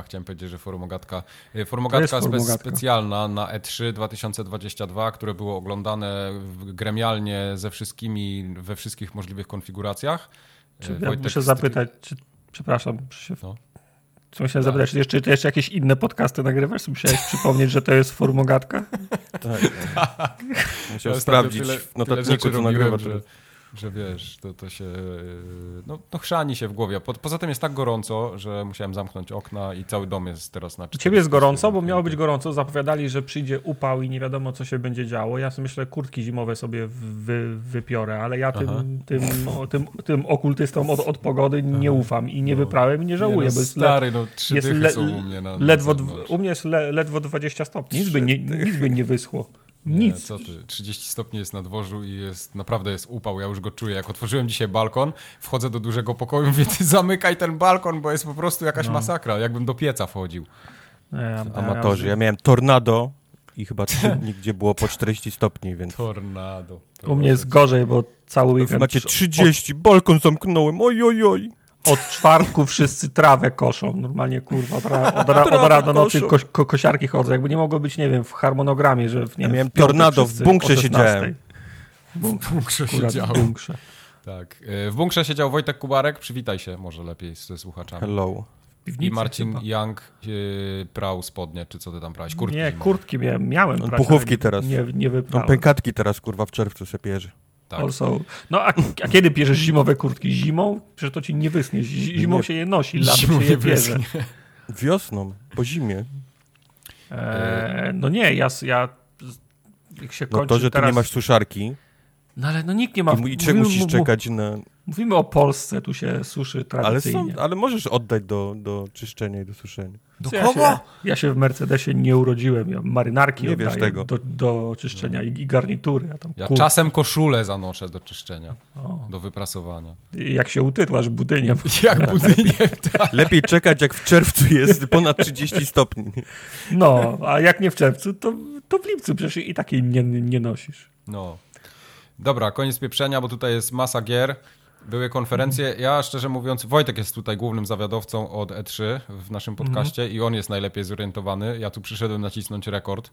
chciałem powiedzieć, że Formogatka. Formogatka specjalna na E3 2022, które było oglądane gremialnie ze wszystkimi, we wszystkich możliwych konfiguracjach. Muszę zapytać, przepraszam, musiałem zapytać, czy jeszcze jakieś inne podcasty nagrywasz? Musiałeś przypomnieć, że to jest Formogatka? Tak. Musiał sprawdzić w notatniku, co nagrywa. Że wiesz, to się chrzani się w głowie. Poza tym jest tak gorąco, że musiałem zamknąć okna i cały dom jest teraz na 4. Ciebie jest gorąco, bo miało być gorąco. Zapowiadali, że przyjdzie upał i nie wiadomo, co się będzie działo. Ja sobie myślę, kurtki zimowe sobie wypiorę, ale ja tym okultystom od pogody nie ufam i nie wyprałem i nie żałuję. Bo stary, 3 dychy są u mnie na u mnie jest ledwo 20 stopni. Nic by nie wyschło. Nie, co ty? 30 stopni jest na dworzu i naprawdę jest upał, ja już go czuję. Jak otworzyłem dzisiaj balkon, wchodzę do dużego pokoju, mówię, ty zamykaj ten balkon, bo jest po prostu jakaś masakra, jakbym do pieca wchodził. Amatorzy, ja miałem tornado i chyba 3 dni, gdzie było po 40 stopni, więc... Tornado. U mnie jest gorzej, bo cały weekend... Macie 30, balkon zamknąłem, oj. Od czwartku wszyscy trawę koszą. Normalnie, kurwa, od rana do nocy kosiarki chodzą. Jakby nie mogło być, nie wiem, w harmonogramie, że... Ja miałem tornado, w bunkrze siedziałem. W bunkrze siedział. Tak. W bunkrze siedział Wojtek Kubarek. Przywitaj się może lepiej ze słuchaczami. Hello. I Marcin chyba. Young prał spodnie, czy co ty tam prałeś? Kurtki nie, kurtki miałem prać, puchówki teraz. Nie wyprałem. Pękatki teraz, kurwa, w czerwcu se pierze. Tak. A kiedy pierzesz zimowe kurtki? Zimą? Przecież to ci nie wyschnie. Zimą się je nosi, latem się je pierze. Wiosną, po zimie. Jak się kończy to, że teraz... ty nie masz suszarki. No ale nikt nie ma... I musisz czekać na... Mówimy o Polsce, tu się suszy tradycyjnie. Ale możesz oddać do czyszczenia i do suszenia. Do kogo? Ja się w Mercedesie nie urodziłem. Ja marynarki nie wiesz tego. Do czyszczenia i garnitury. Ja czasem koszulę zanoszę do czyszczenia, do wyprasowania. Jak się utytłasz budyniem. Jak budyniem, tak. Lepiej czekać, jak w czerwcu jest ponad 30 stopni. No, a jak nie w czerwcu, to w lipcu przecież i takiej nie nosisz. No. Dobra, koniec pieprzenia, bo tutaj jest masa gier. Były konferencje. Ja szczerze mówiąc, Wojtek jest tutaj głównym zawiadowcą od E3 w naszym podcaście i on jest najlepiej zorientowany. Ja tu przyszedłem nacisnąć rekord.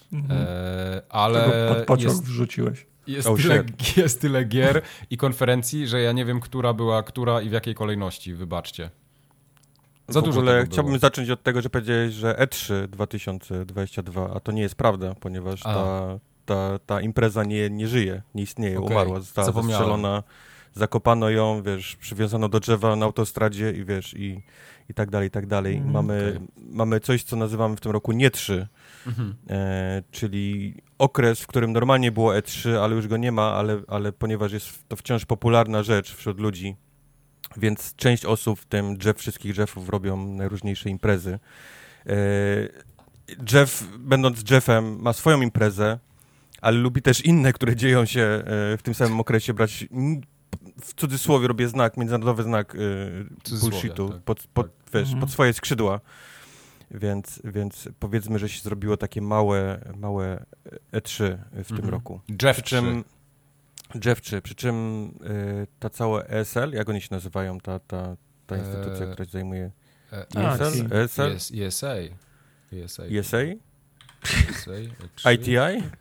Ale pod pociąg wrzuciłeś. Jest tyle gier i konferencji, że ja nie wiem, która była która i w jakiej kolejności. Wybaczcie. Za dużo tego było. Chciałbym zacząć od tego, że powiedziałeś, że E3 2022, a to nie jest prawda, ponieważ ta impreza nie żyje, nie istnieje, umarła, została zastrzelona. Zakopano ją, przywiązano do drzewa na autostradzie i tak dalej, i tak dalej. Mamy coś, co nazywamy w tym roku nie 3, czyli okres, w którym normalnie było E3, ale już go nie ma, ale ponieważ jest to wciąż popularna rzecz wśród ludzi, więc część osób, w tym wszystkich Jeffów, robią najróżniejsze imprezy. Jeff, będąc Jeffem, ma swoją imprezę, ale lubi też inne, które dzieją się w tym samym okresie, brać... W cudzysłowie robię międzynarodowy znak bullshitu tak, pod swoje skrzydła. Więc powiedzmy, że się zrobiło takie małe E3 w tym roku. Jeff 3. Przy czym ta cała ESL, jak oni się nazywają, ta instytucja, która się zajmuje... ESA? ITI?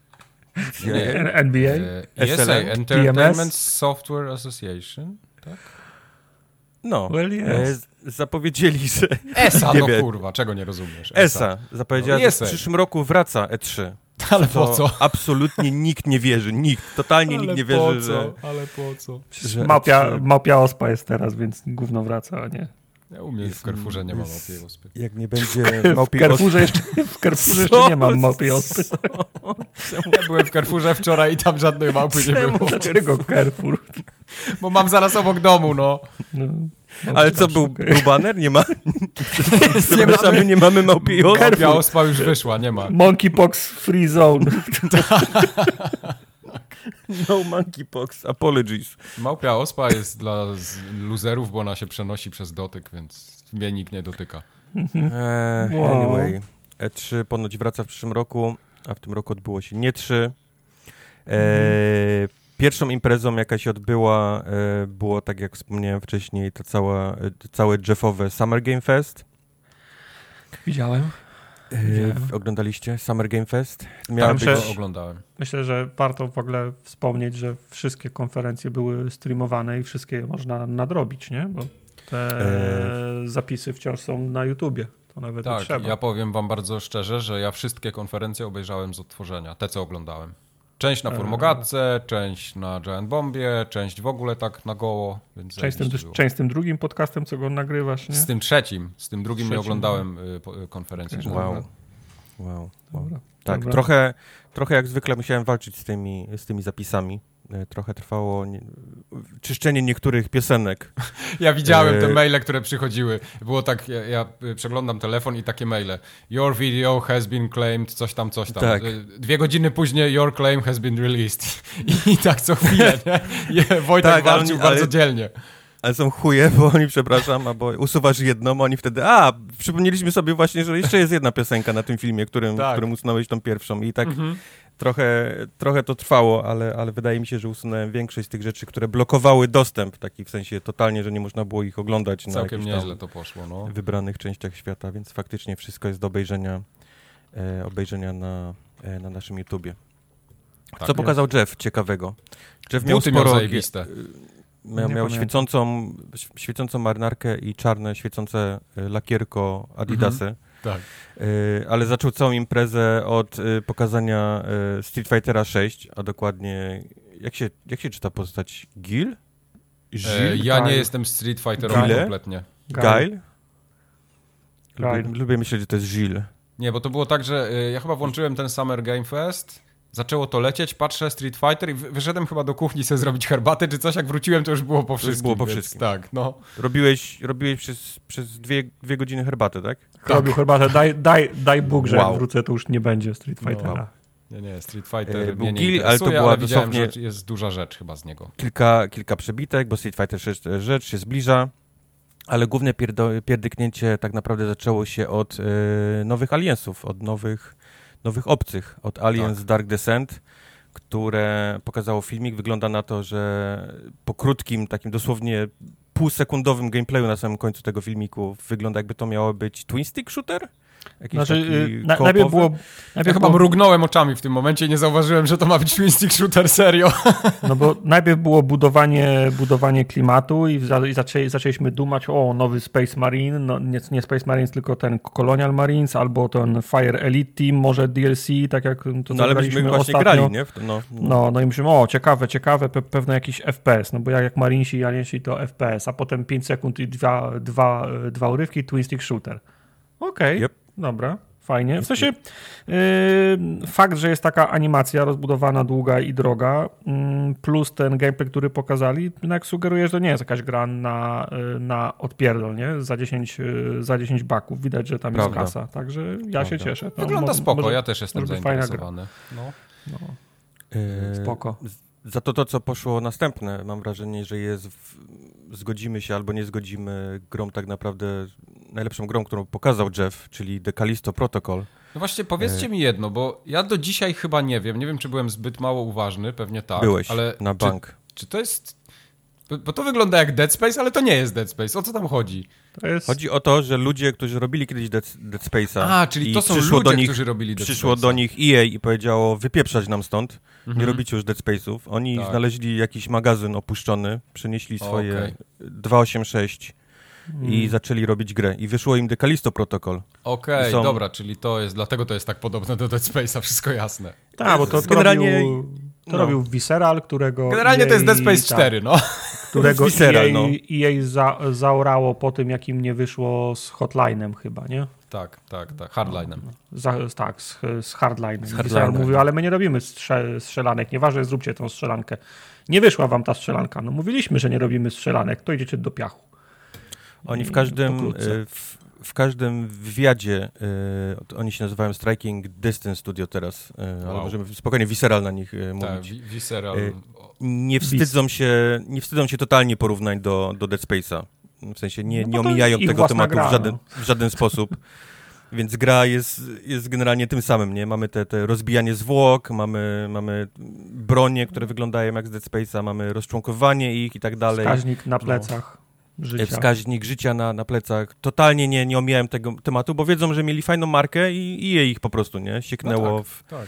NBA? ESA, Entertainment Software Association, tak? No, well, yes. Zapowiedzieli, że... ESA, kurwa, czego nie rozumiesz? ESA zapowiedziała, że w przyszłym roku wraca E3. Ale po co? Absolutnie nikt nie wierzy, totalnie nikt nie wierzy, że... Ale po co? Małpia ospa jest teraz, więc gówno wraca, a nie? Ja u mnie w Carrefourze nie ma małpiej ospy. Jak nie będzie małpiej ospy... W Carrefourze jeszcze nie mam małpiej ospy. Ja byłem w Carrefourze wczoraj i tam żadnej małpy nie było. Dlaczego Carrefour? Bo mam zaraz obok domu, no. Ale co, był baner? Nie ma? Nie mamy małpiej ospy. Małpia ospa już wyszła, nie ma. Monkeypox free zone. No monkeypox, apologies. Małpia ospa jest dla luzerów, bo ona się przenosi przez dotyk, więc mnie nikt nie dotyka. Anyway, E3 ponoć wraca w przyszłym roku, a w tym roku odbyło się nie 3. Pierwszą imprezą, jaka się odbyła, było, tak jak wspomniałem wcześniej, to całe Jeffowe Summer Game Fest. Widziałem. Oglądaliście Summer Game Fest? Oglądałem. Myślę, że warto w ogóle wspomnieć, że wszystkie konferencje były streamowane i wszystkie można nadrobić, nie? Bo te zapisy wciąż są na YouTubie. To nawet nie trzeba. Ja powiem wam bardzo szczerze, że ja wszystkie konferencje obejrzałem z odtworzenia. Te, co oglądałem. Część na Formogatce, część na Giant Bombie, część w ogóle tak na goło. Więc część z tym drugim podcastem, co go nagrywasz, nie? Z tym trzecim. Z tym drugim nie oglądałem konferencji. Okay. Wow. Tak, trochę jak zwykle musiałem walczyć z tymi zapisami. Trochę trwało czyszczenie niektórych piosenek. Ja widziałem te maile, które przychodziły. Było tak, ja przeglądam telefon i takie maile. Your video has been claimed, coś tam. Tak. 2 godziny później, your claim has been released. I tak co chwilę, nie? Wojtek walczył bardzo dzielnie. Ale są chuje, bo oni, przepraszam, albo usuwasz jedną, oni wtedy, przypomnieliśmy sobie właśnie, że jeszcze jest jedna piosenka na tym filmie, którym usunąłeś tą pierwszą i tak trochę to trwało, ale wydaje mi się, że usunąłem większość z tych rzeczy, które blokowały dostęp, taki w sensie totalnie, że nie można było ich oglądać na całkiem nieźle to poszło, no. Wybranych częściach świata, więc faktycznie wszystko jest do obejrzenia na naszym YouTubie. Tak, co pokazał Jeff ciekawego? Jeff miał zajebiste. Miał świecącą marynarkę i czarne, świecące lakierko Adidasy. Tak. Ale zaczął całą imprezę od pokazania Street Fightera 6, a dokładnie, jak się czyta postać? Gil? Ja nie jestem Street Fighterem kompletnie. Guile? Lubię myśleć, że to jest Gil. Nie, bo to było tak, że ja chyba włączyłem ten Summer Game Fest, zaczęło to lecieć, patrzę Street Fighter i wyszedłem chyba do kuchni sobie zrobić herbatę czy coś, jak wróciłem to już było po wszystkim. Tak, no. Robiłeś przez 2 godziny herbatę, tak? Robił herbatę, daj Bóg, że jak wrócę, to już nie będzie Street Fightera. Nie, Street Fighter był mnie nie Gil, ale to była dosłownie... że jest duża rzecz chyba z niego. Kilka przebitek, bo Street Fighter 6 rzecz się zbliża, ale główne pierdyknięcie tak naprawdę zaczęło się od nowych aliensów, od nowych obcych, od Aliens Dark Descent, które pokazało filmik. Wygląda na to, że po krótkim, takim dosłownie półsekundowym gameplayu na samym końcu tego filmiku wygląda, jakby to miało być twin stick shooter? Ja chyba mrugnąłem oczami w tym momencie i nie zauważyłem, że to ma być twin stick shooter, serio. No bo najpierw było budowanie klimatu i zaczęliśmy dumać, nowy Space Marine, no nie Space Marines, tylko ten Colonial Marines, albo ten Fire Elite Team, może DLC, tak jak to ale myśmy właśnie grali, nie? No i myślimy, ciekawe, pewno jakiś FPS, no bo jak Marinesi i Aliensi to FPS, a potem 5 sekund i dwa urywki, twin stick shooter. Okej. Yep. Dobra, fajnie. W sensie fakt, że jest taka animacja rozbudowana, długa i droga, plus ten gameplay, który pokazali, jednak sugeruje, że to nie jest jakaś gra na odpierdol, nie? Za 10 baków. Widać, że tam jest kasa. Także ja się cieszę. Wygląda spoko, ja też jestem zainteresowany. Spoko. Za to, co poszło następne, mam wrażenie, że zgodzimy się albo nie zgodzimy grą tak naprawdę, najlepszą grą, którą pokazał Jeff, czyli The Callisto Protocol. No właśnie, powiedzcie mi jedno, bo ja do dzisiaj chyba nie wiem, czy byłem zbyt mało uważny, pewnie tak. Byłeś, ale na bank. Czy to jest... Bo to wygląda jak Dead Space, ale to nie jest Dead Space. O co tam chodzi? Chodzi o to, że ludzie, którzy robili kiedyś Dead Space'a... czyli to są ludzie, którzy robili Dead Space'a. Przyszło do nich EA i powiedziało, wypieprzać nam stąd, nie robicie już Dead Space'ów. Oni znaleźli jakiś magazyn opuszczony, przenieśli swoje 286 i zaczęli robić grę. I wyszło im The Callisto Protocol. Dobra, czyli dlatego to jest tak podobne do Dead Space'a, wszystko jasne. Tak, bo to generalnie... robił Visceral, którego... Generalnie to jest Dead Space 4, Którego EA zaorało po tym, jakim nie wyszło z Hotline'em chyba, nie? Tak, Hardline'em. Z Hardline'em. Visceral mówił, ale my nie robimy strzelanek, nieważne, zróbcie tą strzelankę. Nie wyszła wam ta strzelanka. No mówiliśmy, że nie robimy strzelanek, to idziecie do piachu. Oni w każdym wywiadzie, oni się nazywają Striking Distance Studio teraz, ale możemy spokojnie Visceral na nich mówić. Visceral. Nie wstydzą się totalnie porównań do Dead Space'a. W sensie nie omijają tego tematu w żaden sposób. Więc gra jest generalnie tym samym, nie? Mamy te rozbijanie zwłok, mamy bronie, które wyglądają jak z Dead Space'a, mamy rozczłonkowanie ich i tak dalej. Wskaźnik na plecach. wskaźnik życia na plecach. Totalnie nie omijałem tego tematu, bo wiedzą, że mieli fajną markę i je ich po prostu, nie? Sieknęło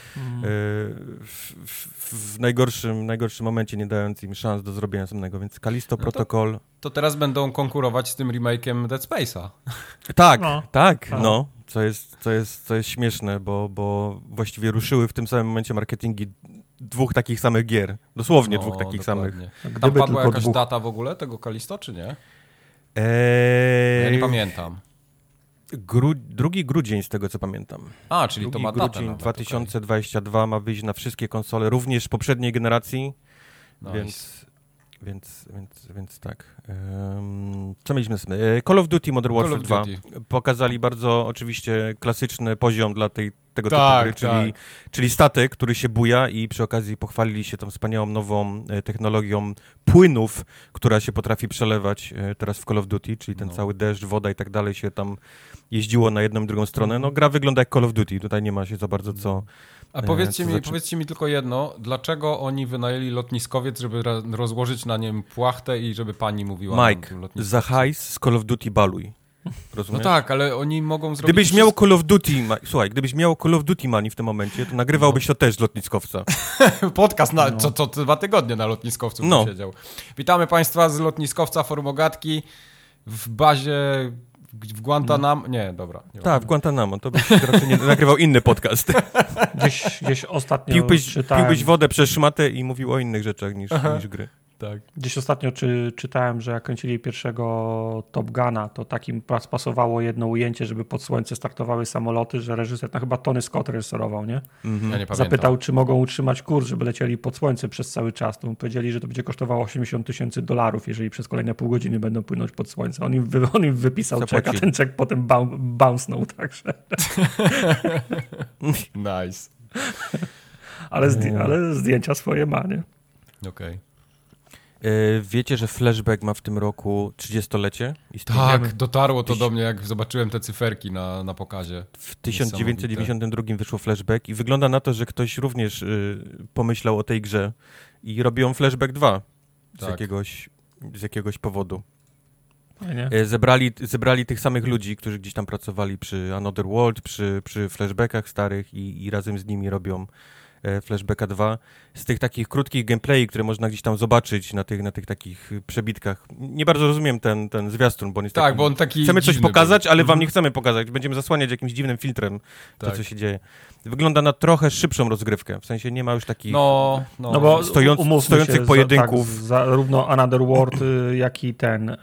w najgorszym momencie, nie dając im szans do zrobienia następnego, więc Callisto Protocol... To teraz będą konkurować z tym remake'iem Dead Space'a. Tak, co jest śmieszne, bo właściwie ruszyły w tym samym momencie marketingi dwóch takich samych gier. Dosłownie dwóch takich samych. Tam padła jakaś data w ogóle tego Callisto, czy nie? Ja nie pamiętam. 2 grudzień z tego, co pamiętam. Czyli to ma datę. Grudzień 2022 ma wyjść na wszystkie konsole, również poprzedniej generacji, nice. Więc tak. Co mieliśmy następne? Call of Duty Modern Warfare 2. Pokazali bardzo oczywiście klasyczny poziom dla tego typu gry, czyli statek, który się buja i przy okazji pochwalili się tą wspaniałą nową technologią płynów, która się potrafi przelewać teraz w Call of Duty, czyli ten cały deszcz, woda i tak dalej się tam jeździło na jedną i drugą stronę. No gra wygląda jak Call of Duty, tutaj nie ma się za bardzo co... A powiedzcie mi tylko jedno, dlaczego oni wynajęli lotniskowiec, żeby rozłożyć na nim płachtę i żeby pani mówiła... Mike, za hajs z Call of Duty baluj. Rozumiesz? No tak, ale oni mogą zrobić... Gdybyś miał Call of Duty... Słuchaj, gdybyś miał Call of Duty money w tym momencie, to nagrywałbyś to też z lotniskowca. Podcast co 2 tygodnie na lotniskowcu siedział. Witamy Państwa z lotniskowca Formogatki w bazie... W Guantanamo? Nie, dobra. Tak, w Guantanamo. To byś raczej nie nagrywał inny podcast. Gdzieś ostatnio piłbyś wodę przez szmatę i mówił o innych rzeczach niż gry. Tak. Gdzieś ostatnio czytałem, że jak kręcili pierwszego Top Guna, to takim pasowało jedno ujęcie, żeby pod słońce startowały samoloty, że reżyser, chyba Tony Scott reżyserował, nie? Ja nie pamiętam. Zapytał, czy mogą utrzymać kurs, żeby lecieli pod słońce przez cały czas. To mu powiedzieli, że to będzie kosztowało $80,000, jeżeli przez kolejne pół godziny będą płynąć pod słońce. On im wypisał czek, a ten czek potem bounce'nął, także... Nice. ale zdjęcia swoje ma, nie? Okej. Wiecie, że Flashback ma w tym roku 30-lecie? Tak, dotarło to do mnie, jak zobaczyłem te cyferki na pokazie. W 1992 wyszło Flashback i wygląda na to, że ktoś również pomyślał o tej grze i robią Flashback 2 z jakiegoś powodu. Zebrali tych samych ludzi, którzy gdzieś tam pracowali przy Another World, przy Flashbackach starych i razem z nimi robią Flashbacka 2. Z tych takich krótkich gameplay, które można gdzieś tam zobaczyć na tych takich przebitkach. Nie bardzo rozumiem ten zwiastun, bo on jest bo on taki chcemy coś pokazać, ale wam nie chcemy pokazać. Będziemy zasłaniać jakimś dziwnym filtrem to, co się dzieje. Wygląda na trochę szybszą rozgrywkę. W sensie nie ma już takich bo stojących pojedynków. Zarówno Another World, jak i ten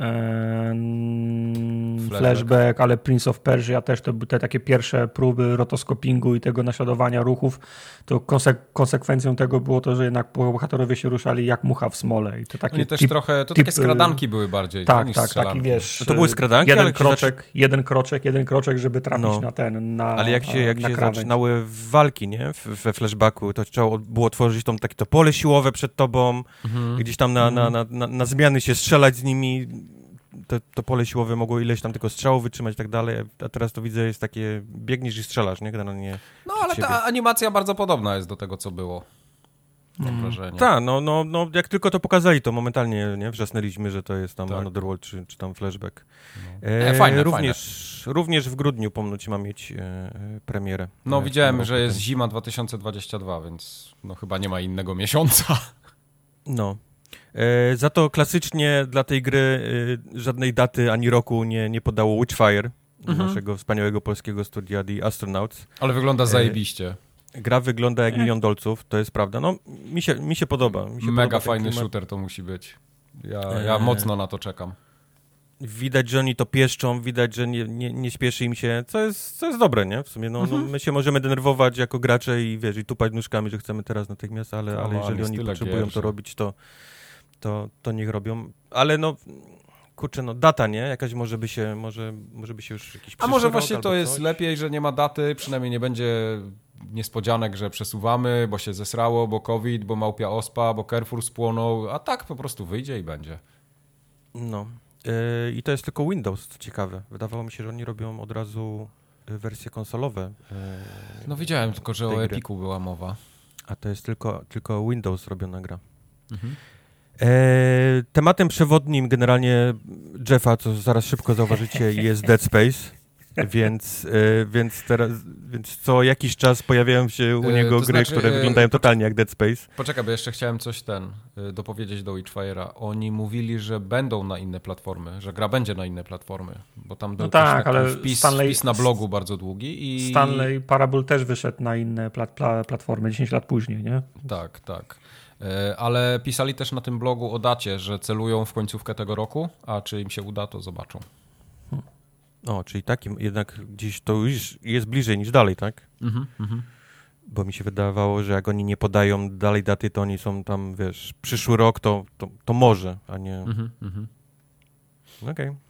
Flashback, ale Prince of Persia też to były te takie pierwsze próby rotoskopingu i tego naśladowania ruchów. To konsekwencją tego było to, że jednak bohaterowie się ruszali jak mucha w smole. I to takie takie skradanki były bardziej. Tak, taki wiesz... To były skradanki, jeden kroczek, żeby trafić na ale jak się zaczynały walki, nie? We flashbacku, to trzeba było tworzyć to pole siłowe przed tobą, gdzieś tam na zmiany się strzelać z nimi. To pole siłowe mogło ileś tam tylko strzałów wytrzymać i tak dalej, a teraz to widzę jest takie, biegniesz i strzelasz, nie? Generalnie ale ta animacja bardzo podobna jest do tego, co było. Mam wrażenie. Tak, jak tylko to pokazali, to momentalnie wrzasnęliśmy, że to jest tam Another World czy tam Flashback. Fajne. Również w grudniu ponoć ma mieć premierę. Widziałem, że jest zima 2022, więc chyba nie ma innego miesiąca. Za to klasycznie dla tej gry żadnej daty ani roku nie podało Witchfire, naszego wspaniałego polskiego studia The Astronauts. Ale wygląda zajebiście. Gra wygląda jak $1 000 000, to jest prawda. Mi się podoba. Mega fajny shooter to musi być. Ja mocno na to czekam. Widać, że oni to pieszczą, widać, że nie śpieszy im się, co jest dobre, nie? W sumie, my się możemy denerwować jako gracze i tupać nóżkami, że chcemy teraz natychmiast, ale jeżeli oni potrzebują to robić, to niech robią. Ale data, nie? Jakaś może by się już jakiś A może właśnie to jest lepiej, że nie ma daty, przynajmniej nie będzie niespodzianek, że przesuwamy, bo się zesrało, bo COVID, bo małpia ospa, bo Carrefour spłonął, a tak po prostu wyjdzie i będzie. I to jest tylko Windows, co ciekawe. Wydawało mi się, że oni robią od razu wersje konsolowe. Widziałem tylko, że o Epiku była mowa. A to jest tylko Windows robiona gra. Tematem przewodnim generalnie Jeffa, co zaraz szybko zauważycie, jest Dead Space, więc co jakiś czas pojawiają się u niego gry, które wyglądają totalnie jak Dead Space. Poczekaj, bo jeszcze chciałem coś dopowiedzieć do Witchfire'a. Oni mówili, że będą na inne platformy, że gra będzie na inne platformy, bo tam był ale wpis na blogu bardzo długi. I Stanley Parable też wyszedł na inne platformy 10 lat później, nie? Tak. Ale pisali też na tym blogu o dacie, że celują w końcówkę tego roku, a czy im się uda, to zobaczą. O, czyli takim jednak gdzieś to już jest bliżej niż dalej, tak? Bo mi się wydawało, że jak oni nie podają dalej daty, to oni są tam, wiesz, przyszły rok to może, a nie... Okej.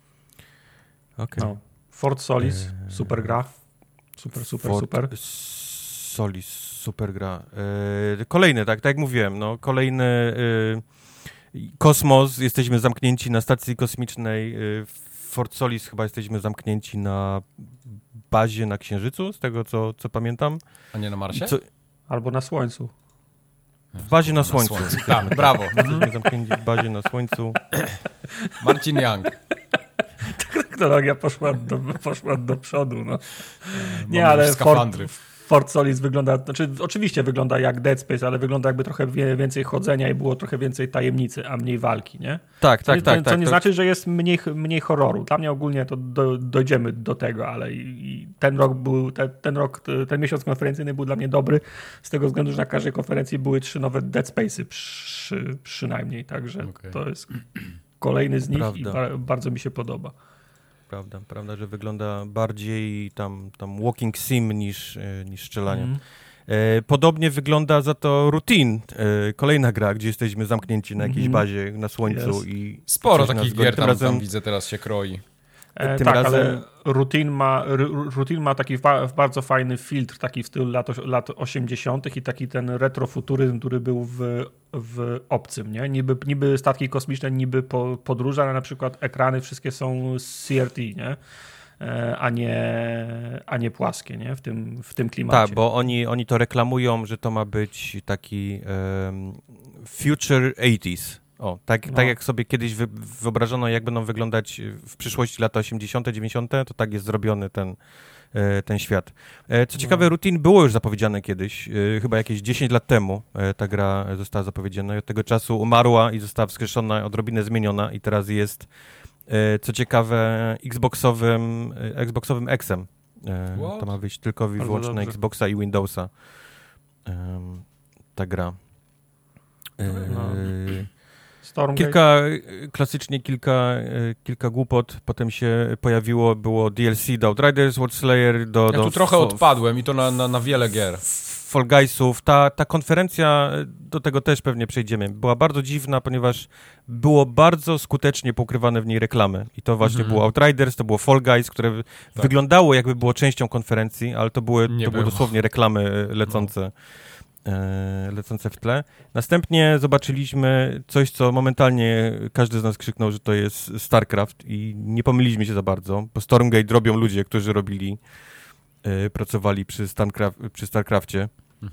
No. Fort Solis, super gra. Super. Solis, super gra. Kolejny, tak jak mówiłem, no, kolejny kosmos, jesteśmy zamknięci na stacji kosmicznej, Fort Solis chyba jesteśmy zamknięci na bazie na Księżycu, z tego co pamiętam. A nie na Marsie? Albo na Słońcu. W bazie na Słońcu. Tak, brawo. Jesteśmy zamknięci w bazie na Słońcu. Marcin Young. Technologia poszła do przodu. No. Nie, ale Fort Solis wygląda, oczywiście wygląda jak Dead Space, ale wygląda jakby trochę więcej chodzenia i było trochę więcej tajemnicy, a mniej walki, nie? Tak. To nie znaczy, że jest mniej horroru. Dla mnie ogólnie to dojdziemy do tego, ale i ten miesiąc konferencyjny był dla mnie dobry, z tego względu, że na każdej konferencji były 3 nowe Dead Space'y przynajmniej, także to jest kolejny z nich. Prawda. I bardzo mi się podoba. Prawda, że wygląda bardziej tam walking sim niż strzelanie. Podobnie wygląda za to Routine, kolejna gra, gdzie jesteśmy zamknięci na jakiejś bazie na Słońcu. I sporo takich gier tam widzę teraz się kroi. Ale Routine ma taki bardzo fajny filtr, taki w stylu lat 80. i taki ten retrofuturyzm, który był w Obcym, nie? Niby statki kosmiczne, niby podróże, ale na przykład ekrany wszystkie są CRT, nie? A nie płaskie, nie? W tym klimacie. Tak, bo oni to reklamują, że to ma być taki future 80s. O, tak jak sobie kiedyś wyobrażono, jak będą wyglądać w przyszłości lata 80., 90., to tak jest zrobiony ten świat. Co ciekawe, Routine było już zapowiedziane kiedyś, chyba jakieś 10 lat temu ta gra została zapowiedziana i od tego czasu umarła i została wskrzeszona, odrobinę zmieniona i teraz jest, co ciekawe, Xboxowym X-em. To ma wyjść tylko i wyłącznie na Xboxa i Windowsa. Ta gra. Kilka głupot, potem się było DLC do Outriders, World Slayer, ja tu trochę odpadłem i to na wiele gier. Fall Guysów. Ta konferencja, do tego też pewnie przejdziemy, była bardzo dziwna, ponieważ było bardzo skutecznie pokrywane w niej reklamy. I to właśnie było Outriders, to było Fall Guys, które wyglądało jakby było częścią konferencji, ale to były dosłownie reklamy lecące. Lecące w tle. Następnie zobaczyliśmy coś, co momentalnie każdy z nas krzyknął, że to jest StarCraft i nie pomyliliśmy się za bardzo, bo Stormgate robią ludzie, którzy pracowali przy StarCraftie.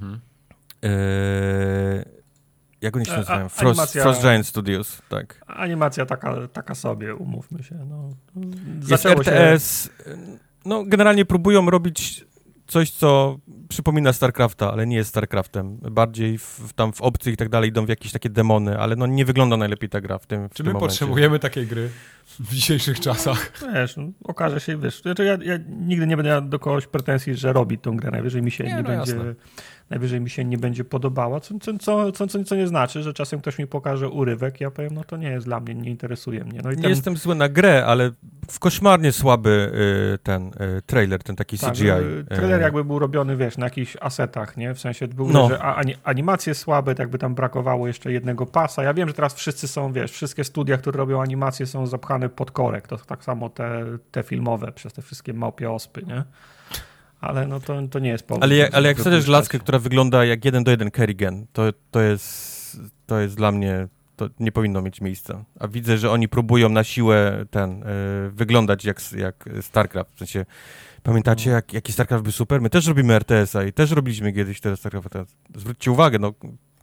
Jak oni się nazywają? Frost Giant Studios, tak. Animacja taka sobie, umówmy się. No. Jest RTS. No, generalnie próbują robić coś, co przypomina StarCrafta, ale nie jest StarCraftem. Bardziej tam w Obcych i tak dalej idą w jakieś takie demony, ale no nie wygląda najlepiej ta gra w tym Czy my potrzebujemy takiej gry w dzisiejszych czasach? Wiesz, okaże się, wiesz, ja nigdy nie będę do kogoś pretensji, że robi tą grę. Najwyżej mi się nie będzie podobała, co nie znaczy, że czasem ktoś mi pokaże urywek i ja powiem, no to nie jest dla mnie, nie interesuje mnie. No i nie jestem zły na grę, ale w koszmarnie słaby ten trailer, ten taki CGI. Trailer jakby był robiony, wiesz, na jakichś asetach, nie? W sensie że animacje słabe, tak by tam brakowało jeszcze jednego pasa. Ja wiem, że teraz wszyscy są, wiesz, wszystkie studia, które robią animacje są zapchane pod korek. To tak samo te filmowe przez te wszystkie małpie ospy, nie? Ale no to nie jest powód. Ale jak chcesz laskę, która wygląda jak 1:1 Kerrigan, to jest dla mnie, to nie powinno mieć miejsca. A widzę, że oni próbują na siłę wyglądać jak StarCraft. W sensie, pamiętacie, jaki StarCraft był super? My też robimy RTS-a i też robiliśmy kiedyś teraz StarCraft. Zwróćcie uwagę, no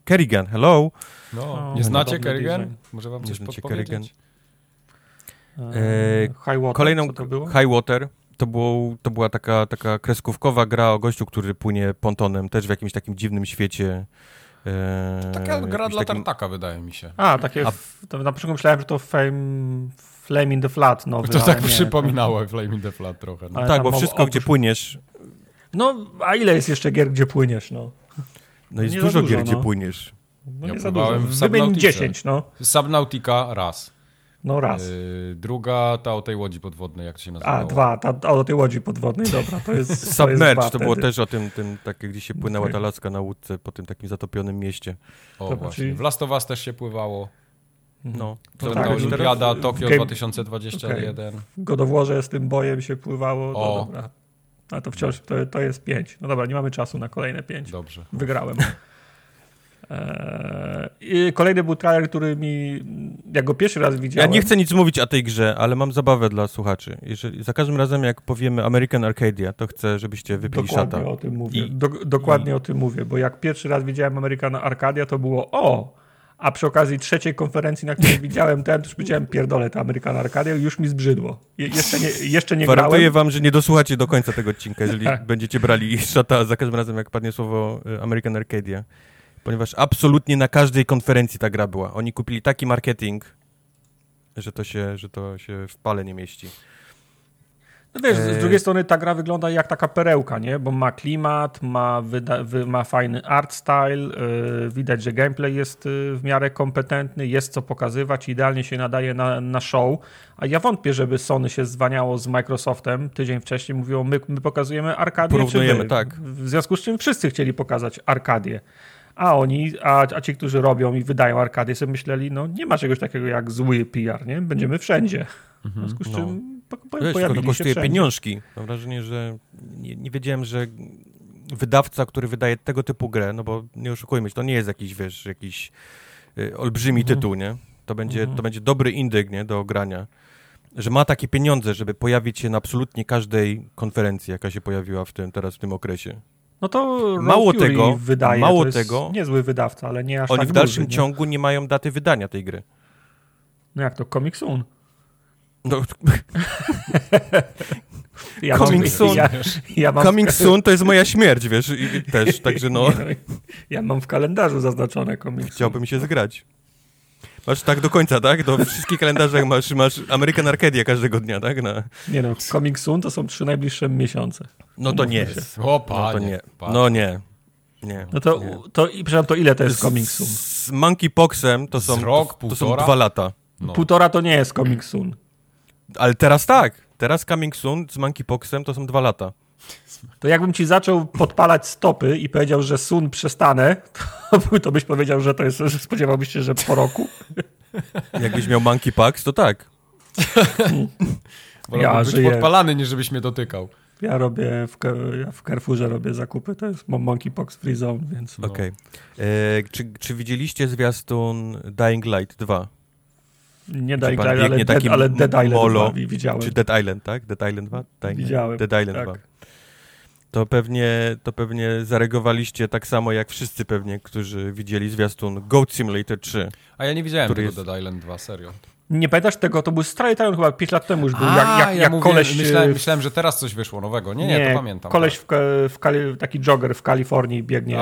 Kerrigan, hello. No, nie znacie Kerrigan? Może wam coś podpowiedzieć? Highwater, Kolejną co to było? Highwater to była taka kreskówkowa gra o gościu, który płynie pontonem, też w jakimś takim dziwnym świecie. Taka gra dla tartaka, wydaje mi się. To na początku myślałem, że to Flame in the Flood nowy. To tak przypominało Flame in the Flood trochę. No. Tak, bo wszystko, gdzie płyniesz... No, a ile jest jeszcze gier, gdzie płyniesz, no? No jest dużo gier, gdzie płyniesz. No ja nie próbowałem w Wymień 10, no. Subnautica raz. No raz. Druga ta o tej łodzi podwodnej, jak to się nazywa? Dwa, o tej łodzi podwodnej, dobra, to jest... Submerge, to było też o tym takie, gdzie się płynęła ta laska na łódce po tym takim zatopionym mieście. O, właśnie. W Last of Us też się pływało. No. To ta Olimpiada Tokio 2021. W God of Warze z tym bojem się pływało, to dobra. A to wciąż, to jest 5. No dobra, nie mamy czasu na kolejne 5. Dobrze. Wygrałem. I kolejny był trailer, który jak go pierwszy raz widziałem... Ja nie chcę nic mówić o tej grze, ale mam zabawę dla słuchaczy. Za każdym razem, jak powiemy American Arcadia, to chcę, żebyście wypili szata. Dokładnie o tym mówię. Dokładnie o tym mówię, bo jak pierwszy raz widziałem American Arcadia, to było a przy okazji trzeciej konferencji, na której widziałem to już powiedziałem, pierdolę, to American Arcadia, już mi zbrzydło. Jeszcze nie grałem. Gwarantuję wam, że nie dosłuchacie do końca tego odcinka, jeżeli będziecie brali szata za każdym razem, jak padnie słowo American Arcadia. Ponieważ absolutnie na każdej konferencji ta gra była. Oni kupili taki marketing, że to się w pale nie mieści. No wiesz, z drugiej strony ta gra wygląda jak taka perełka, nie? Bo ma klimat, ma fajny art style, widać, że gameplay jest w miarę kompetentny, jest co pokazywać, idealnie się nadaje na show, a ja wątpię, żeby Sony się zwaniało z Microsoftem. Tydzień wcześniej mówiło, my pokazujemy Arkadię, porównujemy, tak. W związku z czym wszyscy chcieli pokazać Arkadię. A ci, którzy robią i wydają Arkadię, sobie myśleli, no nie ma czegoś takiego jak zły PR, nie? Będziemy wszędzie. W związku z czym to kosztuje pieniążki. Mam wrażenie, że nie wiedziałem, że wydawca, który wydaje tego typu grę, no bo nie oszukujmy się, to nie jest jakiś olbrzymi tytuł, nie? To będzie dobry indyk, nie? Do grania. Że ma takie pieniądze, żeby pojawić się na absolutnie każdej konferencji, jaka się pojawiła teraz w tym okresie. No to mało Fury tego, wydaje, mało to jest tego, niezły wydawca, ale nie aż oni tak w dalszym duży, ciągu nie mają daty wydania tej gry. No jak to? Coming Soon. No, Coming Soon to jest moja śmierć, wiesz, też, także no. Ja mam w kalendarzu zaznaczone Coming Soon. Chciałbym się zgrać. Masz tak do końca, tak? Do wszystkich kalendarzach masz American Arcadia każdego dnia, tak? Nie no, Coming Soon to są 3 najbliższe miesiące. No to nie jest. No nie. No to ile to jest Coming Soon? Z Monkeypoxem to są 2 lata. No. 1,5 to nie jest Coming Soon. Ale teraz tak. Teraz Coming Soon z Monkeypoxem to są 2 lata. To jakbym ci zaczął podpalać stopy i powiedział, że Soon przestanę, to byś powiedział, że to jest, że spodziewałbyś się, że po roku? Jakbyś miał Monkeypox, to tak. Ja być podpalany, niż żebyś mnie dotykał. Ja robię w Carrefourze robię zakupy, to jest Monkeypox Free Zone, więc... Okej. Czy widzieliście zwiastun Dying Light 2? Nie Dying Light, ale Dead Island 2 widziałem. Czy Dead Island, tak? Dead Island 2? Widziałem. Dead Island 2. To pewnie zareagowaliście tak samo jak wszyscy pewnie, którzy widzieli zwiastun Goat Simulator 3. A ja nie widziałem tego Dead Island 2, serio. Nie pamiętasz tego? To był stary trailer chyba 5 lat temu już był. Jak koleś... Myślałem, że teraz coś wyszło nowego. Nie, to pamiętam. Koleś taki jogger w Kalifornii biegnie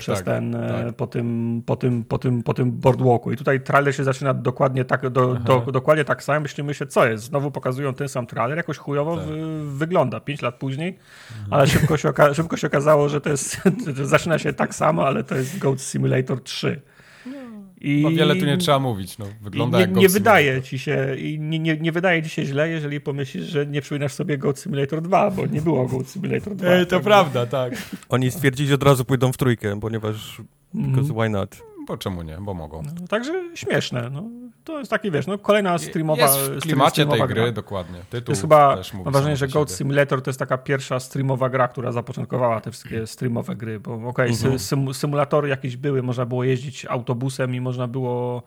po tym boardwalku. I tutaj trailer się zaczyna dokładnie tak samo. Myślimy się, co jest? Znowu pokazują ten sam trailer. Jakoś chujowo wygląda 5 lat później, ale szybko się okazało, że to jest zaczyna się tak samo, ale to jest Goat Simulator 3. Wiele tu nie trzeba mówić. Wygląda jak nie wydaje ci się nie wydaje ci się źle, jeżeli pomyślisz, że nie przypominasz sobie Goat Simulator 2, bo nie było Goat Simulator 2. To prawda, tak. Oni stwierdzili, że od razu pójdą w trójkę, ponieważ because why not? Bo czemu nie? Bo mogą. Także śmieszne. To jest taki, wiesz, kolejna streamowa... Jest w klimacie tej gry, dokładnie. To jest chyba, mam wrażenie, że Goat Simulator to jest taka pierwsza streamowa gra, która zapoczątkowała te wszystkie streamowe gry, bo symulatory jakieś były, można było jeździć autobusem i można było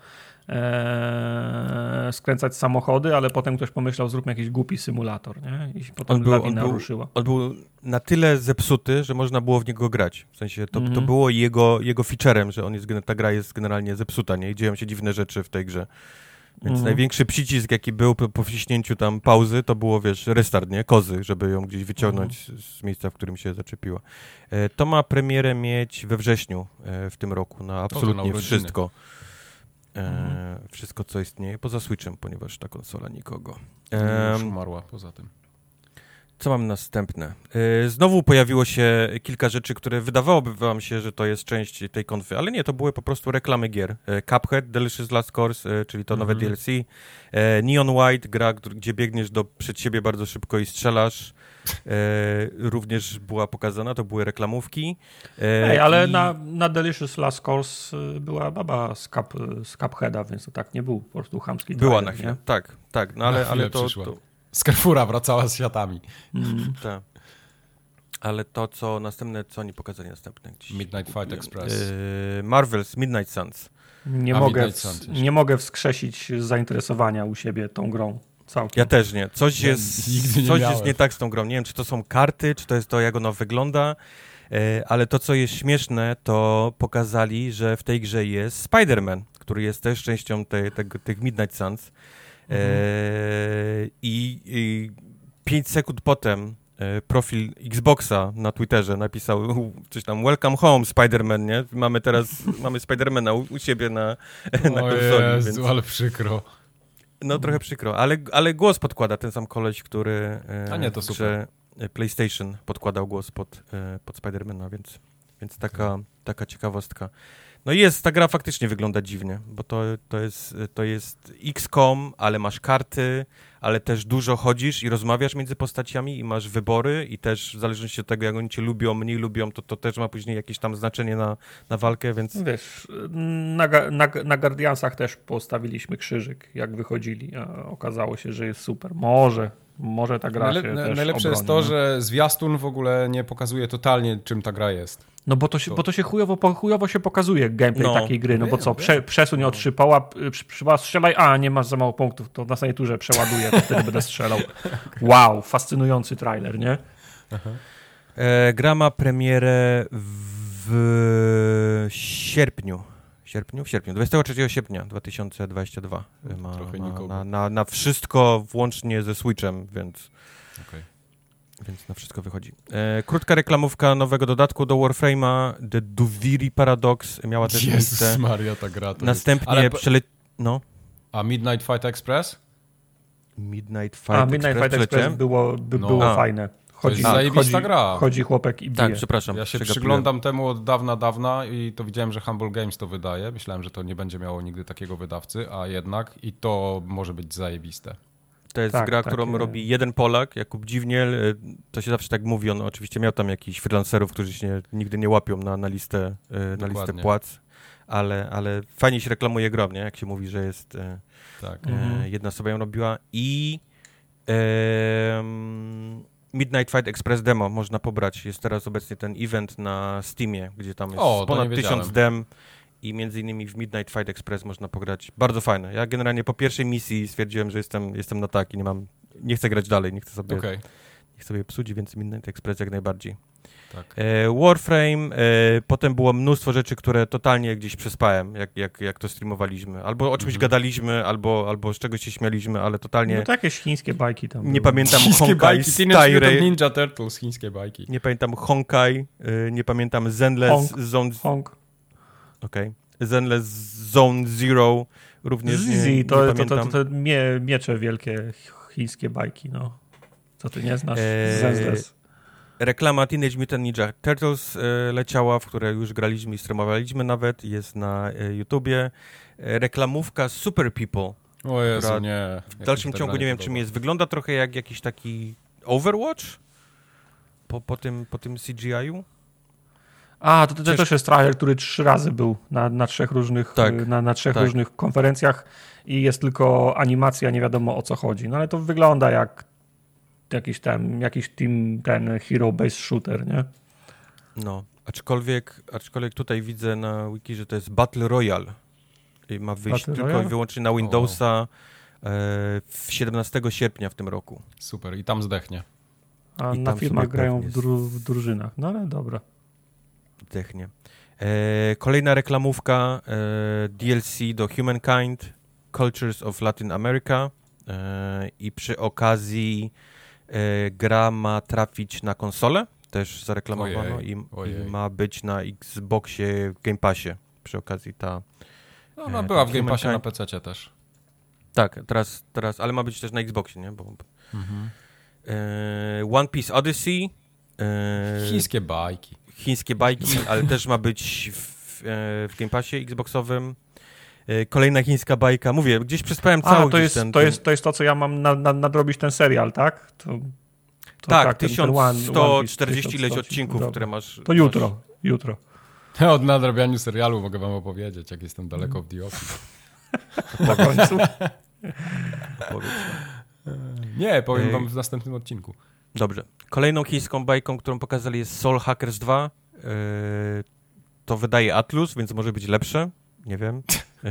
skręcać samochody, ale potem ktoś pomyślał, zróbmy jakiś głupi symulator, nie? I potem lawina ruszyła. On był na tyle zepsuty, że można było w niego grać. W sensie to było jego featurem, że ta gra jest generalnie zepsuta, nie? I dzieją się dziwne rzeczy w tej grze. Więc największy przycisk, jaki był po wciśnięciu tam pauzy, to było, restart, nie? Kozy, żeby ją gdzieś wyciągnąć z miejsca, w którym się zaczepiła. To ma premierę mieć we wrześniu w tym roku na absolutnie wszystko. Wszystko, co istnieje, poza Switchem, ponieważ ta konsola nikogo. Już umarła poza tym. Co mam następne? Znowu pojawiło się kilka rzeczy, które wydawałoby wam się, że to jest część tej konfy, ale nie, to były po prostu reklamy gier. Cuphead, Delicious Last Course, czyli to nowe DLC. Neon White, gra, gdzie biegniesz przed siebie bardzo szybko i strzelasz. Również była pokazana, to były reklamówki. Ale na Delicious Last Course była baba z Cupheada, więc to tak nie był po prostu chamski trailer. Była na chwilę, nie? Tak, no ale to... Z Carrefoura wracała z światami. Tak. Ale to, co następne, co oni pokazali następne? Midnight Fight Express. Marvel's Midnight Suns. Nie mogę wskrzesić zainteresowania u siebie tą grą. Całkiem. Ja też nie. Coś jest nie tak z tą grą. Nie wiem, czy to są karty, czy to jest to, jak ona wygląda, ale to, co jest śmieszne, to pokazali, że w tej grze jest Spider-Man, który jest też częścią tych Midnight Suns. I 5 sekund potem profil Xboxa na Twitterze napisał coś tam welcome home Spider-Man, nie? Mamy Spider-Mana u siebie na konsoli. Jezu, więc... ale przykro. No trochę przykro, ale głos podkłada ten sam koleś, który to super. PlayStation podkładał głos pod Spider-Mana, więc taka ciekawostka. No ta gra faktycznie wygląda dziwnie, bo to jest XCOM, ale masz karty, ale też dużo chodzisz i rozmawiasz między postaciami i masz wybory i też w zależności od tego, jak oni cię lubią, mniej lubią, to też ma później jakieś tam znaczenie na walkę, więc... Wiesz, na Guardiansach też postawiliśmy krzyżyk, jak wychodzili, a okazało się, że jest super. Może ta gra się też najlepsze obroni, jest to, że zwiastun w ogóle nie pokazuje totalnie, czym ta gra jest. No bo to się chujowo się pokazuje gameplay takiej gry, no bo co, przesuń od szypała, strzelaj, nie masz za mało punktów, to na następnej turze przeładuję, to wtedy będę strzelał. Wow, fascynujący trailer, nie? Gra ma premierę w sierpniu. 23 sierpnia 2022 na wszystko włącznie ze Switchem, więc na wszystko wychodzi. Krótka reklamówka nowego dodatku do Warframe'a, The Duviri Paradox miała też miejsce. Jezus Maria, ta gra to następnie jest... No. A Midnight Fight Express? Midnight Fight Express było fajne. Chodzi chłopek i bije. Tak, przepraszam. Ja się przyglądam temu od dawna i to widziałem, że Humble Games to wydaje. Myślałem, że to nie będzie miało nigdy takiego wydawcy, a jednak i to może być zajebiste. To jest gra, którą robi jeden Polak, Jakub Dziwniel. To się zawsze tak mówi. On oczywiście miał tam jakichś freelancerów, którzy się nigdy nie łapią na listę płac, ale fajnie się reklamuje grą, nie? Jak się mówi, że jest jedna osoba ją robiła. I Midnight Fight Express demo można pobrać. Jest teraz obecnie ten event na Steamie, gdzie tam jest ponad 1000 dem i między innymi w Midnight Fight Express można pograć. Bardzo fajne. Ja generalnie po pierwszej misji stwierdziłem, że jestem na tak i nie chcę grać dalej, nie chcę sobie psuć, więc Midnight Express jak najbardziej. Tak. Warframe, potem było mnóstwo rzeczy, które totalnie gdzieś przespałem, jak to streamowaliśmy. Albo o czymś gadaliśmy, albo z czegoś się śmialiśmy, ale totalnie... No to jakieś chińskie bajki tam nie pamiętam Honkai Star Rail. Ninja Turtles, chińskie bajki. Nie pamiętam Honkai, nie pamiętam Zenless Zone... Okej. Zenless Zone Zero, również nie pamiętam. To miecze wielkie, chińskie bajki, no. Co ty nie znasz? Zenless. Reklama Teenage Mutant Ninja Turtles leciała, w której już graliśmy i streamowaliśmy nawet, jest na YouTubie. Reklamówka Super People. O Jezu, nie. W dalszym ciągu nie wiem, czym jest. Wygląda trochę jak jakiś taki Overwatch po tym CGI-u. To też jest trailer, który 3 razy był na 3 różnych, na 3 różnych konferencjach i jest tylko animacja, nie wiadomo o co chodzi. No ale to wygląda jak jakiś ten hero-based shooter, nie? No, aczkolwiek tutaj widzę na wiki, że to jest Battle Royale. i ma wyjść tylko i wyłącznie na Windowsa 17 sierpnia w tym roku. Super, i tam zdechnie. A na filmach grają w drużynach. No ale dobra. Zdechnie. Kolejna reklamówka DLC do Humankind, Cultures of Latin America i przy okazji gra ma trafić na konsolę, też zareklamowano i ma być na Xboxie w Game Passie przy okazji ta... No, ona była w Game Passie na PC-cie też. Tak, teraz, ale ma być też na Xboxie, nie? One Piece Odyssey. Chińskie bajki, ale też ma być w Game Passie Xboxowym. Kolejna chińska bajka. Mówię, gdzieś przespałem cały to jest to, co ja mam nadrobić ten serial, tak? Tak, 1140 ileś odcinków, które masz. To jutro. O nadrabianiu serialu mogę wam opowiedzieć, jak jestem daleko w The Office. Na końcu? Nie, powiem wam w następnym odcinku. Dobrze. Kolejną chińską bajką, którą pokazali, jest Soul Hackers 2. To wydaje Atlus, więc może być lepsze. Nie wiem.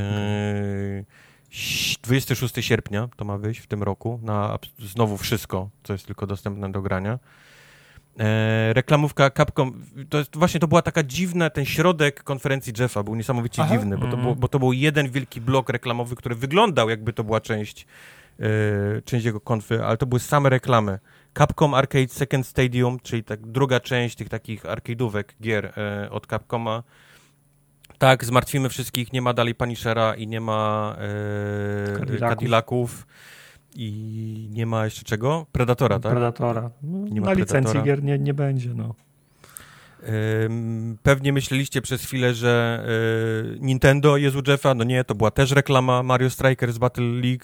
26 sierpnia to ma wyjść w tym roku. Na znowu wszystko, co jest tylko dostępne do grania. Reklamówka Capcom. To była taka dziwna, ten środek konferencji Jeffa był niesamowicie dziwny, bo to był jeden wielki blok reklamowy, który wyglądał, jakby to była część jego konfy, ale to były same reklamy. Capcom Arcade Second Stadium, czyli druga część tych takich arcade'ówek gier od Capcoma. Tak, zmartwimy wszystkich, nie ma dalej Punishera i nie ma Cadillaców i nie ma jeszcze czego? Predatora, tak? Predatora. Nie ma na licencji gier nie będzie, no. Pewnie myśleliście przez chwilę, że Nintendo jest u Jeffa. No nie, to była też reklama Mario Strikers Battle League.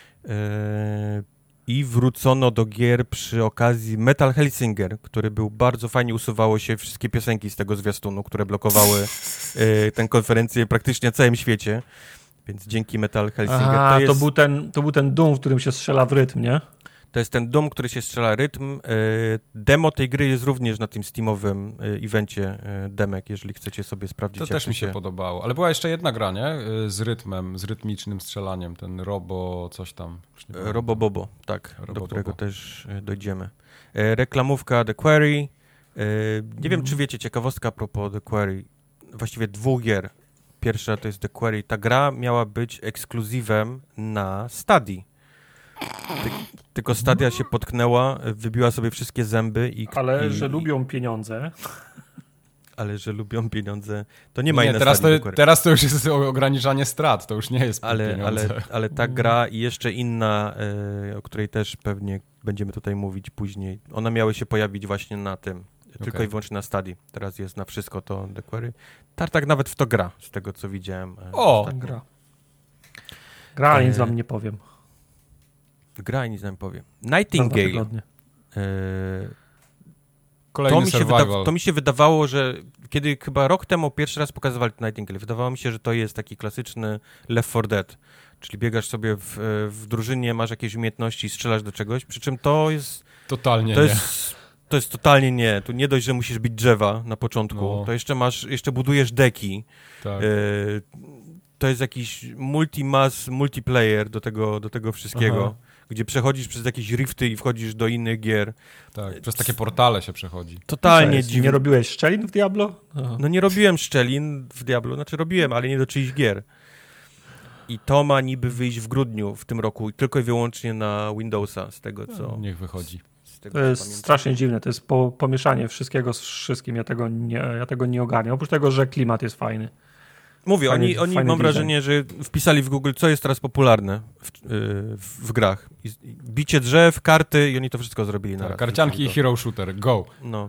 I wrócono do gier przy okazji Metal Hellsinger, który był bardzo fajnie, usuwało się wszystkie piosenki z tego zwiastunu, które blokowały tę konferencję praktycznie na całym świecie. Więc dzięki Metal Hellsinger. To był ten Doom, w którym się strzela w rytm, nie? To jest ten Doom, który się strzela rytm. Demo tej gry jest również na tym Steamowym evencie demek, jeżeli chcecie sobie sprawdzić. To też mi się podobało. Ale była jeszcze jedna gra, nie? Z rytmem, z rytmicznym strzelaniem. Ten Robo coś tam. Robo Bobo, tak. Do którego też dojdziemy. Reklamówka The Quarry. Nie wiem, czy wiecie, ciekawostka a propos The Quarry. Właściwie 2 gier. Pierwsza to jest The Quarry. Ta gra miała być ekskluzywem na Stadia. Tylko Stadia się potknęła, wybiła sobie wszystkie zęby że lubią pieniądze. Ale że lubią pieniądze. To nie ma innej teraz to już jest ograniczanie strat, to już nie jest pieniądze. Ale ta gra i jeszcze inna, o której też pewnie będziemy tutaj mówić później, one miały się pojawić właśnie na tym. Tylko i wyłącznie na Stadii. Teraz jest na wszystko to The Quarry. Tartak nawet w to gra, z tego co widziałem. Gra, ale nic wam nie powiem. Gra i nic nam powiem. Nightingale. Kolejny survival. To mi się wydawało, że kiedy chyba rok temu pierwszy raz pokazywali Nightingale, wydawało mi się, że to jest taki klasyczny Left 4 Dead. Czyli biegasz sobie w drużynie, masz jakieś umiejętności, strzelasz do czegoś, przy czym to jest... Totalnie To jest totalnie nie. Tu nie dość, że musisz bić drzewa na początku, to jeszcze budujesz deki. Tak. To jest jakiś multiplayer do tego wszystkiego. Gdzie przechodzisz przez jakieś rifty i wchodzisz do innych gier. Tak, przez takie portale się przechodzi. Totalnie dziwne. Nie robiłeś szczelin w Diablo? Aha. No nie robiłem szczelin w Diablo, robiłem, ale nie do czyichś gier. I to ma niby wyjść w grudniu w tym roku, tylko i wyłącznie na Windowsa, z tego co... Niech wychodzi. To jest strasznie dziwne, to jest pomieszanie wszystkiego z wszystkim, ja tego nie ogarniam. Oprócz tego, że klimat jest fajny. Mówię, oni mam wrażenie, że wpisali w Google, co jest teraz popularne w grach. Bicie drzew, karty i oni to wszystko zrobili naraz. Karcianki i hero shooter, go. No.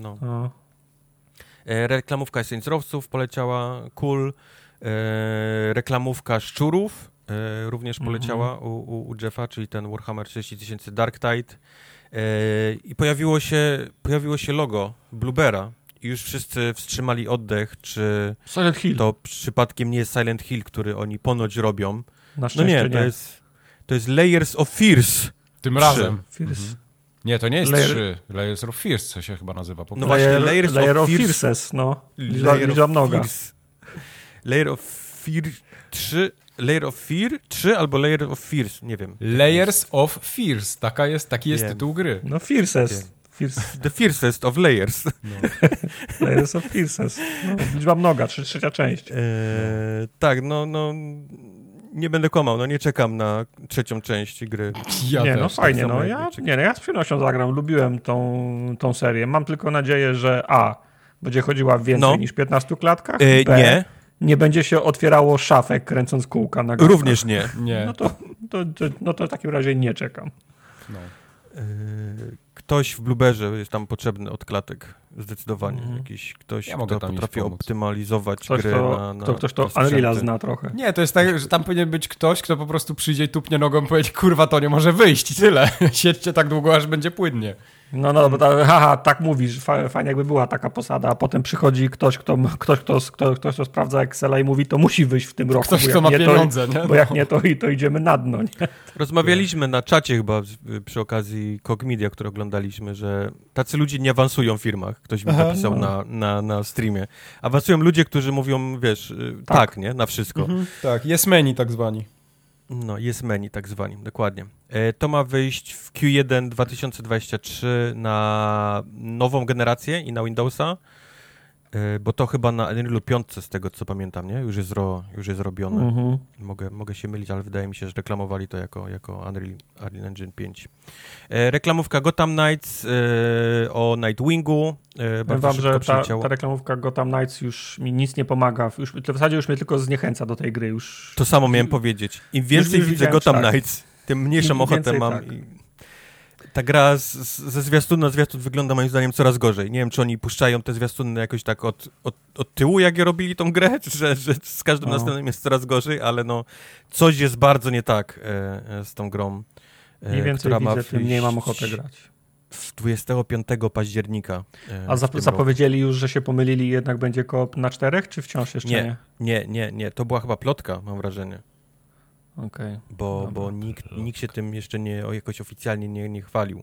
Reklamówka Saints Rowsów poleciała, cool. Reklamówka Szczurów również poleciała u Jeffa, czyli ten Warhammer 60 000 Dark Tide. I pojawiło się logo Bluebera. I już wszyscy wstrzymali oddech, czy Silent Hill. To przypadkiem nie jest Silent Hill, który oni ponoć robią. Na szczęście nie. To jest Layers of Fears. Tym 3. razem. Nie, to nie jest 3. Layers of Fears, co się chyba nazywa. No właśnie, Layer of Fearses, no. Liczba mnoga. Layer of Fears. Layer of Fear? 3 albo Layer of Fears, nie wiem. Layers of Fears, taki jest tytuł gry. No Fierces. The Fiercest of Layers. No. Layers of Fierces. No, liczba mnoga, trzecia część. Tak, no nie będę kłamał, nie czekam na trzecią część gry. Ja nie, też, no fajnie, tak ja z przyjemnością zagram, lubiłem tą serię. Mam tylko nadzieję, że będzie chodziła w więcej niż 15 klatkach, B, nie będzie się otwierało szafek kręcąc kółka na górze. Również nie. No to w takim razie nie czekam. No. Ktoś w Blueberze jest tam potrzebny od klatek, zdecydowanie. Jakiś ktoś, kto potrafi optymalizować grę ktoś to Unreal'a zna trochę. Nie, to jest tak, że tam powinien być ktoś, kto po prostu przyjdzie i tupnie nogą i powiedzieć, kurwa, to nie może wyjść i tyle. Siedźcie tak długo, aż będzie płynnie. No, bo tak mówisz, fajnie jakby była taka posada, a potem przychodzi ktoś, kto sprawdza Excela i mówi, to musi wyjść w tym roku. Ktoś, kto ma pieniądze, nie? Bo jak nie, to idziemy na dno, nie? Rozmawialiśmy na czacie chyba przy okazji Cog Media, które oglądaliśmy, że tacy ludzie nie awansują w firmach. Ktoś mi napisał na streamie. Awansują ludzie, którzy mówią, wiesz, tak nie? Na wszystko. Tak, yes-meni tak zwani. No, jest menu tak zwani, dokładnie. To ma wyjść w Q1 2023 na nową generację i na Windowsa, bo to chyba na Unrealu 5 z tego, co pamiętam, nie? Już jest robione. Mogę się mylić, ale wydaje mi się, że reklamowali to jako Unreal Engine 5. Reklamówka Gotham Knights o Nightwingu. Powiem wam, że ta reklamówka Gotham Knights już mi nic nie pomaga. W zasadzie już mnie tylko zniechęca do tej gry. To samo miałem powiedzieć. Im więcej widzę Gotham Knights, tym mniejszą ochotę mam. Tak. Ta gra ze zwiastunu na zwiastun wygląda moim zdaniem coraz gorzej. Nie wiem, czy oni puszczają te zwiastuny jakoś tak od tyłu, jak je robili tą grę, że z każdym następnym jest coraz gorzej, ale coś jest bardzo nie tak z tą grą. Im więcej widzę, tym mniej mam ochotę grać. 25 października. A zapowiedzieli już, że się pomylili i jednak będzie koop na 4, czy wciąż jeszcze nie? Nie. To była chyba plotka, mam wrażenie. Okay. Bo nikt się tym jeszcze jakoś oficjalnie nie chwalił.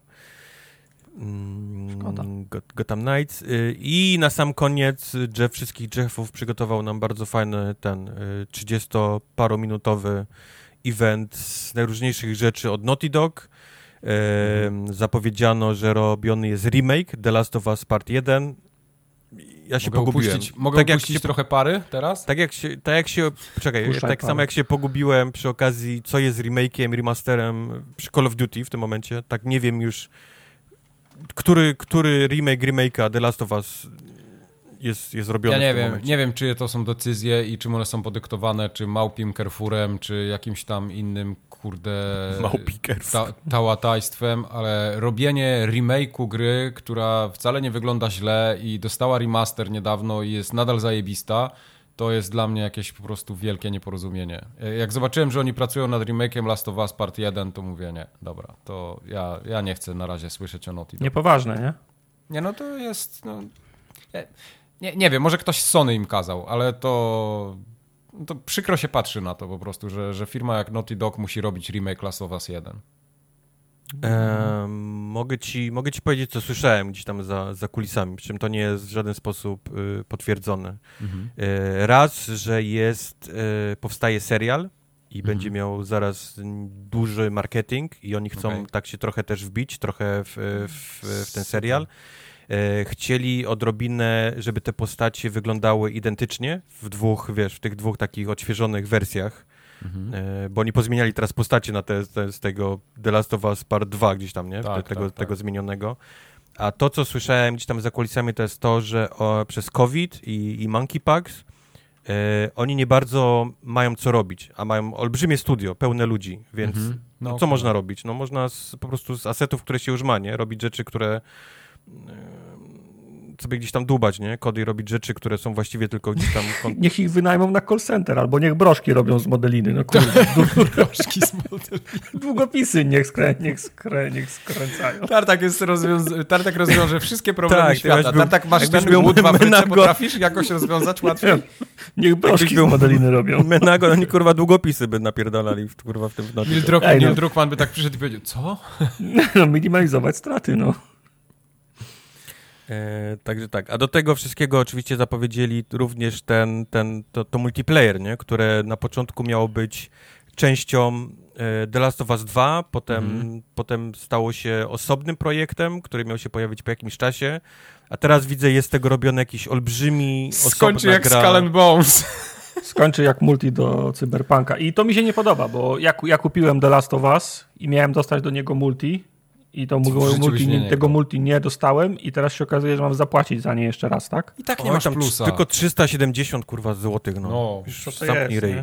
Gotham Knights. I na sam koniec wszystkich Jeffów przygotował nam bardzo fajny 30-parominutowy event z najróżniejszych rzeczy od Naughty Dog. Zapowiedziano, że robiony jest remake The Last of Us Part 1. Ja się pogubiłem. Mogę opuścić trochę pary teraz? Samo jak się pogubiłem przy okazji, co jest remake'iem, remasterem przy Call of Duty w tym momencie, tak nie wiem już, który remake'a The Last of Us jest robiony. Ja nie wiem, czyje to są decyzje i czym one są podyktowane, czy Małpim Carrefourem, czy jakimś tam innym, tałatajstwem, ale robienie remake'u gry, która wcale nie wygląda źle i dostała remaster niedawno i jest nadal zajebista, to jest dla mnie jakieś po prostu wielkie nieporozumienie. Jak zobaczyłem, że oni pracują nad remake'iem Last of Us Part 1, to mówię, nie, dobra, to ja nie chcę na razie słyszeć o Naughty Dog. Niepoważne, nie? Nie, no to jest... Nie wiem, może ktoś z Sony im kazał, ale to przykro się patrzy na to po prostu, że firma jak Naughty Dog musi robić remake Last of Us 1. Mogę ci powiedzieć, co słyszałem gdzieś tam za kulisami, przy czym to nie jest w żaden sposób potwierdzone. Raz, że powstaje serial i będzie miał zaraz duży marketing i oni chcą tak się trochę też wbić, w ten serial. Chcieli odrobinę, żeby te postacie wyglądały identycznie w tych dwóch takich odświeżonych wersjach, bo oni pozmieniali teraz postacie na z tego The Last of Us Part 2 gdzieś tam, nie? Tego zmienionego. A to, co słyszałem gdzieś tam za kulisami, to jest to, że przez COVID i Monkeypox oni nie bardzo mają co robić, a mają olbrzymie studio, pełne ludzi, więc co można robić? No można po prostu z asetów, które się już ma, nie? Robić rzeczy, które sobie gdzieś tam dłubać, nie? Kody robić rzeczy, które są właściwie tylko gdzieś tam... Niech ich wynajmą na call center, albo niech broszki robią z modeliny, no kurde. Broszki z modeliny. Długopisy niech skręcają. Tartak rozwiąże wszystkie problemy świata. Tartak masz ten głód w Afryce, potrafisz jakoś rozwiązać łatwiej? Niech broszki z modeliny robią. Menago, oni kurwa długopisy by napierdalali w tym w nocy. Neil Druckmann by tak przyszedł i powiedział, co? No minimalizować straty, no. Także tak. A do tego wszystkiego oczywiście zapowiedzieli również to multiplayer, nie? Które na początku miało być częścią The Last of Us 2, potem stało się osobnym projektem, który miał się pojawić po jakimś czasie, a teraz widzę, jest tego robiony jakiś olbrzymi, skończy jak gra. Skull and Bones. Skończy jak multi do Cyberpunka. I to mi się nie podoba, bo ja kupiłem The Last of Us i miałem dostać do niego multi i tego multi nie dostałem i teraz się okazuje, że mam zapłacić za nie jeszcze raz, tak? I tak nie masz plusa. Tylko 370 złotych, Co to zamknij ryj.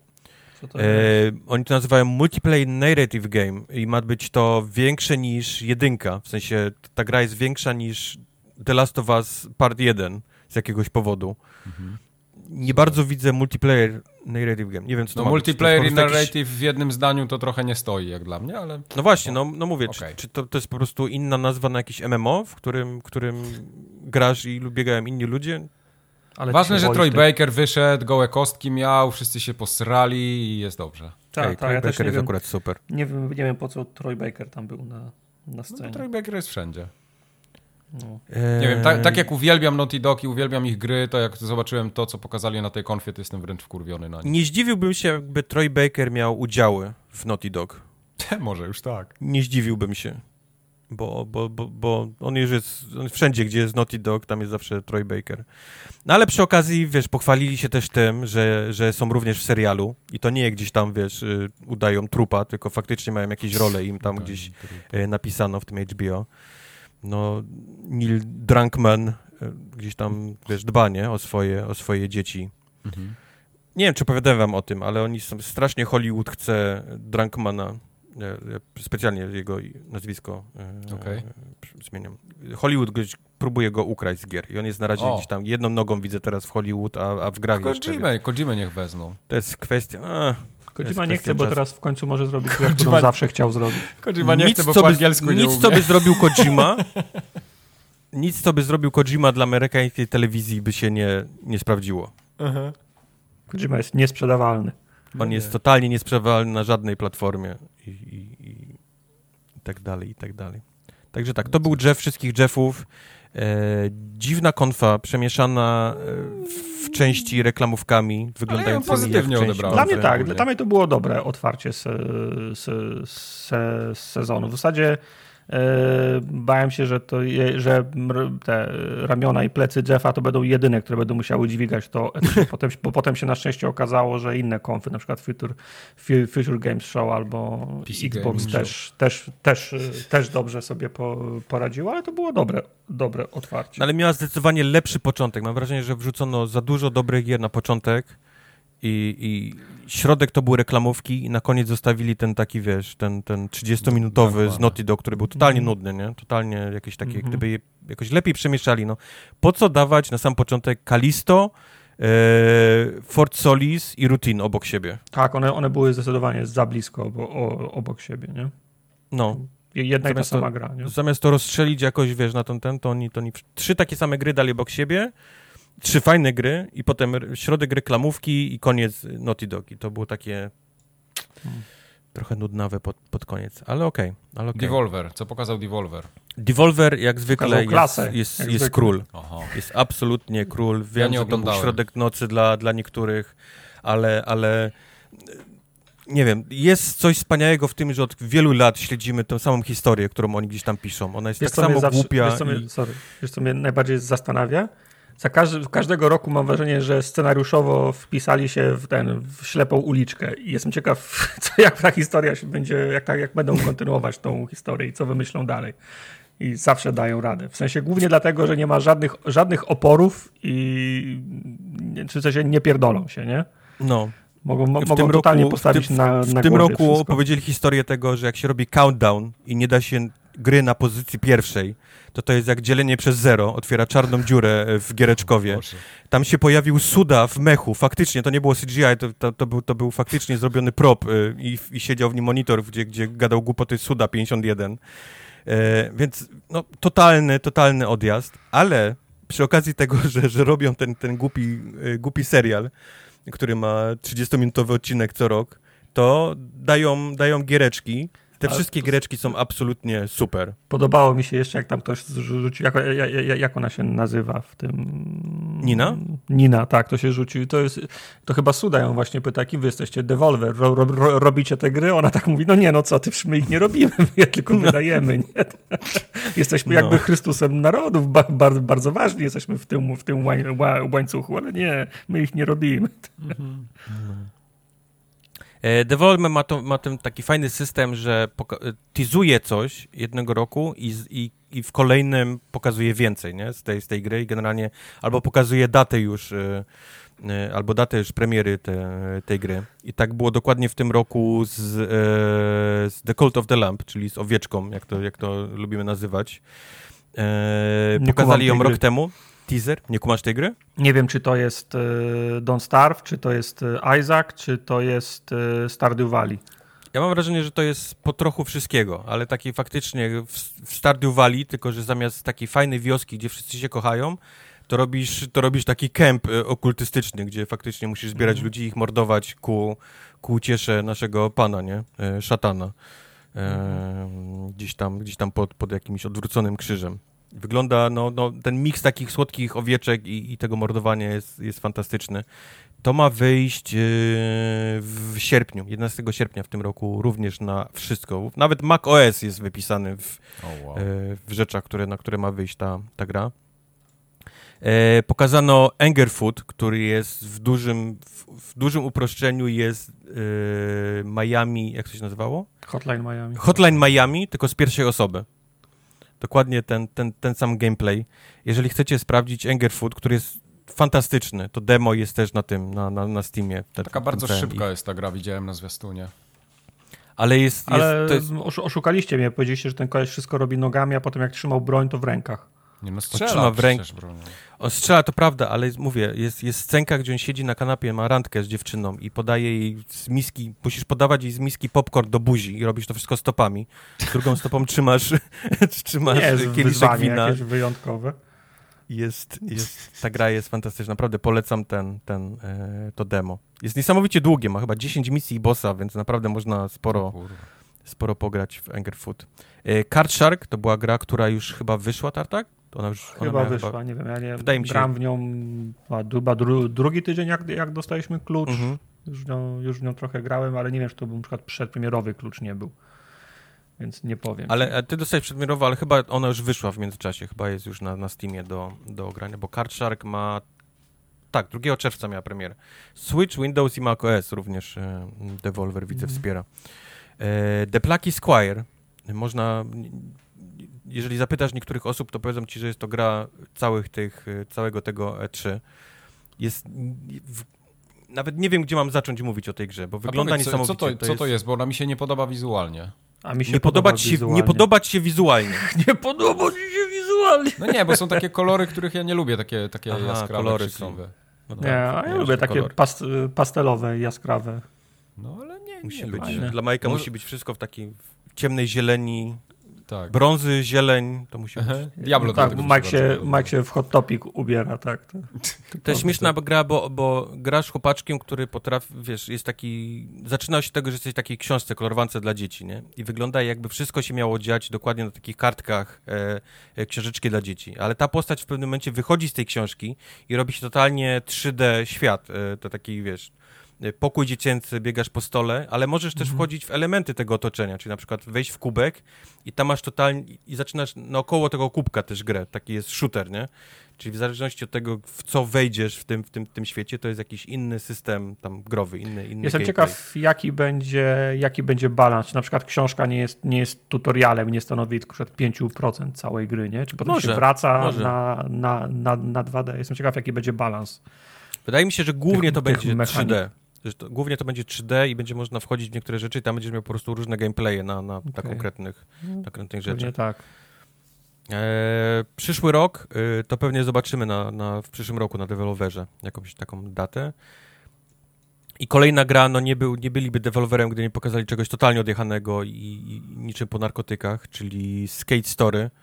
Oni to nazywają Multiplayer Narrative Game i ma być to większe niż 1. W sensie ta gra jest większa niż The Last of Us Part 1 z jakiegoś powodu. Nie bardzo widzę Multiplayer Narrative Game. Nie wiem, co to ma multiplayer być. i narrative w jednym zdaniu to trochę nie stoi jak dla mnie, ale... No właśnie, no mówię, okay. czy to jest po prostu inna nazwa na jakiś MMO, w którym grasz i biegają inni ludzie? Ale ważne, że Troy Baker wyszedł, gołe kostki miał, wszyscy się posrali i jest dobrze. Troy Baker jest akurat super. Nie wiem, po co Troy Baker tam był na scenie. No, Troy Baker jest wszędzie. No. Nie wiem, tak jak uwielbiam Naughty Dog i uwielbiam ich gry, to jak zobaczyłem to, co pokazali na tej konfie, to jestem wręcz wkurwiony na nich. Nie zdziwiłbym się, jakby Troy Baker miał udziały w Naughty Dog. Może już tak. Nie zdziwiłbym się, bo on już jest wszędzie, gdzie jest Naughty Dog, tam jest zawsze Troy Baker. No ale przy okazji, wiesz, pochwalili się też tym, że są również w serialu i to nie gdzieś tam, wiesz, udają trupa, tylko faktycznie mają jakieś role im tam gdzieś napisano w tym HBO. No, Neil Druckmann gdzieś tam, wiesz, dba, nie? O swoje dzieci. Nie wiem, czy opowiadałem wam o tym, ale oni są strasznie, Hollywood chce Druckmanna, specjalnie jego nazwisko zmieniam. Hollywood próbuje go ukraść z gier i on jest na razie gdzieś tam, jedną nogą widzę teraz w Hollywood, a w grach jeszcze. Kojimę niech wezmą. To jest kwestia... Kojima nie chce, bo teraz w końcu może zrobić grę, którą zawsze chciał zrobić. Kojima nie chce, bo po angielsku nie umie. Nic, co by zrobił Kojima... Nic, co by zrobił Kojima dla amerykańskiej telewizji, by się nie sprawdziło. Kojima jest niesprzedawalny. On jest totalnie niesprzedawalny na żadnej platformie i tak dalej, i tak dalej. Także tak, to był Jeff wszystkich Jeffów. Dziwna konfa, przemieszana w części reklamówkami, wyglądającymi pozytywnie jak odebrałem. Dla mnie tak, dla mnie to było dobre otwarcie sezonu. W zasadzie bałem się, że te ramiona i plecy Jeffa to będą jedyne, które będą musiały dźwigać to. Bo potem się na szczęście okazało, że inne konfy, na przykład Future Games Show albo PC Xbox też dobrze sobie poradziło, ale to było dobre otwarcie. No ale miała zdecydowanie lepszy początek. Mam wrażenie, że wrzucono za dużo dobrych gier na początek i środek to były reklamówki i na koniec zostawili ten taki, wiesz, ten 30-minutowy z Naughty Dog, który był totalnie nudny, nie? Totalnie jakieś takie, gdyby je jakoś lepiej przemieszczali, no. Po co dawać na sam początek Callisto, Fort Solis i Routine obok siebie? Tak, one były zdecydowanie za blisko obok siebie, nie? No. Jedna i ta sama gra, nie? Zamiast to rozstrzelić jakoś, wiesz, na to oni 3 takie same gry dali obok siebie, 3 fajne gry i potem środek reklamówki i koniec Naughty Dog. I to było takie trochę nudnawe pod koniec, ale okej. Devolver, co pokazał Devolver? Devolver jak zwykle jest król. Aha. Jest absolutnie król. Wiem, że to był środek nocy dla niektórych, ale nie wiem, jest coś wspaniałego w tym, że od wielu lat śledzimy tę samą historię, którą oni gdzieś tam piszą. Ona jest tak samo głupia. Wiesz, co mnie najbardziej zastanawia? Każdego roku mam wrażenie, że scenariuszowo wpisali się w ślepą uliczkę i jestem ciekaw, jak ta historia się będzie, jak będą kontynuować tą historię i co wymyślą dalej. I zawsze dają radę. W sensie głównie dlatego, że nie ma żadnych oporów i w sensie nie pierdolą się, nie? No. Mogą totalnie postawić na W tym roku opowiedzieli historię tego, że jak się robi countdown i nie da się gry na pozycji pierwszej, to jest jak dzielenie przez 0, otwiera czarną dziurę w Giereczkowie. Tam się pojawił Suda w mechu, faktycznie, to nie było CGI, to był faktycznie zrobiony prop i siedział w nim monitor, gdzie gadał głupoty Suda 51. Więc no, totalny odjazd, ale przy okazji tego, że robią ten głupi serial, który ma 30-minutowy odcinek co rok, to dają giereczki Te wszystkie giereczki są absolutnie super. Podobało mi się jeszcze, jak tam ktoś rzucił, jak ona się nazywa w tym... Nina? Nina, tak, to się rzucił. To chyba Suda ją właśnie pyta, kim wy jesteście? Devolver, robicie te gry? Ona tak mówi, no nie, no co ty, my ich nie robimy, my je tylko wydajemy. Nie? Jesteśmy jakby Chrystusem narodów, bardzo, bardzo ważni jesteśmy w tym łańcuchu, ale nie, my ich nie robimy. Devolver ma ten taki fajny system, że teasuje coś jednego roku i w kolejnym pokazuje więcej, nie? Z tej gry i generalnie albo pokazuje datę już premiery tej gry. I tak było dokładnie w tym roku z The Cult of the Lamb, czyli z owieczką, jak to lubimy nazywać. Pokazali ją rok temu. Teaser. Nie kumasz tej gry? Nie wiem, czy to jest Don't Starve, czy to jest Isaac, czy to jest Stardew Valley. Ja mam wrażenie, że to jest po trochu wszystkiego, ale taki faktycznie w Stardew Valley, tylko że zamiast takiej fajnej wioski, gdzie wszyscy się kochają, to robisz taki kemp okultystyczny, gdzie faktycznie musisz zbierać ludzi i ich mordować ku uciesze naszego pana, nie? Szatana. Gdzieś tam pod jakimś odwróconym krzyżem. Wygląda, ten miks takich słodkich owieczek i tego mordowania jest fantastyczny. To ma wyjść w sierpniu, 11 sierpnia w tym roku, również na wszystko. Nawet Mac OS jest wypisany w rzeczach, na które ma wyjść ta gra. Pokazano Angerfoot, który jest w dużym uproszczeniu jest Miami, jak to się nazywało? Hotline Miami, tylko z pierwszej osoby. Dokładnie ten sam gameplay. Jeżeli chcecie sprawdzić Angerfoot, który jest fantastyczny, to demo jest też na Steamie. Taka bardzo szybka jest ta gra, widziałem na zwiastunie. Ale oszukaliście mnie, powiedzieliście, że ten koleś wszystko robi nogami, a potem jak trzymał broń, to w rękach. Nie, no strzela w rękę. On strzela, to prawda, ale mówię, jest scenka, gdzie on siedzi na kanapie, ma randkę z dziewczyną i podaje jej z miski, musisz podawać jej z miski popcorn do buzi i robisz to wszystko stopami. Drugą stopą trzymasz kieliszek wina. Jakieś wyjątkowe. Ta gra jest fantastyczna, naprawdę polecam to demo. Jest niesamowicie długie, ma chyba 10 misji i bossa, więc naprawdę można sporo pograć w Angerfoot. Card Shark to była gra, która już chyba wyszła, Tartak? Chyba wyszła, nie wiem, ja nie wydaje mi się, gram w nią chyba drugi tydzień, jak dostaliśmy klucz. Już w nią trochę grałem, ale nie wiem, czy to był na przykład przedpremierowy klucz nie był, więc nie powiem. Ale ty dostałeś przedpremierowo, ale chyba ona już wyszła w międzyczasie, chyba jest już na Steamie do ogrania, bo Card Shark ma... Tak, 2 czerwca miała premierę. Switch, Windows i macOS również Devolver, widzę, wspiera. The Plucky Squire. Jeżeli zapytasz niektórych osób, to powiedzą ci, że jest to gra całego tego E3. Nawet nie wiem, gdzie mam zacząć mówić o tej grze, bo wygląda niesamowicie. Co to jest? Bo ona mi się nie podoba wizualnie. A mi się nie podobać się wizualnie. Nie podoba ci się wizualnie. No nie, bo są takie kolory, których ja nie lubię, takie jaskrawe, kolory krzykowe. No tak, ja lubię takie pastelowe, jaskrawe. No ale nie musi być. fajne. Dla Majka musi być wszystko w takiej ciemnej zieleni. Tak. Brązy, zieleń, to musi być. Diablo. Tak, Mike się w Hot Topic ubiera, tak. To jest śmieszna gra, bo grasz chłopaczkiem, który potrafi, jest taki... Zaczyna się od tego, że jesteś w takiej książce, kolorowance dla dzieci, nie? I wygląda, jakby wszystko się miało dziać dokładnie na takich kartkach, książeczki dla dzieci. Ale ta postać w pewnym momencie wychodzi z tej książki i robi się totalnie 3D świat. To taki, pokój dziecięcy, biegasz po stole, ale możesz też wchodzić w elementy tego otoczenia, czyli na przykład wejść w kubek i tam masz totalnie, i zaczynasz naokoło tego kubka też grę, taki jest shooter, nie? Czyli w zależności od tego, w co wejdziesz w tym świecie, to jest jakiś inny system tam growy, inny Jestem gameplay. ciekaw, jaki będzie balans. Czy na przykład książka nie jest tutorialem, nie stanowi tylko 5% całej gry, nie? Czy potem się wraca na 2D. Jestem ciekaw, jaki będzie balans. Wydaje mi się, że głównie to będzie 3D. Głównie to będzie 3D i będzie można wchodzić w niektóre rzeczy i tam będziesz miał po prostu różne gameplaye na konkretnych rzeczach. Nie tak. Przyszły rok to pewnie zobaczymy w przyszłym roku na Devolverze jakąś taką datę. I kolejna gra, nie byliby Devolverem, gdy nie pokazali czegoś totalnie odjechanego i niczym po narkotykach, czyli Skate Story.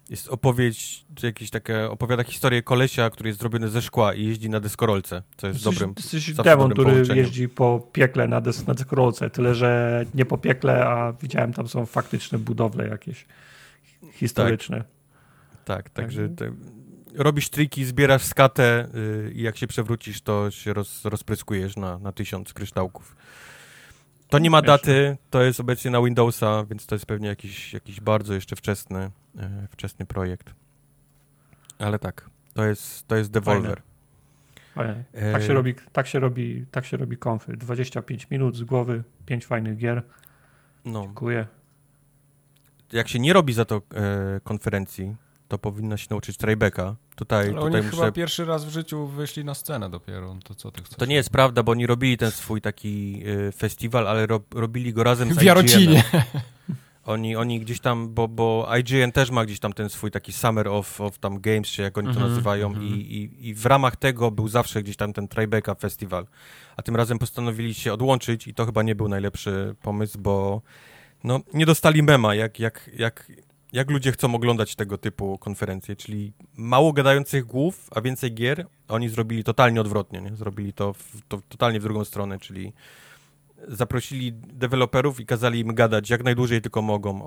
Jest opowieść, czy jakieś takie, opowiada historię kolesia, który jest zrobiony ze szkła i jeździ na deskorolce, co jest dobrym demon, który jeździ po piekle na deskorolce, tyle że nie po piekle, a widziałem, tam są faktyczne budowle jakieś historyczne. Tak, także robisz triki, zbierasz skatę i jak się przewrócisz, to się rozpryskujesz na 1000 kryształków. To nie ma daty, to jest obecnie na Windowsa, więc to jest pewnie jakiś bardzo jeszcze wczesny projekt. Ale tak, to jest Devolver. Fajne. Tak się robi konfy. 25 minut z głowy, 5 fajnych gier. No. Dziękuję. Jak się nie robi za to konferencji, to powinna się nauczyć Tribecka. Tutaj oni chyba pierwszy raz w życiu wyszli na scenę dopiero. To co ty chcesz? To nie jest prawda, bo oni robili ten swój taki festiwal, ale robili go razem z w Jarocinie. Oni gdzieś tam, bo IGN też ma gdzieś tam ten swój taki Summer of tam Games, czy jak oni to nazywają i w ramach tego był zawsze gdzieś tam ten Tribeca Festival. A tym razem postanowili się odłączyć i to chyba nie był najlepszy pomysł, bo no, nie dostali mema, jak ludzie chcą oglądać tego typu konferencje, czyli mało gadających głów, a więcej gier. Oni zrobili totalnie odwrotnie, nie? Zrobili to totalnie w drugą stronę, czyli zaprosili deweloperów i kazali im gadać jak najdłużej tylko mogą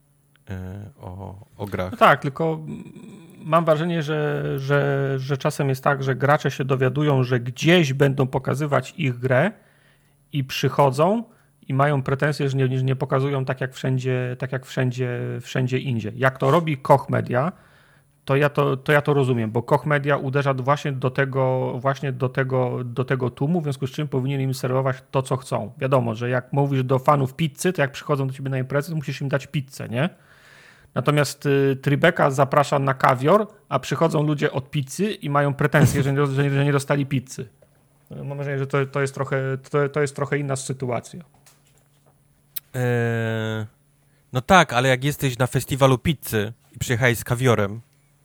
o grach. No tak, tylko mam wrażenie, że czasem jest tak, że gracze się dowiadują, że gdzieś będą pokazywać ich grę i przychodzą i mają pretensje, że nie pokazują tak jak wszędzie indziej. Jak to robi Koch Media, to ja to rozumiem, bo Koch Media uderza właśnie do tego tłumu, w związku z czym powinien im serwować to, co chcą. Wiadomo, że jak mówisz do fanów pizzy, to jak przychodzą do ciebie na imprezę, to musisz im dać pizzę, nie? Natomiast Tribeca zaprasza na kawior, a przychodzą ludzie od pizzy i mają pretensje, że nie dostali pizzy. Mam wrażenie, że to jest trochę inna sytuacja. No tak, ale jak jesteś na festiwalu pizzy i przyjechałeś z kawiorem.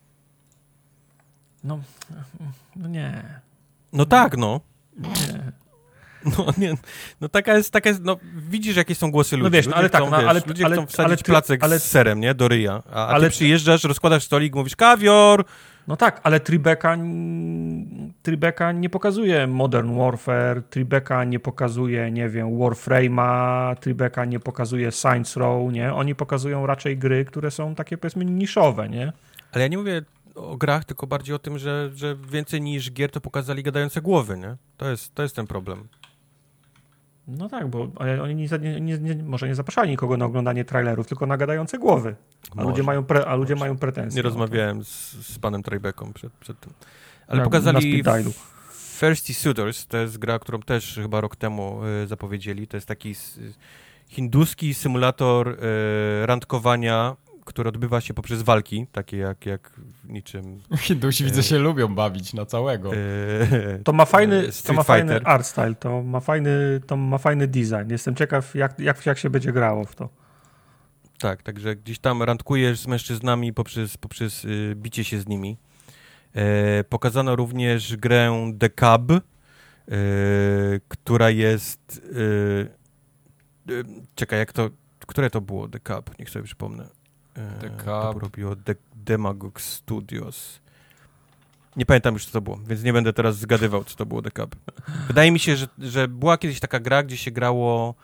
No nie. No tak, no. Nie. No taka jest, no widzisz jakie są głosy ludzi. No wiesz, no, ale chcą, tak, ludzie chcą wsadzić placek z serem, nie, do ryja, a ty przyjeżdżasz, rozkładasz stolik, mówisz kawior. No tak, ale Tribeca nie pokazuje Modern Warfare, Tribeca nie pokazuje, nie wiem, Warframe'a, Tribeca nie pokazuje Saints Row, nie? Oni pokazują raczej gry, które są takie, powiedzmy, niszowe, nie? Ale ja nie mówię o grach, tylko bardziej o tym, że więcej niż gier to pokazali gadające głowy, nie? To jest ten problem. No tak, bo oni może nie zapraszali nikogo na oglądanie trailerów, tylko na gadające głowy. A ludzie mają pretensje. Nie rozmawiałem z panem Tribecką przed tym. Ale pokazali Thirsty Suitors, to jest gra, którą też chyba rok temu zapowiedzieli. To jest taki hinduski symulator randkowania, który odbywa się poprzez walki, takie jak w niczym... Hindusi widzę się lubią bawić na całego. To ma fajny art style, to ma fajny design. Jestem ciekaw, jak się będzie grało w to. Tak, także gdzieś tam randkujesz z mężczyznami poprzez bicie się z nimi. Pokazano również grę The Cab, która jest... czekaj, które to było The Cab? Niech sobie przypomnę. To robiło Demagog Studios. Nie pamiętam już, co to było, więc nie będę teraz zgadywał, co to było The Cab. Wydaje mi się, że była kiedyś taka gra, gdzie się grało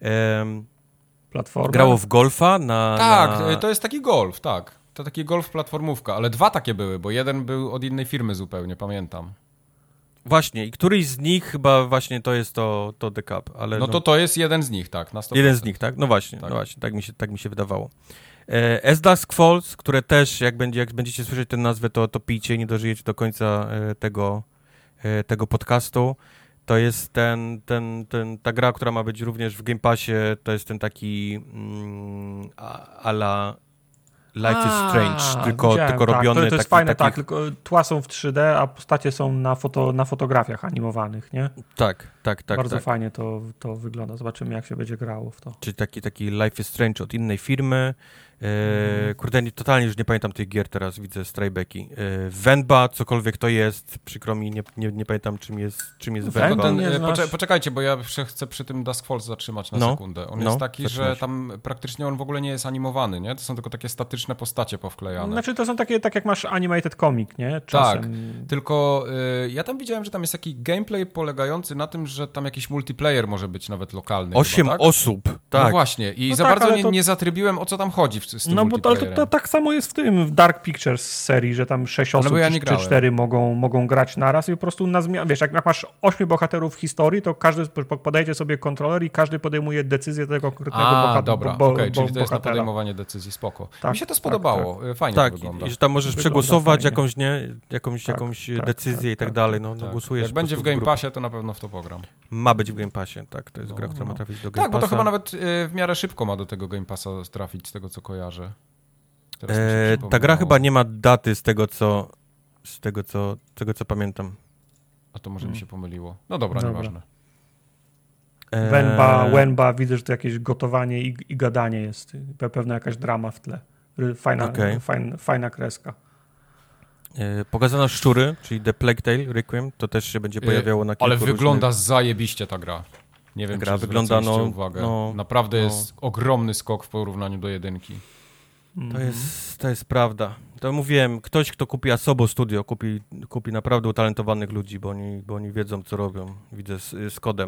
grało w golfa to jest taki golf, tak. To taki golf platformówka, ale 2 takie były, bo jeden był od innej firmy zupełnie, pamiętam. Właśnie, i któryś z nich chyba właśnie to jest to The Cab, ale... No to jest jeden z nich, tak, na 100%. Jeden z nich, tak? No właśnie, tak mi się wydawało. As Dusk Falls, które też, jak będziecie słyszeć tę nazwę, to pijcie, nie dożyjecie do końca tego podcastu. To jest ta gra, która ma być również w Game Passie, to jest ten taki a la Life is Strange, tylko robiony... Tak, to jest fajne, tak, tylko tła są w 3D, a postacie są na fotografiach animowanych, nie? Tak. Bardzo fajnie to wygląda. Zobaczymy, jak się będzie grało w to. Czyli taki Life is Strange od innej firmy. Kurde, totalnie już nie pamiętam tych gier teraz, widzę Strajbeki. Venba, cokolwiek to jest, przykro mi, nie pamiętam czym jest Venba. Poczekajcie, bo ja chcę przy tym Dusk Falls zatrzymać na sekundę. On jest taki, że tam praktycznie on w ogóle nie jest animowany, nie? To są tylko takie statyczne postacie powklejane. Znaczy to są takie, tak jak masz animated comic, nie? Czasem. Tak, tylko ja tam widziałem, że tam jest taki gameplay polegający na tym, że tam jakiś multiplayer może być nawet lokalny. 8 chyba, tak? osób, tak. No właśnie, i za bardzo nie zatrybiłem, o co tam chodzi z tym multiplayerem. To tak samo jest w Dark Pictures serii, że tam 6 osób czy 4 mogą grać naraz i po prostu na zmianę. Wiesz, jak masz 8 bohaterów w historii, to każdy podejdzie sobie kontroler i każdy podejmuje decyzję tego konkretnego bohatera. Dobra, czyli to jest na podejmowanie decyzji, spoko. Tak, mi się to spodobało, fajnie to wygląda. I że tam możesz przegłosować jakąś decyzję i tak dalej. Głosujesz. Jak będzie w Game Passie, to na pewno w to pogram. Ma być w Game Passie, tak. To jest gra, która ma trafić do Game Passa. Tak, bo to chyba nawet w miarę szybko ma do tego Game Passa trafić, z tego co kojarzę. Ta gra chyba nie ma daty z tego co pamiętam. A to może mi się pomyliło. No dobra, nieważne. Wenba, widzę, że to jakieś gotowanie i gadanie jest. Pewna jakaś drama w tle. Fajna kreska. Pokazano szczury, czyli The Plague Tale Requiem, to też się będzie pojawiało na kilku Ale wygląda zajebiście ta gra. Nie wiem, czy zwracaliście uwagę. Naprawdę jest ogromny skok w porównaniu do jedynki. To jest prawda. To mówiłem, ktoś, kto kupi Asobo Studio, kupi naprawdę utalentowanych ludzi, bo oni wiedzą, co robią. Widzę z kodem.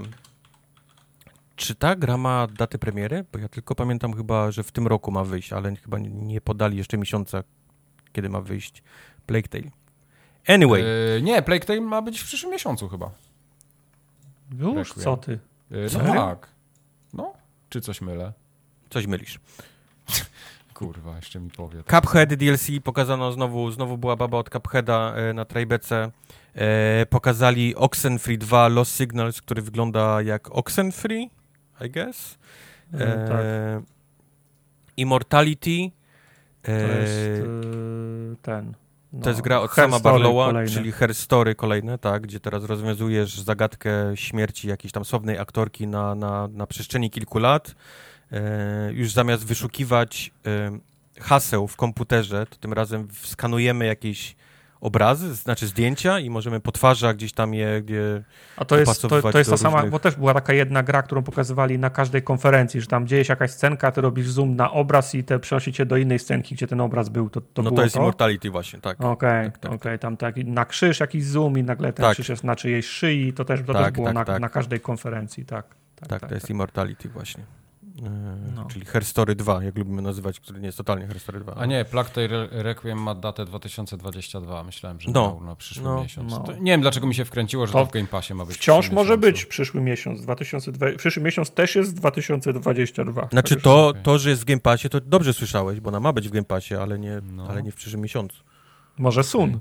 Czy ta gra ma datę premiery? Bo ja tylko pamiętam chyba, że w tym roku ma wyjść, ale chyba nie podali jeszcze miesiąca, kiedy ma wyjść Plague Tale. Anyway. Nie, Plague Tale ma być w przyszłym miesiącu chyba. Już? Co ty? No tak. No, czy coś mylę? Coś mylisz. Kurwa, jeszcze mi powie. Cuphead DLC pokazano znowu była baba od Cupheada na Trajbece. Pokazali Oxenfree 2 Lost Signals, który wygląda jak Oxenfree, I guess. Tak. Immortality. To jest ten. To jest gra od Sama Barlowa, czyli Her Story kolejne, tak, gdzie teraz rozwiązujesz zagadkę śmierci jakiejś tam sławnej aktorki na przestrzeni kilku lat. Już zamiast wyszukiwać haseł w komputerze, to tym razem skanujemy jakieś obrazy, znaczy zdjęcia i możemy po twarzach gdzieś tam je A to jest ta sama, bo też była taka jedna gra, którą pokazywali na każdej konferencji, że tam dzieje się jakaś scenka, ty robisz zoom na obraz i przenosi cię do innej scenki, gdzie ten obraz był. To jest Immortality właśnie, tak. Okej, tam taki na krzyż jakiś zoom i nagle ten krzyż jest na czyjejś szyi, to też było na każdej konferencji, tak. To jest Immortality właśnie. Czyli Her Story 2, jak lubimy nazywać, który nie jest totalnie Her Story 2. A nie, Plague Tale Requiem ma datę 2022. Myślałem, że miał na przyszły miesiąc. Nie wiem, dlaczego mi się wkręciło, że to w Game Passie ma być. Wciąż może być przyszły miesiąc. Przyszły miesiąc też jest 2022. Znaczy to, że jest w Game Passie, to dobrze słyszałeś, bo ona ma być w Game Passie, ale nie w przyszłym miesiącu. Może soon.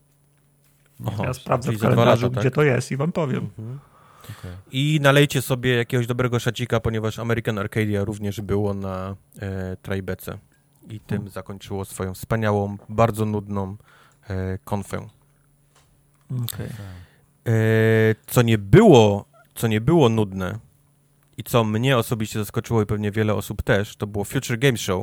Ja sprawdzę w kalendarzu, gdzie to jest i wam powiem. Okay. I nalejcie sobie jakiegoś dobrego szacika, ponieważ American Arcadia również było na Trajbece i tym zakończyło swoją wspaniałą, bardzo nudną konfę. Co nie było nudne i co mnie osobiście zaskoczyło i pewnie wiele osób też, to było Future Games Show.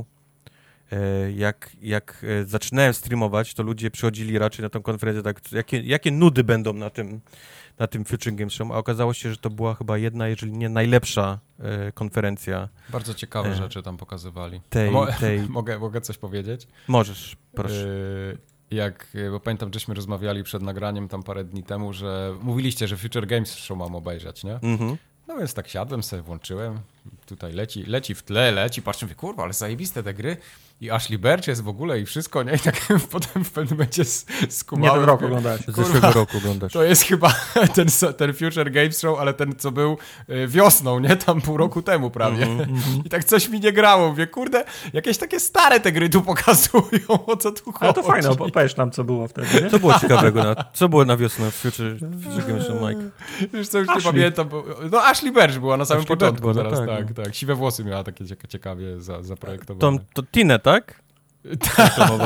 Jak zaczynałem streamować, to ludzie przychodzili raczej na tę konferencję tak, jakie nudy będą na tym Future Games Show, a okazało się, że to była chyba jedna, jeżeli nie najlepsza konferencja. Bardzo ciekawe rzeczy tam pokazywali. Mogę coś powiedzieć? Możesz, proszę. Bo pamiętam, żeśmy rozmawiali przed nagraniem tam parę dni temu, że mówiliście, że Future Games Show mam obejrzeć, nie? No więc tak siadłem, sobie włączyłem, tutaj leci w tle, patrzę, mówię, kurwa, ale zajebiste te gry i Ashley Birch jest w ogóle i wszystko, nie? I tak potem w pewnym momencie skumałem. Nie ten rok oglądałeś. Zeszłego roku oglądasz. To jest chyba ten Future Games Show, ale ten, co był wiosną, nie? Tam pół roku temu prawie. I tak coś mi nie grało. Mówię, kurde, jakieś takie stare te gry tu pokazują, o co tu chodzi. Ale to fajne, powiesz nam, co było wtedy, nie? Co było ciekawego? Co było na wiosnę w Future Games Show, Mike? Wiesz co, już nie pamiętam. No Ashley Birch była na samym początku teraz, tak. Siwe włosy miała takie ciekawie zaprojektowane. To Tinę, tak?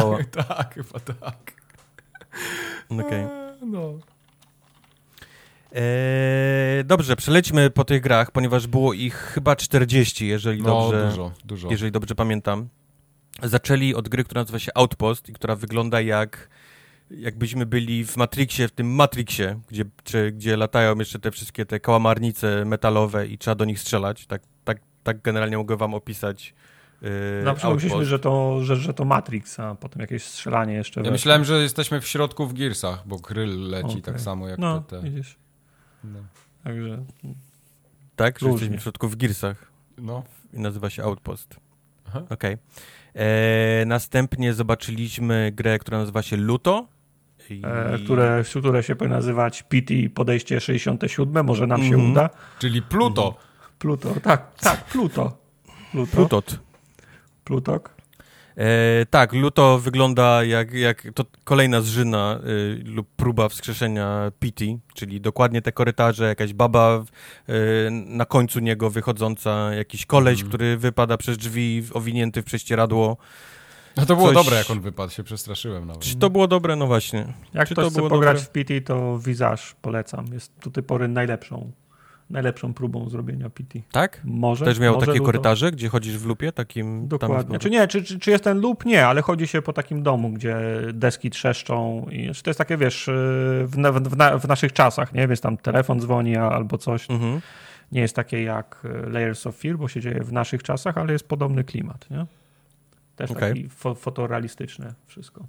Tak, chyba tak. Okej. No. Dobrze, przelećmy po tych grach, ponieważ było ich chyba 40, jeżeli dużo. Jeżeli dobrze pamiętam. Zaczęli od gry, która nazywa się Outpost i która wygląda jakbyśmy byli w Matrixie, w tym Matrixie, gdzie latają jeszcze te wszystkie te kałamarnice metalowe i trzeba do nich strzelać. Tak generalnie mogę wam opisać Na przykład myśleliśmy, że to Matrix, a potem jakieś strzelanie jeszcze. Ja myślałem, że jesteśmy w środku w Gearsach, bo Kryl leci tak samo jak te. Widzisz. No. Także... Tak, że jesteśmy w środku w Gearsach. No. I nazywa się Outpost. Okej. Następnie zobaczyliśmy grę, która nazywa się Luto. Które się powinno nazywać PT Podejście 67, może nam się uda. Czyli Pluto. Pluto, tak, Pluto. Plutok. Tak, Luto wygląda jak to kolejna zżyna lub próba wskrzeszenia PT, czyli dokładnie te korytarze, jakaś baba na końcu niego wychodząca, jakiś koleś, który wypada przez drzwi owinięty w prześcieradło. No to było dobre, jak on wypadł, się przestraszyłem nawet. Czy to było dobre? No właśnie. Jak ktoś chce pograć w PT, to Visage polecam. Jest do tej pory najlepszą próbą zrobienia PT. Tak? Może. Też miał takie korytarze, gdzie chodzisz w lupie? Takim. Dokładnie. Czy jest ten lup? Nie, ale chodzi się po takim domu, gdzie deski trzeszczą. To jest takie, wiesz, w naszych czasach, nie? Więc tam telefon dzwoni albo coś. Nie jest takie jak Layers of Fear, bo się dzieje w naszych czasach, ale jest podobny klimat, nie? Też taki fotorealistyczne wszystko.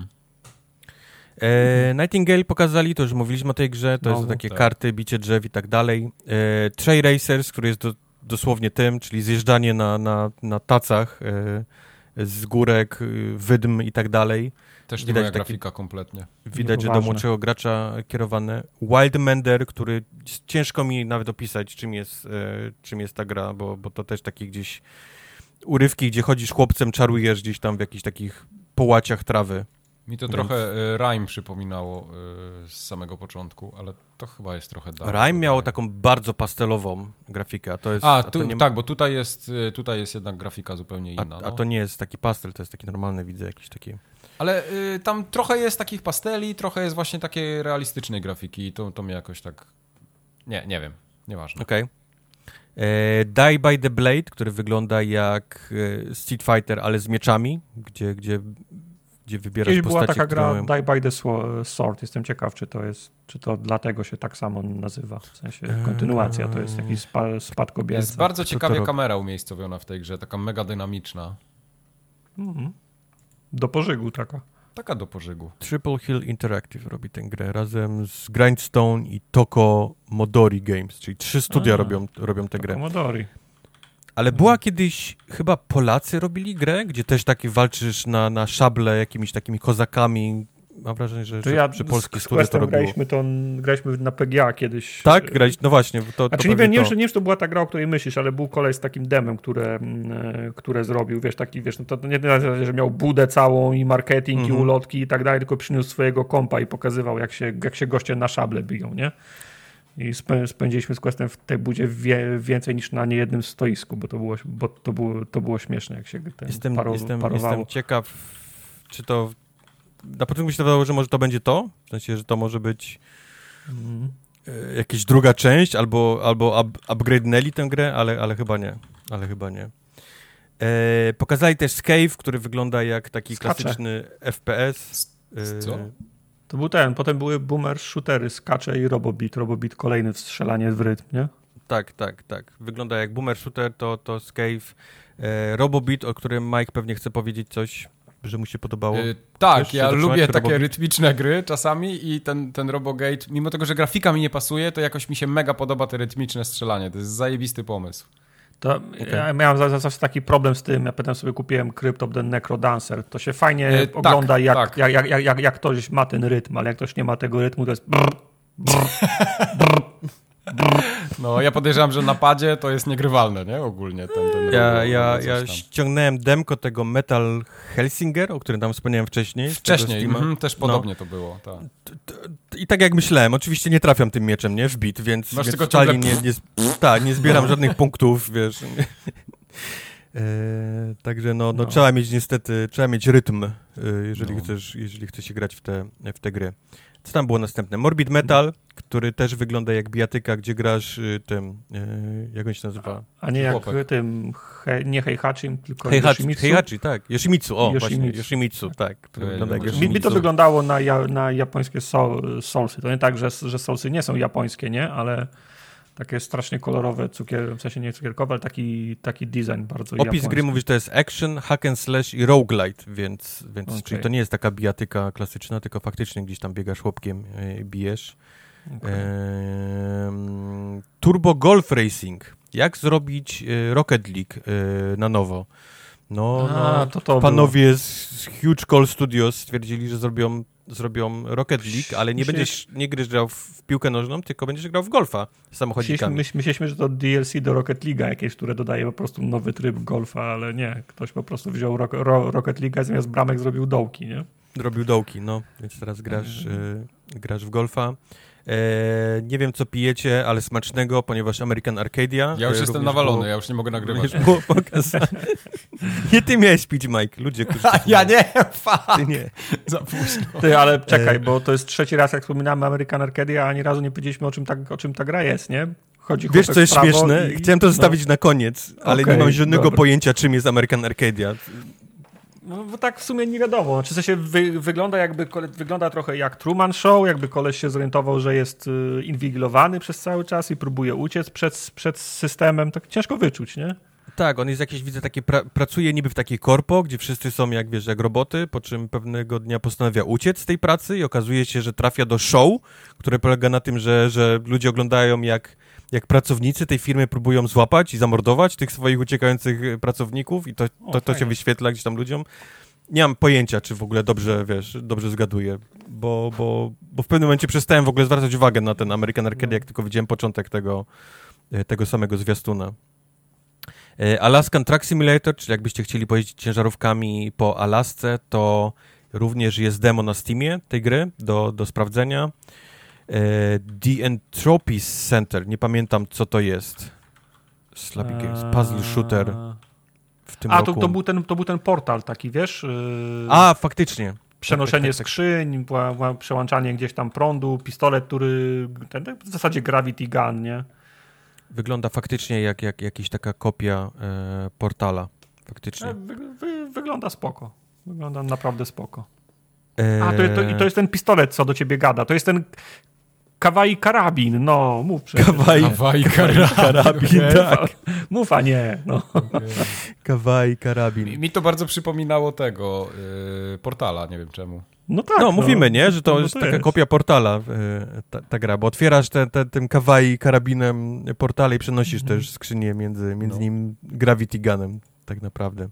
Nightingale pokazali, to już mówiliśmy o tej grze, to jest takie karty, bicie drzew i tak dalej. Trail Racers, który jest dosłownie tym, czyli zjeżdżanie na tacach z górek, wydm i tak dalej. Też nie moja grafika kompletnie. Widać, że do młodszego gracza kierowane. Wildmander, który ciężko mi nawet opisać, czym jest ta gra, bo to też takie gdzieś urywki, gdzie chodzisz chłopcem, czarujesz gdzieś tam w jakichś takich połaciach trawy. Mi to trochę Rime przypominało z samego początku, ale to chyba jest trochę dalej. Rime miało taką bardzo pastelową grafikę. Tak, bo tutaj jest jednak grafika zupełnie inna. A to nie jest taki pastel, to jest taki normalny, widzę jakiś taki... Ale tam trochę jest takich pasteli, trochę jest właśnie takiej realistycznej grafiki i to mnie jakoś tak... Nie wiem, nieważne. Okej. Die by the Blade, który wygląda jak Street Fighter, ale z mieczami, gdzie wybierasz Kiedyś postacie, była taka gra Die by the Sword. Jestem ciekaw, czy to dlatego się tak samo nazywa. W sensie kontynuacja, to jest jakiś spadkobierca. Jest bardzo ciekawie kamera umiejscowiona w tej grze, taka mega dynamiczna. Do pożygu taka. Taka do pożygu. Triple Hill Interactive robi tę grę razem z Grindstone i Toko Modori Games, czyli 3 studia robią tę grę. Toko Modori. Ale była kiedyś, chyba Polacy robili grę, gdzie też taki walczysz na szable jakimiś takimi kozakami. Mam wrażenie, że polskie studia to robiło. Graliśmy na PGA kiedyś. Tak? No właśnie. Nie wiem, czy to była ta gra, o której myślisz, ale był kolej z takim demem, które zrobił. Wiesz, to nie na że miał budę całą i marketing i ulotki i tak dalej, tylko przyniósł swojego kompa i pokazywał, jak się goście na szable biją, nie? I spędziliśmy z Questem w tej budzie więcej niż na niejednym stoisku, bo to było śmieszne, jak się ten parowało. Jestem ciekaw, czy to... Na początku mi się wydawało, że może to będzie to, w sensie, że to może być jakaś druga część, albo upgrade'nęli tę grę, ale chyba nie. Pokazali też Scave, który wygląda jak taki klasyczny FPS. Co? To był potem były boomer shootery, skacze i Robobit kolejny w strzelanie w rytm, nie? Tak. Wygląda jak boomer shooter, to Scave. Robobit, o którym Mike pewnie chce powiedzieć coś, że mu się podobało. Tak, ja lubię takie rytmiczne gry czasami i ten Robogate, mimo tego, że grafika mi nie pasuje, to jakoś mi się mega podoba te rytmiczne strzelanie. To jest zajebisty pomysł. Ja miałem zawsze taki problem z tym, ja potem sobie kupiłem Crypt of the Necrodancer. To się fajnie ogląda, jak ktoś ma ten rytm, ale jak ktoś nie ma tego rytmu, to jest No, ja podejrzewam, że na padzie to jest niegrywalne, nie? Ogólnie. Ja ściągnąłem demko tego Metal Hellsinger, o którym tam wspomniałem wcześniej. Też podobnie to było. Tak. I tak jak myślałem, oczywiście nie trafiam tym mieczem, nie? W bit, więc tylko totalnie nie zbieram żadnych punktów, wiesz. Także trzeba mieć niestety, trzeba mieć rytm, jeżeli chce się grać w te gry. Co tam było następne? Morbid Metal, który też wygląda jak bijatyka, gdzie grasz tym, jak on się nazywa? A nie jak tym, nie Heihachim, tylko Heihachi, tak. Yoshimitsu, właśnie, Yoshimitsu, tak. Który wygląda jak Yoshimitsu. Mi to wyglądało na japońskie Soulsy. To nie tak, że Soulsy nie są japońskie, nie? Ale takie strasznie kolorowe, w sensie nie cukierkowe, ale taki design bardzo japoński. Opis gry mówi, że to jest action, hack and slash i roguelite, więc czyli to nie jest taka bijatyka klasyczna, tylko faktycznie gdzieś tam biegasz chłopkiem, bijesz. Okay. Turbo Golf Racing. Jak zrobić Rocket League na nowo? To panowie z Huge Call Studios stwierdzili, że zrobią Rocket League, ale nie będziesz grał w piłkę nożną, tylko będziesz grał w golfa z samochodzikami. Myśleliśmy, że to DLC do Rocket League'a jakieś, które dodaje po prostu nowy tryb golfa, ale nie. Ktoś po prostu wziął Rocket League'a i zamiast bramek zrobił dołki, nie? Robił dołki, więc teraz grasz w golfa. Nie wiem, co pijecie, ale smacznego, ponieważ American Arcadia... Ja już jestem nawalony, ja już nie mogę nagrywać. Nie ty miałeś pić, Mike. Ludzie, którzy... Ja nie, Ty nie. Za późno. Ty, ale czekaj, bo to jest trzeci raz, jak wspominamy American Arcadia, a ani razu nie powiedzieliśmy, o czym ta gra jest, nie? Wiesz, co jest śmieszne? Chciałem to zostawić na koniec, ale nie mam żadnego pojęcia, czym jest American Arcadia. No bo tak w sumie nie wiadomo. Znaczy, w sensie wygląda trochę jak Truman Show, jakby koleś się zorientował, że jest inwigilowany przez cały czas i próbuje uciec przed systemem. Tak ciężko wyczuć, nie? Tak, on jest jakieś, widzę, takie pracuje niby w takiej korpo, gdzie wszyscy są jak roboty, po czym pewnego dnia postanawia uciec z tej pracy i okazuje się, że trafia do show, które polega na tym, że ludzie oglądają jak pracownicy tej firmy próbują złapać i zamordować tych swoich uciekających pracowników i to się wyświetla gdzieś tam ludziom. Nie mam pojęcia, czy w ogóle dobrze zgaduję, bo w pewnym momencie przestałem w ogóle zwracać uwagę na ten American Arcade, jak tylko widziałem początek tego samego zwiastuna. Alaskan Truck Simulator, czyli jakbyście chcieli pojeździć ciężarówkami po Alasce, to również jest demo na Steamie tej gry do sprawdzenia. The Entropy Center, nie pamiętam, co to jest. Slappy Games, puzzle shooter w tym roku. To był ten portal taki, wiesz? Faktycznie. Przenoszenie skrzyń, przełączanie gdzieś tam prądu, pistolet, który w zasadzie Gravity Gun, nie? Wygląda faktycznie jak jakaś taka kopia portala. Faktycznie. Wygląda spoko. Wygląda naprawdę spoko. To jest ten pistolet, co do ciebie gada. To jest ten Kawaii karabin, no, mów przecież. Kawaii karabin, tak. Mów, a nie, no. Kawaii karabin. Mi to bardzo przypominało tego portala, nie wiem czemu. No tak. Mówimy, nie, że to jest taka kopia portala, ta gra, bo otwierasz tym Kawaii karabinem portale i przenosisz też skrzynię między nim Gravity Gunem, tak naprawdę.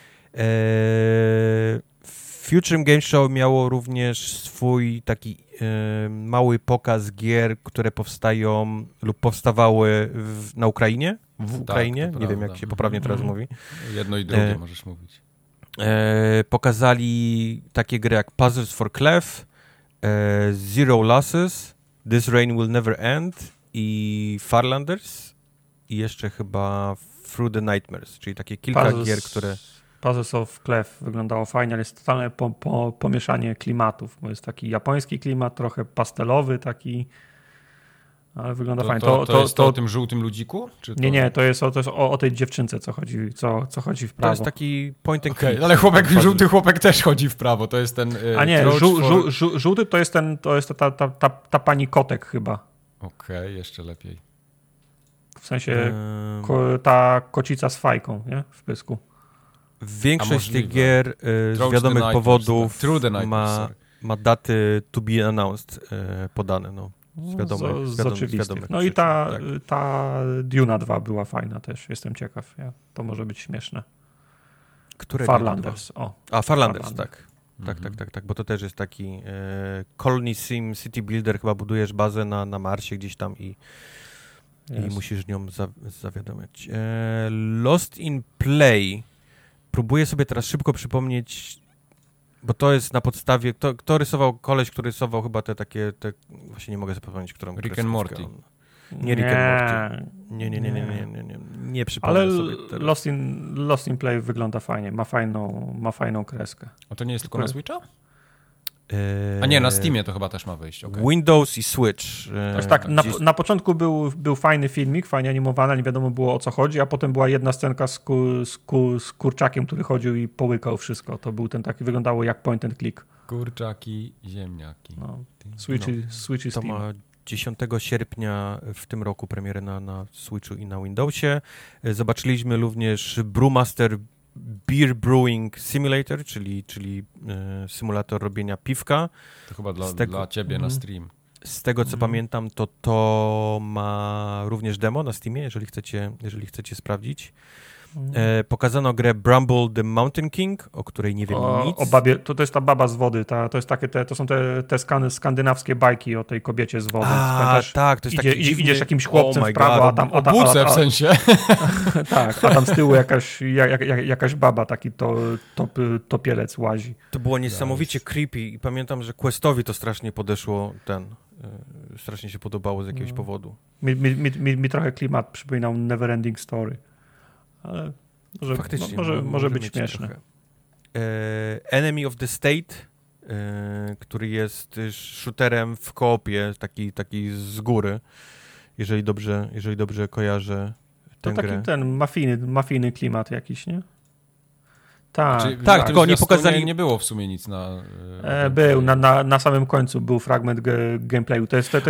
Future Game Show miało również swój taki mały pokaz gier, które powstają lub powstawały na Ukrainie, Ukrainie, nie wiem jak się poprawnie teraz mówi. Jedno i drugie możesz mówić. Pokazali takie gry jak Puzzles for Clef, Zero Losses, This Rain Will Never End i Farlanders i jeszcze chyba Through the Nightmares, czyli takie kilka gier, które... Puzzles of Clef wyglądało fajnie, ale jest totalne pomieszanie klimatów, bo jest taki japoński klimat, trochę pastelowy taki, ale wygląda fajnie. To jest o tym żółtym ludziku? Czy to... Nie, to jest o tej dziewczynce, co chodzi w prawo. To jest taki point and click. Ale żółty chłopek też chodzi w prawo, to jest ten... A nie, żółty to jest ta pani kotek chyba. Okej, jeszcze lepiej. W sensie ta kocica z fajką, nie? W pysku. Większość tych gier z wiadomych powodów ma daty to be announced podane, z wiadomych No i ta Duna 2 była fajna też, jestem ciekaw. To może być śmieszne. Które Farlanders. Farlanders, tak. Tak, bo to też jest taki Colony Sim City Builder, chyba budujesz bazę na Marsie gdzieś tam i musisz nią zawiadomić. Lost in Play. Próbuję sobie teraz szybko przypomnieć, bo to jest na podstawie... Kto rysował? Koleś, który rysował chyba te właśnie nie mogę sobie przypomnieć, którą... Rick and Morty. Nie Rick and Morty. Nie przypomnę ale sobie teraz. Lost in Play wygląda fajnie, ma fajną kreskę. A to nie jest tylko na Switcha? A nie, na Steamie to chyba też ma wyjść. Okay. Windows i Switch. Tak, na początku był fajny filmik, fajnie animowany, nie wiadomo było o co chodzi, a potem była jedna scenka z kurczakiem, który chodził i połykał wszystko. To był ten taki, wyglądało jak point and click. Kurczaki, ziemniaki. No. Switch i to Steam. ma 10 sierpnia w tym roku premierę na Switchu i na Windowsie. Zobaczyliśmy również Brewmaster Beer Brewing Simulator, czyli symulator robienia piwka. To chyba dla ciebie na stream. Z tego, co pamiętam, to ma również demo na Steamie, jeżeli chcecie sprawdzić. Pokazano grę Bramble the Mountain King, o której nie wiem nic. O babie, to jest ta baba z wody, to są te skandynawskie bajki o tej kobiecie z wody. Tak, to jest taki dziwny... Idziesz jakimś chłopcem w prawo, a tam... Buce w sensie. Tak, a tam z tyłu jakaś baba, taki topielec łazi. To było niesamowicie creepy i pamiętam, że Questowi to strasznie podeszło, strasznie się podobało z jakiegoś powodu. Mi trochę klimat przypominał Neverending Story. Ale faktycznie może być śmieszne. Enemy of the State, który jest shooterem w koopie, taki z góry, jeżeli dobrze kojarzę tę grę. To taki ten mafijny klimat jakiś, nie? Tak, tylko nie pokazali... Nie było w sumie nic na... Był, na samym końcu był fragment gameplayu. To jest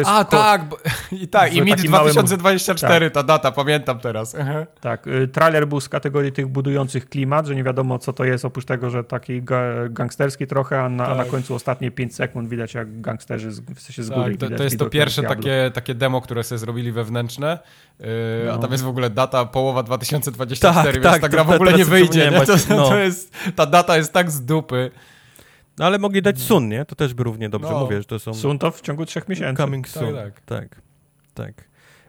i mid 2024 ta data, pamiętam teraz. Tak, trailer był z kategorii tych budujących klimat, że nie wiadomo co to jest, oprócz tego, że taki gangsterski trochę, a na końcu ostatnie 5 sekund widać jak gangsterzy się z góry. To jest to pierwsze takie demo, które sobie zrobili wewnętrzne, a tam jest w ogóle data połowa 2024, więc ta gra w ogóle nie wyjdzie. Ta data jest tak z dupy. No ale mogli dać Sun, nie? To też by równie dobrze, mówię, że to są... Sun to w ciągu 3 miesięcy. Coming soon. Tak.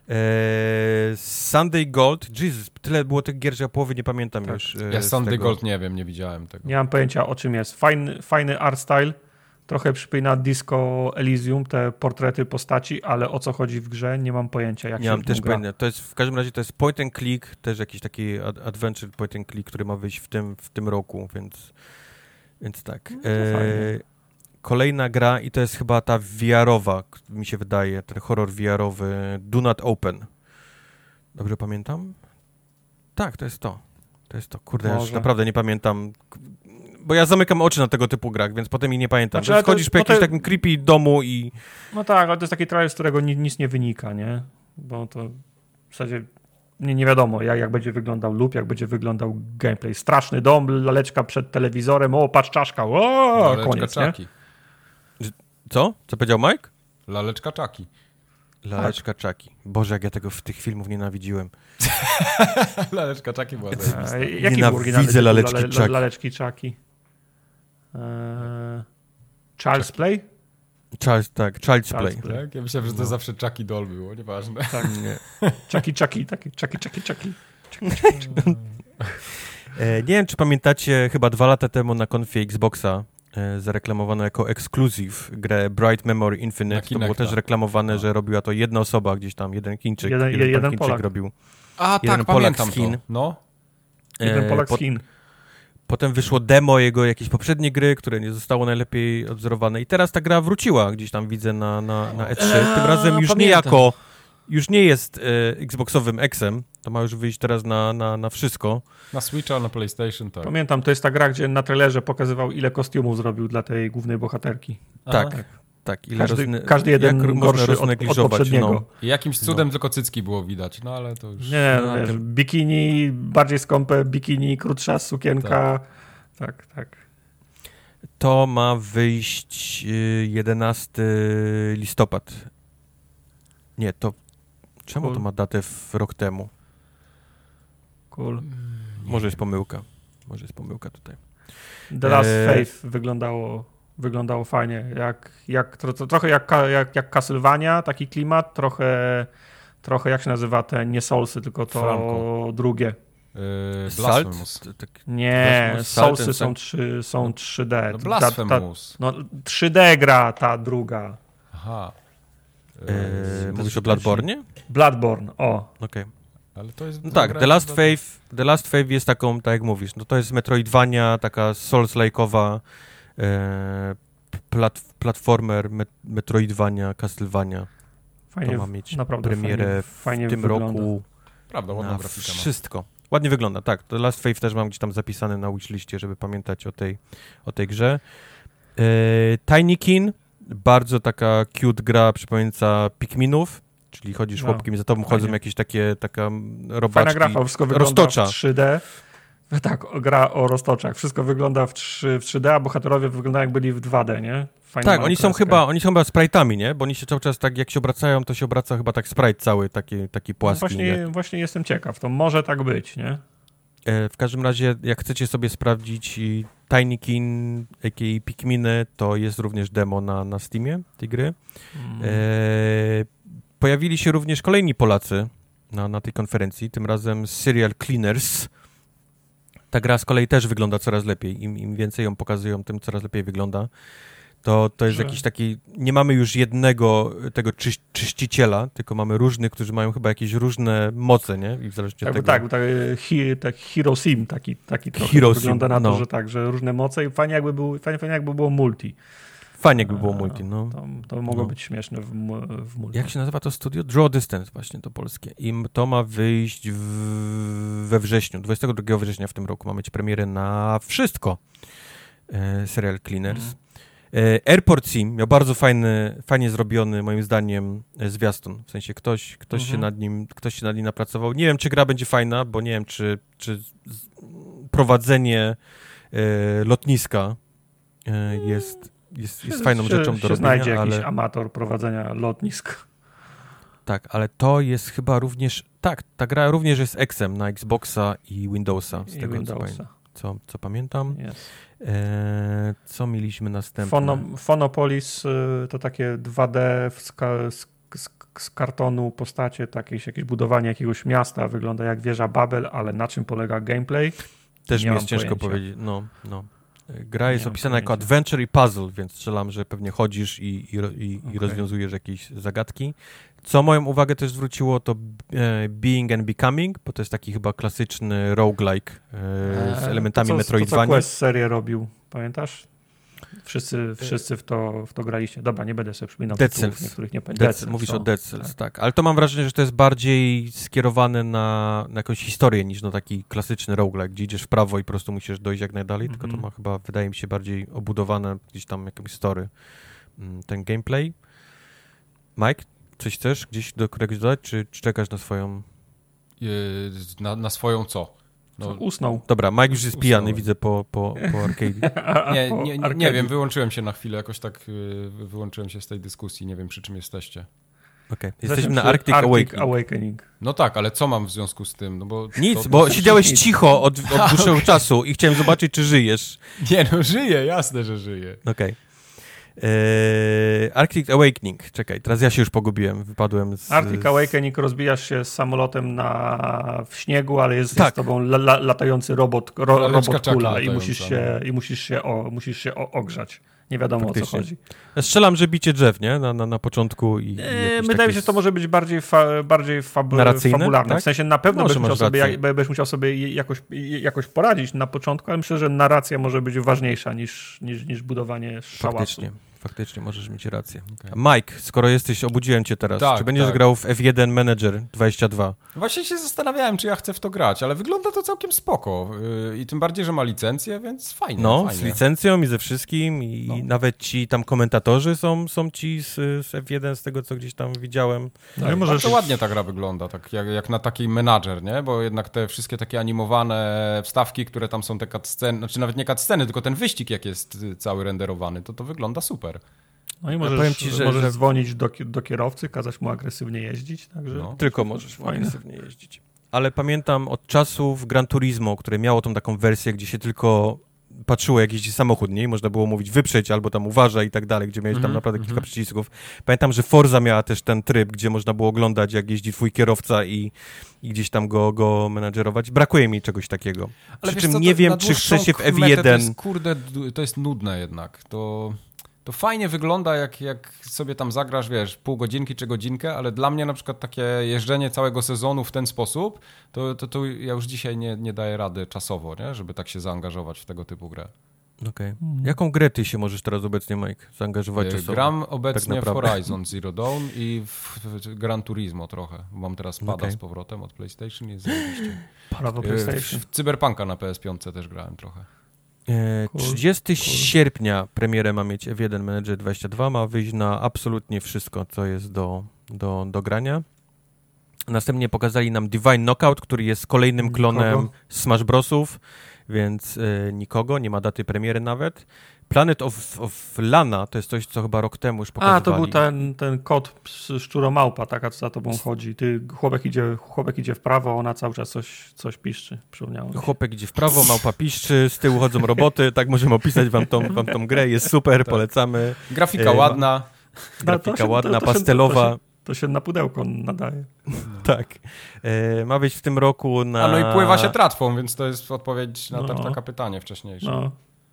Sunday Gold. Jesus, tyle było tych gier, że ja połowy nie pamiętam już. Ja Sunday Gold nie wiem, nie widziałem tego. Nie mam pojęcia o czym jest. Fajny art style. Trochę przypomina Disco Elysium, te portrety postaci, ale o co chodzi w grze, nie mam pojęcia, jak się mam też gra. pojęcia. W każdym razie to jest point and click, też jakiś taki adventure point and click, który ma wyjść w tym roku, więc tak. Kolejna gra i to jest chyba ta VR-owa, mi się wydaje, ten horror VR-owy Do Not Open. Dobrze pamiętam? Tak, to jest to. Kurde, ja już naprawdę nie pamiętam... Bo ja zamykam oczy na tego typu grach, więc potem ich nie pamiętam. Znaczy, wchodzisz po jakimś takim creepy domu i... No tak, ale to jest taki trailer, z którego nic nie wynika, nie? Bo to w zasadzie nie wiadomo, jak będzie wyglądał lub jak będzie wyglądał gameplay. Straszny dom, laleczka przed telewizorem, patrz czaszka, koniec, czaki. Nie? Co? Co powiedział Mike? Laleczka czaki. Laleczka czaki. Boże, jak ja tych filmów nienawidziłem. Laleczka czaki była zajebista. Nienawidzę laleczki czaki. Laleczki czaki. Child's Play? Child's Play. Tak? Ja myślałem, że to zawsze Chucky Doll było, nieważne. Tak, nie. Chucky. Nie wiem, czy pamiętacie, chyba 2 lata temu na konfie Xboxa zareklamowano jako exclusive grę Bright Memory Infinite. To było też reklamowane, że robiła to jedna osoba gdzieś tam, jeden Chińczyk. Jeden Polak robił. Tak, pamiętam z Chin. Jeden Polak z Chin. Potem wyszło demo jego jakiejś poprzedniej gry, które nie zostało najlepiej odzorowane i teraz ta gra wróciła, gdzieś tam widzę na E3. Tym razem już nie jest Xboxowym X-em, to ma już wyjść teraz na wszystko. Na Switcha, na PlayStation, tak. Pamiętam, to jest ta gra, gdzie na trailerze pokazywał, ile kostiumów zrobił dla tej głównej bohaterki. Tak. Ile każdy jeden gorszy od poprzedniego. No. I jakimś cudem tylko cycki było widać, no ale to już... Nie, wiesz, bikini, bardziej skąpe bikini, krótsza sukienka. Tak. To ma wyjść 11 listopad. Nie, to... Czemu to ma datę w rok temu? Cool. Może jest pomyłka tutaj. The Last Faith wyglądało fajnie. Trochę jak Castlevania, taki klimat, trochę jak się nazywa te nie Soulsy, tylko to Franco. Drugie. Blasphemous. Nie, Soulsy są 3D. Blasphemous. 3D gra ta druga. Aha. Mówisz o Bloodborne? Bloodborne, o. Okej. Ale to jest... No tak, The Last Faith jest taką, tak jak mówisz, no to jest Metroidvania, taka Souls-like'owa platformer, Metroidvania, Castlevania. Fajnie, to ma mieć naprawdę premierę fajnie w tym wygląda. roku. Prawda, ładna grafika. Wszystko. Ładnie wygląda, tak. The Last Faith też mam gdzieś tam zapisane na wishliście, żeby pamiętać o tej grze. Tinykin, bardzo taka cute gra przypominająca Pikminów, czyli chodzisz chłopkiem i za tobą chodzą jakieś taka robaczki. Fajna grafa, wszystko wygląda roztocza. w 3D. Tak, gra o roztoczach. Wszystko wygląda w 3D, a bohaterowie wyglądają jak byli w 2D, nie? Fajna tak, oni są chyba sprite'ami, nie? Bo oni się cały czas tak, jak się obracają, to się obraca chyba tak sprite cały, taki płaski. No właśnie jestem ciekaw, to może tak być, nie? W każdym razie, jak chcecie sobie sprawdzić Tinykin, a.k.a. Pikminy, to jest również demo na Steamie tej gry. Pojawili się również kolejni Polacy na tej konferencji, tym razem Serial Cleaners. Ta gra z kolei też wygląda coraz lepiej. Im więcej ją pokazują, tym coraz lepiej wygląda. To jest jakiś taki... Nie mamy już jednego tego czyściciela, tylko mamy różnych, którzy mają chyba jakieś różne moce, nie? I w zależności od tego... Tak, Hero Sim taki trochę Hero wygląda Sim, na to, że tak, że różne moce i fajnie jakby było multi. Fajnie jakby było multi, no. To mogło być śmieszne w multi. Jak się nazywa to studio? Draw Distance właśnie to polskie. I to ma wyjść we wrześniu, 22 września w tym roku. Ma mieć premierę na wszystko. Serial Cleaners. Airport Sim miał bardzo fajnie zrobiony, moim zdaniem, zwiastun. W sensie ktoś się nad nim napracował. Nie wiem, czy gra będzie fajna, bo nie wiem, czy prowadzenie lotniska jest fajną rzeczą do robienia. Znajdzie jakiś amator prowadzenia lotnisk. Tak, ale to jest chyba również... Tak, ta gra również jest Xem na Xboxa i Windowsa, z tego co pamiętam. Yes. Co mieliśmy następne? Phonopolis to takie 2D z kartonu postacie, jakieś budowanie jakiegoś miasta, wygląda jak wieża Babel, ale na czym polega gameplay? Też mi jest ciężko powiedzieć. No. Gra jest opisana jako adventure i puzzle, więc strzelam, że pewnie chodzisz i rozwiązujesz jakieś zagadki. Co moją uwagę też zwróciło, to Being and Becoming, bo to jest taki chyba klasyczny roguelike z elementami Metroidvania. To co Quest serię robił, pamiętasz? Wszyscy w to graliście. Dobra, nie będę sobie przypominał tytułów, niektórych nie pamiętam. Mówisz o Dead Cells, tak. Ale to mam wrażenie, że to jest bardziej skierowane na jakąś historię niż na taki klasyczny roguelike, gdzie idziesz w prawo i po prostu musisz dojść jak najdalej, tylko to ma chyba, wydaje mi się, bardziej obudowane gdzieś tam jakąś story. Ten gameplay. Mike, coś chcesz gdzieś do któregoś dodać, czy czekasz na swoją... Na swoją co? Usnął. Dobra, Mike już jest pijany, widzę po arcade. Nie wiem, wyłączyłem się na chwilę, jakoś tak wyłączyłem się z tej dyskusji, nie wiem przy czym jesteście. Okej. Jesteśmy na Arctic Awakening. No tak, ale co mam w związku z tym? No nic, bo siedziałeś cicho od dłuższego czasu i chciałem zobaczyć, czy żyjesz. Nie, żyję, jasne, że żyję. Okej. Arctic Awakening. Czekaj, teraz ja się już pogubiłem, wypadłem z... Arctic Awakening, rozbijasz się z samolotem w śniegu, ale jest z tobą latający robot kula i musisz się ogrzać. Nie wiadomo, o co chodzi. Strzelam, że bicie drzew, nie? Na początku i wydaje mi się, że to może być bardziej fabularne. Tak? W sensie na pewno będziesz musiał sobie jakoś poradzić na początku, ale myślę, że narracja może być ważniejsza niż budowanie szałasu. Faktycznie, możesz mieć rację. Okay. Mike, skoro obudziłem cię teraz, czy będziesz grał w F1 Manager 22? Właśnie się zastanawiałem, czy ja chcę w to grać, ale wygląda to całkiem spoko. I tym bardziej, że ma licencję, więc fajnie. Fajnie. Z licencją i ze wszystkim i nawet ci tam komentatorzy są ci z F1, z tego, co gdzieś tam widziałem. Bardzo ładnie ta gra wygląda, tak jak na taki menadżer, nie? Bo jednak te wszystkie takie animowane wstawki, które tam są te cutsceny, znaczy nawet nie cutsceny, tylko ten wyścig, jak jest cały renderowany, to wygląda super. No i możesz dzwonić do kierowcy, kazać mu agresywnie jeździć. Także tylko możesz agresywnie jeździć. Ale pamiętam od czasów Gran Turismo, które miało tą taką wersję, gdzie się tylko patrzyło, jak jeździ samochód, nie? I można było mówić wyprzedź albo tam uważaj i tak dalej, gdzie miałeś tam naprawdę kilka przycisków. Pamiętam, że Forza miała też ten tryb, gdzie można było oglądać, jak jeździ twój kierowca i gdzieś tam go menadżerować. Brakuje mi czegoś takiego. Ale przy czym nie wiem, czy chce się w F1... To jest nudne jednak. to fajnie wygląda, jak sobie tam zagrasz, wiesz, pół godzinki czy godzinkę, ale dla mnie na przykład takie jeżdżenie całego sezonu w ten sposób, to ja już dzisiaj nie daję rady czasowo, nie? Żeby tak się zaangażować w tego typu grę. Okej. Jaką grę ty się możesz teraz obecnie, Mike, zaangażować czasowo? Gram obecnie w Horizon Zero Dawn i w Gran Turismo trochę. Mam teraz pada z powrotem od PlayStation i jest zajebiście. Prawo PlayStation. W Cyberpunka na PS5 też grałem trochę. 30 sierpnia premierę ma mieć F1 Manager 22, ma wyjść na absolutnie wszystko, co jest do grania. Następnie pokazali nam Divine Knockout, który jest kolejnym klonem Smash Brosów, więc nikogo, nie ma daty premiery nawet. Planet of Lana, to jest coś, co chyba rok temu już pokazywali. To był ten kot szczuromałpa, taka co za tobą chodzi. Chłopek idzie w prawo, ona cały czas coś piszczy, przypomniało. Chłopek idzie w prawo, małpa piszczy, z tyłu chodzą roboty, tak możemy opisać wam tą grę, jest super, polecamy. Grafika ładna. Grafika ładna, pastelowa. To się na pudełko nadaje. Tak. Ma być w tym roku na... No i pływa się tratwą, więc to jest odpowiedź na takie pytanie wcześniejsze. No.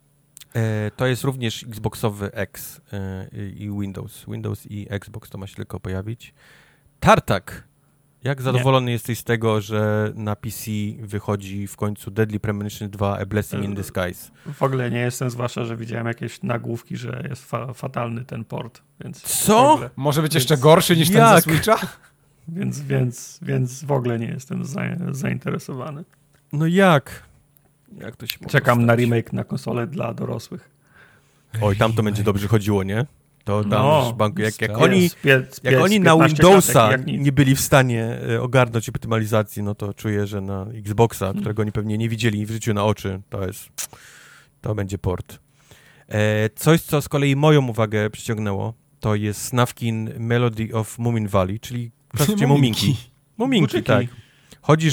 To jest również Xboxowy X i Windows. Windows i Xbox to ma się tylko pojawić. Tartak. Jak zadowolony jesteś z tego, że na PC wychodzi w końcu Deadly Premonition 2 A Blessing in Disguise? W ogóle nie jestem, zwłaszcza, że widziałem jakieś nagłówki, że jest fatalny ten port. Więc co? Może być jeszcze gorszy niż ten ze Switcha? Więc w ogóle nie jestem zainteresowany. No jak? Jak to się Czekam na remake na konsolę dla dorosłych. Oj, tam to będzie dobrze chodziło, nie? To tam jak oni na 15 Windowsa klatek, nie byli w stanie ogarnąć optymalizacji, no to czuję, że na Xboxa, którego oni pewnie nie widzieli w życiu na oczy, to będzie port. Coś, co z kolei moją uwagę przyciągnęło, to jest Snufkin Melody of Moomin Valley, czyli klasycznie Muminki. Muminki, tak. Chodzisz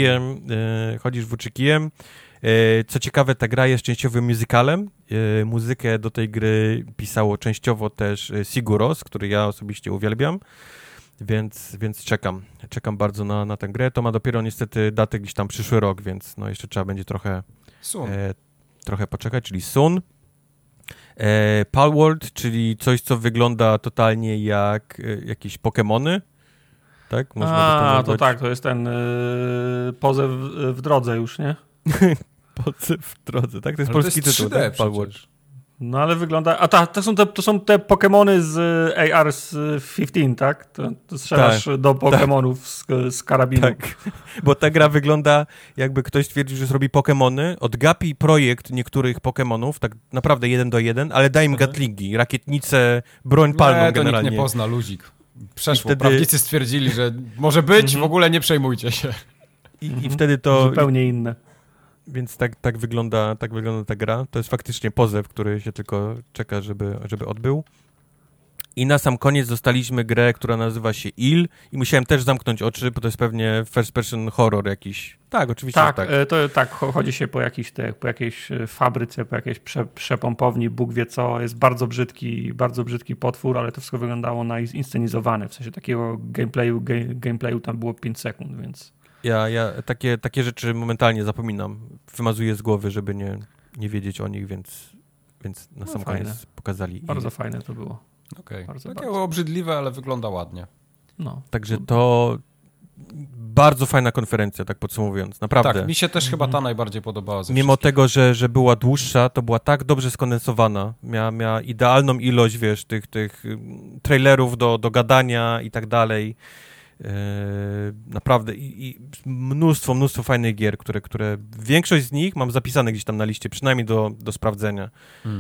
włóczykijem. Co ciekawe, ta gra jest częściowo musicalem. Muzykę do tej gry pisało częściowo też Siguros, który ja osobiście uwielbiam, więc czekam bardzo na tę grę. To ma dopiero niestety datę gdzieś tam przyszły rok, więc no jeszcze trzeba będzie trochę poczekać, czyli soon. Palworld, czyli coś, co wygląda totalnie jak jakieś Pokemony. Tak? To tak, to jest ten pozew w drodze już, nie? Pozew w drodze, tak? To jest polski tytuł, tak? Palworld. No ale wygląda... To są te Pokemony z AR-15, tak? To strzelasz do Pokemonów z karabinu. Tak, bo ta gra wygląda jakby ktoś twierdził, że zrobi Pokemony, odgapi projekt niektórych Pokemonów, tak naprawdę 1:1, ale da im gatlingi, rakietnice, broń palną to generalnie. Nikt nie pozna, luzik. Przeszło, prawnicy stwierdzili, że może być, w ogóle nie przejmujcie się. I wtedy to... Zupełnie inne. Więc tak wygląda ta gra. To jest faktycznie pozew, który się tylko czeka, żeby odbył. I na sam koniec dostaliśmy grę, która nazywa się Il i musiałem też zamknąć oczy, bo to jest pewnie first person horror jakiś. Tak, oczywiście. Tak, chodzi się po jakiejś fabryce, po jakiejś przepompowni, Bóg wie co. Jest bardzo brzydki potwór, ale to wszystko wyglądało na inscenizowane. W sensie takiego gameplayu tam było 5 sekund, więc... Ja takie rzeczy momentalnie zapominam. Wymazuję z głowy, żeby nie wiedzieć o nich, więc na sam koniec pokazali. Bardzo fajne to było. Okej. Takie obrzydliwe, ale wygląda ładnie. No. Także to bardzo fajna konferencja, tak podsumowując, naprawdę. Tak, mi się też chyba ta najbardziej podobała. Mimo tego, że była dłuższa, to była tak dobrze skondensowana. Miała idealną ilość, wiesz, tych trailerów do gadania i tak dalej. Naprawdę i mnóstwo fajnych gier, które większość z nich mam zapisane gdzieś tam na liście, przynajmniej do sprawdzenia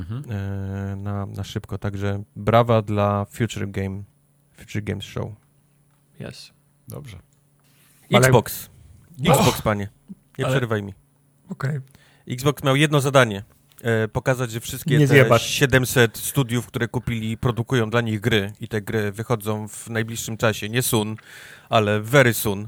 na szybko, także brawa dla Future Games Show. Yes. Dobrze. Xbox, panie, nie przerywaj mi. Okej. Xbox miał jedno zadanie, pokazać, że wszystkie te 700 studiów, które kupili, produkują dla nich gry i te gry wychodzą w najbliższym czasie, nie soon, ale very soon.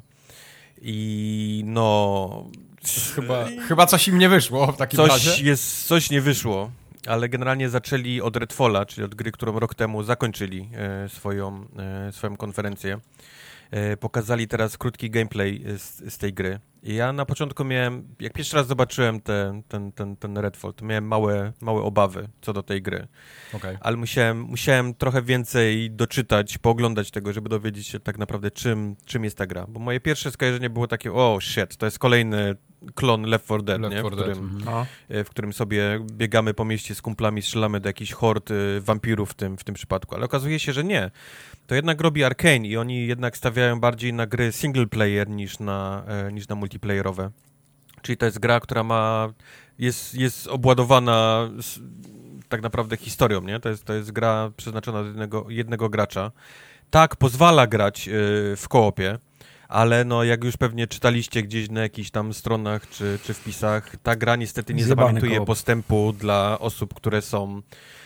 I no... Chyba coś im nie wyszło w takim razie. Coś nie wyszło, ale generalnie zaczęli od Redfalla, czyli od gry, którą rok temu zakończyli swoją konferencję. pokazali teraz krótki gameplay z tej gry. I ja na początku miałem, jak pierwszy raz zobaczyłem ten Redfall, to miałem małe obawy co do tej gry. Okay. Ale musiałem trochę więcej doczytać, pooglądać tego, żeby dowiedzieć się tak naprawdę czym jest ta gra. Bo moje pierwsze skojarzenie było takie, to jest kolejny klon Left 4 Dead, w którym sobie biegamy po mieście z kumplami, strzelamy do jakichś hord wampirów w tym przypadku. Ale okazuje się, że nie. To jednak robi Arkane i oni jednak stawiają bardziej na gry single player niż na multiplayerowe. Czyli to jest gra, która jest obładowana tak naprawdę historią, nie? To jest gra przeznaczona do jednego gracza. Tak, pozwala grać w koopie, ale no jak już pewnie czytaliście gdzieś na jakichś tam stronach czy wpisach, ta gra niestety nie zapamiętuje postępu dla osób, które są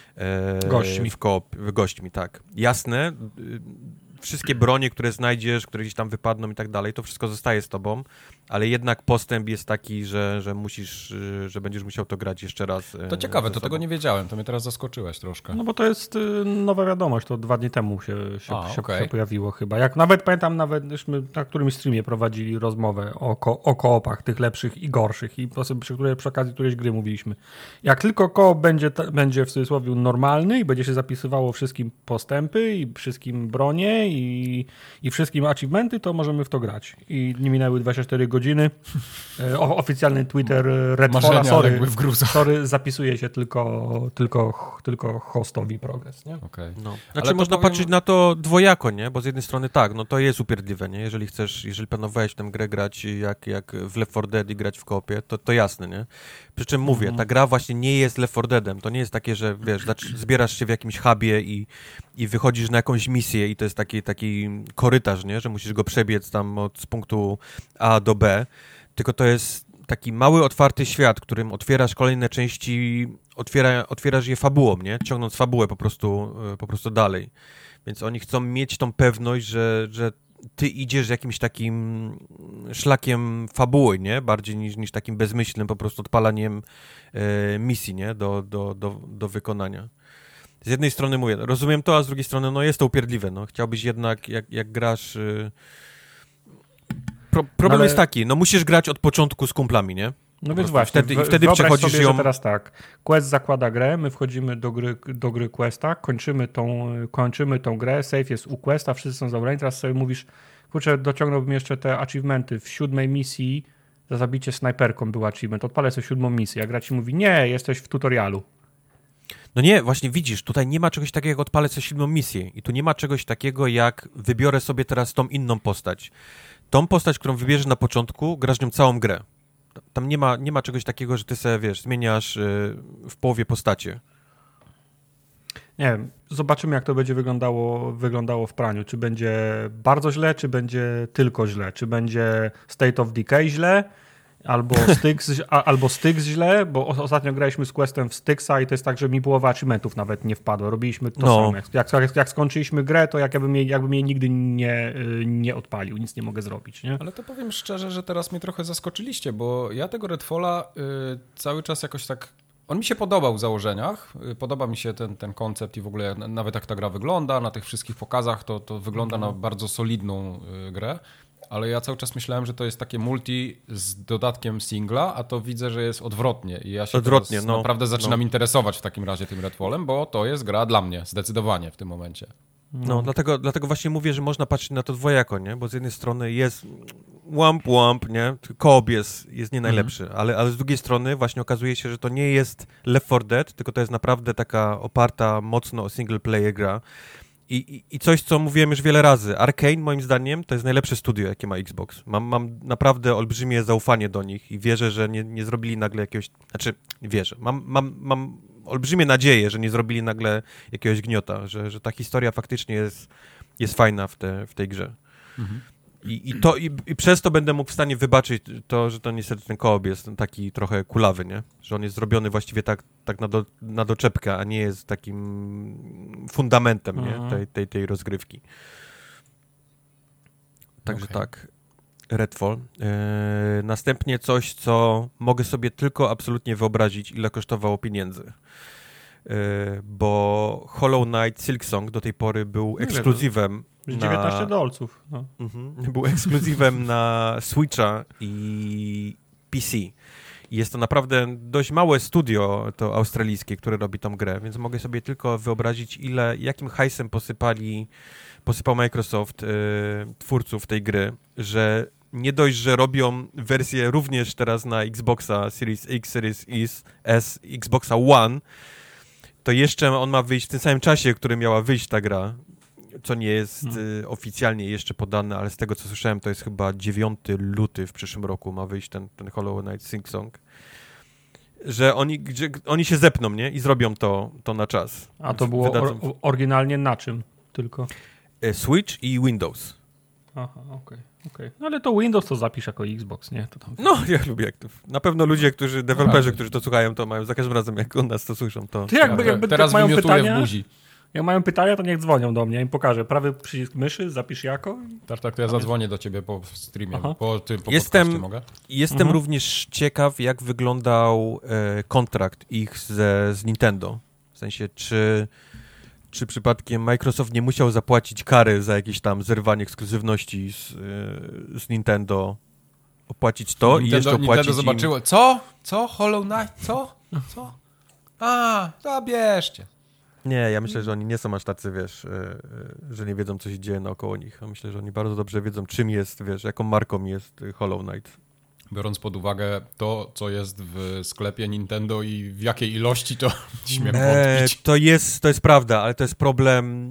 gośćmi, tak. Jasne, wszystkie bronie, które znajdziesz, które gdzieś tam wypadną i tak dalej, to wszystko zostaje z tobą, ale jednak postęp jest taki, że że będziesz musiał to grać jeszcze raz. To ciekawe, to tego nie wiedziałem, to mnie teraz zaskoczyłeś troszkę. No bo to jest nowa wiadomość, to 2 dni temu się pojawiło chyba. Jak pamiętam, żeśmy na którymś streamie prowadzili rozmowę o koopach, tych lepszych i gorszych i przy okazji którejś gry mówiliśmy. Jak tylko koop będzie w cudzysłowie normalny i będzie się zapisywało wszystkim postępy i wszystkim bronie i wszystkim achievementy, to możemy w to grać. I nie minęły 24 godziny. Oficjalny Twitter Redfalla, sorry, zapisuje się tylko hostowi progres, nie? Okay. No. Znaczy można patrzeć na to dwojako, nie? Bo z jednej strony tak, no to jest upierdliwe, nie? Jeżeli planowałeś w tę grę grać jak w Left 4 Dead i grać w koopie, to jasne, nie? Przy czym mówię, ta gra właśnie nie jest Left 4 Deadem. To nie jest takie, że wiesz, zbierasz się w jakimś hubie i wychodzisz na jakąś misję i to jest taki korytarz, nie? Że musisz go przebiec tam z punktu A do B. Tylko to jest taki mały, otwarty świat, którym otwierasz kolejne części, otwierasz je fabułą, nie? Ciągnąc fabułę po prostu dalej. Więc oni chcą mieć tą pewność, że ty idziesz jakimś takim szlakiem fabuły, nie? Bardziej niż takim bezmyślnym po prostu odpalaniem misji, nie? Do wykonania. Z jednej strony mówię, rozumiem to, a z drugiej strony no jest to upierdliwe, no. Chciałbyś jednak, jak grasz... Problem jest taki, no musisz grać od początku z kumplami, nie? No więc właśnie, wtedy przechodzisz sobie, ją... że teraz tak, Quest zakłada grę, my wchodzimy do gry Questa, kończymy tą grę, save jest u Questa, wszyscy są zabrani, teraz sobie mówisz, kurczę, dociągnąłbym jeszcze te achievementy, w 7 misji za zabicie snajperką był achievement, odpalę sobie 7 misję, a gra ci mówi, nie, jesteś w tutorialu. No nie, właśnie widzisz, tutaj nie ma czegoś takiego jak odpalę sobie 7 misję i tu nie ma czegoś takiego jak wybiorę sobie teraz tą inną postać. Tą postać, którą wybierzesz na początku, grasz nią całą grę. Tam nie ma czegoś takiego, że ty sobie, wiesz, zmieniasz w połowie postacie. Nie wiem, zobaczymy jak to będzie wyglądało w praniu. Czy będzie bardzo źle, czy będzie tylko źle. Czy będzie State of Decay źle, albo Styx źle, bo ostatnio graliśmy z Questem w Styxa i to jest tak, że mi połowa achievementów nawet nie wpadło. Robiliśmy to samo. Jak skończyliśmy grę, to jakbym jej nigdy nie odpalił, nic nie mogę zrobić. Nie? Ale to powiem szczerze, że teraz mnie trochę zaskoczyliście, bo ja tego Redfalla cały czas jakoś tak... On mi się podobał w założeniach, podoba mi się ten koncept i w ogóle nawet jak ta gra wygląda, na tych wszystkich pokazach to wygląda na bardzo solidną grę. Ale ja cały czas myślałem, że to jest takie multi z dodatkiem singla, a to widzę, że jest odwrotnie. I ja się naprawdę zaczynam interesować w takim razie tym Redfallem, bo to jest gra dla mnie, zdecydowanie w tym momencie. No, dlatego właśnie mówię, że można patrzeć na to dwojako, nie? Bo z jednej strony jest łamp, nie? Koop jest nie najlepszy, ale z drugiej strony właśnie okazuje się, że to nie jest Left 4 Dead, tylko to jest naprawdę taka oparta mocno o single player gra. I coś, co mówiłem już wiele razy. Arkane, moim zdaniem, to jest najlepsze studio, jakie ma Xbox. Mam naprawdę olbrzymie zaufanie do nich i wierzę, że nie zrobili nagle jakiegoś... Znaczy, wierzę. Mam olbrzymie nadzieję, że nie zrobili nagle jakiegoś gniota, że ta historia faktycznie jest fajna w tej grze. Mhm. I przez to będę mógł w stanie wybaczyć to, że to niestety ten koop jest taki trochę kulawy, nie? Że on jest zrobiony właściwie tak na doczepkę, a nie jest takim fundamentem, nie? Tej rozgrywki. Także tak. Redfall. Następnie coś, co mogę sobie tylko absolutnie wyobrazić, ile kosztowało pieniędzy. Bo Hollow Knight Silksong do tej pory był ekskluzywem $19. No. Był ekskluzywem na Switcha i PC. Jest to naprawdę dość małe studio, to australijskie, które robi tą grę, więc mogę sobie tylko wyobrazić, jakim hajsem posypał Microsoft twórców tej gry, że nie dość, że robią wersję również teraz na Xboxa Series X, Series S, Xboxa One, to jeszcze on ma wyjść w tym samym czasie, w którym miała wyjść ta gra, co nie jest oficjalnie jeszcze podane, ale z tego, co słyszałem, to jest chyba 9 luty w przyszłym roku ma wyjść ten Hollow Knight Silksong. Że oni się zepną, nie? I zrobią to na czas. A to było oryginalnie na czym tylko? Switch i Windows. Aha, okej. No ale to Windows to zapisz jako Xbox, nie? To tam... No, ja lubię jak to. Na pewno ludzie, deweloperzy, którzy to słuchają, to mają za każdym razem, jak od nas to słyszą, to... Jakby teraz mają wymiotuję w buzi. Jak mają pytania, to niech dzwonią do mnie, im pokażę. Prawy przycisk myszy, zapisz jako. Tak, to ja zadzwonię do ciebie po streamie, po podcaście mogę? Jestem również ciekaw, jak wyglądał kontrakt ich z Nintendo. W sensie, czy przypadkiem Microsoft nie musiał zapłacić kary za jakieś tam zerwanie ekskluzywności z Nintendo, opłacić to i jeszcze opłacić Nintendo zobaczyło, co? Hollow Knight? Co? Zabierzcie. Nie, ja myślę, że oni nie są aż tacy, że nie wiedzą, co się dzieje naokoło nich. Ja myślę, że oni bardzo dobrze wiedzą, czym jest, jaką marką jest Hollow Knight. Biorąc pod uwagę to, co jest w sklepie Nintendo i w jakiej ilości, to śmiem wątpić. To jest prawda, ale to jest problem,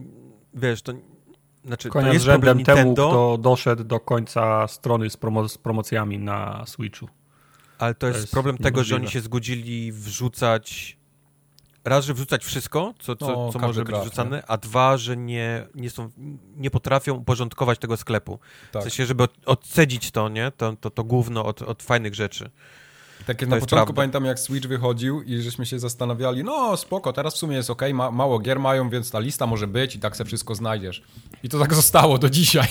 to jest problem temu, kto doszedł do końca strony z promocjami na Switchu. Ale to jest problem tego, że oni się zgodzili wrzucać wszystko, co może być wrzucane, a dwa, że nie potrafią uporządkować tego sklepu. Tak. W sensie, żeby odcedzić to, nie? To gówno od fajnych rzeczy. Tak jak na początku pamiętam, jak Switch wychodził i żeśmy się zastanawiali, no spoko, teraz w sumie jest okej, mało gier mają, więc ta lista może być i tak se wszystko znajdziesz. I to tak zostało do dzisiaj.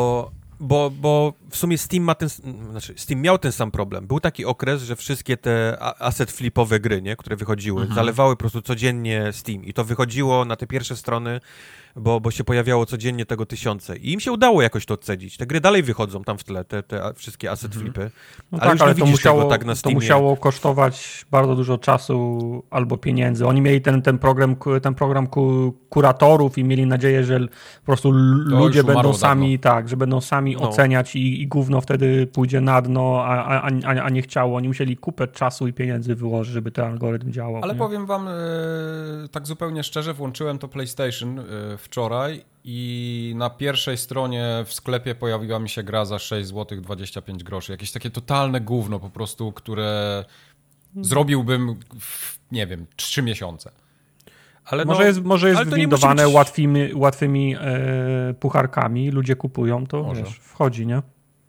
Bo w sumie Steam miał ten sam problem. Był taki okres, że wszystkie te asset flipowe gry, nie, które wychodziły, zalewały po prostu codziennie Steam. I to wychodziło na te pierwsze strony, bo się pojawiało codziennie tego 1000. I im się udało jakoś to odcedzić. Te gry dalej wychodzą tam w tle, te wszystkie asset flipy. No ale tak, ale to musiało kosztować bardzo dużo czasu albo pieniędzy. Oni mieli ten program kuratorów i mieli nadzieję, że po prostu ludzie będą sami oceniać i gówno wtedy pójdzie na dno, a nie chciało. Oni musieli kupę czasu i pieniędzy wyłożyć, żeby ten algorytm działał. Ale powiem wam tak zupełnie szczerze, włączyłem to PlayStation wczoraj i na pierwszej stronie w sklepie pojawiła mi się gra za 6 zł 25 groszy. Jakieś takie totalne gówno po prostu, które zrobiłbym w, 3 miesiące. Ale może jest windowane łatwymi pucharkami, ludzie kupują, to wchodzi, nie?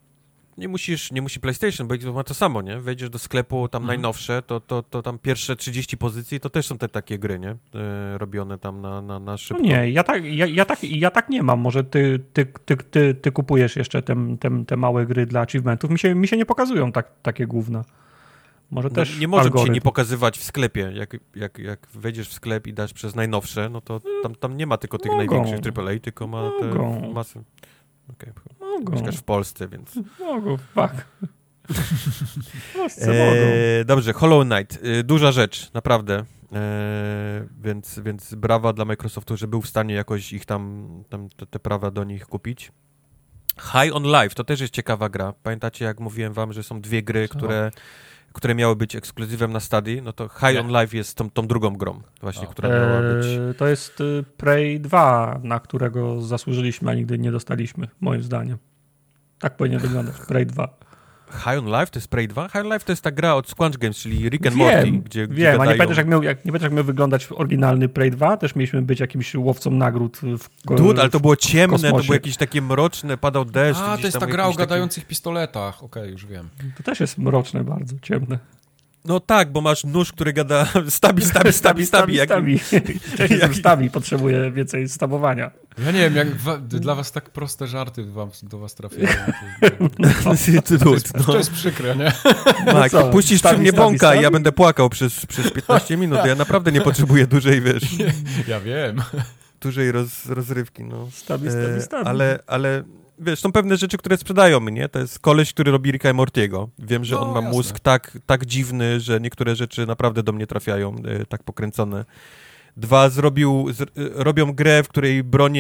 Nie musi PlayStation, bo ma to samo, nie? Wejdziesz do sklepu, tam najnowsze, to tam pierwsze 30 pozycji, to też są te takie gry, nie? Robione tam na szybko. No nie, ja tak nie mam. Może ty kupujesz jeszcze te małe gry dla achievementów. Mi się nie pokazują takie gówna. Może też nie może się nie pokazywać w sklepie. Jak wejdziesz w sklep i dasz przez najnowsze, no to tam nie ma tylko tych największych AAA, tylko ma te masy. Okay. Mieszkasz w Polsce, więc... Mogą, fuck. Dobrze, Hollow Knight. Duża rzecz, naprawdę. Więc brawa dla Microsoftu, że był w stanie jakoś ich tam te prawa do nich kupić. High on Life, to też jest ciekawa gra. Pamiętacie, jak mówiłem wam, że są dwie gry, które miały być ekskluzywem na Stadia, no to High on Life jest tą drugą grą właśnie, która miała być... To jest Prey 2, na którego zasłużyliśmy, a nigdy nie dostaliśmy, moim zdaniem. Tak powinien wyglądać, Prey 2. High on Life to jest Prey 2? High on Life to jest ta gra od Squanch Games, czyli Rick and Morty, gdzie wiem, a nie pamiętasz jak miał wyglądać oryginalny Prey 2? Też mieliśmy być jakimś łowcą nagród ale to było ciemne, to było jakieś takie mroczne, padał deszcz. To jest ta gra o gadających pistoletach. Okej, już wiem. To też jest mroczne bardzo, ciemne. No tak, bo masz nóż, który gada stabi. Stabi potrzebuje więcej stabowania. Ja nie wiem, dla was tak proste żarty do was trafiają. To jest przykre, nie? Mak, puścisz przy mnie bąka i ja będę płakał przez 15 minut. Ja naprawdę nie potrzebuję dłużej, wiesz. Ja wiem. dużej rozrywki, no. Stabi. Ale wiesz, są pewne rzeczy, które sprzedają mnie. To jest koleś, który robi Ricka i Mortiego. Wiem, że on ma mózg tak dziwny, że niektóre rzeczy naprawdę do mnie trafiają, tak pokręcone. 2, robią grę, w której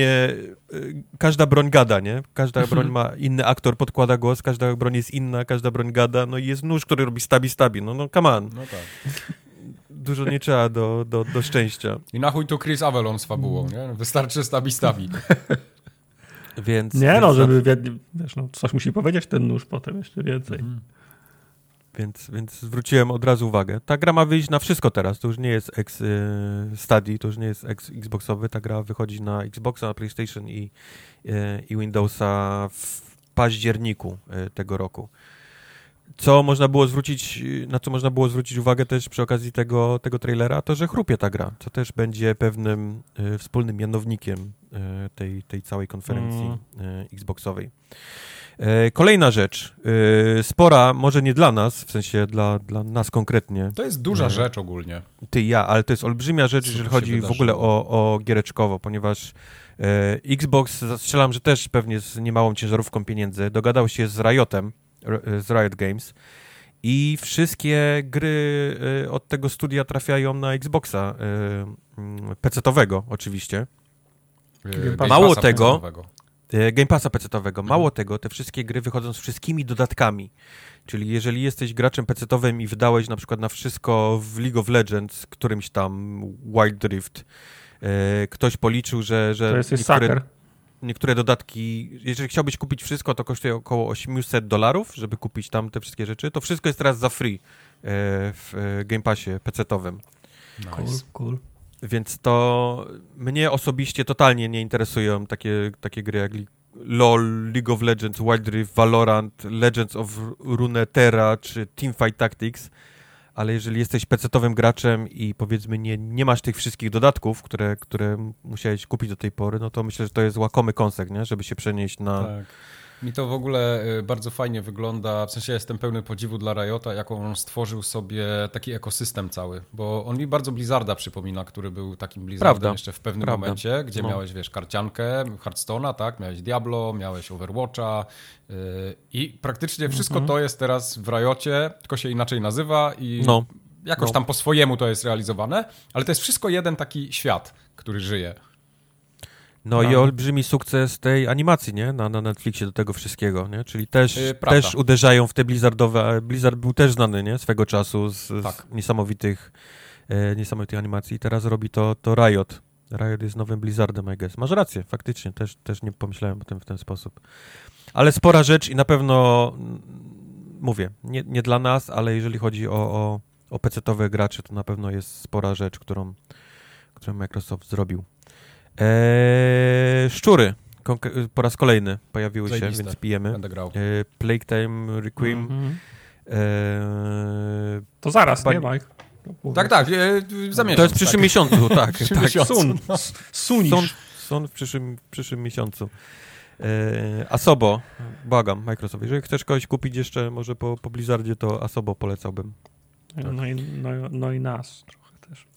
każda broń gada, nie? Każda broń ma inny aktor, podkłada głos, każda broń jest inna, każda broń gada, no i jest nóż, który robi stabi. No come on. No tak. Dużo nie trzeba do szczęścia. I na chuj tu Chris Avellon z fabułą, nie? Wystarczy stabi. Więc... Nie no, żeby, wiesz, no, coś musi powiedzieć ten nóż potem jeszcze więcej. Więc zwróciłem od razu uwagę. Ta gra ma wyjść na wszystko teraz. To już nie jest Stadia, to już nie jest Xboxowy. Ta gra wychodzi na Xboxa, na PlayStation i Windowsa w październiku tego roku. Na co można było zwrócić uwagę też przy okazji tego trailera, to że chrupie ta gra, co też będzie pewnym wspólnym mianownikiem tej całej konferencji Xboxowej. Kolejna rzecz, spora, może nie dla nas, w sensie dla nas konkretnie. To jest duża rzecz ogólnie. Ale to jest olbrzymia rzecz, jeżeli chodzi w ogóle o giereczkowo, ponieważ Xbox, strzelam, że też pewnie z niemałą ciężarówką pieniędzy, dogadał się z Riot Games i wszystkie gry od tego studia trafiają na Xboxa PC-towego oczywiście. Mało tego, Game Passa PC-towego. Mało tego, te wszystkie gry wychodzą z wszystkimi dodatkami. Czyli jeżeli jesteś graczem PC-towym i wydałeś na przykład na wszystko w League of Legends, którymś tam Wild Rift, ktoś policzył, że niektóre dodatki, jeżeli chciałbyś kupić wszystko, to kosztuje około $800, żeby kupić tam te wszystkie rzeczy. To wszystko jest teraz za free w Game Passie PC-towym. Nice. Cool. Więc to mnie osobiście totalnie nie interesują takie gry jak LoL, League of Legends, Wild Rift, Valorant, Legends of Runeterra czy Teamfight Tactics, ale jeżeli jesteś PC-towym graczem i powiedzmy nie masz tych wszystkich dodatków, które musiałeś kupić do tej pory, no to myślę, że to jest łakomy kąsek, nie? Żeby się przenieść na... Tak. Mi to w ogóle bardzo fajnie wygląda, w sensie jestem pełny podziwu dla Riota, jaką on stworzył sobie taki ekosystem cały, bo on mi bardzo Blizzarda przypomina, który był takim Blizzardem jeszcze w pewnym momencie, gdzie miałeś, wiesz, karciankę, Hearthstone'a, tak, miałeś Diablo, miałeś Overwatcha i praktycznie wszystko to jest teraz w Riocie, tylko się inaczej nazywa i jakoś tam po swojemu to jest realizowane, ale to jest wszystko jeden taki świat, który żyje. No i olbrzymi sukces tej animacji, nie? Na Netflixie do tego wszystkiego, nie? Czyli też uderzają w te Blizzardowe. Blizzard był też znany, nie? Swego czasu z niesamowitych animacji. I teraz robi to Riot. Riot jest nowym Blizzardem, I guess. Masz rację, faktycznie. Też nie pomyślałem o tym w ten sposób. Ale spora rzecz i na pewno, mówię, nie dla nas, ale jeżeli chodzi o PC-towe gracze, to na pewno jest spora rzecz, którą Microsoft zrobił. Szczury po raz kolejny pojawiły się, więc pijemy. Będę grał. Plague Tale Requiem. To zaraz, nie, Mike? Tak, za miesiąc. To jest w przyszłym miesiącu, tak. Soon w przyszłym miesiącu. Asobo, błagam, Microsoft. Jeżeli chcesz kogoś kupić jeszcze może po Blizzardzie, to Asobo polecałbym. Tak. No i nas trochę też.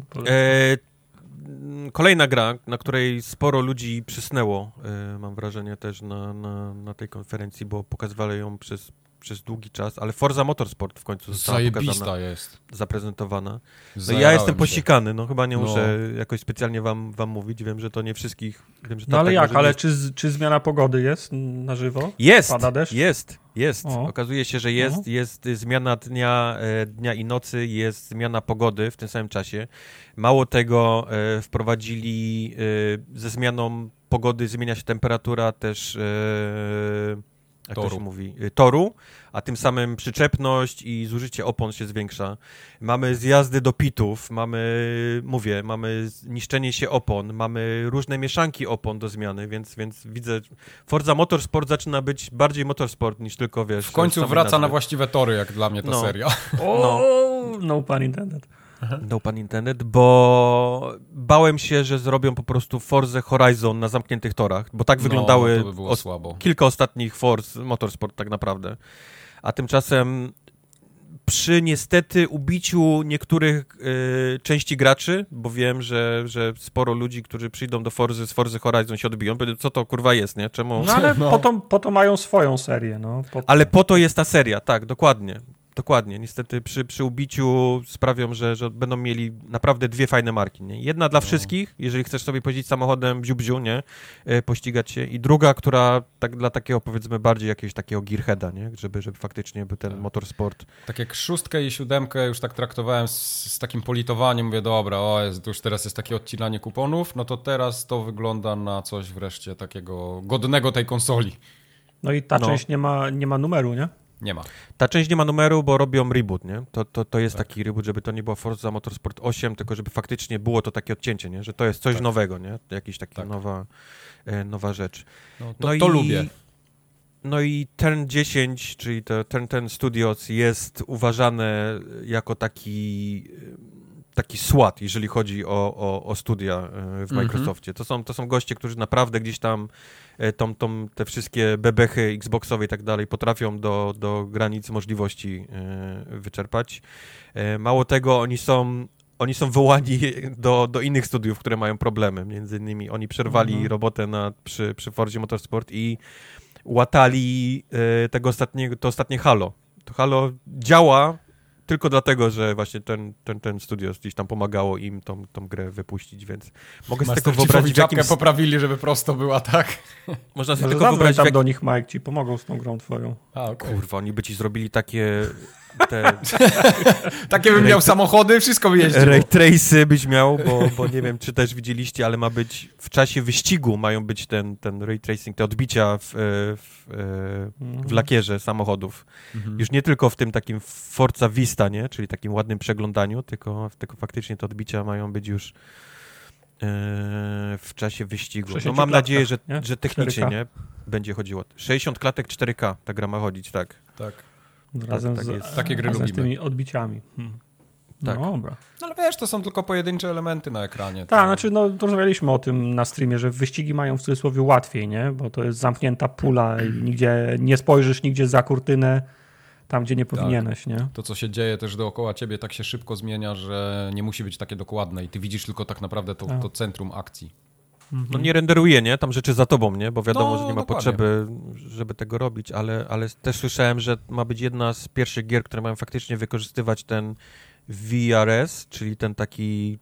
Kolejna gra, na której sporo ludzi przysnęło, mam wrażenie też na tej konferencji, bo pokazywali ją przez długi czas, ale Forza Motorsport w końcu została zaprezentowana. No ja jestem posikany, no chyba nie muszę jakoś specjalnie wam mówić, wiem, że to nie wszystkich... Wiem, że no ale jak, ale czy zmiana pogody jest na żywo? Jest, pada deszcz? Jest. Okazuje się, że jest zmiana dnia i nocy, jest zmiana pogody w tym samym czasie. Mało tego, wprowadzili ze zmianą pogody, zmienia się temperatura też... jak to się mówi, toru, a tym samym przyczepność i zużycie opon się zwiększa. Mamy zjazdy do pitów, mamy niszczenie się opon, mamy różne mieszanki opon do zmiany, więc widzę, Forza Motorsport zaczyna być bardziej motorsport niż tylko, wiesz... W końcu wraca na właściwe tory, jak dla mnie ta seria. No pun intended. No pun intended, bo bałem się, że zrobią po prostu Forza Horizon na zamkniętych torach, bo tak wyglądały to by było słabo. Kilka ostatnich Forza Motorsport tak naprawdę. A tymczasem przy niestety ubiciu niektórych części graczy, bo wiem, że sporo ludzi, którzy przyjdą do Forzy z Forzy Horizon się odbiją, powiedzą, co to kurwa jest, nie? Czemu? No ale po to mają swoją serię, no. Ale po to jest ta seria, tak, dokładnie. Dokładnie. Niestety przy ubiciu sprawią, że będą mieli naprawdę dwie fajne marki, nie? Jedna dla wszystkich, jeżeli chcesz sobie pojeździć samochodem bziu, nie? Pościgać się. I druga, która tak dla takiego, powiedzmy, bardziej jakiegoś takiego gearheada, nie? Żeby faktycznie był ten motorsport. Tak jak 6 i 7 już tak traktowałem z takim politowaniem, mówię, dobra, to już teraz jest takie odcinanie kuponów, no to teraz to wygląda na coś wreszcie takiego godnego tej konsoli. No i ta część nie ma numeru, nie? Nie ma. Ta część nie ma numeru, bo robią reboot, nie? To jest taki reboot, żeby to nie było Forza Motorsport 8, tylko żeby faktycznie było to takie odcięcie, nie? Że to jest coś nowego, nie? Jakiś taki nowa rzecz. To lubię. No i Turn 10, czyli Turn Studios jest uważane jako taki SWAT, jeżeli chodzi o studia w Microsoftie. To są goście, którzy naprawdę gdzieś tam te wszystkie bebechy Xboxowe i tak dalej potrafią do granic możliwości wyczerpać. Mało tego, oni są wołani do innych studiów, które mają problemy. Między innymi oni przerwali robotę przy Forzie Motorsport i łatali to ostatnie Halo. To Halo działa tylko dlatego, że właśnie ten studio gdzieś tam pomagało im tą grę wypuścić, więc mogę sobie tylko wyobrazić, w jakim... poprawili, żeby prosto była, tak? Można sobie tylko wyobrazić, tam do nich, Mike, ci pomogą z tą grą twoją. Kurwa, oni by ci zrobili takie... Takie bym miał samochody, wszystko by jeździło. Ray Tracy byś miał, bo nie wiem, czy też widzieliście, ale ma być w czasie wyścigu mają być ten ray tracing, te odbicia w lakierze samochodów. Już nie tylko w tym takim Forza Vista, nie? Czyli takim ładnym przeglądaniu, tylko faktycznie te odbicia mają być już w czasie wyścigu. No mam nadzieję, że technicznie 4K. nie będzie chodziło. 60 klatek 4K ta gra ma chodzić, tak. Tak. Razem takie gry lubimy. z tymi odbiciami. Tak. No dobra. No ale wiesz, to są tylko pojedyncze elementy na ekranie. Tak, znaczy rozmawialiśmy o tym na streamie, że wyścigi mają w cudzysłowie łatwiej, nie? Bo to jest zamknięta pula i nigdzie nie spojrzysz nigdzie za kurtynę, tam gdzie nie powinieneś, nie? To, co się dzieje też dookoła ciebie, tak się szybko zmienia, że nie musi być takie dokładne i ty widzisz tylko tak naprawdę to centrum akcji. No nie renderuje, nie? Tam rzeczy za tobą, nie? Bo wiadomo, że nie ma dokładnie. potrzeby, żeby tego robić, ale też słyszałem, że ma być jedna z pierwszych gier, które mają faktycznie wykorzystywać ten VRS, czyli ten taki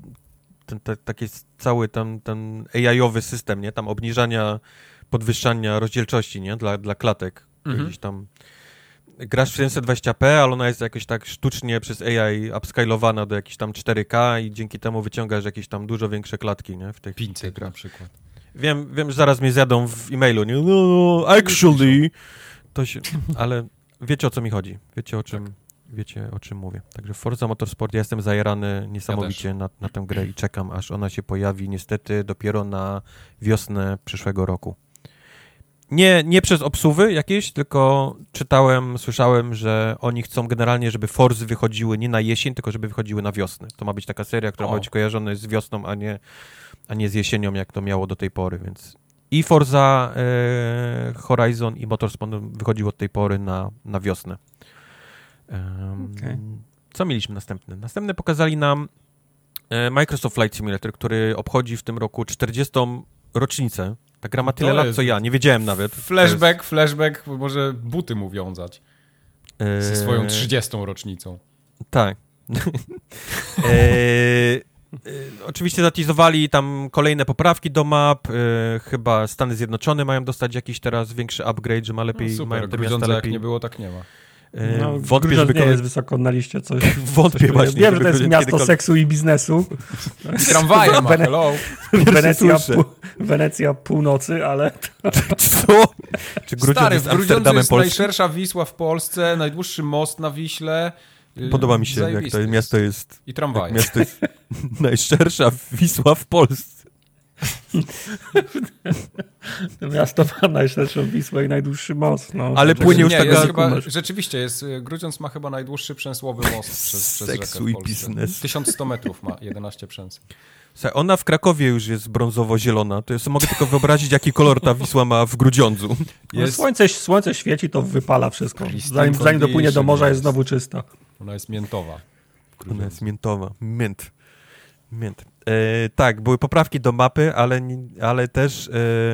cały ten AI-owy system, nie? Tam obniżania, podwyższania rozdzielczości, nie? Dla klatek. Gdzieś tam grasz w 720p, ale ona jest jakoś tak sztucznie przez AI upscalowana do jakichś tam 4K i dzięki temu wyciągasz jakieś tam dużo większe klatki, nie? W tych 500 na przykład. Wiem, że zaraz mnie zjadą w e-mailu, nie? No, actually, to się... Ale wiecie, o co mi chodzi. Wiecie, o czym mówię. Także Forza Motorsport, ja jestem zajarany niesamowicie na tę grę i czekam, aż ona się pojawi niestety dopiero na wiosnę przyszłego roku. Nie przez obsuwy jakieś, tylko słyszałem, że oni chcą generalnie, żeby Forzy wychodziły nie na jesień, tylko żeby wychodziły na wiosnę. To ma być taka seria, która ma być kojarzona z wiosną, a nie z jesienią, jak to miało do tej pory, więc i Forza Horizon i Motorsport wychodził od tej pory na wiosnę. Co mieliśmy następne? Następne pokazali nam Microsoft Flight Simulator, który obchodzi w tym roku 40. rocznicę. Ta gra ma tyle lat, co ja. Nie wiedziałem nawet. Flashback, może buty mu wiązać. Ze swoją 30. rocznicą. Tak. Oczywiście zatizowali tam kolejne poprawki do map. Chyba Stany Zjednoczone mają dostać jakiś teraz większy upgrade, że ma lepiej. Super, mają te Grudziądza miasta jak lepiej. nie było, tak nie ma. Wątpię, żeby nie jest wysoko na liście coś. Wątpię właśnie. Wiem, że to jest miasto seksu i biznesu. I tramwaje ma, hello. Wenecja północy, ale... Co? Czy Grudziądz Stary, jest w Grudziądzu Amsterdamem jest Polskim? najszersza Wisła w Polsce, najdłuższy most na Wiśle. Podoba mi się, jak to miasto jest... I tramwaje. Miasto jest najszersza Wisła w Polsce. To miasto ma najszerszą Wisłę i najdłuższy most. No. Ale płynie już taka... Rzeczywiście, Grudziądz ma chyba najdłuższy przemysłowy most przez rzekę Seksu w i Polsce. biznes. 1100 metrów ma, 11 przęs. Słuchaj, ona w Krakowie już jest brązowo-zielona, to ja sobie mogę tylko wyobrazić, jaki kolor ta Wisła ma w Grudziądzu. Słońce świeci, to wypala wszystko. Zanim dopłynie do morza, jest znowu czysta. Ona jest miętowa. Ona jest miętowa. Mint. Tak, były poprawki do mapy, ale też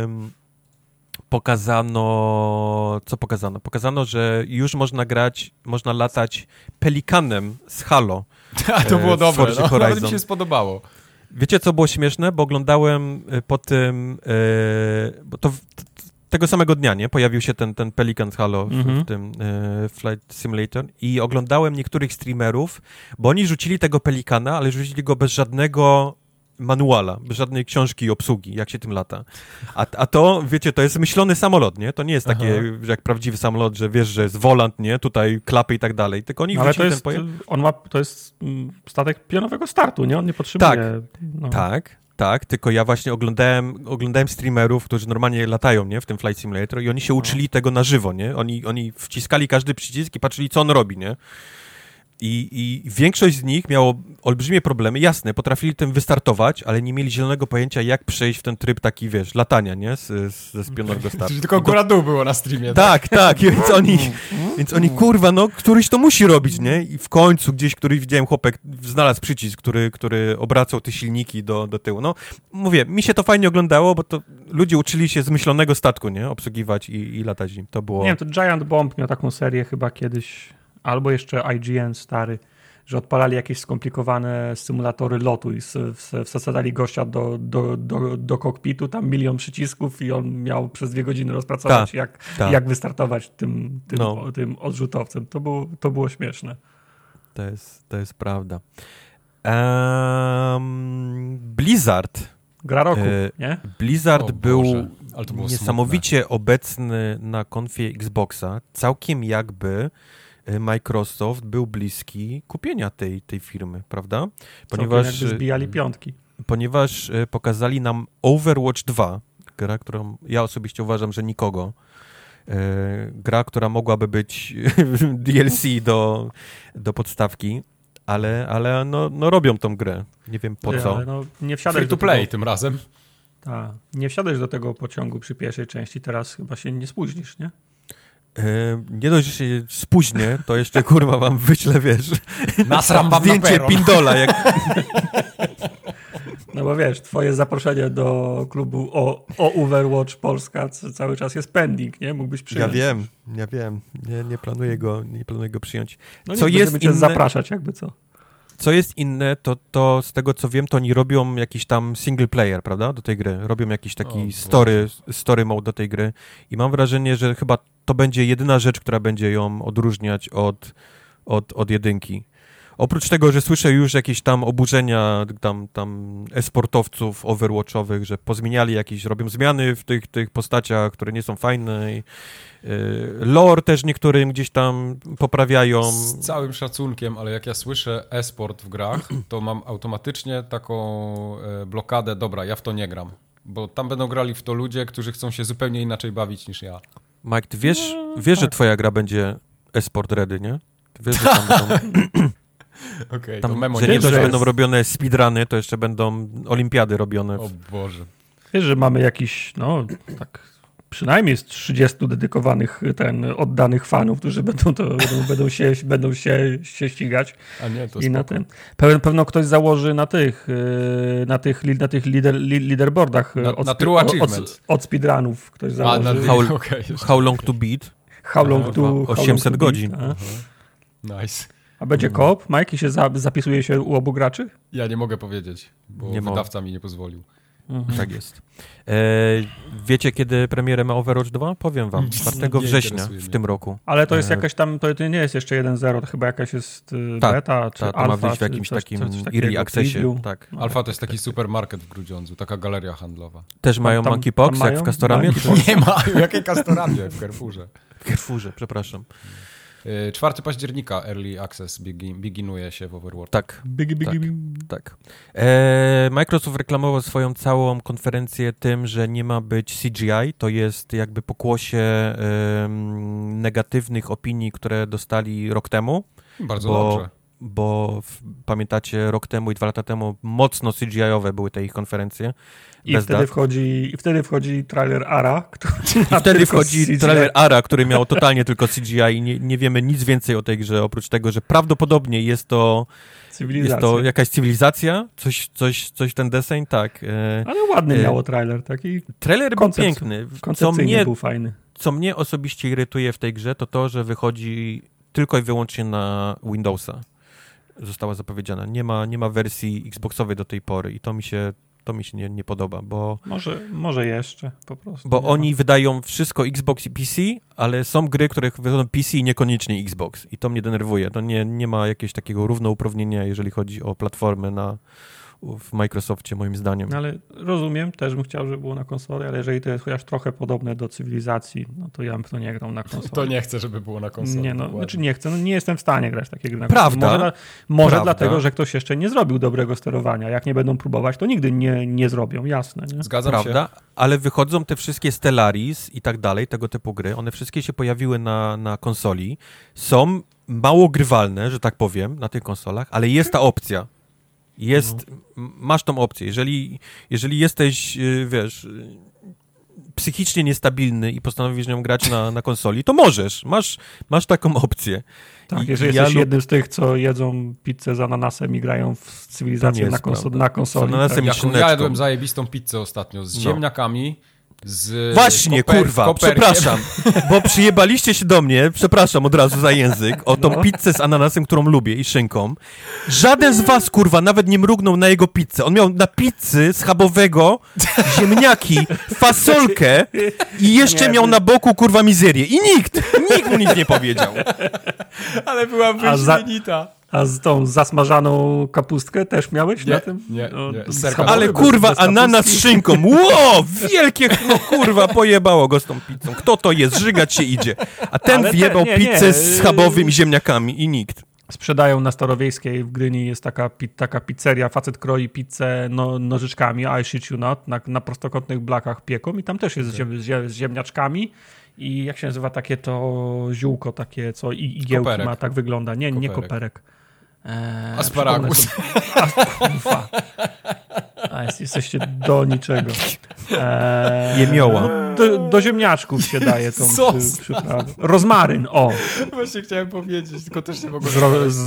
pokazano... Co pokazano? Pokazano, że już można latać pelikanem z Halo. To było dobre, nawet mi się spodobało. Wiecie, co było śmieszne? Bo oglądałem po tym... bo to tego samego dnia, nie? Pojawił się ten Pelikan z Halo w tym Flight Simulator i oglądałem niektórych streamerów, bo oni rzucili tego Pelikana, ale rzucili go bez żadnego manuala, bez żadnej książki obsługi, jak się tym lata. A to, wiecie, to jest myślony samolot, nie? To nie jest takie, że jak prawdziwy samolot, że wiesz, że jest wolant, nie? Tutaj klapy i tak dalej, tylko oni wrzucili ten pojazd. To jest statek pionowego startu, nie? On nie potrzebuje... Tak, tylko ja właśnie oglądałem streamerów, którzy normalnie latają, nie, w tym Flight Simulator i oni się uczyli tego na żywo, nie? Oni wciskali każdy przycisk i patrzyli, co on robi, nie? I większość z nich miało olbrzymie problemy. Jasne, potrafili tym wystartować, ale nie mieli zielonego pojęcia, jak przejść w ten tryb taki, wiesz, latania, nie? Ze spionego startu. Czyli tylko góra dół było na streamie. Tak, więc oni, kurwa, no, któryś to musi robić, nie? I w końcu gdzieś, widziałem, chłopek znalazł przycisk, który obracał te silniki do tyłu. No, mówię, mi się to fajnie oglądało, bo to ludzie uczyli się z myślonego statku, nie? Obsługiwać i latać nim. To było... Nie wiem, to Giant Bomb miał taką serię chyba kiedyś... Albo jeszcze IGN stary, że odpalali jakieś skomplikowane symulatory lotu i wsadzali gościa do kokpitu, tam 1 000 000 przycisków i on miał przez 2 godziny rozpracować, jak wystartować tym odrzutowcem. To było śmieszne. To jest prawda. Blizzard. Gra roku, nie? Blizzard był niesamowicie smutne. obecny na konfie Xboxa, całkiem jakby Microsoft był bliski kupienia tej firmy, prawda? Ponieważ zbijali piątki. Ponieważ pokazali nam Overwatch 2, gra, którą ja osobiście uważam, że nikogo. Gra, która mogłaby być DLC do podstawki, ale no robią tą grę. Nie wiem po co. No, nie wsiadać free to play tym razem. Tak. Nie wsiadasz do tego pociągu przy pierwszej części, teraz chyba się nie spóźnisz, nie? Nie dość, że się spóźnię, to jeszcze kurwa wam wyślę, wiesz, Nasram wam zdjęcie pindola. No bo wiesz, twoje zaproszenie do klubu o Overwatch Polska cały czas jest pending, nie? Mógłbyś przyjąć. Ja wiem. Nie planuję go przyjąć. No co nie, jest inne, zapraszać jakby co. Co jest inne, to z tego co wiem, to oni robią jakiś tam single player, prawda, do tej gry. Robią jakiś taki story mode do tej gry i mam wrażenie, że chyba to będzie jedyna rzecz, która będzie ją odróżniać od jedynki. Oprócz tego, że słyszę już jakieś tam oburzenia tam e-sportowców overwatchowych, że pozmieniali robią zmiany w tych postaciach, które nie są fajne. Lore też niektórym gdzieś tam poprawiają. Z całym szacunkiem, ale jak ja słyszę e-sport w grach, to mam automatycznie taką blokadę, dobra, ja w to nie gram. Bo tam będą grali w to ludzie, którzy chcą się zupełnie inaczej bawić niż ja. Mike, ty wiesz, że twoja gra będzie e-sport ready, nie? Ty wiesz, że tam będą... Okay, tam, że nie dość, że będą robione speedruny, to jeszcze będą olimpiady robione. O Boże. Wiesz, że mamy jakiś, przynajmniej z 30 dedykowanych, oddanych fanów, którzy będą się ścigać. A nie, to i na tym. Pewno ktoś założy na tych leaderboardach od speedrunów. Ktoś założy. How long to beat? How long to 800 godzin. Nice. A będzie koop? Mike, i się zapisuje się u obu graczy? Ja nie mogę powiedzieć, bo wydawca mi nie pozwolił. Tak jest. Wiecie, kiedy premierę ma Overwatch 2? Powiem wam, 4 września w tym roku. Ale to jest jakaś tam, to nie jest jeszcze 1.0, to chyba jakaś jest beta, czy alfa. To ma wyjść w jakimś takim early accessie. Tak. Alfa to jest taki supermarket w Grudziądzu, taka galeria handlowa. Też mają monkeypox jak w Castoramie? Nie mają, jakie Castoramie w Carrefourze. W Carrefourze, przepraszam. 4 października Early Access beginuje się w Overwatch. Tak. Tak. Microsoft reklamował swoją całą konferencję tym, że nie ma być CGI. To jest jakby pokłosie negatywnych opinii, które dostali rok temu. Bardzo dobrze. pamiętacie, rok temu i 2 lata temu mocno CGI-owe były te ich konferencje. I wtedy wchodzi trailer ARA. Który miał totalnie tylko CGI i nie wiemy nic więcej o tej grze, oprócz tego, że prawdopodobnie jest to jakaś cywilizacja, coś ten deseń, tak. Ale ładny miało trailer, taki. Trailer był piękny. Koncepcyjnie był fajny. Co mnie osobiście irytuje w tej grze, to, że wychodzi tylko i wyłącznie na Windowsa. Została zapowiedziana. Nie ma wersji Xboxowej do tej pory i to mi się nie podoba, bo... Może jeszcze po prostu. Bo oni wydają wszystko Xbox i PC, ale są gry, które wychodzą PC i niekoniecznie Xbox. I to mnie denerwuje. To nie ma jakiegoś takiego równouprawnienia, jeżeli chodzi o platformę w Microsoftie, moim zdaniem. Ale rozumiem, też bym chciał, żeby było na konsoli, ale jeżeli to jest chociaż trochę podobne do cywilizacji, no to ja bym to nie grał na konsoli. To nie chcę, żeby było na konsoli. Nie chcę, nie jestem w stanie grać takie gry na konsoli. Może dlatego, że ktoś jeszcze nie zrobił dobrego sterowania. Jak nie będą próbować, to nigdy nie zrobią, jasne. Nie? Zgadzam się. Ale wychodzą te wszystkie Stellaris i tak dalej, tego typu gry. One wszystkie się pojawiły na konsoli. Są mało grywalne, że tak powiem, na tych konsolach, ale jest ta opcja. Masz tą opcję. Jeżeli jesteś, wiesz, psychicznie niestabilny i postanowisz nią grać na konsoli, to możesz. Masz taką opcję. Tak, jeżeli jesteś jednym z tych, co jedzą pizzę z ananasem i grają w cywilizację na konsoli. Ja jadłem zajebistą pizzę ostatnio z ziemniakami, Właśnie, przepraszam, bo przyjebaliście się do mnie, przepraszam od razu za język, o tą pizzę z ananasem, którą lubię i szynką. Żaden z was, nawet nie mrugnął na jego pizzę. On miał na pizzy schabowego ziemniaki, fasolkę i jeszcze miał na boku, mizerię. I nikt mu nic nie powiedział. Ale była wyśmienita. A z tą zasmażaną kapustkę też miałeś na tym? Nie. Ale ananas z szynką. Wielkie, pojebało go z tą pizzą. Kto to jest? Żygać się idzie. A ten wjebał pizzę z schabowym ziemniakami i nikt. Sprzedają na Starowiejskiej w Gdyni, jest taka pizzeria, facet kroi pizzę nożyczkami, I shit you not, na prostokątnych blakach pieką i tam też jest z ziemniaczkami. I jak się nazywa takie to ziółko, takie co igiełki koperek. Ma, tak wygląda. Nie koperek. Asparagus. Jesteście do niczego. Jemioła. Do ziemniaczków się daje tą przyprawę. Rozmaryn, Właśnie chciałem powiedzieć, tylko też nie mogłem.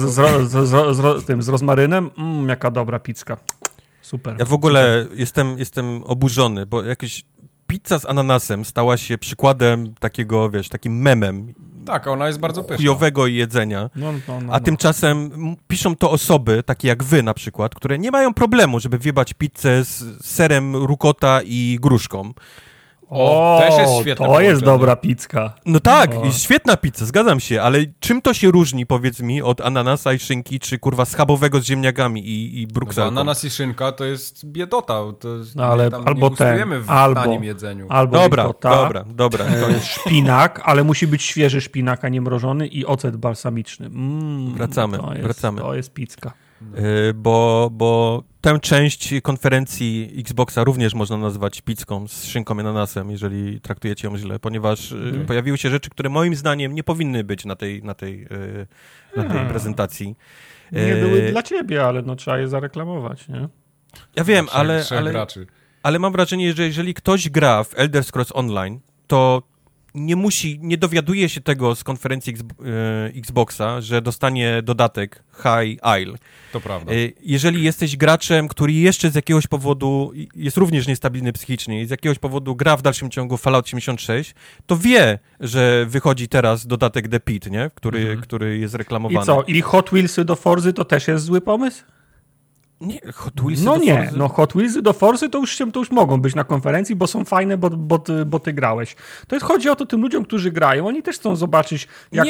Z rozmarynem? Jaka dobra pizzka. Super. Ja w ogóle jestem oburzony, bo jakieś pizza z ananasem stała się przykładem takiego, takim memem. Tak, ona jest bardzo pyszna. Chujowego jedzenia. A tymczasem piszą to osoby, takie jak wy na przykład, które nie mają problemu, żeby wjebać pizzę z serem rucotta i gruszką. Też jest świetne. To jest dobra pizzka. No tak, jest świetna pizza, zgadzam się, ale czym to się różni, powiedz mi, od ananasa i szynki, czy schabowego z ziemniakami i brukselką? Ananas i szynka to jest biedota. To jest, ale albo w tanim jedzeniu. Dobra. To jest szpinak, ale musi być świeży szpinak, a nie mrożony i ocet balsamiczny. Wracamy. To jest pizzka. Bo tę część konferencji Xboxa również można nazwać pizzką z szynką i ananasem, jeżeli traktujecie ją źle, ponieważ pojawiły się rzeczy, które moim zdaniem nie powinny być na tej prezentacji. Nie były dla ciebie, ale trzeba je zareklamować, nie? Ja wiem, ale mam wrażenie, że jeżeli ktoś gra w Elder Scrolls Online, to nie dowiaduje się tego z konferencji Xboxa, że dostanie dodatek High Isle. To prawda. Jeżeli jesteś graczem, który jeszcze z jakiegoś powodu jest również niestabilny psychicznie i z jakiegoś powodu gra w dalszym ciągu Fallout 76, to wie, że wychodzi teraz dodatek The Pit, nie? Który jest reklamowany. I co? I Hot Wheelsy do Forzy to też jest zły pomysł? Nie, Hot Wheelsy do Forzy? Hot Wheelsy do Forzy to już mogą być na konferencji, bo są fajne, bo ty grałeś. Chodzi o to tym ludziom, którzy grają, oni też chcą zobaczyć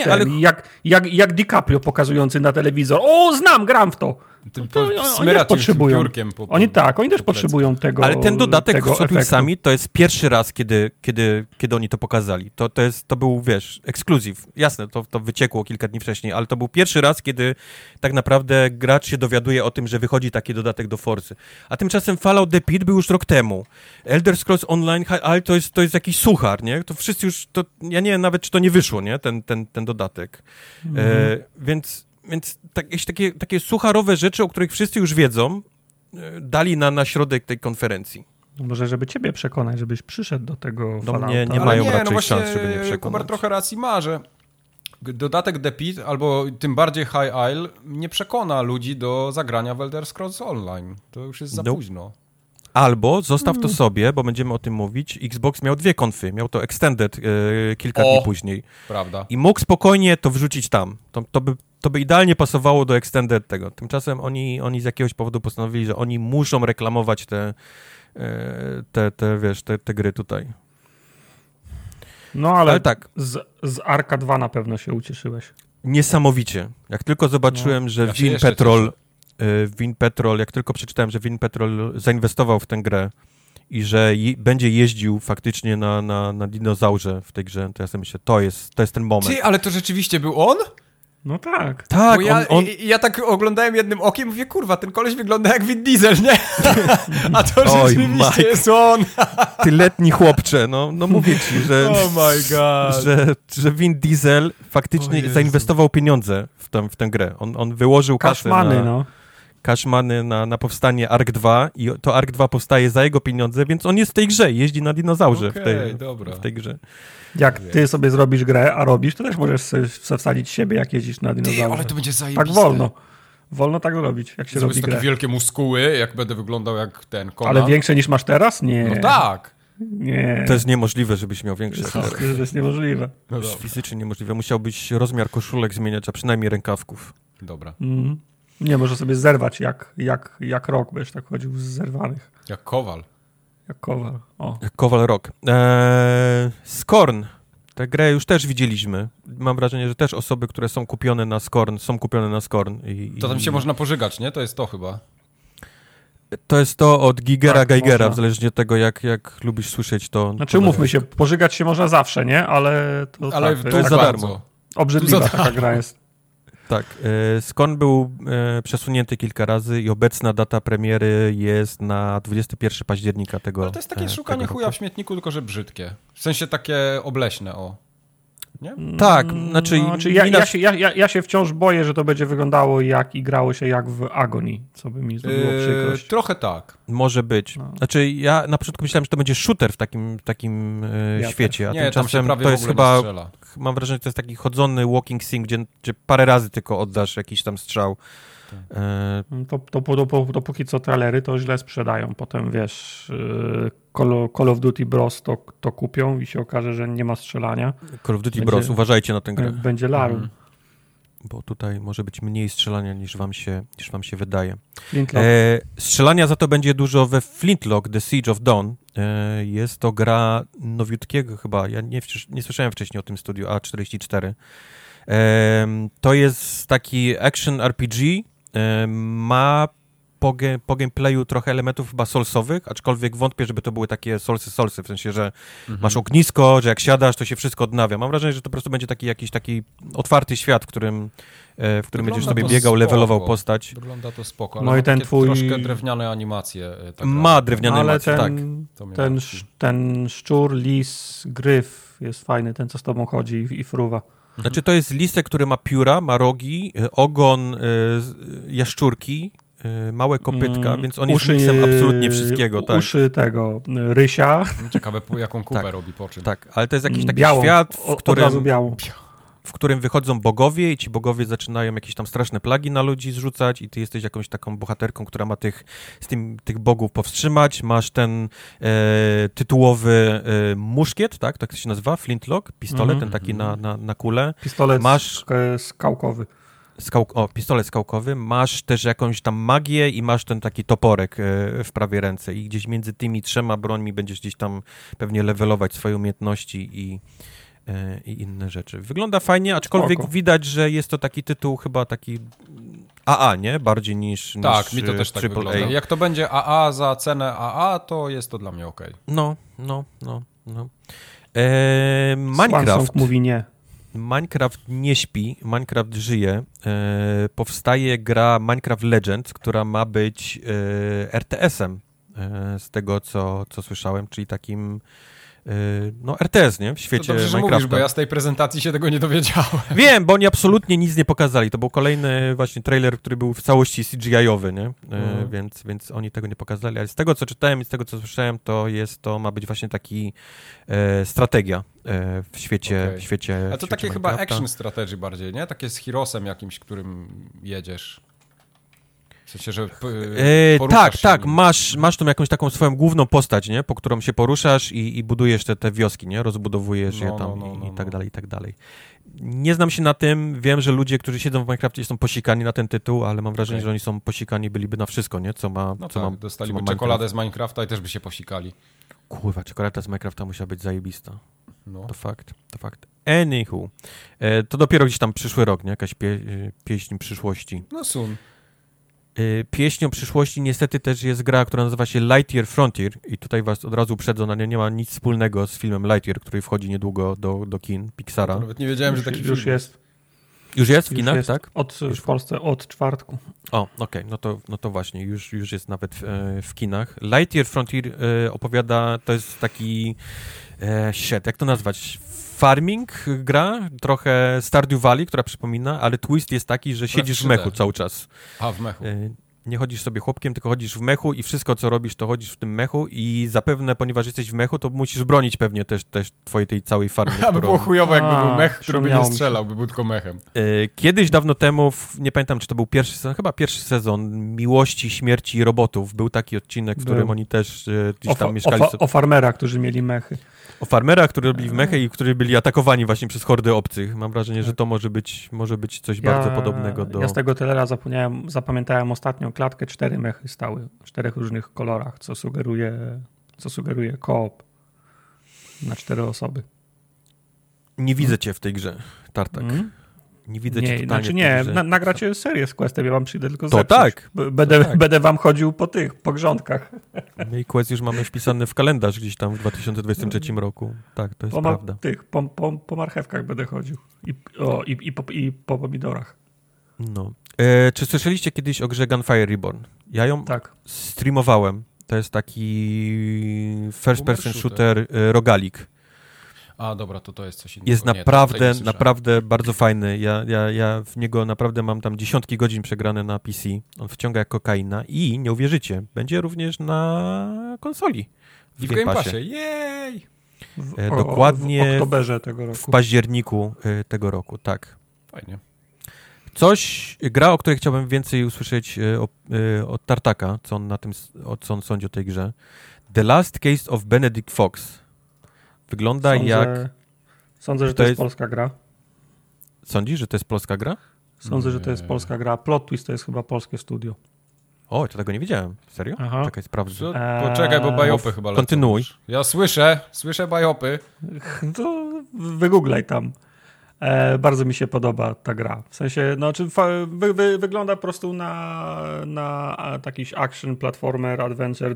jak DiCaprio pokazujący na telewizor. Gram w to. Oni też potrzebują. Oni też potrzebują tego. Ale ten dodatek z Hot Wheelsami to jest pierwszy raz, kiedy oni to pokazali. To był, ekskluzyw. Jasne, to wyciekło kilka dni wcześniej, ale to był pierwszy raz, kiedy tak naprawdę gracz się dowiaduje o tym, że wychodzi taki dodatek do Forzy. A tymczasem Fallout The Pit był już rok temu. Elder Scrolls Online, ale to jest jakiś suchar, nie? To wszyscy już, ja nie wiem nawet, czy to nie wyszło, nie? Ten dodatek. Więc Więc jakieś takie sucharowe rzeczy, o których wszyscy już wiedzą, dali na środek tej konferencji. Może żeby ciebie przekonać, żebyś przyszedł do tego Fallouta. Nie mają raczej szans, żeby mnie przekonać. Kubar trochę racji ma, że dodatek The Pit, albo tym bardziej High Isle, nie przekona ludzi do zagrania w Elder Scrolls Online. To już jest za późno. Albo zostaw to sobie, bo będziemy o tym mówić. Xbox miał 2 konfy. Miał to Extended kilka dni później. Prawda. I mógł spokojnie to wrzucić tam. To by idealnie pasowało do Extended tego. Tymczasem oni z jakiegoś powodu postanowili, że oni muszą reklamować te gry tutaj. No ale tak. Z Arka 2 na pewno się ucieszyłeś. Niesamowicie. Jak tylko zobaczyłem, że Vin Petrol, jak tylko przeczytałem, że Vin Petrol zainwestował w tę grę i że będzie jeździł faktycznie na dinozaurze w tej grze, to ja sobie myślę, to jest ten moment. Ty, ale to rzeczywiście był on? No tak. Tak, bo ja tak oglądałem jednym okiem i mówię, kurwa, ten koleś wygląda jak Vin Diesel, nie? A to rzeczywiście jest on. Ty letni chłopcze, no mówię ci, że oh my God. Że Vin Diesel faktycznie zainwestował pieniądze w tę grę. On wyłożył kaszmany na powstanie Ark 2 i to Ark 2 powstaje za jego pieniądze, więc on jest w tej grze, jeździ na dinozaurze w tej grze. Jak ty sobie zrobisz grę, a robisz, to też możesz sobie wsadzić siebie, jak jeździsz na dinozaurze. Ale to będzie zajebiste. Tak wolno. Wolno tak robić, jak się robi grę. Takie wielkie muskuły, jak będę wyglądał jak ten Conan. Ale większe niż masz teraz? Nie. No tak. Nie. To jest niemożliwe, żebyś miał większe. To jest niemożliwe. No fizycznie niemożliwe. Musiałbyś rozmiar koszulek zmieniać, a przynajmniej rękawków. Dobra. Nie, może sobie zerwać jak Rock, będziesz tak chodził z zerwanych. Jak Kowal. Jak Kowal. Jak Kowal Rock. Scorn. Tę grę już też widzieliśmy. Mam wrażenie, że też osoby, które są kupione na Scorn. To tam się można pożygać, nie? To jest to chyba. To jest to od Geigera, w zależności od tego, jak lubisz słyszeć to. Znaczy umówmy się, pożygać się można zawsze, nie? Ale to jest za darmo. Obrzydliwa taka gra jest. Tak. Scorn był przesunięty kilka razy i obecna data premiery jest na 21 października tego. Ale to jest takie szukanie chuja w śmietniku, tylko że brzydkie. W sensie takie obleśne, Nie? Tak, ja się wciąż boję, że to będzie wyglądało i grało się jak w Agony, co by mi zrobiło przykrość. Trochę tak. Może być. Znaczy ja na początku myślałem, że to będzie shooter w takim świecie, a tymczasem to jest chyba, mam wrażenie, że to jest taki chodzony walking sim, gdzie parę razy tylko oddasz jakiś tam strzał. Dopóki co trailery to źle sprzedają. Potem wiesz, Call of Duty Bros to kupią i się okaże, że nie ma strzelania. Call of Duty Bros, uważajcie na tę grę. Będzie larum. Bo tutaj może być mniej strzelania niż wam się wydaje. Flintlock. Strzelania za to będzie dużo we Flintlock, The Siege of Dawn. Jest to gra nowiutkiego chyba. Ja nie słyszałem wcześniej o tym studiu A44. To jest taki action RPG. Ma po gameplayu trochę elementów chyba soulsowych, aczkolwiek wątpię, żeby to były takie soulsy, w sensie, że masz ognisko, że jak siadasz, to się wszystko odnawia. Mam wrażenie, że to po prostu będzie jakiś taki otwarty świat, w którym będziesz sobie biegał, levelował postać. Wygląda to spoko, ale no i ten troszkę drewniane animacje. Ma drewniane animacje, tak. Ten szczur, lis, gryf jest fajny, ten co z tobą chodzi i fruwa. Znaczy to jest listek, który ma pióra, ma rogi, ogon jaszczurki, małe kopytka, więc on jest miksem absolutnie wszystkiego. Tak. Uszy tego rysia. Ciekawe, jaką kupę robi po czym. Tak, ale to jest jakiś taki świat, w którym wychodzą bogowie i ci bogowie zaczynają jakieś tam straszne plagi na ludzi zrzucać i ty jesteś jakąś taką bohaterką, która ma tych bogów powstrzymać. Masz ten tytułowy muszkiet, tak to się nazywa? Flintlock, pistolet, ten taki na kulę. Pistolet skałkowy. Pistolet skałkowy, masz też jakąś tam magię i masz ten taki toporek w prawej ręce i gdzieś między tymi trzema brońmi będziesz gdzieś tam pewnie levelować swoje umiejętności i inne rzeczy. Wygląda fajnie, aczkolwiek widać, że jest to taki tytuł chyba taki AA, nie? Bardziej niż tak, mi to też tak wygląda. Jak to będzie AA za cenę AA, to jest to dla mnie okej. No. Minecraft mówi nie. Minecraft nie śpi, Minecraft żyje. Powstaje gra Minecraft Legends, która ma być RTS-em z tego, co słyszałem, czyli takim no RTS, nie? W świecie to dobrze, że Minecrafta. mówisz, bo ja z tej prezentacji się tego nie dowiedziałem. Wiem, bo oni absolutnie nic nie pokazali. To był kolejny właśnie trailer, który był w całości CGI-owy, nie? Więc oni tego nie pokazali. Ale z tego, co czytałem i z tego, co słyszałem, to ma być właśnie taki strategia w świecie A to takie Minecrafta. chyba action strategy bardziej, nie? Takie z Heroesem jakimś, którym jedziesz. W sensie, że tak, masz tą jakąś taką swoją główną postać, nie? Po którą się poruszasz i budujesz te wioski, nie? Rozbudowujesz je tam i tak dalej, i tak dalej. Nie znam się na tym, wiem, że ludzie, którzy siedzą w Minecrafcie są posikani na ten tytuł, ale mam wrażenie, że oni są posikani byliby na wszystko, nie? Dostaliby czekoladę z Minecrafta i też by się posikali. Kurwa, czekolada z Minecrafta musiała być zajebista. No. To fakt. Anywho. To dopiero gdzieś tam przyszły rok, nie? Jakaś pieśń przyszłości. No sun. Pieśnią przyszłości niestety też jest gra, która nazywa się Lightyear Frontier i tutaj was od razu uprzedzę, ona nie ma nic wspólnego z filmem Lightyear, który wchodzi niedługo do kin Pixara. Nawet nie wiedziałem, że taki film już jest. Już jest w kinach, tak? W Polsce od czwartku. O, okej, no to właśnie, już jest nawet w kinach. Lightyear Frontier opowiada, to jest taki, jak to nazwać? Farming gra, trochę Stardew Valley, która przypomina, ale twist jest taki, że siedzisz w mechu cały czas. A, w mechu. Nie chodzisz sobie chłopkiem, tylko chodzisz w mechu i wszystko, co robisz, to chodzisz w tym mechu i zapewne, ponieważ jesteś w mechu, to musisz bronić pewnie też twojej tej całej farmy. Aby było chujowo, jakby był mech, który by nie strzelał, by był tylko mechem. Kiedyś, dawno temu, nie pamiętam, czy to był pierwszy sezon, chyba pierwszy sezon Miłości, Śmierci i Robotów. Był taki odcinek, w którym oni też gdzieś tam mieszkali. O farmerach, którzy mieli mechy. O farmerach, którzy robili w mechy i którzy byli atakowani właśnie przez hordy obcych. Mam wrażenie, że to może być coś bardzo podobnego do... Ja z tego trailera zapamiętałem ostatnią klatkę, 4 mechy stały w 4 różnych kolorach, co sugeruje koop na 4 osoby. Nie widzę cię w tej grze, Tartak. Nie widzę cię totalnie. Znaczy nie, nagracie serię z Questem, ja wam przyjdę tylko to zepsuć. tak. Będę wam chodził po grządkach. My i Quest już mamy wpisany w kalendarz gdzieś tam w 2023 roku. Tak, to jest prawda. Po marchewkach będę chodził i po pomidorach. No. Czy słyszeliście kiedyś o grze Gunfire Reborn? Ja ją streamowałem. To jest taki first person shooter rogalik. A, dobra, to jest coś innego. Jest naprawdę bardzo fajny. Ja w niego naprawdę mam tam dziesiątki godzin przegrane na PC. On wciąga jak kokaina i, nie uwierzycie, będzie również na konsoli. W Game Passie. Jej! Dokładnie w oktoberze tego roku. W październiku tego roku, tak. Fajnie. Gra, o której chciałbym więcej usłyszeć od Tartaka, co on sądzi o tej grze. The Last Case of Benedict Fox. Wygląda Sądzę, że to jest polska gra. Sądzisz, że to jest polska gra? Sądzę, że to jest polska gra. Plot Twist to jest chyba polskie studio. O, to tego nie wiedziałem. Serio? Aha. Czekaj, sprawdzę. Poczekaj, bo bajopy chyba lecą. Kontynuuj. Ja słyszę bajopy. To wygooglaj tam. Bardzo mi się podoba ta gra. W sensie, wygląda po prostu na takiś action, platformer, adventure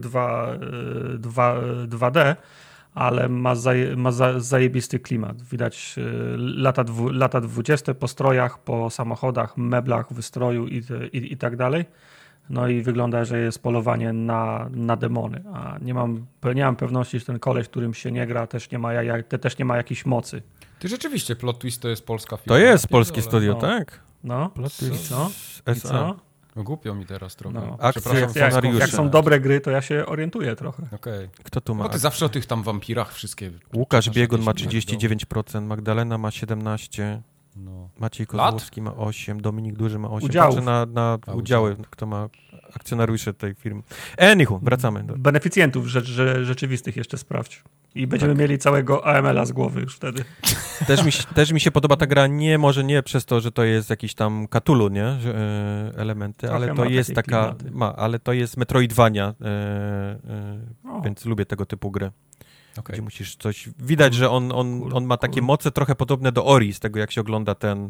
2D, ale ma zajebisty klimat. Widać lata 20 po strojach, po samochodach, meblach, wystroju i tak dalej. No i wygląda, że jest polowanie na demony. A nie mam pewności, że ten koleś, którym się nie gra, też nie ma jakiejś mocy. Ty rzeczywiście, Plot Twist to jest polska firma. To jest polskie studio, tak? No. Plot Twist. Co? No głupio mi teraz trochę. No. Jak są dobre gry, to ja się orientuję trochę. Okay. Kto tu ma? No ty zawsze o tych tam wampirach wszystkie... Łukasz Biegun ma 39%, Magdalena ma 17%, Maciej Kozłowski ma 8%, Dominik Duży ma 8%. Udziałów. Patrzę na udziały, kto ma akcjonariusze tej firmy. Anywho, wracamy. Beneficjentów rzeczywistych jeszcze sprawdź. I będziemy mieli całego AML-a z głowy już wtedy. Też mi się podoba ta gra, może nie przez to, że to jest jakiś tam Cthulhu, nie? Elementy, trochę ale to jest taka, ale to jest Metroidvania, więc lubię tego typu gry. Okay. Gdzie musisz coś... Widać, że on ma takie moce trochę podobne do Ori, z tego jak się ogląda ten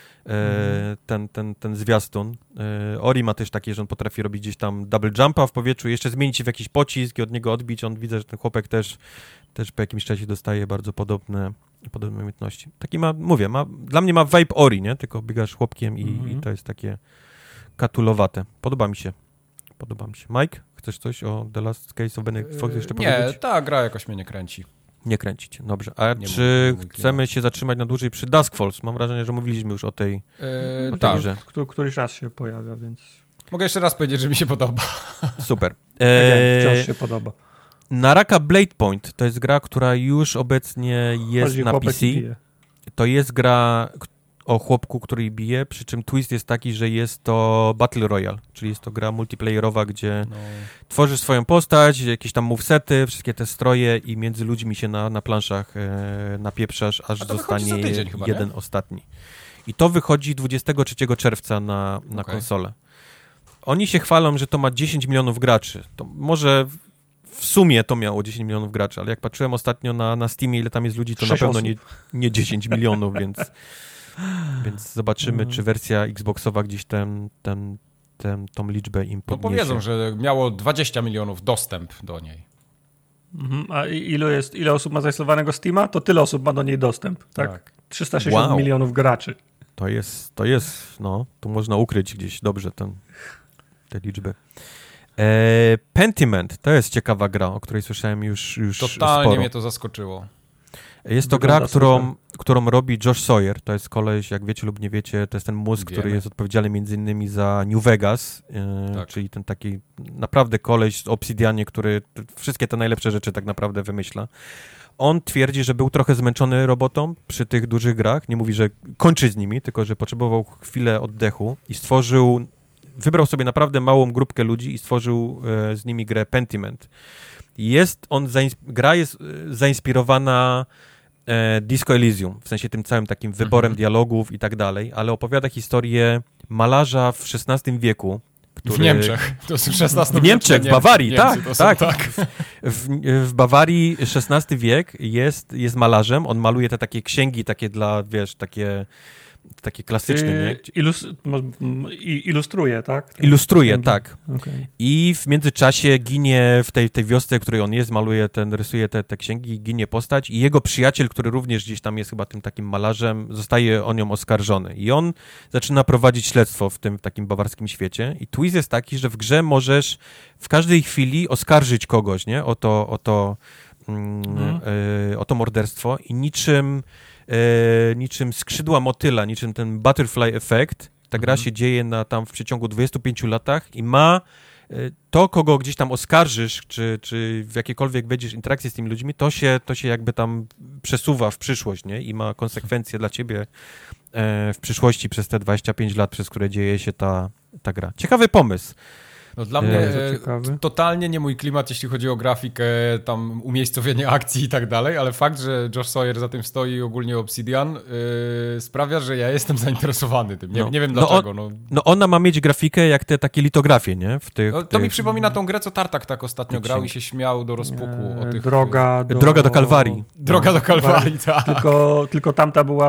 zwiastun. Ori ma też takie, że on potrafi robić gdzieś tam double jumpa w powietrzu, jeszcze zmienić się w jakiś pocisk i od niego odbić. On widzę, że ten chłopek też po jakimś czasie dostaje bardzo podobne umiejętności. Taki dla mnie ma vibe Ori, nie? Tylko biegasz chłopkiem i to jest takie katulowate. Podoba mi się. Mike, chcesz coś o The Last Case of Benedict Fox jeszcze powiedzieć? Nie, ta gra jakoś mnie nie kręci. Nie kręcić, dobrze. A czy chcemy się zatrzymać na dłużej przy Dusk Falls? Mam wrażenie, że mówiliśmy już o tej grze. Któryś raz się pojawia, więc... Mogę jeszcze raz powiedzieć, że mi się podoba. Super. Wciąż się podoba. Naraka Blade Point to jest gra, która już obecnie jest na PC. To jest gra o chłopku, który bije, przy czym twist jest taki, że jest to Battle Royale, czyli jest to gra multiplayerowa, gdzie tworzysz swoją postać, jakieś tam movesety, wszystkie te stroje i między ludźmi się na planszach napieprzasz, aż zostanie tydzień, chyba, jeden ostatni. I to wychodzi 23 czerwca na konsolę. Oni się chwalą, że to ma 10 milionów graczy. To może w sumie to miało 10 milionów graczy, ale jak patrzyłem ostatnio na Steamie, ile tam jest ludzi, to na pewno nie 10 milionów, więc zobaczymy, czy wersja Xboxowa gdzieś tą liczbę im podniesie. No powiedzą, że miało 20 milionów dostęp do niej. A ile osób ma zainstalowanego Steama? To tyle osób ma do niej dostęp, tak? 360 milionów graczy. To jest, no, tu można ukryć gdzieś dobrze te liczby. Pentiment, to jest ciekawa gra, o której słyszałem już Totalnie sporo. Mnie to zaskoczyło. Jest to gra, którą robi Josh Sawyer. To jest koleś, jak wiecie lub nie wiecie, to jest ten mózg, który jest odpowiedzialny między innymi za New Vegas, czyli ten taki naprawdę koleś z Obsidianie, który wszystkie te najlepsze rzeczy tak naprawdę wymyśla. On twierdzi, że był trochę zmęczony robotą przy tych dużych grach. Nie mówi, że kończy z nimi, tylko że potrzebował chwilę oddechu i wybrał sobie naprawdę małą grupkę ludzi i stworzył z nimi grę Pentiment. Gra jest zainspirowana Disco Elysium, w sensie tym całym takim wyborem dialogów i tak dalej, ale opowiada historię malarza w XVI wieku, który... W Niemczech. To jest w Niemczech, w Bawarii, Niemcy, tak. W Bawarii XVI wiek jest malarzem, on maluje te takie księgi, takie dla, wiesz, takie klasyczne, nie? Ilustruje, tak? Ilustruje, tak. Okay. I w międzyczasie ginie w tej wiosce, w której on jest, rysuje te księgi, ginie postać i jego przyjaciel, który również gdzieś tam jest chyba tym takim malarzem, zostaje o nią oskarżony. I on zaczyna prowadzić śledztwo w tym takim bawarskim świecie. I twist jest taki, że w grze możesz w każdej chwili oskarżyć kogoś, nie? O to morderstwo i niczym skrzydła motyla, niczym ten butterfly effect, ta gra się dzieje w przeciągu 25 latach i ma to, kogo gdzieś tam oskarżysz, czy w jakiekolwiek wejdziesz interakcję z tymi ludźmi, to się jakby tam przesuwa w przyszłość, nie? I ma konsekwencje dla ciebie w przyszłości przez te 25 lat, przez które dzieje się ta gra. Ciekawy pomysł. No dla mnie totalnie nie mój klimat, jeśli chodzi o grafikę, tam umiejscowienie akcji i tak dalej, ale fakt, że Josh Sawyer za tym stoi i ogólnie Obsidian sprawia, że ja jestem zainteresowany tym. Nie wiem dlaczego. Ona ma mieć grafikę jak te takie litografie, nie? To mi przypomina tą grę, co Tartak tak ostatnio grał i się śmiał do rozpuku o tych... Droga do Kalwarii. Droga do Kalwarii, tak. Tylko tamta była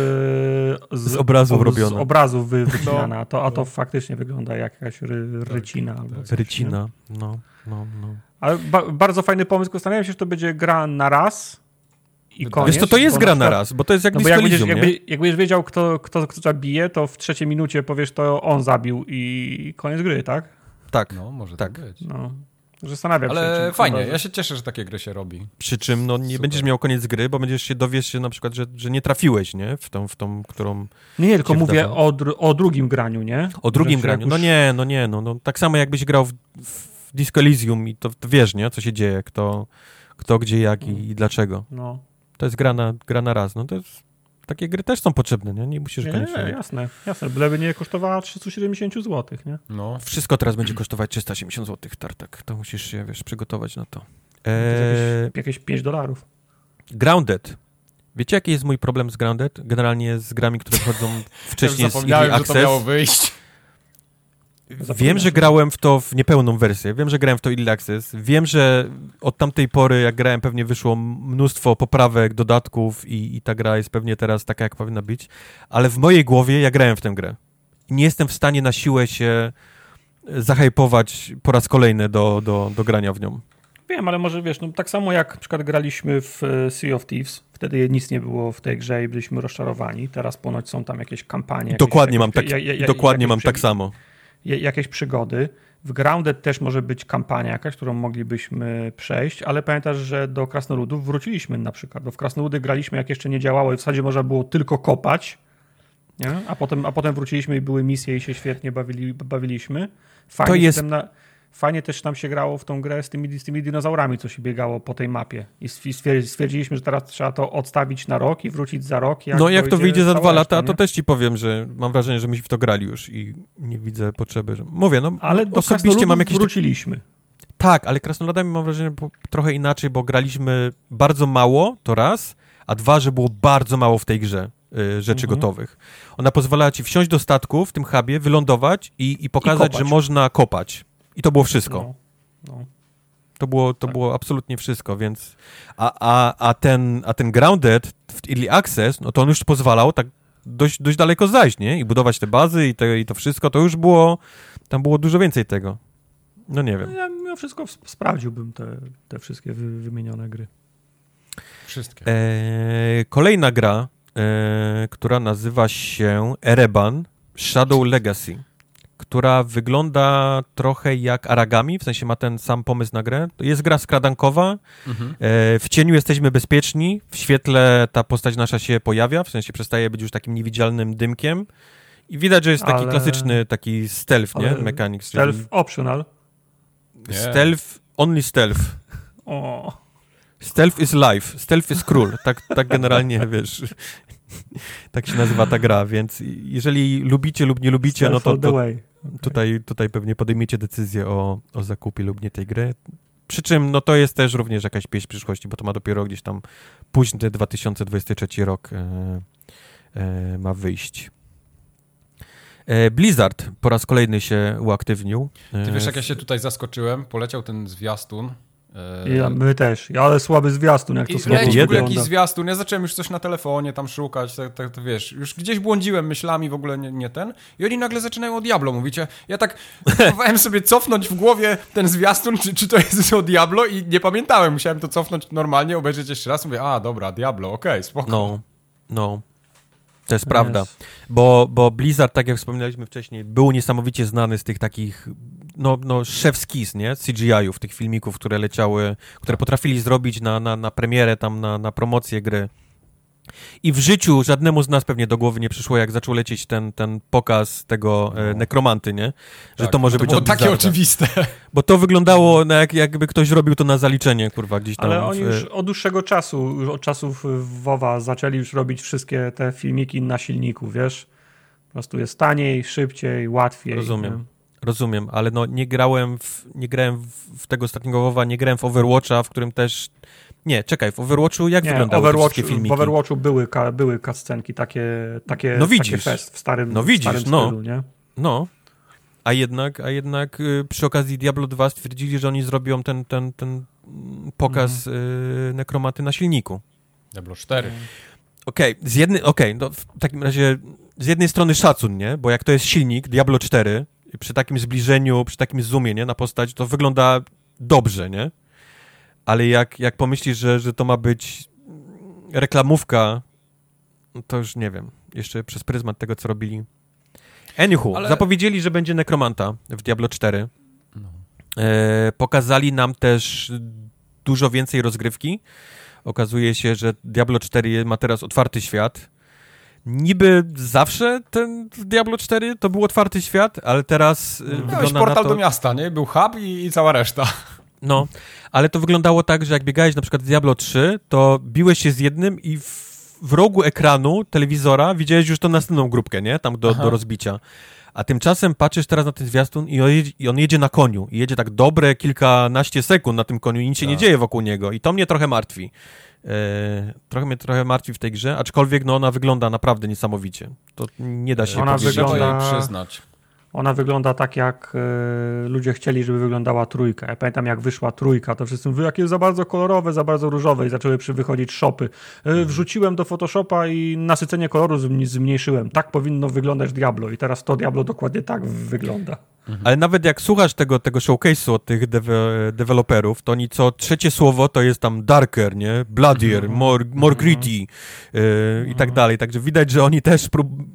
z obrazów robiona. Z obrazów wycinana, a to faktycznie wygląda jak jakaś rycina. Rycina, no. Ale bardzo fajny pomysł. Zastanawiam się, że to będzie gra na raz i koniec. Wiesz, to jest gra na raz, bo to jest jak Disco Elysium, jak będziesz wiedział, kto zabije, to w 3 minucie powiesz, to on zabił i koniec gry, tak? Tak. No, może tak być. No. Zastanawiam się. Ale fajnie, ja się cieszę, że takie gry się robi. Przy czym nie będziesz miał koniec gry, bo dowiesz się na przykład, że nie trafiłeś, nie? W tą, którą... Nie, tylko mówię o drugim graniu, nie? O drugim graniu. No tak samo jakbyś grał w Disco Elysium i to wiesz, nie? Co się dzieje, kto gdzie, jak i dlaczego. No. To jest gra na raz. No to jest... Takie gry też są potrzebne, nie? Nie musisz koniecznie... Nie, jasne. Byleby nie kosztowała 370 zł, nie? No. Wszystko teraz będzie kosztować 380 zł, Tartak. To musisz się, przygotować na to. Jakieś $5. Grounded. Wiecie, jaki jest mój problem z Grounded? Generalnie z grami, które wchodzą wcześniej z EA Access. Że to miało wyjść. Wiem, że grałem w to w niepełną wersję. Wiem, że grałem w to EA Access. Wiem, że od tamtej pory, jak grałem, pewnie wyszło mnóstwo poprawek, dodatków i ta gra jest pewnie teraz taka, jak powinna być. Ale w mojej głowie ja grałem w tę grę. I nie jestem w stanie na siłę się zahypować po raz kolejny do grania w nią. Wiem, ale może wiesz, tak samo jak na przykład graliśmy w Sea of Thieves, wtedy nic nie było w tej grze i byliśmy rozczarowani. Teraz ponoć są tam jakieś kampanie. Dokładnie mam tak samo. Jakieś przygody, W Grounded też może być kampania jakaś, którą moglibyśmy przejść, ale pamiętasz, że do Krasnoludów wróciliśmy na przykład, bo w Krasnoludy graliśmy jak jeszcze nie działało i w zasadzie można było tylko kopać, nie? A potem wróciliśmy i były misje i się świetnie bawiliśmy. Fajnie też nam się grało w tą grę z tymi dinozaurami, co się biegało po tej mapie. I stwierdziliśmy, że teraz trzeba to odstawić na rok i wrócić za rok. Jak to wyjdzie za 2 lata, to też ci powiem, że mam wrażenie, że myśmy w to grali już i nie widzę potrzeby. Mówię, ale do osobiście mam jakieś... wróciliśmy. Tak, ale Krasnoludami mam wrażenie trochę inaczej, bo graliśmy bardzo mało, to raz, a 2, że było bardzo mało w tej grze rzeczy gotowych. Ona pozwalała ci wsiąść do statku w tym hubie, wylądować i pokazać, że można kopać. I to było wszystko. No. To było absolutnie wszystko, więc... A ten Grounded w Early Access, no to on już pozwalał tak dość daleko zajść, nie? I budować te bazy i to wszystko, to już było... Tam było dużo więcej tego. No nie wiem. Ja mimo wszystko sprawdziłbym te wszystkie wymienione gry. Wszystkie. Kolejna gra, która nazywa się Ereban Shadow Legacy, która wygląda trochę jak Aragami, w sensie ma ten sam pomysł na grę. To jest gra skradankowa, w cieniu jesteśmy bezpieczni, w świetle ta postać nasza się pojawia, w sensie przestaje być już takim niewidzialnym dymkiem i widać, że jest taki klasyczny taki stealth, nie? Mechanic. Stealth optional. Stealth, only stealth. Stealth is life, stealth is cruel. Tak generalnie, wiesz, tak się nazywa ta gra, więc jeżeli lubicie lub nie lubicie, no to tutaj pewnie podejmiecie decyzję o zakupie lub nie tej gry. Przy czym, no to jest też również jakaś pieśń przyszłości, bo to ma dopiero gdzieś tam późny 2023 rok ma wyjść. Blizzard po raz kolejny się uaktywnił. Ty wiesz, jak ja się tutaj zaskoczyłem? Poleciał ten zwiastun. My też, ale słaby zwiastun, jak to słabo leci w ogóle jakiś zwiastun, ja zacząłem już coś na telefonie tam szukać, tak wiesz, już gdzieś błądziłem myślami, w ogóle nie ten, i oni nagle zaczynają o Diablo mówić. Ja tak próbowałem sobie cofnąć w głowie ten zwiastun, czy to jest o Diablo i nie pamiętałem, musiałem to cofnąć normalnie, obejrzeć jeszcze raz, mówię, dobra, Diablo, okej, spoko. No. To jest prawda, bo Blizzard, tak jak wspominaliśmy wcześniej, był niesamowicie znany z tych takich, chef's kiss, nie? CGI-ów, tych filmików, które leciały, które potrafili zrobić na premierę, tam na promocję gry. I w życiu żadnemu z nas pewnie do głowy nie przyszło, jak zaczął lecieć ten pokaz tego nekromanty, nie? Że tak, to może być od Blizzarda. Takie oczywiste. Bo to wyglądało jakby ktoś robił to na zaliczenie, kurwa, gdzieś tam. Ale oni już od dłuższego czasu, już od czasów WoWa zaczęli już robić wszystkie te filmiki na silniku, wiesz? Po prostu jest taniej, szybciej, łatwiej. Rozumiem, ale nie grałem w tego ostatniego WoWa, nie grałem w Overwatcha, w którym też... Nie, czekaj, w Overwatchu wyglądały te wszystkie filmiki? W Overwatchu były cutscenki, takie fest w starym stylu, nie? No, a jednak przy okazji Diablo 2 stwierdzili, że oni zrobią ten pokaz nekromanty na silniku. Diablo 4. No w takim razie z jednej strony szacun, nie? Bo jak to jest silnik Diablo 4, przy takim zbliżeniu, przy takim zoomie, nie? Na postać, to wygląda dobrze, nie? Ale jak pomyślisz, że to ma być reklamówka, to już nie wiem. Jeszcze przez pryzmat tego, co robili. Anywho, zapowiedzieli, że będzie nekromanta w Diablo 4. Pokazali nam też dużo więcej rozgrywki. Okazuje się, że Diablo 4 ma teraz otwarty świat. Niby zawsze ten Diablo 4 to był otwarty świat, ale teraz wygląda portal na to... do miasta, nie? Był hub i cała reszta. No, ale to wyglądało tak, że jak biegałeś na przykład w Diablo 3, to biłeś się z jednym i w rogu ekranu telewizora widziałeś już tą następną grupkę, nie? Tam do rozbicia. A tymczasem patrzysz teraz na ten zwiastun i on jedzie na koniu. I jedzie tak dobre kilkanaście sekund na tym koniu i nic się nie dzieje wokół niego. I to mnie trochę martwi. Trochę martwi w tej grze, aczkolwiek ona wygląda naprawdę niesamowicie. To nie da się jej przyznać. Ona wygląda tak, jak ludzie chcieli, żeby wyglądała trójka. Ja pamiętam, jak wyszła trójka, to wszyscy mówili, jakie jest za bardzo kolorowe, za bardzo różowe i zaczęły wychodzić shopy. Wrzuciłem do Photoshopa i nasycenie koloru zmniejszyłem. Tak powinno wyglądać Diablo i teraz to Diablo dokładnie tak wygląda. Ale nawet jak słuchasz tego showcase'u od tych deweloperów, to oni co trzecie słowo to jest tam darker, nie? Bloodier, more gritty i tak dalej. Także widać, że oni też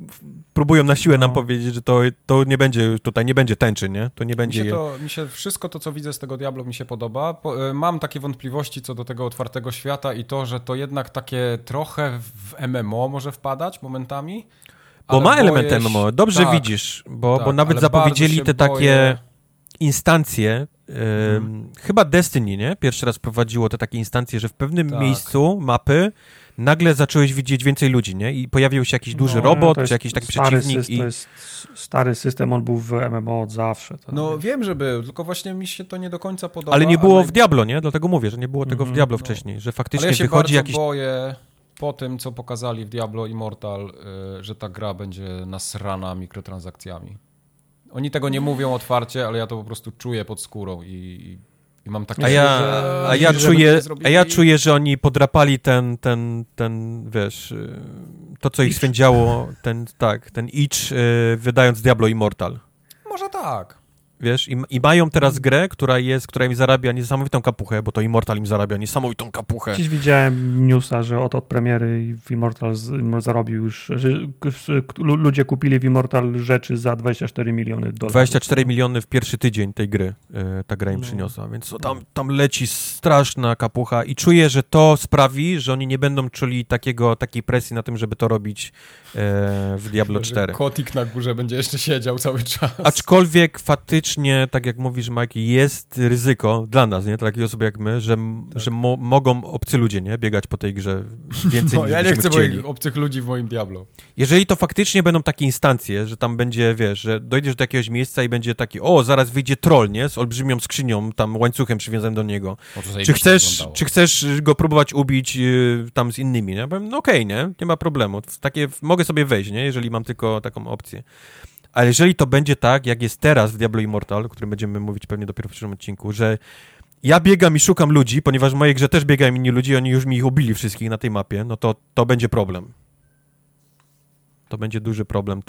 próbują na siłę nam powiedzieć, że to nie będzie, tutaj nie będzie tęczy, nie? To nie będzie... Mi się wszystko to, co widzę z tego Diablo, mi się podoba. Mam takie wątpliwości co do tego otwartego świata i to, że to jednak takie trochę w MMO może wpadać momentami. Bo ma element MMO, dobrze widzisz, bo nawet zapowiedzieli te takie instancje, chyba Destiny, nie? Pierwszy raz prowadziło te takie instancje, że w pewnym miejscu mapy nagle zacząłeś widzieć więcej ludzi, nie? I pojawił się jakiś duży robot, czy jakiś taki przeciwnik. To jest stary system, on był w MMO od zawsze. Wiem, że był, tylko właśnie mi się to nie do końca podoba. Ale nie było w Diablo, nie? Dlatego mówię, że nie było tego w Diablo wcześniej, że faktycznie ale ja się wychodzi jakiś... boję po tym, co pokazali w Diablo Immortal, że ta gra będzie nasrana mikrotransakcjami. Oni tego nie mówią otwarcie, ale ja to po prostu czuję pod skórą i mam takie... Ja czuję, że oni podrapali ten wiesz, to co ich swędziało, ten itch, wydając Diablo Immortal. Może tak. Wiesz, i mają teraz grę, która im zarabia niesamowitą kapuchę, bo to Immortal im zarabia niesamowitą kapuchę. Dziś widziałem newsa, że od premiery w Immortal zarobił już, że ludzie kupili w Immortal rzeczy za $24 miliony. 24 miliony w pierwszy tydzień tej gry ta gra im przyniosła, więc tam leci straszna kapucha i czuję, że to sprawi, że oni nie będą czuli takiej presji na tym, żeby to robić w Diablo 4. Kotik na górze będzie jeszcze siedział cały czas. Aczkolwiek faktycznie, tak jak mówisz, Mike, jest ryzyko dla nas, nie? Takiej osoby jak my, że mogą obcy ludzie, nie? Biegać po tej grze więcej niż ja nie chcę chcieli. moich obcych ludzi w moim Diablo. Jeżeli to faktycznie będą takie instancje, że tam będzie, wiesz, że dojdziesz do jakiegoś miejsca i będzie taki, zaraz wyjdzie troll, nie? Z olbrzymią skrzynią, tam łańcuchem przywiązanym do niego. Czy chcesz go próbować ubić tam z innymi, nie? Powiem, okej, nie? Nie ma problemu. Mogę sobie wejść, nie? Jeżeli mam tylko taką opcję. Ale jeżeli to będzie tak, jak jest teraz w Diablo Immortal, o którym będziemy mówić pewnie dopiero w przyszłym odcinku, że ja biegam i szukam ludzi, ponieważ w mojej grze też biegają inni ludzie i oni już mi ich ubili wszystkich na tej mapie, no to będzie problem. To będzie duży problem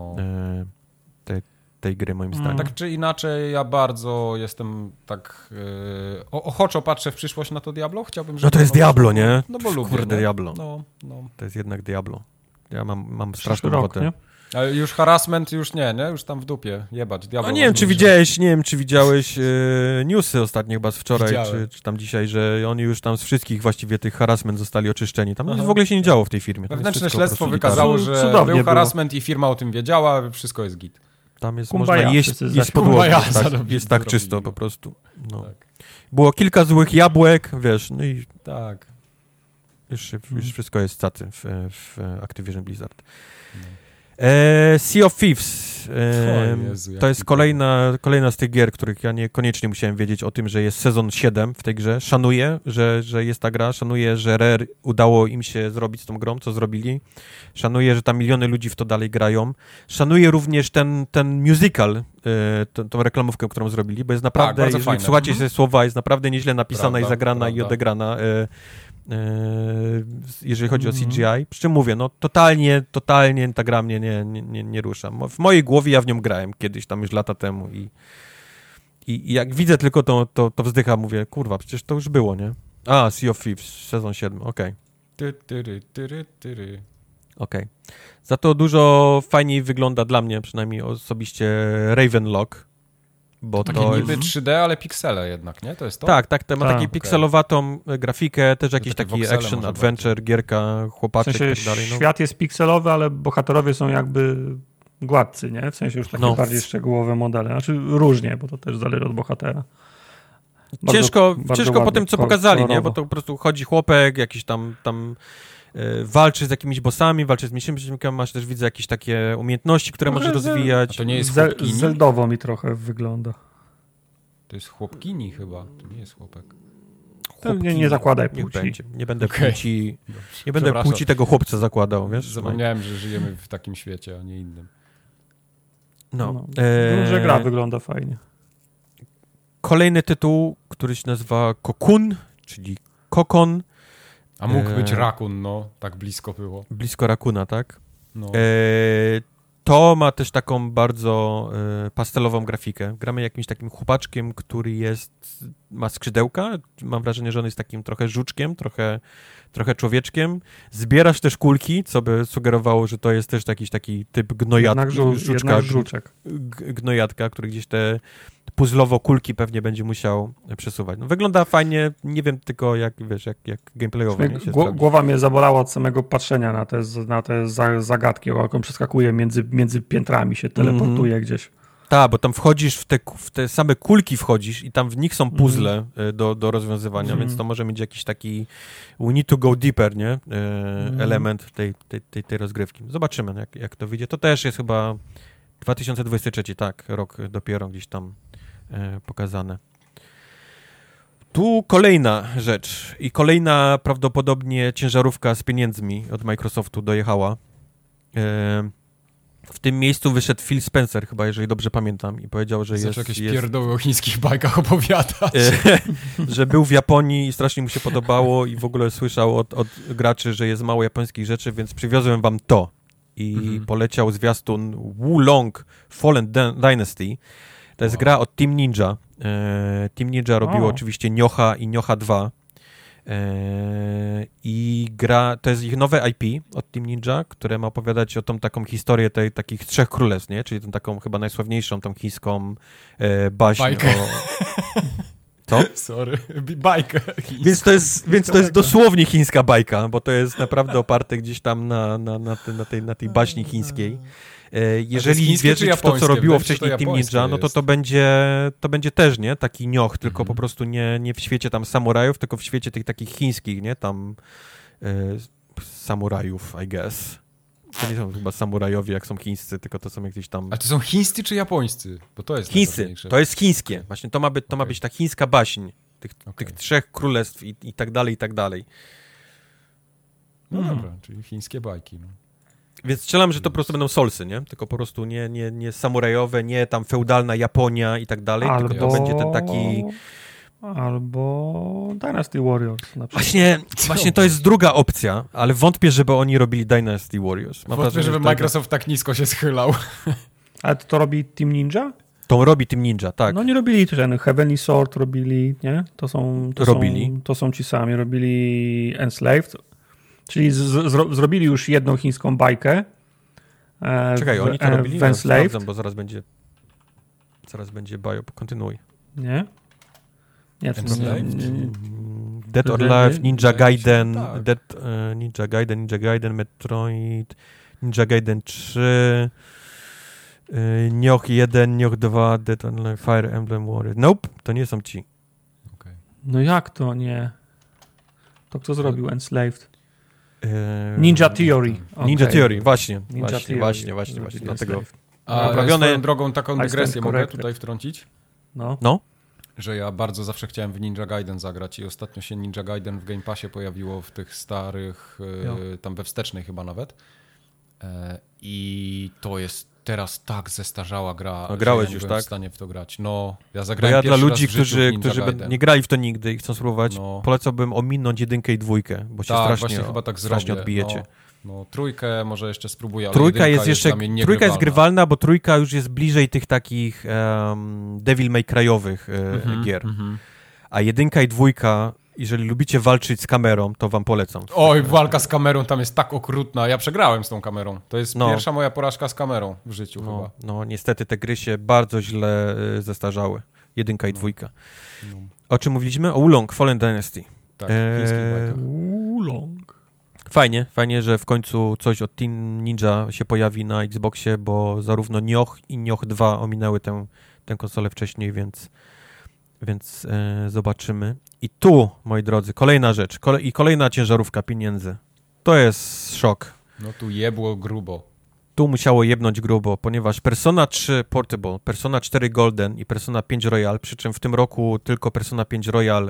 tej gry, moim zdaniem. Tak czy inaczej, ja bardzo jestem tak ochoczo patrzę w przyszłość na to Diablo. Chciałbym, żeby to jest Diablo, nie? No bo lubię. Kurde, Diablo. No. To jest jednak Diablo. Ja mam straszną ochotę. Nie? Ale już harassment już nie? Już tam w dupie, jebać. Diablo nie wiem, czy widziałeś newsy ostatnio chyba z wczoraj, czy tam dzisiaj, że oni już tam z wszystkich właściwie tych harassment zostali oczyszczeni. Tam w ogóle się nie działo w tej firmie. Wewnętrzne śledztwo wykazało, że był harassment i firma o tym wiedziała, wszystko jest git. Tam jest, można jeść podłogę, jest tak czysto po prostu. No. Tak. Było kilka złych jabłek, wiesz, no i tak. Już wszystko jest cacy w Activision Blizzard. Sea of Thieves. Jezu, to jest kolejna z tych gier, których ja niekoniecznie musiałem wiedzieć o tym, że jest sezon 7 w tej grze. Szanuję, że jest ta gra. Szanuję, że Rare udało im się zrobić z tą grą, co zrobili. Szanuję, że tam miliony ludzi w to dalej grają. Szanuję również ten musical, tą reklamówkę, którą zrobili, bo jest naprawdę, jeżeli słuchacie się słowa, jest naprawdę nieźle napisana i zagrana i odegrana. Jeżeli chodzi o CGI. Przy czym mówię, no totalnie ta gra mnie nie rusza. W mojej głowie ja w nią grałem kiedyś, tam już lata temu i jak widzę tylko to wzdycha, mówię, kurwa, przecież to już było, nie? Sea of Thieves, sezon 7, okej. Okej. Za to dużo fajniej wygląda dla mnie, przynajmniej osobiście, Ravenlock. Bo takie to niby 3D, ale piksele jednak, nie? To jest to? Tak, ma taką pikselowatą grafikę, też jakiś taki action, adventure, gierka, chłopaczek i tak dalej. No. Świat jest pikselowy, ale bohaterowie są jakby gładcy, nie? W sensie już takie bardziej szczegółowe modele. Znaczy różnie, bo to też zależy od bohatera. Ciężko po tym, co pokazali, nie? Bo to po prostu chodzi chłopek, jakiś tam walczy z jakimiś bossami, walczy z mniejszymi przeciwnikami, masz też, widzę, jakieś takie umiejętności, które może rozwijać. A to nie jest chłopkini? Zeldowo mi trochę wygląda. To jest chłopkini chyba, to nie jest chłopek. Nie zakładaj płci. Nie będę płci tego chłopca zakładał, wiesz? Zapomniałem, że żyjemy w takim świecie, a nie innym. Że gra wygląda fajnie. Kolejny tytuł, który się nazywa Cocoon, czyli Kokon. A mógł być Rakun, no. Tak blisko było. Blisko Rakuna, tak? No. To ma też taką bardzo pastelową grafikę. Gramy jakimś takim chłopaczkiem, który jest ma skrzydełka, mam wrażenie, że on jest takim trochę żuczkiem, trochę człowieczkiem. Zbierasz też kulki, co by sugerowało, że to jest też jakiś taki typ żuczek. Gnojadka, który gdzieś te puzzlowo kulki pewnie będzie musiał przesuwać. No, wygląda fajnie, nie wiem tylko jak gameplayowo. Głowa mnie zabolała od samego patrzenia na te zagadki, jak on przeskakuje między piętrami, się teleportuje gdzieś. Tak, bo tam wchodzisz w te same kulki wchodzisz i tam w nich są puzzle do rozwiązywania, więc to może mieć jakiś taki we need to go deeper, nie? Element tej rozgrywki. Zobaczymy, jak to wyjdzie. To też jest chyba 2023, tak, rok dopiero gdzieś tam pokazane. Tu kolejna rzecz i kolejna prawdopodobnie ciężarówka z pieniędzmi od Microsoftu dojechała. W tym miejscu wyszedł Phil Spencer, chyba, jeżeli dobrze pamiętam, i powiedział, że jest... jakieś pierdoły o chińskich bajkach opowiadać. Że był w Japonii i strasznie mu się podobało i w ogóle słyszał od graczy, że jest mało japońskich rzeczy, więc przywiozłem wam to. I poleciał zwiastun Wulong Fallen Dynasty. To jest gra od Team Ninja. Team Ninja robiło oczywiście Nioha i Nioha 2. I gra, to jest ich nowe IP od Team Ninja, które ma opowiadać o tą taką historię takich trzech królestw, nie? Czyli tą taką chyba najsławniejszą tą chińską baśń Bajkę. Co? Sorry, bajkę. Więc to jest dosłownie chińska bajka, bo to jest naprawdę oparte gdzieś tam na tej baśni chińskiej. Jeżeli wierzyć w to, co robiło wcześniej Team Ninja, no to będzie też, nie? Taki nioch, tylko po prostu nie w świecie tam samurajów, tylko w świecie tych takich chińskich, nie? Tam samurajów, I guess. To nie są chyba samurajowie, jak są chińscy, tylko to są jakieś tam... A to są chińscy czy japońscy? Bo to jest chińscy, to jest chińskie. Właśnie to ma być ta chińska baśń tych trzech królestw i tak dalej, i tak dalej. No dobra, czyli chińskie bajki. No. Więc strzelam, że to po prostu będą solsy, nie? Tylko po prostu nie samurajowe, nie tam feudalna Japonia i tak dalej, tylko to będzie ten taki... Albo Dynasty Warriors na przykład. Właśnie to jest druga opcja, ale wątpię, żeby oni robili Dynasty Warriors. Wątpię, żeby Microsoft tak nisko się schylał. Ale to robi Team Ninja? To robi Team Ninja, tak. No nie robili ten Heavenly Sword, robili, nie? To są ci sami, robili Enslaved. Czyli zrobili już jedną chińską bajkę. Czekaj, oni to robili? Enslaved. Bo zaraz będzie bio. Kontynuuj. Nie? Dead or Alive, Ninja Gaiden, Ninja Gaiden, Metroid, Ninja Gaiden 3, Nioh 1, Nioh 2, Dead or Alive, Fire Emblem Warriors. Nope, to nie są ci. Okay. No jak to nie? To kto zrobił Enslaved? Ninja Theory. Okay. Ninja Theory, właśnie. Dlatego swoją drogą taką dygresję mogę tutaj wtrącić? No. Że ja bardzo zawsze chciałem w Ninja Gaiden zagrać i ostatnio się Ninja Gaiden w Game Passie pojawiło w tych starych, tam we wstecznej chyba nawet. I to jest teraz tak zestarzała gra, grałeś że ja już, nie byłem tak? w stanie w to grać. No, ja zagrałem dla ludzi, którzy nie grali w to nigdy i chcą spróbować, polecałbym ominąć 1 i 2, bo się strasznie odbijecie. No, trójkę może jeszcze spróbuję, ale trójka jest grywalna, bo trójka już jest bliżej tych takich Devil May Cry'owych gier. A 1 i 2, jeżeli lubicie walczyć z kamerą, to wam polecam. Oj, walka z kamerą tam jest tak okrutna. Ja przegrałem z tą kamerą. To jest pierwsza moja porażka z kamerą w życiu chyba. No, niestety te gry się bardzo źle zestarzały. 1 i 2. O czym mówiliśmy? O Wulong Fallen Dynasty. Tak, Wulong. Fajnie, że w końcu coś od Team Ninja się pojawi na Xboxie, bo zarówno Nioh i Nioh 2 ominęły tę konsolę wcześniej, więc zobaczymy. I tu, moi drodzy, kolejna rzecz i kolejna ciężarówka pieniędzy. To jest szok. No tu jebło grubo. Tu musiało jebnąć grubo, ponieważ Persona 3 Portable, Persona 4 Golden i Persona 5 Royal, przy czym w tym roku tylko Persona 5 Royal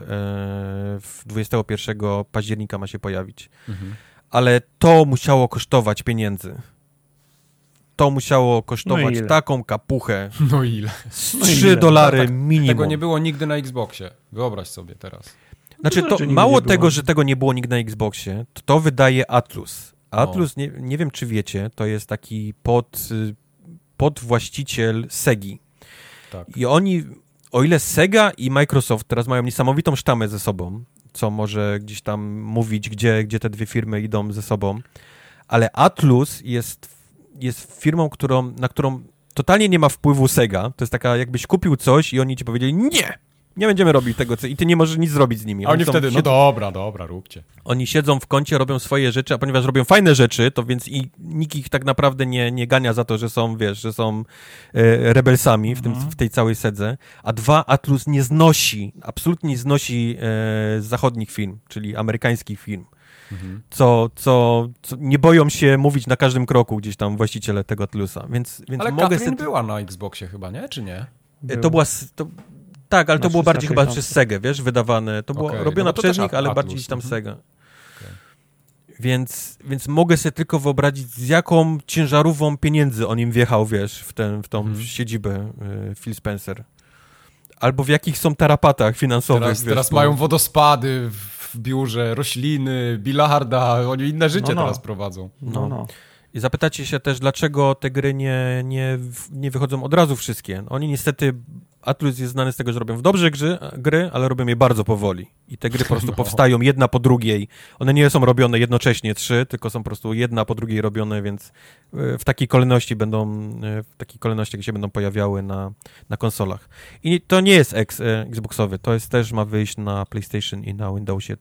21 października ma się pojawić. Ale to musiało kosztować pieniędzy. To musiało kosztować taką kapuchę. No ile? $3 minimum. Tego nie było nigdy na Xboxie. Wyobraź sobie teraz. Znaczy, to mało tego, że tego nie było nigdy na Xboxie, to wydaje Atlus. Atlus, nie wiem czy wiecie, to jest taki podwłaściciel Segi. Tak. I o ile Sega i Microsoft teraz mają niesamowitą sztamę ze sobą, co może gdzieś tam mówić, gdzie te dwie firmy idą ze sobą, ale Atlus jest firmą, na którą totalnie nie ma wpływu Sega. To jest taka, jakbyś kupił coś i oni ci powiedzieli, nie będziemy robić tego, i ty nie możesz nic zrobić z nimi. A oni wtedy, no dobra, róbcie. Oni siedzą w kącie, robią swoje rzeczy, a ponieważ robią fajne rzeczy, to więc nikt ich tak naprawdę nie gania za to, że są, że są rebelsami w tej całej sedze. A Atlus absolutnie nie znosi zachodnich firm, czyli amerykańskich firm. Co nie boją się mówić na każdym kroku gdzieś tam właściciele tego Atlusa. Więc ale Catherine była na Xboxie chyba, nie? Czy nie? Tak, ale to było bardziej chyba przez Segę, wiesz, wydawane. To było robione przez nich, ale bardziej tam Sega. Okay. Więc mogę sobie tylko wyobrazić, z jaką ciężarówką pieniędzy on im wjechał, wiesz, w tą siedzibę Phil Spencer. Albo w jakich są tarapatach finansowych. Teraz mają wodospady w biurze, rośliny, bilarda, oni inne życie teraz prowadzą. No. I zapytacie się też, dlaczego te gry nie wychodzą od razu wszystkie. Oni niestety, Atlus jest znany z tego, że robią w dobrze gry, ale robią je bardzo powoli. I te gry po prostu powstają jedna po drugiej. One nie są robione jednocześnie 3, tylko są po prostu jedna po drugiej robione, więc w takiej kolejności jak się będą pojawiały na konsolach. I to nie jest Xboxowy, to jest też ma wyjść na PlayStation i na Windowsie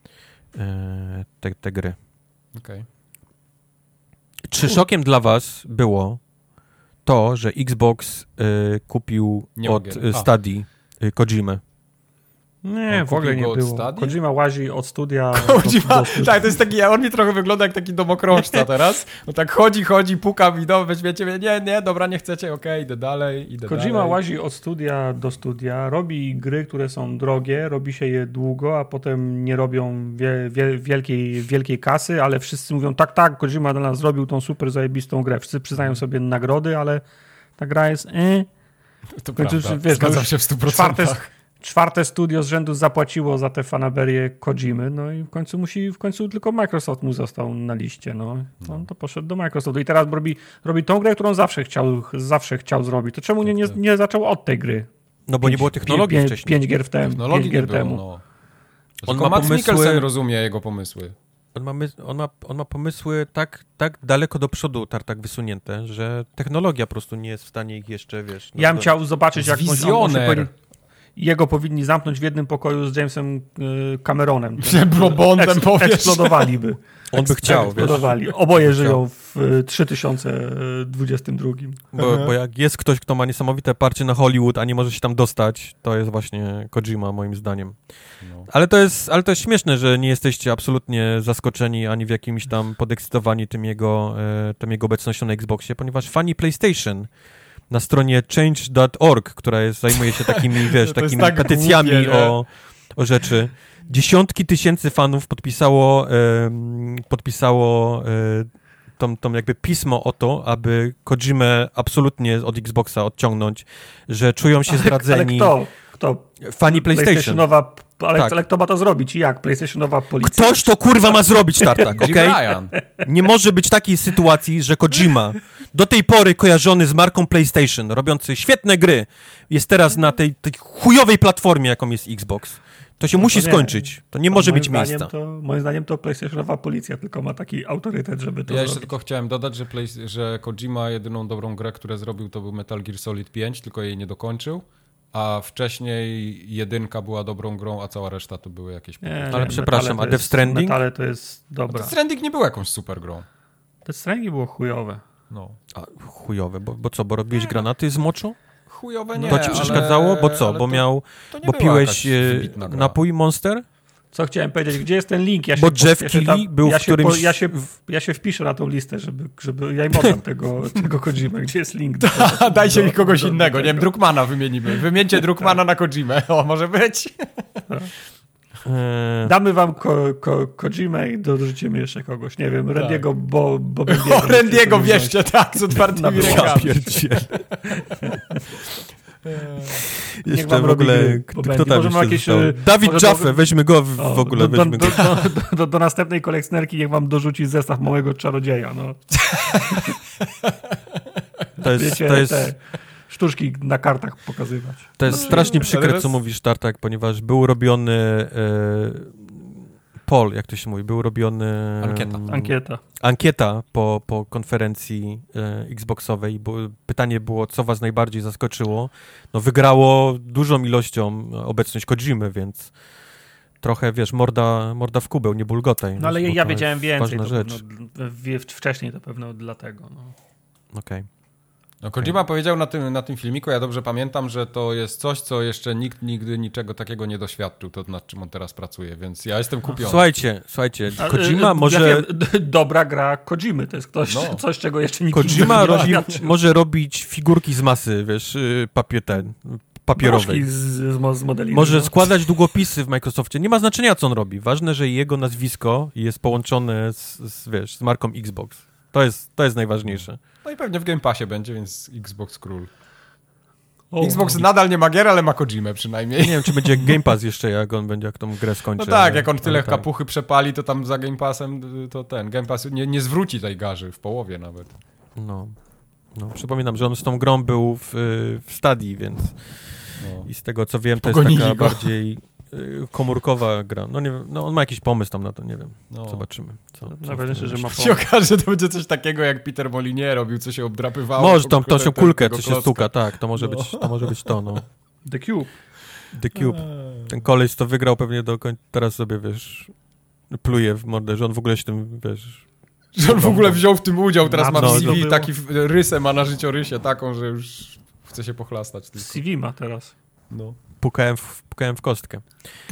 te gry. Okej. Czy szokiem dla was było to, że Xbox kupił od Stadia Kojimę? Nie, w ogóle nie było. Kojima łazi od studia. Tak, to jest taki, on mi trochę wygląda jak taki domokrążca teraz. On tak chodzi, puka mi, weźmiecie mnie, nie, dobra, nie chcecie, okej, idę dalej. Kojima łazi od studia do studia, robi gry, które są drogie, robi się je długo, a potem nie robią wielkiej kasy, ale wszyscy mówią, tak, Kojima dla nas zrobił tą super zajebistą grę. Wszyscy przyznają sobie nagrody, ale ta gra jest To prawda, zgadzam się w 100%. Czwarte studio z rzędu zapłaciło za tę fanaberię Kojimy, no i w końcu tylko Microsoft mu został na liście, no. On to poszedł do Microsoftu i teraz robi tą grę, którą zawsze chciał zrobić. To czemu nie zaczął od tej gry? No bo nie było technologii wcześniej. 5 gier temu. No. On ma Max Mikkelsen rozumie jego pomysły. On ma pomysły tak daleko do przodu, tak wysunięte, że technologia po prostu nie jest w stanie ich jeszcze, wiesz... Ja bym chciał zobaczyć, jak wizjoner. Jego powinni zamknąć w jednym pokoju z Jamesem Cameronem. Bondem powiesz. Eksplodowaliby. On by chciał, eksplodowali. Wiesz. Oboje żyją w 3022. Bo jak jest ktoś, kto ma niesamowite parcie na Hollywood, a nie może się tam dostać, to jest właśnie Kojima, moim zdaniem. No. Ale to jest śmieszne, że nie jesteście absolutnie zaskoczeni ani w jakimś tam podekscytowani tym jego obecnością na Xboxie, ponieważ fani PlayStation na stronie change.org, która zajmuje się takimi, wiesz, takimi tak petycjami głupie, o rzeczy. Dziesiątki tysięcy fanów podpisało tą jakby pismo o to, aby Kojimę absolutnie od Xboxa odciągnąć, że czują się zdradzeni. Ale kto? Fani PlayStation. Ale kto ma to zrobić i jak? PlayStationowa policja? Ktoś to kurwa ma zrobić, Tartak, okej? Nie może być takiej sytuacji, że Kojima, do tej pory kojarzony z marką PlayStation, robiący świetne gry, jest teraz na tej chujowej platformie, jaką jest Xbox. To się musi skończyć. To nie może być miejsca. Moim zdaniem to PlayStationowa policja tylko ma taki autorytet, żeby to zrobić. Ja jeszcze tylko chciałem dodać, że Kojima jedyną dobrą grę, którą zrobił, to był Metal Gear Solid 5, tylko jej nie dokończył. A wcześniej 1 była dobrą grą, a cała reszta to były jakieś... Ale przepraszam, a Death Stranding? Metale to jest dobra. Death Stranding nie był jakąś super grą. Death Stranding było chujowe. No. A, chujowe, bo co, bo robiłeś granaty z moczu? Chujowe nie, to ci przeszkadzało? Bo co, bo piłeś napój Monster? Co chciałem powiedzieć, gdzie jest ten link? Jeff Keighley był w którymś... Ja się wpiszę na tą listę, żeby ja im oddam tego Kojimę. Gdzie jest link? Dajcie mi kogoś innego, nie wiem, Druckmana wymienimy. Wymieńcie Druckmana na Kojimę. O, może być. Damy wam Kojimę i dorzucimy jeszcze kogoś. Nie wiem, Randy'ego Bobendiego. O, Randy'ego wierzcie, tak, z otwartymi rękami. Jeszcze w ogóle, kto tam jeszcze Dawid Jaffe, weźmy go w ogóle. Do następnej kolekcjonerki niech wam dorzuci zestaw Małego Czarodzieja. No. To jest sztuczki na kartach pokazywać. To jest strasznie przykre, co mówisz, Tartak, ponieważ był robiony poll, jak to się mówi, był robiony... Ankieta po konferencji Xboxowej. Pytanie było, co was najbardziej zaskoczyło. No wygrało dużą ilością obecność Kojimy, więc trochę, wiesz, morda w kubeł, nie bulgotaj. No ale ja wiedziałem więcej. Ważna rzecz. Wcześniej to pewno dlatego. No. Okej. No Kojima powiedział na tym filmiku, ja dobrze pamiętam, że to jest coś, co jeszcze nikt nigdy niczego takiego nie doświadczył, to nad czym on teraz pracuje, więc ja jestem kupiony. Słuchajcie, Kojima może... Ja wiem, dobra gra Kojimy, to jest coś, czego jeszcze nikt Kojima może robić figurki z masy, wiesz, papierowej. Z modeli. Może składać długopisy w Microsoftie. Nie ma znaczenia, co on robi. Ważne, że jego nazwisko jest połączone z marką Xbox. To jest najważniejsze. No i pewnie w Game Passie będzie, więc Xbox Król. Xbox nadal nie ma gier, ale ma Kojimę przynajmniej. Nie wiem, czy będzie Game Pass jeszcze, jak tą grę skończy. No tak, jak on tyle kapuchy przepali, to tam za Game Passem to Game Pass nie zwróci tej garzy, w połowie nawet. No, przypominam, że on z tą grą był w Stadii, więc i z tego, co wiem, to jest taka bardziej komórkowa gra. No nie wiem, on ma jakiś pomysł tam na to, nie wiem. Zobaczymy. Najważniejsze, że ma pomysł. się okaże, że to będzie coś takiego, jak Peter Molyneux robił, co się obdrapywało. Może tą kulkę, co się stuka, tak, to może być to, no. The Cube. Ten koleś to wygrał pewnie do końca, teraz sobie, wiesz, pluje w mordę, że on w ogóle się tym, wiesz... Że on w ogóle wziął w tym udział, teraz ma CV, taki rysę ma na życiorysie taką, że już chce się pochlastać. Tylko. CV ma teraz. No. Pukałem w kostkę.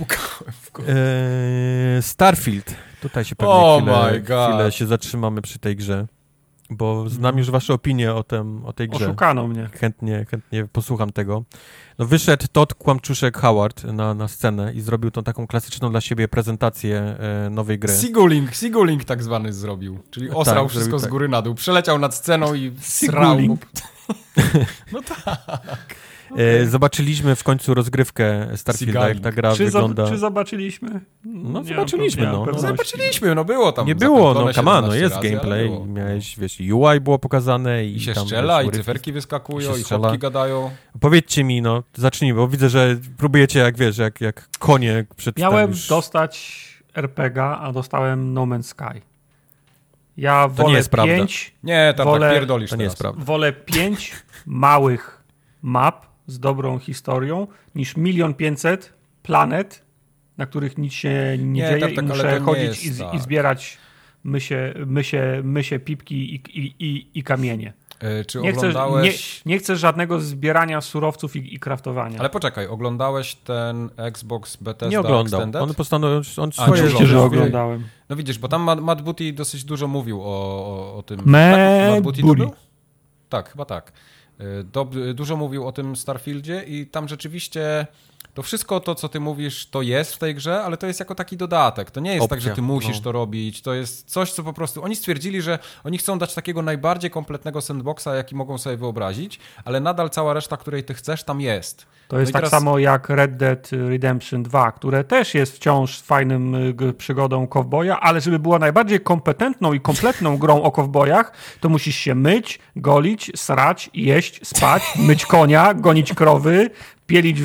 Starfield. Tutaj się pewnie chwilę się zatrzymamy przy tej grze, bo znam już wasze opinie o tej grze. Oszukano mnie. Chętnie posłucham tego. No wyszedł Todd Kłamczuszek Howard na scenę i zrobił tą taką klasyczną dla siebie prezentację nowej gry. Sigulink tak zwany zrobił, czyli osrał wszystko z góry na dół. Przeleciał nad sceną i srał. No tak. Zobaczyliśmy w końcu rozgrywkę Starfielda, jak ta gra wygląda. Czy zobaczyliśmy? Zobaczyliśmy, było tam. Nie było, jest gameplay. Miałeś, wiesz, UI było pokazane. I się tam, strzela, i cyferki wyskakują, i chłopki gadają. Powiedzcie mi, zacznijmy, bo widzę, że próbujecie jak konie przed Miałem dostać RPG, a dostałem No Man's Sky. Ja wolę nie jest 5... Nie, tak pierdolisz. To nie jest prawda. Wolę 5 małych map z dobrą historią, niż 1 500 000 planet, na których nic się nie dzieje i muszę chodzić i zbierać mysie, pipki i kamienie. Czy oglądałeś... nie chcę żadnego zbierania surowców i craftowania. Ale poczekaj, oglądałeś ten Xbox Bethesda Nie oglądał. Extended? On postanowił... Oczywiście, że oglądałem. No widzisz, bo tam Matt Booty dosyć dużo mówił o tym... Matt Booty. Tak, chyba tak. Dużo mówił o tym Starfieldzie i tam rzeczywiście to wszystko to, co ty mówisz, to jest w tej grze, ale to jest jako taki dodatek. To nie jest tak, że ty musisz to robić. To jest coś, co po prostu... Oni stwierdzili, że oni chcą dać takiego najbardziej kompletnego sandboxa, jaki mogą sobie wyobrazić, ale nadal cała reszta, której ty chcesz, tam jest. To jest tak samo jak Red Dead Redemption 2, które też jest wciąż fajnym przygodą kowboja, ale żeby była najbardziej kompetentną i kompletną grą o kowbojach, to musisz się myć, golić, srać, jeść, spać, myć konia, gonić krowy, pielić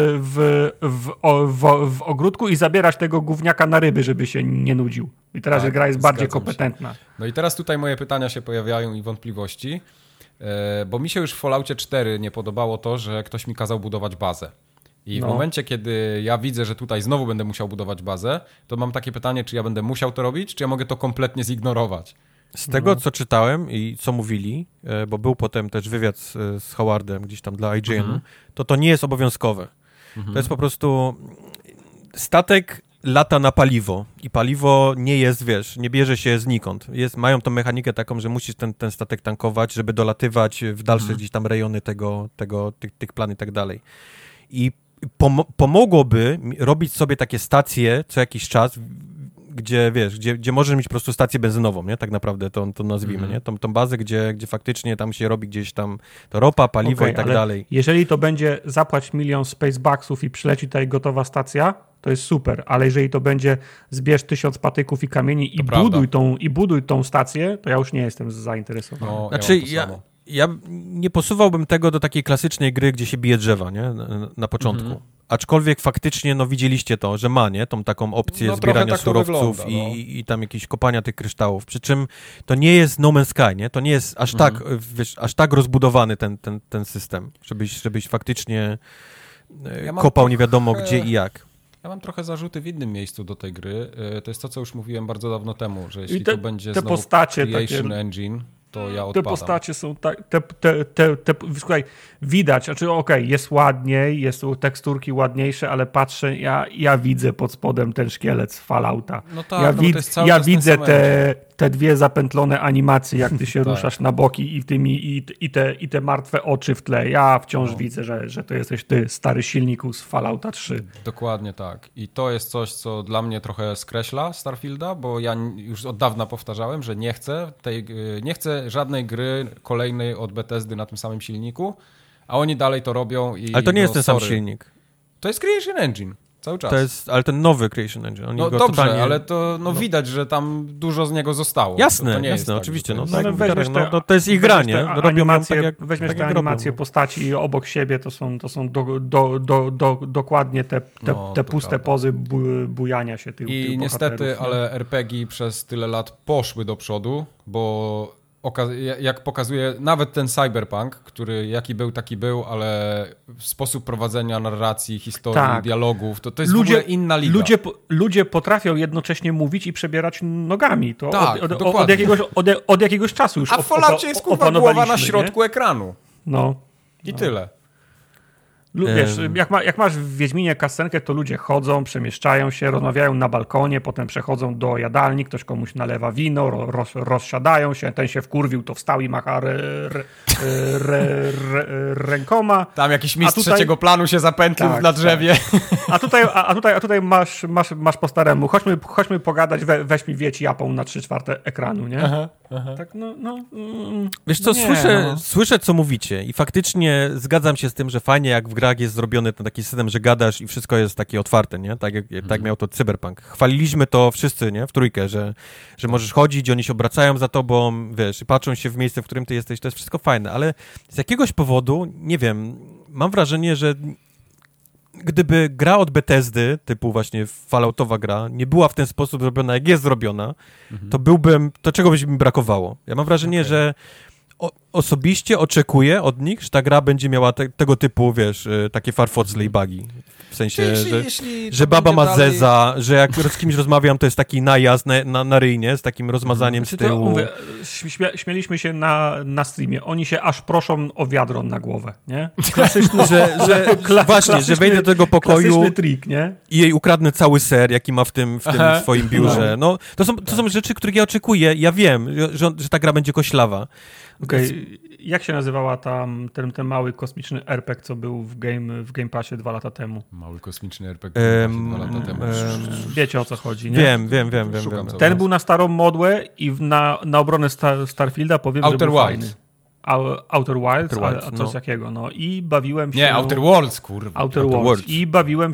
w ogródku i zabierać tego gówniaka na ryby, żeby się nie nudził. I teraz gra jest bardziej kompetentna. No i teraz tutaj moje pytania się pojawiają i wątpliwości. Bo mi się już w Falloutie 4 nie podobało to, że ktoś mi kazał budować bazę. I w momencie, kiedy ja widzę, że tutaj znowu będę musiał budować bazę, to mam takie pytanie, czy ja będę musiał to robić, czy ja mogę to kompletnie zignorować. Z tego, co czytałem i co mówili, bo był potem też wywiad z Howardem gdzieś tam dla IGN-u, to nie jest obowiązkowe. To jest po prostu statek lata na paliwo i paliwo nie jest, wiesz, nie bierze się znikąd. Mają tą mechanikę taką, że musisz ten statek tankować, żeby dolatywać w dalsze gdzieś tam rejony tych plan i tak dalej. I pomogłoby robić sobie takie stacje co jakiś czas, gdzie, wiesz, gdzie możesz mieć po prostu stację benzynową, nie? Tak naprawdę to nazwijmy, nie? Tą bazę, gdzie faktycznie tam się robi gdzieś tam to ropa, paliwo i tak dalej. Jeżeli to będzie zapłać 1 000 000 spacebucksów i przyleci tutaj gotowa stacja, to jest super, ale jeżeli to będzie zbierz 1000 patyków i kamieni i buduj tą stację, to ja już nie jestem zainteresowany. Znaczy, ja nie posuwałbym tego do takiej klasycznej gry, gdzie się bije drzewa, nie? Na początku. Aczkolwiek faktycznie, no widzieliście to, że ma, nie? Tą taką opcję zbierania tak surowców wygląda, i tam jakieś kopania tych kryształów. Przy czym to nie jest No Man's Sky, nie? To nie jest aż tak, wiesz, aż tak rozbudowany ten system, żebyś faktycznie kopał nie wiadomo gdzie i jak. Ja mam trochę zarzuty w innym miejscu do tej gry. To jest to, co już mówiłem bardzo dawno temu, że jeśli to będzie znowu postacie Creation Engine, to ja odpadam. Te postacie są tak... Słuchaj, widać, znaczy jest ładniej, jest teksturki ładniejsze, ale patrzę, ja widzę pod spodem ten szkielet z Fallouta. No tak, ja widzę te dwie zapętlone animacje, jak ty się ruszasz na boki i te martwe oczy w tle. Ja wciąż widzę, że to jesteś ty, stary silniku z Fallouta 3. Dokładnie tak. I to jest coś, co dla mnie trochę skreśla Starfielda, bo ja już od dawna powtarzałem, że nie chcę żadnej gry kolejnej od Bethesdy na tym samym silniku, a oni dalej to robią. Ale to nie jest ten sam silnik. To jest Creation Engine. Cały czas. Ale ten nowy Creation Engine. Oni no go dobrze, totalnie... ale to widać, że tam dużo z niego zostało. Jasne, jest tak, oczywiście. To jest ich granie. Weźmiesz te animacje postaci obok siebie, to są dokładnie te puste pozy bujania się tych I niestety, ale RPG przez tyle lat poszły do przodu, bo jak pokazuje nawet ten Cyberpunk, który jaki był, taki był, ale sposób prowadzenia narracji, historii, dialogów, to jest w ogóle inna liga. Ludzie potrafią jednocześnie mówić i przebierać nogami. To od jakiegoś czasu już a w Falloutie jest głowa na środku ekranu. I tyle. Wiesz, jak masz w Wiedźminie kasenkę, to ludzie chodzą, przemieszczają się, rozmawiają na balkonie, potem przechodzą do jadalni, ktoś komuś nalewa wino, rozsiadają się, ten się wkurwił, to wstał i macha rękoma. Tam jakiś mistrz trzeciego planu się zapętlił na drzewie. Tak. A tutaj masz po staremu. Chodźmy pogadać, weź mi wieć japą na 3/4 ekranu, nie? Aha. Tak, Wiesz co, słyszę co mówicie i faktycznie zgadzam się z tym, że fajnie jak w grach jest zrobiony ten taki system, że gadasz i wszystko jest takie otwarte, nie? Tak miał to Cyberpunk. Chwaliliśmy to wszyscy, nie? W trójkę, że możesz chodzić, oni się obracają za tobą, wiesz, i patrzą się w miejsce, w którym ty jesteś, to jest wszystko fajne, ale z jakiegoś powodu, nie wiem, mam wrażenie, że gdyby gra od Bethesdy, typu właśnie Falloutowa gra, nie była w ten sposób zrobiona, jak jest zrobiona, to czego by mi brakowało. Ja mam wrażenie, że osobiście oczekuję od nich, że ta gra będzie miała tego typu, wiesz, takie farfocle i bugi. W sensie, że baba ma zeza, że jak z kimś rozmawiam, to jest taki najazd na ryj, nie? Z takim rozmazaniem z tyłu. Mówię, śmieliśmy się na streamie. Oni się aż proszą o wiadro na głowę, nie? Klasyczny, właśnie, że wejdę do tego pokoju trik, nie? I jej ukradnę cały ser, jaki ma w tym swoim biurze. No, to są rzeczy, których ja oczekuję. Ja wiem, że ta gra będzie koślawa. Jak się nazywała ten mały kosmiczny RPG, co był w Game Passie 2 lata temu? Mały kosmiczny RPG 2 lata temu. Wiecie o co chodzi, nie? Wiem. Ten był na starą modłę i na obronę Starfielda powiem, Outer że był Wilds. fajny. Outer Wilds, a coś takiego. No. I bawiłem się... Nie, Outer Worlds, kurwa. Outer Worlds. I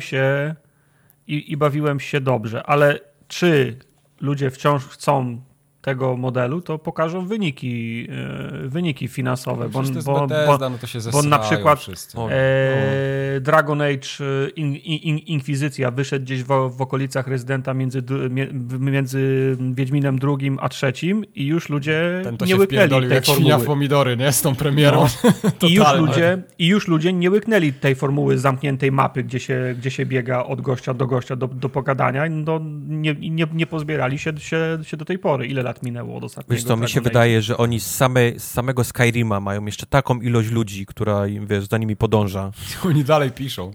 bawiłem się dobrze, ale czy ludzie wciąż chcą tego modelu, to pokażą wyniki finansowe. Bo na przykład Dragon Age Inkwizycja wyszedł gdzieś w okolicach Rezydenta między Wiedźminem II a III i już ludzie nie łyknęli tej formuły. Pomidory, nie? Z tą premierą. I już ludzie nie łyknęli tej formuły zamkniętej mapy, gdzie się biega od gościa do pogadania. No, nie pozbierali się do tej pory. Ile lat minęło od ostatniego? Wiesz co, mi się wydaje, że oni z samego Skyrima mają jeszcze taką ilość ludzi, która za nimi podąża. Oni dalej piszą.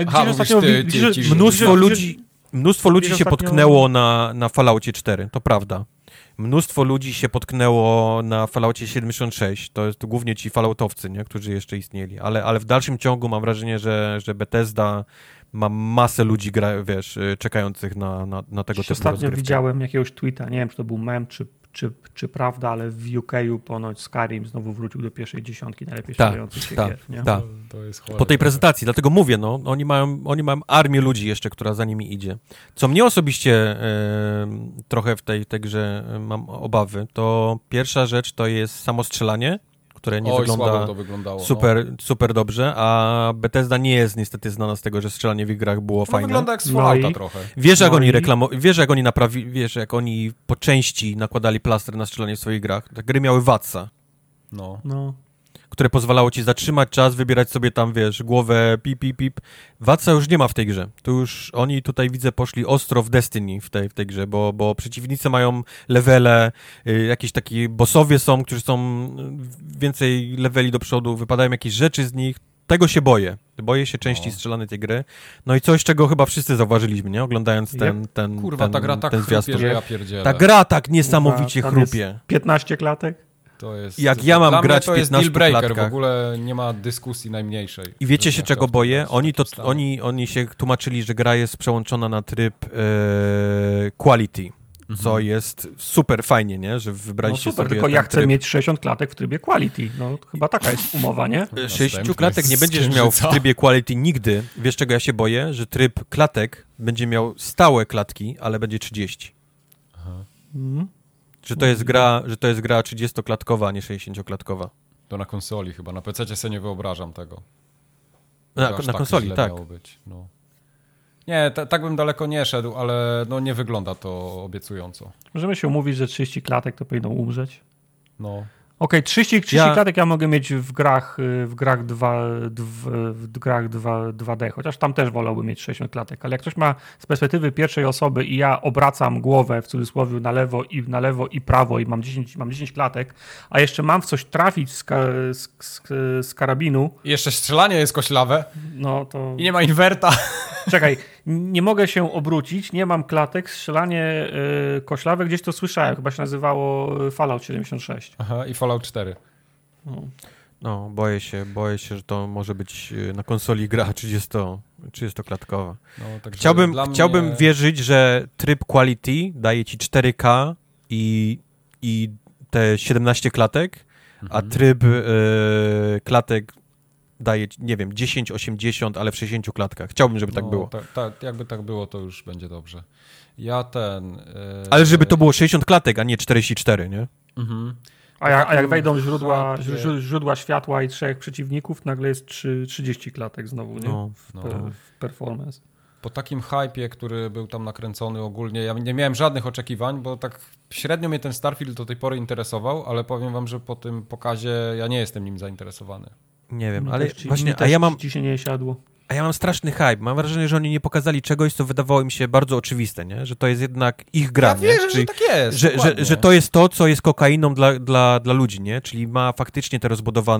Mnóstwo ludzi się potknęło na Falloutie 4, to prawda. Mnóstwo ludzi się potknęło na Falloutie 76, to jest głównie ci Falloutowcy, nie, którzy jeszcze istnieli, ale w dalszym ciągu mam wrażenie, że Bethesda ma masę ludzi, czekających na tego typu Ostatnio widziałem jakiegoś tweeta, nie wiem, czy to był mem, czy prawda, ale w UK-u ponoć Skyrim znowu wrócił do pierwszej dziesiątki najlepiej sprzedających się gier. Tak. Po tej prezentacji, dlatego mówię, oni mają armię ludzi jeszcze, która za nimi idzie. Co mnie osobiście trochę w tej grze mam obawy, to pierwsza rzecz to jest samo strzelanie, które nie wygląda super dobrze, a Bethesda nie jest niestety znana z tego, że strzelanie w ich grach było fajne. Wygląda jak z Fallouta trochę. Wiesz, jak oni po części nakładali plaster na strzelanie w swoich grach. Te gry miały VATSa. No. Które pozwalało ci zatrzymać czas, wybierać sobie tam, wiesz, głowę, pip. VATSa już nie ma w tej grze. To już oni tutaj, widzę, poszli ostro w Destiny w tej grze, bo przeciwnicy mają levele, jakieś takie bossowie są, którzy są więcej leveli do przodu, wypadają jakieś rzeczy z nich. Tego się boję. Boję się części strzelane tej gry. No i coś, czego chyba wszyscy zauważyliśmy, nie? Oglądając ta gra tak chrupie, że ja pierdzielę. Ta gra tak niesamowicie chrupie. 15 klatek? To jest, jak ja mam grać w 15 to jest deal breaker, klatkach. w ogóle nie ma dyskusji najmniejszej. I wiecie się czego boję? Oni się tłumaczyli, że gra jest przełączona na tryb quality, co jest super fajnie, nie? Że wybraliście super, sobie tylko ja chcę tryb. mieć 60 klatek w trybie quality. No chyba taka jest umowa, nie? 60 klatek nie będziesz miał w trybie quality nigdy. Wiesz czego ja się boję? Że tryb klatek będzie miał stałe klatki, ale będzie 30. Że to jest gra 30-klatkowa, a nie 60-klatkowa. To na konsoli chyba. Na PC sobie nie wyobrażam tego. Na konsoli, tak. Być. No. Nie, tak bym daleko nie szedł, ale no nie wygląda to obiecująco. Możemy się umówić, że 30 klatek to powinno umrzeć. No. Okej, 30 klatek ja mogę mieć w grach 2D, chociaż tam też wolałbym mieć 60 klatek, ale jak ktoś ma z perspektywy pierwszej osoby i ja obracam głowę w cudzysłowie na lewo i prawo i mam 10 klatek, a jeszcze mam w coś trafić z karabinu. I jeszcze strzelanie jest koślawe. No to... I nie ma inwerta. Czekaj, nie mogę się obrócić, nie mam klatek, strzelanie koślawe, gdzieś to słyszałem, chyba się nazywało Fallout 76. Aha, i Fallout 4. No, boję się, że to może być na konsoli gra 30-klatkowa. No, chciałbym wierzyć, że tryb quality daje ci 4K i te 17 klatek, a tryb klatek daje, nie wiem, 1080, ale w 60 klatkach. Chciałbym, żeby tak było. Jakby tak było, to już będzie dobrze. Ale żeby to było 60 klatek, a nie 44, nie? A jak wejdą źródła światła i 3 przeciwników, nagle jest 30 klatek znowu, nie? W performance. Po takim hypie, który był tam nakręcony ogólnie, ja nie miałem żadnych oczekiwań, bo tak średnio mnie ten Starfield do tej pory interesował, ale powiem wam, że po tym pokazie ja nie jestem nim zainteresowany. Nie wiem, ale właśnie, ci się nie siadło. A ja mam straszny hype. Mam wrażenie, że oni nie pokazali czegoś, co wydawało im się bardzo oczywiste, nie? Że to jest jednak ich gra, ja wierzę, że tak jest. Że to jest to, co jest kokainą dla ludzi, nie? Czyli ma faktycznie te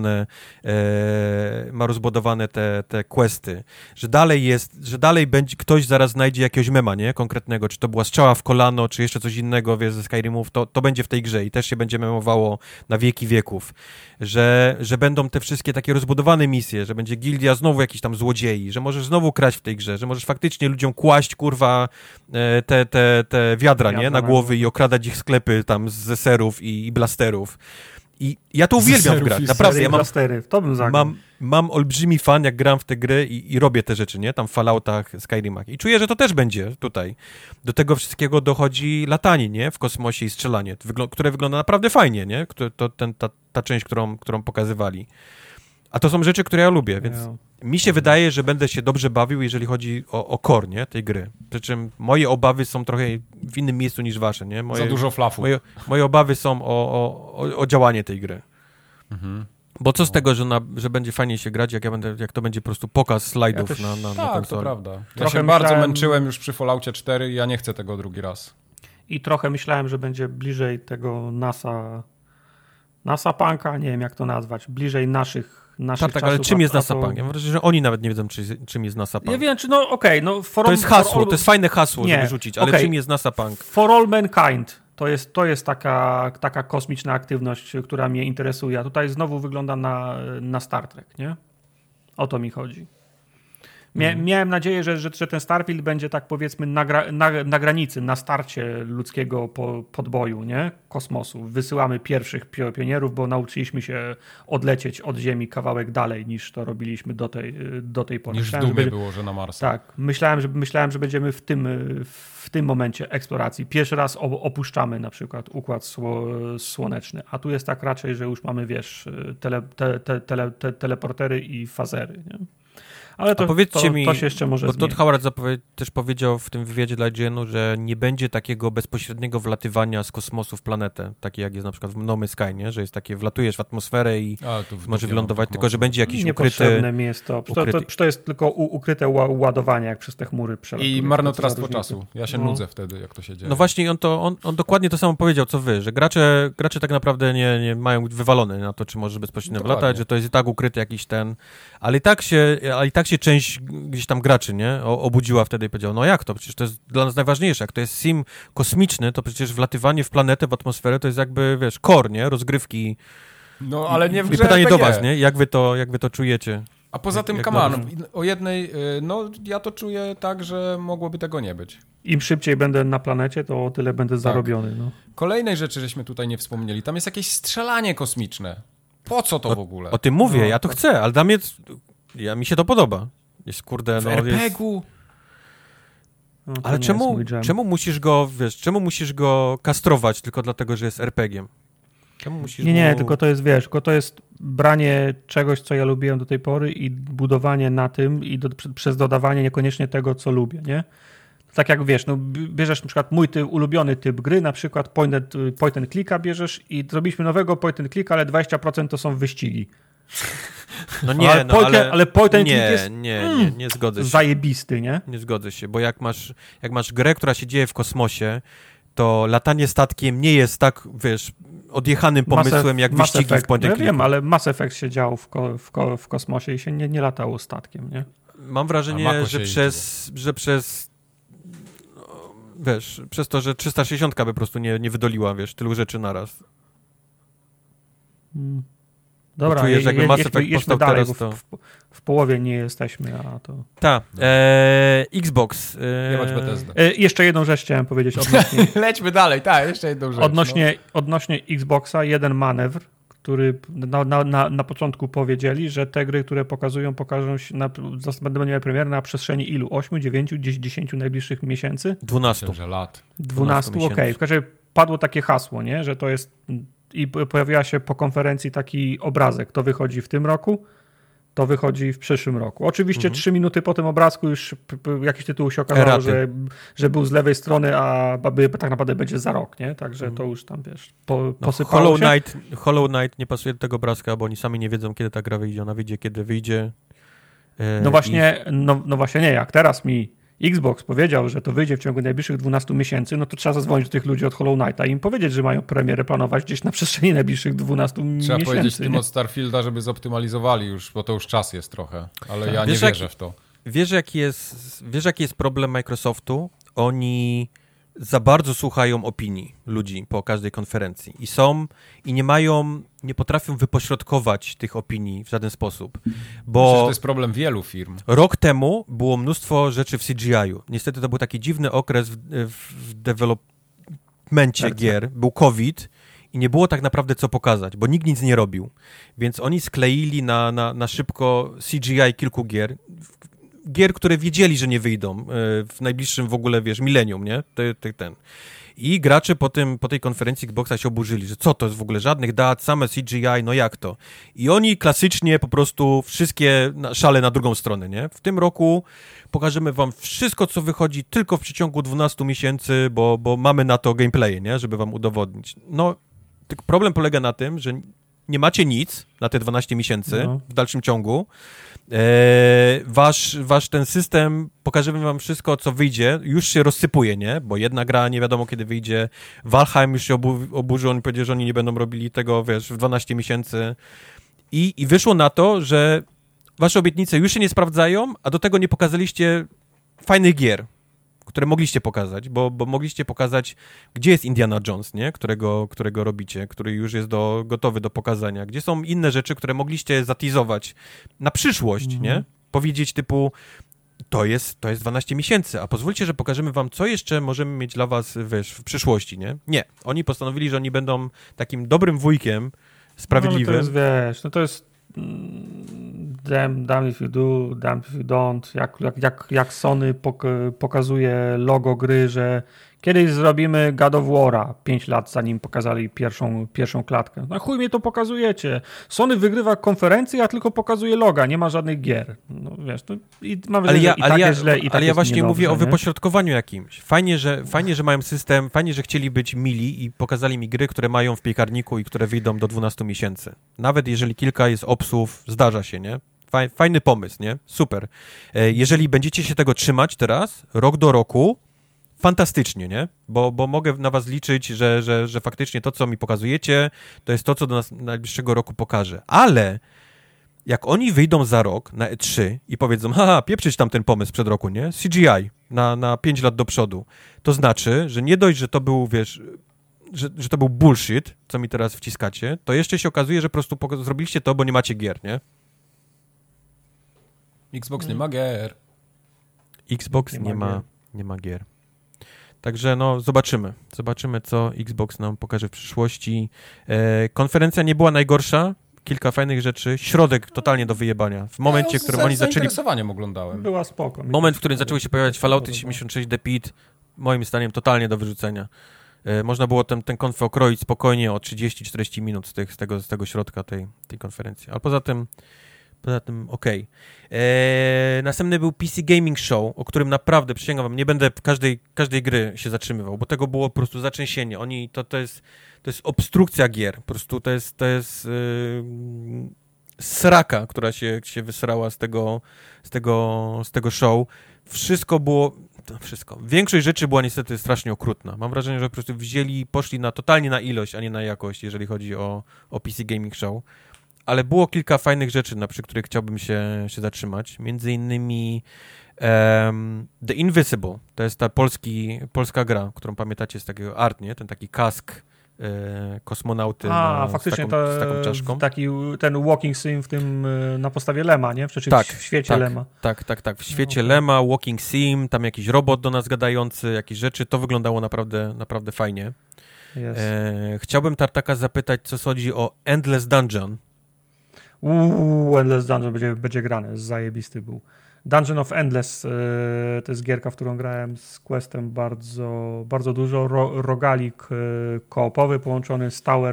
rozbudowane te questy. Że dalej będzie ktoś zaraz znajdzie jakiegoś mema, nie? Konkretnego. Czy to była strzała w kolano, czy jeszcze coś innego, wiesz, ze Skyrimów, to będzie w tej grze i też się będzie memowało na wieki wieków. Że będą te wszystkie takie rozbudowane misje, że będzie gildia znowu jakichś tam złodziei, że możesz znowu kraść w tej grze, że możesz faktycznie ludziom kłaść, kurwa, te wiadra, nie? Na głowy i okradać ich sklepy tam z serów i blasterów. I ja to uwielbiam w grach, naprawdę. Ja mam olbrzymi fan, jak gram w te gry i robię te rzeczy, nie? Tam w Falloutach, Skyrimach. I czuję, że to też będzie tutaj. Do tego wszystkiego dochodzi latanie, nie? W kosmosie i strzelanie, które wygląda naprawdę fajnie, nie? Ta część, którą pokazywali. A to są rzeczy, które ja lubię, więc mi się wydaje, że będę się dobrze bawił, jeżeli chodzi o core, nie? Tej gry. Przy czym moje obawy są trochę w innym miejscu niż wasze, nie? Za dużo flafu. Moje obawy są o działanie tej gry. Bo co z tego, że będzie fajnie się grać, jak to będzie po prostu pokaz slajdów na konsoli. Tak, to prawda. Ja się bardzo męczyłem już przy Falloutie 4 i ja nie chcę tego drugi raz. I trochę myślałem, że będzie bliżej tego NASA Punka, nie wiem jak to nazwać, bliżej naszych tak, ale czym jest NASA Punk? Ja mam wrażenie, że oni nawet nie wiedzą, czym jest NASA Punk. Ja wiem, to jest hasło, to jest fajne hasło, żeby rzucić, ale czym jest NASA Punk? For All Mankind. To jest taka kosmiczna aktywność, która mnie interesuje. A tutaj znowu wygląda na Star Trek, nie? O to mi chodzi. Miałem nadzieję, że ten Starfield będzie tak powiedzmy na granicy, na starcie ludzkiego podboju, nie? Kosmosu. Wysyłamy pierwszych pionierów, bo nauczyliśmy się odlecieć od Ziemi kawałek dalej niż to robiliśmy do tej pory. Niż w Dumie było, że na Marsa. Tak. Myślałem, że będziemy w tym momencie eksploracji. Pierwszy raz opuszczamy na przykład Układ Słoneczny, a tu jest tak raczej, że już mamy, wiesz, teleportery i fazery, nie? Ale to się jeszcze może zmienić. Todd Howard też powiedział w tym wywiadzie dla IGN-u, że nie będzie takiego bezpośredniego wlatywania z kosmosu w planetę, takie jak jest na przykład w No Man's Sky, nie? Że jest takie, wlatujesz w atmosferę i może wylądować, tylko że będzie jakiś niepotrzebne miejsce. To jest tylko ukryte ładowanie, jak przez te chmury przelatuje. I marnotrawstwo czasu. Ja się nudzę wtedy, jak to się dzieje. No właśnie, on dokładnie to samo powiedział, co wy, że gracze tak naprawdę nie mają wywalone na to, czy możesz bezpośrednio wlatać, że to jest i tak ukryty jakiś ale i tak się część gdzieś tam graczy, nie, obudziła wtedy i powiedziała, no jak to? Przecież to jest dla nas najważniejsze. Jak to jest sim kosmiczny, to przecież wlatywanie w planetę, w atmosferę to jest jakby, wiesz, core, nie? Rozgrywki. No, ale nie w grze I pytanie RPG. do was, nie? Jak wy to czujecie? A poza tym, o jednej, no ja to czuję tak, że mogłoby tego nie być. Im szybciej będę na planecie, to o tyle będę zarobiony. No. Kolejnej rzeczy żeśmy tutaj nie wspomnieli. Tam jest jakieś strzelanie kosmiczne. Po co to w ogóle? O tym mówię, ja to chcę, ale dla mnie... mi się to podoba. Jest w RPG-u? No, ale czemu musisz go kastrować tylko dlatego, że jest RPG-iem? Tylko to jest, tylko to jest branie czegoś, co ja lubiłem do tej pory i budowanie na tym i przez dodawanie niekoniecznie tego, co lubię, nie? Tak jak bierzesz na przykład mój ulubiony typ gry, na przykład point and clicka bierzesz i zrobiliśmy nowego point and clicka, ale 20% to są wyścigi. No nie, ale point and click jest nie zgodzę się. Zajebisty, nie? Nie zgodzę się, bo jak masz grę, która się dzieje w kosmosie, to latanie statkiem nie jest tak, wiesz, odjechanym pomysłem jak wyścigi w point and clicku. Ja wiem, ale Mass Effect się działo w kosmosie i się nie latało statkiem, nie? Mam wrażenie, że przez to, że 360 by po prostu nie wydoliła, wiesz, tylu rzeczy naraz. Dobra, czuję, że jakby Mass Effect powstał dalej, teraz, to... w połowie nie jesteśmy, a to... Tak. Xbox. Nie bądź Bethesda. Jeszcze jedną rzecz chciałem powiedzieć odnośnie... Lećmy dalej, jeszcze jedną rzecz. Odnośnie Xboxa, jeden manewr, który na początku powiedzieli, że te gry, które pokażą się, będą miały premierę na przestrzeni ilu? 8, 9, 10 najbliższych miesięcy? 12. lat. 12, okej. W każdym razie padło takie hasło, nie? Że to jest... I pojawiła się po konferencji taki obrazek. To wychodzi w tym roku, to wychodzi w przyszłym roku. Oczywiście 3 minuty po tym obrazku już jakiś tytuł się okazało, że był z lewej strony, a tak naprawdę będzie za rok, nie? Także to już tam, wiesz, posypało się. Hollow Knight nie pasuje do tego obrazka, bo oni sami nie wiedzą, kiedy ta gra wyjdzie. Ona wyjdzie, kiedy wyjdzie. No właśnie nie. Jak teraz mi Xbox powiedział, że to wyjdzie w ciągu najbliższych 12 miesięcy, no to trzeba zadzwonić do tych ludzi od Hollow Knighta i im powiedzieć, że mają premierę planować gdzieś na przestrzeni najbliższych 12 miesięcy. Trzeba powiedzieć tym od Starfielda, żeby zoptymalizowali już, bo to już czas jest trochę, ale ja nie wierzę w to. Wiesz, jaki jest problem Microsoftu? Oni za bardzo słuchają opinii ludzi po każdej konferencji nie potrafią wypośrodkować tych opinii w żaden sposób. Bo myślę, że to jest problem wielu firm. Rok temu było mnóstwo rzeczy w CGI-u. Niestety to był taki dziwny okres w developmencie gier. Był COVID i nie było tak naprawdę co pokazać, bo nikt nic nie robił. Więc oni skleili na szybko CGI kilku gier, które wiedzieli, że nie wyjdą w najbliższym w ogóle, wiesz, milenium, nie? I gracze po tej konferencji Xboxa się oburzyli, że co to jest w ogóle, żadnych dat, same CGI, no jak to? I oni klasycznie po prostu wszystkie szale na drugą stronę, nie? W tym roku pokażemy wam wszystko, co wychodzi tylko w przeciągu 12 miesięcy, bo mamy na to gameplaye, nie? Żeby wam udowodnić. No, problem polega na tym, że nie macie nic na te 12 miesięcy w dalszym ciągu. Wasz ten system, pokażemy wam wszystko, co wyjdzie, już się rozsypuje, nie? Bo jedna gra nie wiadomo, kiedy wyjdzie. Valheim już się oburzył, on powiedział, że oni nie będą robili tego, wiesz, w 12 miesięcy. I wyszło na to, że wasze obietnice już się nie sprawdzają, a do tego nie pokazaliście fajnych gier, które mogliście pokazać, bo mogliście pokazać, gdzie jest Indiana Jones, nie? Którego robicie, który już jest gotowy do pokazania. Gdzie są inne rzeczy, które mogliście zatizować na przyszłość, nie? Powiedzieć typu, to jest 12 miesięcy, a pozwólcie, że pokażemy wam, co jeszcze możemy mieć dla was, w przyszłości, nie? Nie. Oni postanowili, że oni będą takim dobrym wujkiem, sprawiedliwym. No, to jest damn if you do, damn if you don't. Jak Sony pokazuje logo gry, że kiedyś zrobimy God of War'a 5 lat zanim pokazali pierwszą klatkę. No chuj mnie to pokazujecie. Sony wygrywa konferencję, a tylko pokazuje loga, nie ma żadnych gier. No wiesz, i mam wrażenie, że i tak jest źle, i tak ale ja właśnie mówię o nie? wypośrodkowaniu jakimś. Fajnie, że mają system, fajnie, że chcieli być mili i pokazali mi gry, które mają w piekarniku i które wyjdą do 12 miesięcy. Nawet jeżeli kilka jest obsów, zdarza się, nie? Fajny pomysł, nie? Super. Jeżeli będziecie się tego trzymać teraz, rok do roku, fantastycznie, nie? Bo mogę na was liczyć, że faktycznie to, co mi pokazujecie, to jest to, co do najbliższego roku pokażę. Ale jak oni wyjdą za rok na E3 i powiedzą, haha, pieprzyć tam ten pomysł przed roku, nie? CGI na 5 lat do przodu, to znaczy, że nie dość, że to był, wiesz, że to był bullshit, co mi teraz wciskacie, to jeszcze się okazuje, że po prostu zrobiliście to, bo nie macie gier, nie? Xbox nie ma gier. Xbox nie ma gier. Także no, zobaczymy. Zobaczymy, co Xbox nam pokaże w przyszłości. Konferencja nie była najgorsza. Kilka fajnych rzeczy. Środek totalnie do wyjebania. W momencie, w którym oni zaczęli... zainteresowaniem oglądałem. Była spoko. Moment, w którym zaczęły się pojawiać Fallouty 76 The Pit, moim zdaniem totalnie do wyrzucenia. Można było ten konf okroić spokojnie o 30-40 minut z tego środka tej konferencji. Ale poza tym okej. Następny był PC Gaming Show, o którym naprawdę, przysięgam wam, nie będę w każdej gry się zatrzymywał, bo tego było po prostu zatrzęsienie. To jest obstrukcja gier. Po prostu to jest sraka, która się wysrała z tego show. Wszystko. Większość rzeczy była niestety strasznie okrutna. Mam wrażenie, że po prostu poszli totalnie na ilość, a nie na jakość, jeżeli chodzi o PC Gaming Show. Ale było kilka fajnych rzeczy, przy których chciałbym się zatrzymać. Między innymi The Invisible. To jest ta polska gra, którą pamiętacie z takiego art, nie? Ten taki kask kosmonauty faktycznie z taką czaszką. Ten walking sim na podstawie Lema, nie? W świecie Lema. Tak. W świecie Lema, walking sim, tam jakiś robot do nas gadający, jakieś rzeczy. To wyglądało naprawdę fajnie. Yes. Chciałbym Tartaka zapytać, co sądzi o Endless Dungeon. Endless Dungeon będzie grane, zajebisty był. Dungeon of Endless to jest gierka, w którą grałem z Questem bardzo dużo. Rogalik koopowy połączony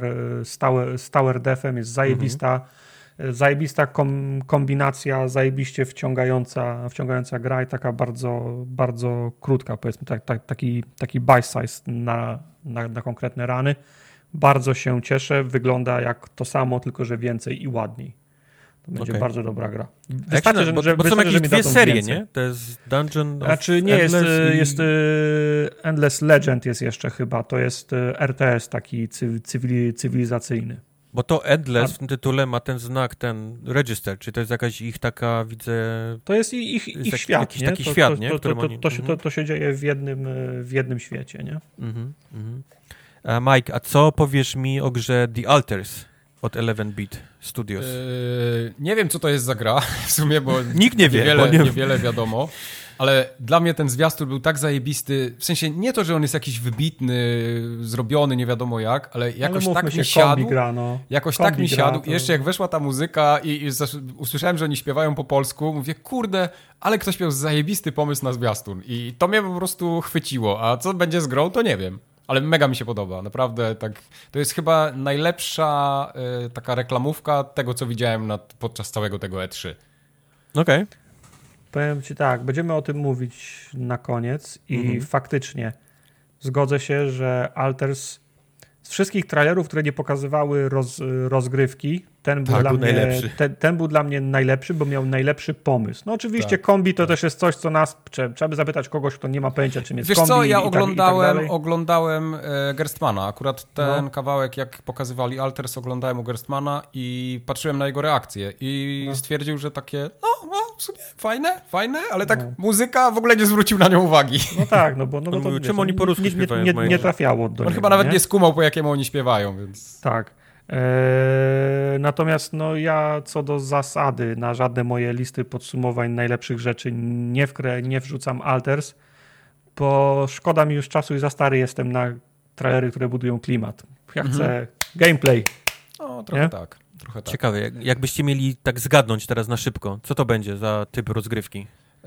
z Tower Defem, jest zajebista. Zajebista kombinacja, zajebiście wciągająca gra i taka bardzo krótka, powiedzmy, taki bite-size na konkretne rany. Bardzo się cieszę, wygląda jak to samo, tylko że więcej i ładniej. To będzie bardzo dobra gra. Wystarczy, bo są jakieś dwie serie, więcej. Nie? To jest Dungeon of Endless jest Endless Legend jest jeszcze chyba, to jest RTS taki cywilizacyjny. Bo to Endless w tym tytule ma ten znak, ten register, czy to jest jakaś ich taka, widzę... To jest ich świat, jakiś taki świat, nie? To się dzieje w jednym świecie, nie? Mike, a co powiesz mi o grze The Alters od 11-bit Studios? Nie wiem, co to jest za gra w sumie, bo nikt nie wie, niewiele wiadomo, ale dla mnie ten zwiastun był tak zajebisty, w sensie nie to, że on jest jakiś wybitny, zrobiony nie wiadomo jak, ale jakoś tak mi siadł. Tak mi siadł. I jeszcze jak weszła ta muzyka i usłyszałem, że oni śpiewają po polsku, mówię, kurde, ale ktoś miał zajebisty pomysł na zwiastun i to mnie po prostu chwyciło, a co będzie z grą, to nie wiem. Ale mega mi się podoba, naprawdę tak. To jest chyba najlepsza taka reklamówka tego, co widziałem podczas całego tego E3. Okej. Powiem ci tak, będziemy o tym mówić na koniec i faktycznie zgodzę się, że Alters z wszystkich trailerów, które nie pokazywały rozgrywki, ten był dla mnie najlepszy, bo miał najlepszy pomysł. No oczywiście kombi to też jest coś, co trzeba by zapytać kogoś, kto nie ma pojęcia, czym jest kombi. Wiesz co, ja oglądałem Gerstmana. Akurat ten kawałek, jak pokazywali Alters, oglądałem u Gerstmana i patrzyłem na jego reakcję i stwierdził, że takie, w sumie fajne, ale tak muzyka w ogóle nie zwrócił na nią uwagi. No tak, bo czym oni po rusku śpiewają? Nie trafiało do niego. On chyba nawet nie skumał, po jakiemu oni śpiewają, więc... Tak. Natomiast no ja co do zasady na żadne moje listy podsumowań najlepszych rzeczy nie wrzucam Alters, bo szkoda mi już czasu i za stary jestem na trailery, które budują klimat. Ja chcę gameplay. No, trochę tak. Ciekawe, jakbyście mieli tak zgadnąć teraz na szybko, co to będzie za typ rozgrywki?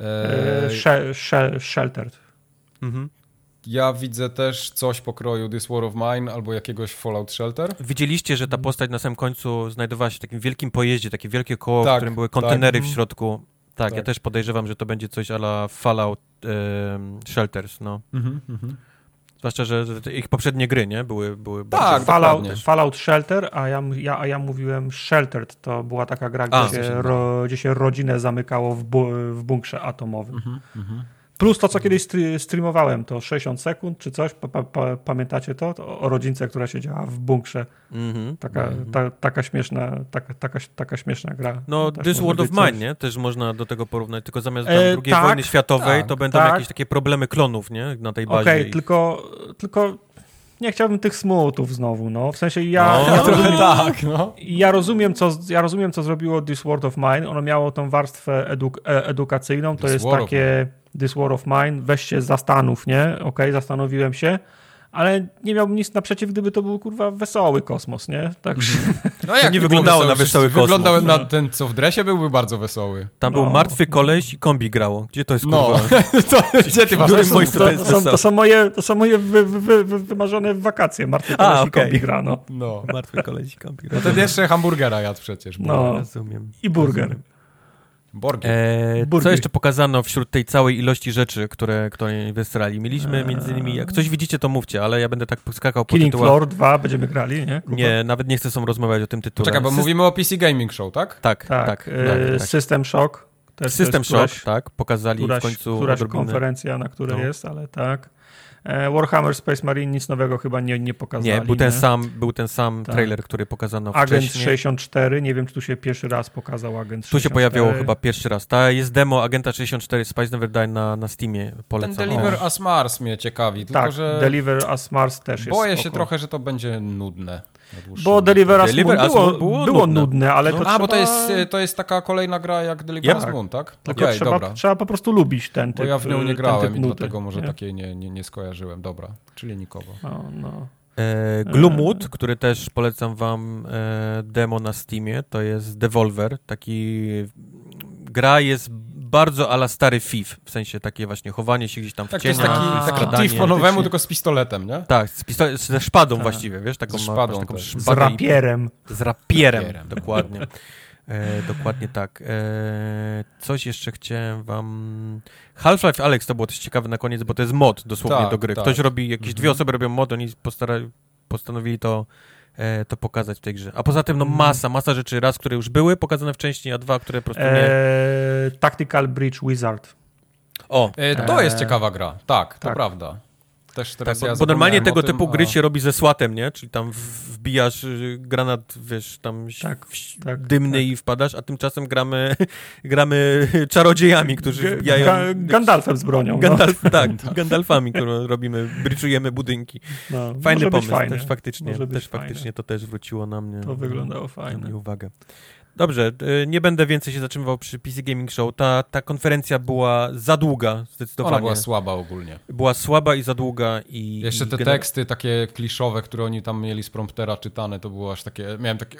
Sheltered. Ja widzę też coś pokroju This War of Mine albo jakiegoś Fallout Shelter. Widzieliście, że ta postać na samym końcu znajdowała się w takim wielkim pojeździe, takie wielkie koło, w którym były kontenery w środku. Tak, ja też podejrzewam, że to będzie coś a la Fallout Shelters, no. Zwłaszcza, że ich poprzednie gry, nie? Były tak, Fallout Shelter, a ja mówiłem Sheltered. To była taka gra, gdzie się rodzinę zamykało w bunkrze atomowym. Plus to, co kiedyś streamowałem, to 60 sekund czy coś. Pamiętacie to? O rodzince, która siedziała w bunkrze. Taka śmieszna gra. No, This World of Mine, nie? Też można do tego porównać, tylko zamiast II wojny światowej to będą jakieś takie problemy klonów, nie? Na tej bazie. Okej, tylko nie chciałbym tych smutów znowu, no. W sensie ja rozumiem, co zrobiło This World of Mine. Ono miało tą warstwę edukacyjną. To jest takie This War of Mine, weź się zastanów, nie? Okej, zastanowiłem się, ale nie miałbym nic naprzeciw, gdyby to był, kurwa, wesoły kosmos, nie? Tak. No jak nie wyglądało na wesoły kosmos? Wyglądał na ten, co w dresie byłby bardzo wesoły. Tam był martwy koleś i kombi grało. Gdzie to jest, kurwa? Gdzie ty masz? To są moje wymarzone wakacje. Martwy koleś i kombi gra, no. Martwy koleś i kombi gra. No ten jeszcze hamburgera jadł przecież. No, rozumiem. I burger. Co jeszcze pokazano wśród tej całej ilości rzeczy, które wysrali? Mieliśmy między innymi, jak coś widzicie, to mówcie, ale ja będę tak skakał po Killing tytułach. Floor 2 będziemy grali, nie? Kuba? Nie, nawet nie chcę rozmawiać o tym tytule. Czekaj, bo mówimy o PC Gaming Show, tak? Tak. System Shock. System Shock, tak. Pokazali w końcu konferencja, na której jest, ale tak. Warhammer Space Marine nic nowego chyba nie pokazali. Nie, był ten sam trailer, który pokazano wcześniej. Agent 64, nie wiem, czy tu się pierwszy raz pokazał Agent 64. Tu się pojawiło chyba pierwszy raz. Jest demo Agenta 64 Spice Never Die na Steamie. Polecam. Ten Deliver Us Mars mnie ciekawi. Tylko, że Deliver Us Mars też jest boję się trochę, że to będzie nudne. Bo Deliver Us Moon było nudne, ale to trzeba... bo to jest taka kolejna gra jak Deliver Us Moon, tak? Tylko trzeba po prostu lubić ten typ. Bo ja w nią nie grałem i dlatego może takiej nie skojarzyłem. Dobra, czyli nikogo. Gloomwood, który też polecam wam demo na Steamie, to jest Devolver. Gra jest bardzo a la stary Thief, w sensie takie właśnie chowanie się gdzieś tam w cieniu. To jest taki Thief po nowemu, tylko z pistoletem, nie? Tak, ze szpadą właściwie, wiesz? Taką z rapierem. Z rapierem, dokładnie. Dokładnie tak. Coś jeszcze chciałem wam... Half-Life Alyx to było też ciekawe na koniec, bo to jest mod dosłownie do gry. Ktoś robi, jakieś dwie osoby robią mod, oni postanowili to pokazać w tej grze. A poza tym masa rzeczy, które już były pokazane wcześniej, a dwa, które po prostu nie... Tactical Bridge Wizard. To jest ciekawa gra. Tak, to prawda. Też teraz bo normalnie tego typu gry się robi ze SWAT-em, nie? Czyli tam wbijasz granat, wiesz, tam dymny i wpadasz, a tymczasem gramy czarodziejami, którzy wbijają... Gandalfem z bronią. Gandalfami, które robimy, bryczujemy budynki. Fajny pomysł, też faktycznie to też wróciło na mnie. To wyglądało fajnie. Na mnie uwagę. Dobrze, nie będę więcej się zatrzymywał przy PC Gaming Show. Ta konferencja była za długa, zdecydowanie. Ona była słaba ogólnie. Była słaba i za długa. Jeszcze te teksty takie kliszowe, które oni tam mieli z promptera czytane, to było aż takie... Miałem takie...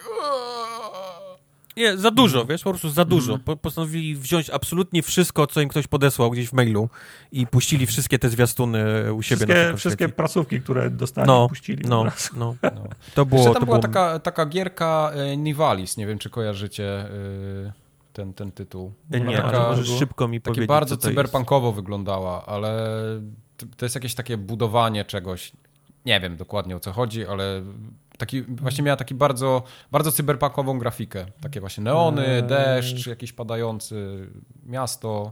Nie, za dużo, wiesz, po prostu za dużo. Postanowili wziąć absolutnie wszystko, co im ktoś podesłał gdzieś w mailu i puścili wszystkie te zwiastuny u siebie na tej wszystkie prasówki, które dostali, puścili. To było... Jeszcze tam była taka gierka Nivalis, nie wiem, czy kojarzycie ten tytuł. Nie, możesz szybko mi powiedzieć, bardzo cyberpunkowo wyglądała, ale to jest jakieś takie budowanie czegoś. Nie wiem dokładnie o co chodzi, ale właśnie miała taki bardzo, bardzo cyberpunkową grafikę. Takie właśnie neony, deszcz, jakiś padający, miasto.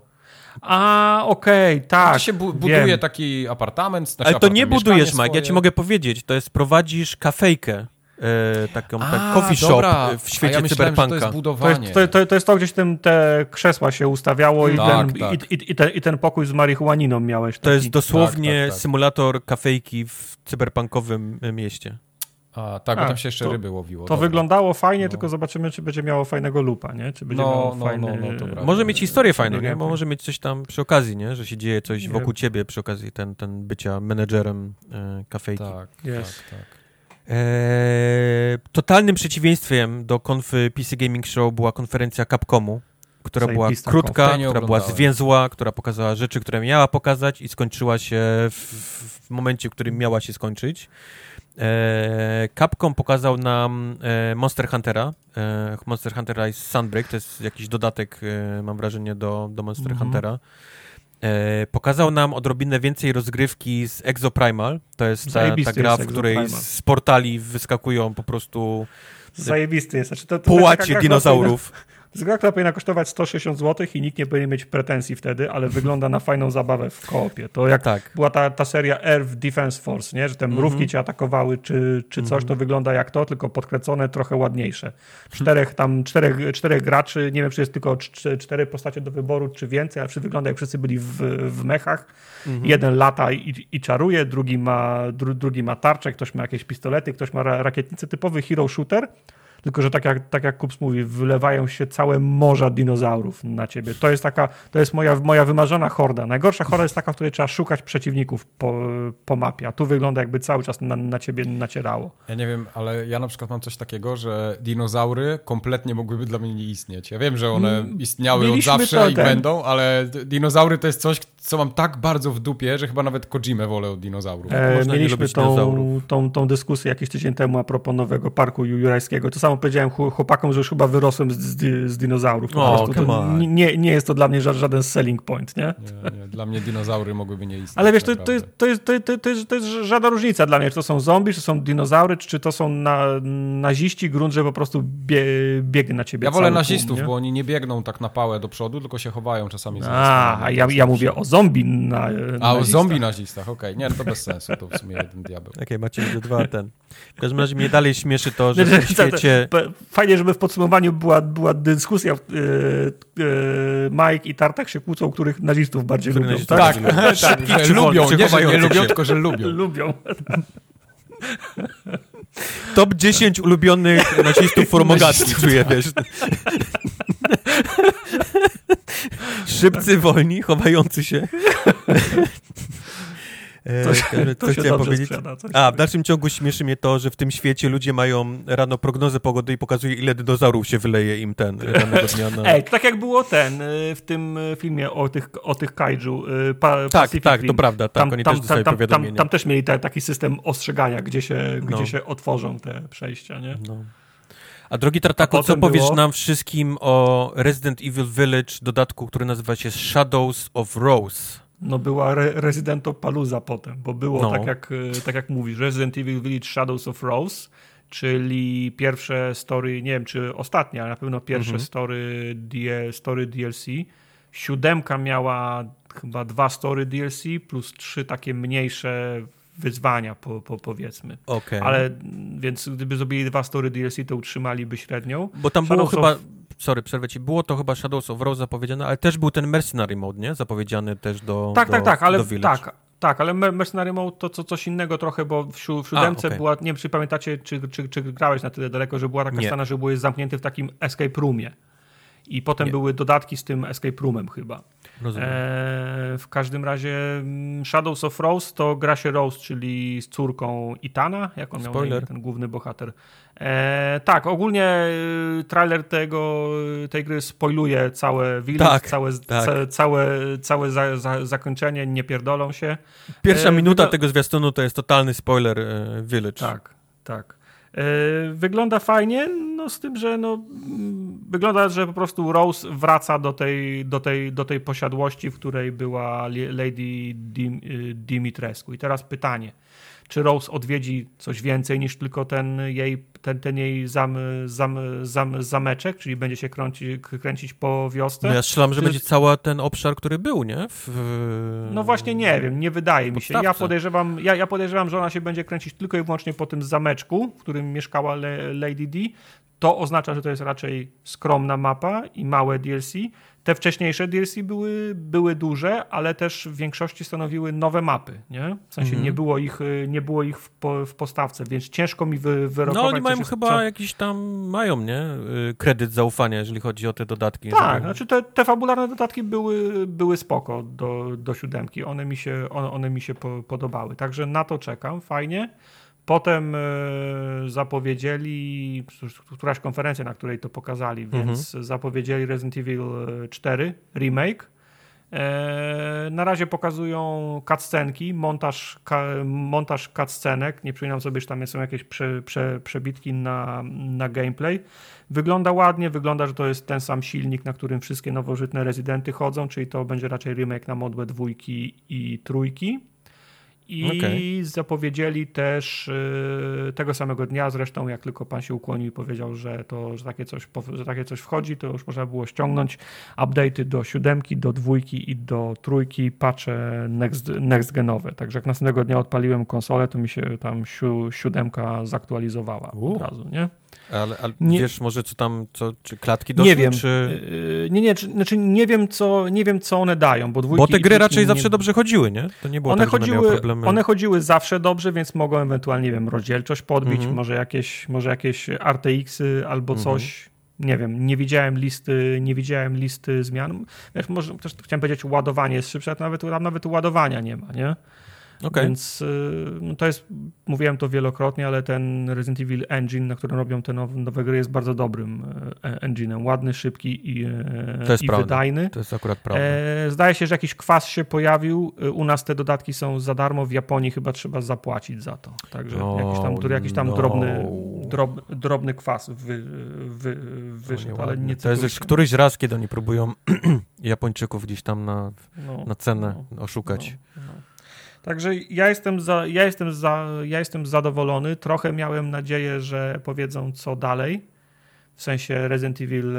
Tak. Gdzie się buduje taki apartament. Ale to nie budujesz, Mike, ja ci mogę powiedzieć, to jest prowadzisz kafejkę. Taką coffee shop w świecie cyberpunka. To jest budowanie. To jest to, gdzieś te krzesła się ustawiało i ten pokój z marihuaniną miałeś. To jest dosłownie symulator kafejki w cyberpunkowym mieście. Tak, bo tam się jeszcze ryby łowiło. To wyglądało fajnie, tylko zobaczymy, czy będzie miało fajnego loopa, nie? Czy będzie miało fajny... Może mieć historię fajną, nie? Bo może mieć coś tam przy okazji, nie? Że się dzieje coś wokół ciebie przy okazji ten bycia menedżerem kafejki. Tak. Totalnym przeciwieństwem do konfy PC Gaming Show była konferencja Capcomu, która była krótka, która była zwięzła, która pokazała rzeczy, które miała pokazać i skończyła się w momencie, w którym miała się skończyć. Capcom pokazał nam Monster Huntera. Monster Hunter Rise Sunbreak, to jest jakiś dodatek, mam wrażenie, do Monster Huntera. Pokazał nam odrobinę więcej rozgrywki z Exoprimal. To jest ta gra, w której z portali wyskakują po prostu zajebisty jest. Znaczy, to połacie dinozaurów. To jest gra, która powinna kosztować 160 zł i nikt nie powinien mieć pretensji wtedy, ale wygląda na fajną zabawę w koopie. To jak była ta seria Earth Defense Force, nie? Że te mrówki cię atakowały czy coś, to wygląda jak to, tylko podkręcone, trochę ładniejsze. Czterech graczy, nie wiem, czy jest tylko 4 postacie do wyboru, czy więcej, ale wygląda jak wszyscy byli w mechach. Jeden lata i czaruje, drugi ma tarczę, ktoś ma jakieś pistolety, ktoś ma rakietnicę, typowy hero shooter. Tylko że tak jak Kups mówi, wylewają się całe morza dinozaurów na ciebie. To jest moja wymarzona horda. Najgorsza horda jest taka, w której trzeba szukać przeciwników po mapie, a tu wygląda jakby cały czas na ciebie nacierało. Ja nie wiem, ale ja na przykład mam coś takiego, że dinozaury kompletnie mogłyby dla mnie nie istnieć. Ja wiem, że one istniały od zawsze i będą, ale dinozaury to jest coś, co mam tak bardzo w dupie, że chyba nawet Kojimę wolę od dinozaurów. Mieliśmy tą dyskusję jakiś tydzień temu a propos nowego parku jurajskiego. To samo powiedziałem chłopakom, że już chyba wyrosłem z dinozaurów. Nie jest to dla mnie żaden selling point, nie? Nie, dla mnie dinozaury mogłyby nie istnieć. Ale wiesz, to jest żadna różnica dla mnie, czy to są zombie, czy są dinozaury, czy to są naziści, grunt, że po prostu biegnie na ciebie. Ja wolę nazistów, bo oni nie biegną tak na pałę do przodu, tylko się chowają czasami. Ja mówię o zombie o zombie nazistach, okej. Nie, no to bez sensu, to w sumie jeden diabeł. Okej, macie dwa W każdym razie mnie dalej śmieszy to, że w tym świecie... Fajnie, żeby w podsumowaniu była dyskusja. Mike i Tartak się kłócą, których nazistów bardziej lubią. Tak, że lubią, nie lubią, tylko że lubią. Lubią. Top 10 ulubionych nazistów formogackich, czuję, wiesz. Szybcy, wolni, chowający się. To się dobrze sprzeda. W dalszym ciągu śmieszy mnie to, że w tym świecie ludzie mają rano prognozę pogody i pokazuje, ile dinozaurów się wyleje im ranego dnia. To tak jak było w tym filmie o tych kaiju. Tak, to prawda. Tak, oni też dostają powiadomienia. Tam też mieli taki system ostrzegania, gdzie się otworzą te przejścia, nie? No. A drogi Tartaku, co powiesz nam wszystkim o Resident Evil Village dodatku, który nazywa się Shadows of Rose? No była Residentopalooza potem, bo było tak jak mówisz, Resident Evil Village Shadows of Rose, czyli pierwsze story, nie wiem czy ostatnie, ale na pewno pierwsze story DLC. 7 miała chyba 2 story DLC plus 3 takie mniejsze wyzwania powiedzmy. Ale więc gdyby zrobili 2 story DLC, to utrzymaliby średnią. Bo tam było chyba... Sorry, przerwę ci. Było to chyba Shadows of Rose zapowiedziane, ale też był ten Mercenary Mode, nie? Zapowiedziany też do Village. Tak, ale Mercenary Mode to coś innego trochę, bo w 7 była, nie wiem, czy pamiętacie, czy grałeś na tyle daleko, że była taka scena, że byłeś zamknięty w takim escape roomie. I potem były dodatki z tym escape roomem chyba. W każdym razie Shadows of Rose to gra się Rose, czyli z córką Ithana, jak on miał na imię, ten główny bohater. Tak, ogólnie trailer tej gry spoiluje całe village, całe zakończenie, nie pierdolą się. Pierwsza minuta tego zwiastunu to jest totalny spoiler Village. Tak. Wygląda fajnie, no z tym, że wygląda, że po prostu Rose wraca do tej posiadłości, w której była Lady Dimitrescu. I teraz pytanie, czy Rose odwiedzi coś więcej niż tylko ten jej zameczek, czyli będzie się kręcić po wiosce? No ja strzelam, że będzie cały ten obszar, który był, nie? No właśnie nie wiem, nie wydaje mi się. Ja podejrzewam, że ona się będzie kręcić tylko i wyłącznie po tym zameczku, w którym mieszkała Lady D. To oznacza, że to jest raczej skromna mapa i małe DLC. te wcześniejsze DLC były duże, ale też w większości stanowiły nowe mapy, nie? W sensie nie było ich w postawce, więc ciężko mi wyrokować. No oni mają chyba jakiś tam, nie? Kredyt zaufania, jeżeli chodzi o te dodatki. Tak, znaczy te fabularne dodatki były spoko do 7. One mi się podobały, także na to czekam, fajnie. Potem zapowiedzieli, któraś konferencja, na której to pokazali, więc zapowiedzieli Resident Evil 4 Remake. Na razie pokazują cutscenki, montaż cutscenek. Nie przypominam sobie, że tam są jakieś przebitki na gameplay. Wygląda ładnie, wygląda, że to jest ten sam silnik, na którym wszystkie nowożytne Residenty chodzą, czyli to będzie raczej remake na modłę 2 i 3. I zapowiedzieli też tego samego dnia, zresztą jak tylko pan się ukłonił i powiedział, że takie coś wchodzi, to już można było ściągnąć update'y do 7, do 2 i do 3, patche next genowe. Także jak następnego dnia odpaliłem konsolę, to mi się tam 7 zaktualizowała od razu, nie? Ale wiesz może czy klatki doszły? Nie wiem. Czy... Nie wiem co one dają, bo te gry raczej zawsze dobrze chodziły, nie? To nie było tak, że miały problemy. One chodziły zawsze dobrze, więc mogą ewentualnie, nie wiem, rozdzielczość podbić, może jakieś RTX-y albo coś. Nie wiem, nie widziałem listy zmian. Wiesz, może też chciałem powiedzieć, ładowanie jest szybsze, a nawet ładowania nie ma, nie? Więc to jest, mówiłem to wielokrotnie, ale ten Resident Evil Engine, na którym robią te nowe gry, jest bardzo dobrym engine'em. Ładny, szybki i wydajny. To jest akurat prawda. Zdaje się, że jakiś kwas się pojawił. U nas te dodatki są za darmo, w Japonii chyba trzeba zapłacić za to. Także jakiś tam drobny kwas wyszedł, ale nie. To jest któryś raz, kiedy oni próbują Japończyków gdzieś tam na cenę oszukać. Także ja jestem zadowolony. Trochę miałem nadzieję, że powiedzą co dalej. W sensie Resident Evil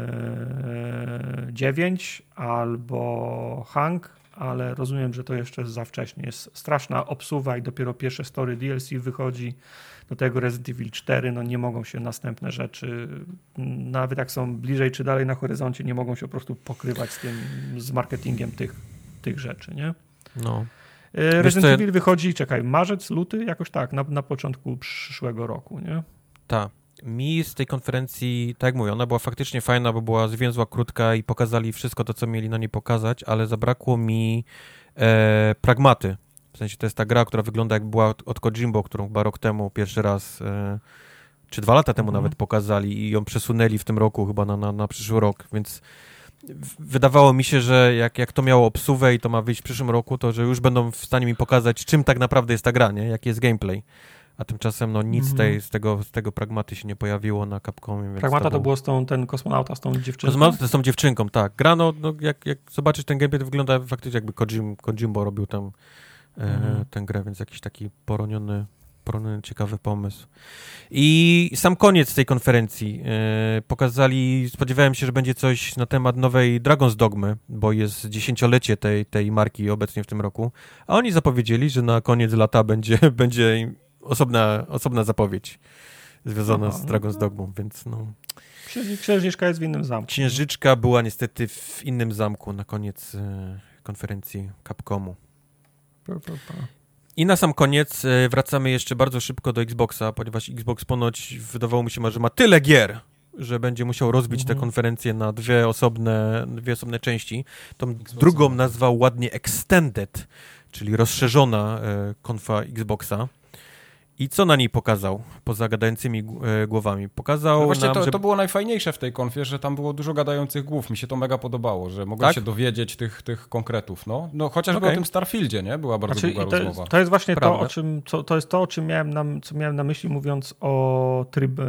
9 albo Hank, ale rozumiem, że to jeszcze za wcześnie. Jest straszna obsuwa i dopiero pierwsze story DLC wychodzi. Do tego Resident Evil 4, nie mogą się następne rzeczy, nawet jak są bliżej czy dalej na horyzoncie, nie mogą się po prostu pokrywać z marketingiem tych rzeczy, nie? No. Resident Evil wychodzi, marzec, luty, jakoś tak, na początku przyszłego roku, nie? Tak. Mi z tej konferencji, tak jak mówię, ona była faktycznie fajna, bo była zwięzła, krótka i pokazali wszystko to, co mieli na niej pokazać, ale zabrakło mi Pragmaty. W sensie to jest ta gra, która wygląda jak była od Kojimbo, którą chyba rok temu pierwszy raz, czy 2 lata temu nawet pokazali i ją przesunęli w tym roku chyba na przyszły rok, więc wydawało mi się, że jak to miało obsuwę i to ma wyjść w przyszłym roku, to że już będą w stanie mi pokazać, czym tak naprawdę jest ta gra, nie? Jaki jest gameplay. A tymczasem nic z tego Pragmaty się nie pojawiło na Capcomie. Więc Pragmata to było ten kosmonauta z tą dziewczynką? Kosmonauta z tą dziewczynką, tak. Gra, jak zobaczysz ten gameplay, to wygląda faktycznie jakby Kojimbo robił tam tę grę, więc jakiś taki poroniony ciekawy pomysł. I sam koniec tej konferencji. Pokazali, spodziewałem się, że będzie coś na temat nowej Dragon's Dogmy, bo jest 10-lecie tej marki obecnie w tym roku, a oni zapowiedzieli, że na koniec lata będzie osobna zapowiedź związana z Dragon's Dogmą, więc Księżniczka jest w innym zamku. Księżniczka była niestety w innym zamku na koniec konferencji Capcomu. I na sam koniec wracamy jeszcze bardzo szybko do Xboxa, ponieważ Xbox ponoć wydawało mi się, że ma tyle gier, że będzie musiał rozbić tę konferencję na dwie osobne części. Tą drugą nazwał ładnie Extended, czyli rozszerzona konfa Xboxa. I co na niej pokazał, poza gadającymi głowami? Pokazał właśnie nam, to było najfajniejsze w tej konfie, że tam było dużo gadających głów. Mi się to mega podobało, że mogłem się dowiedzieć tych konkretów. No chociażby o tym Starfieldzie, nie? Była bardzo długa rozmowa. To jest właśnie to, o czym miałem na myśli, mówiąc o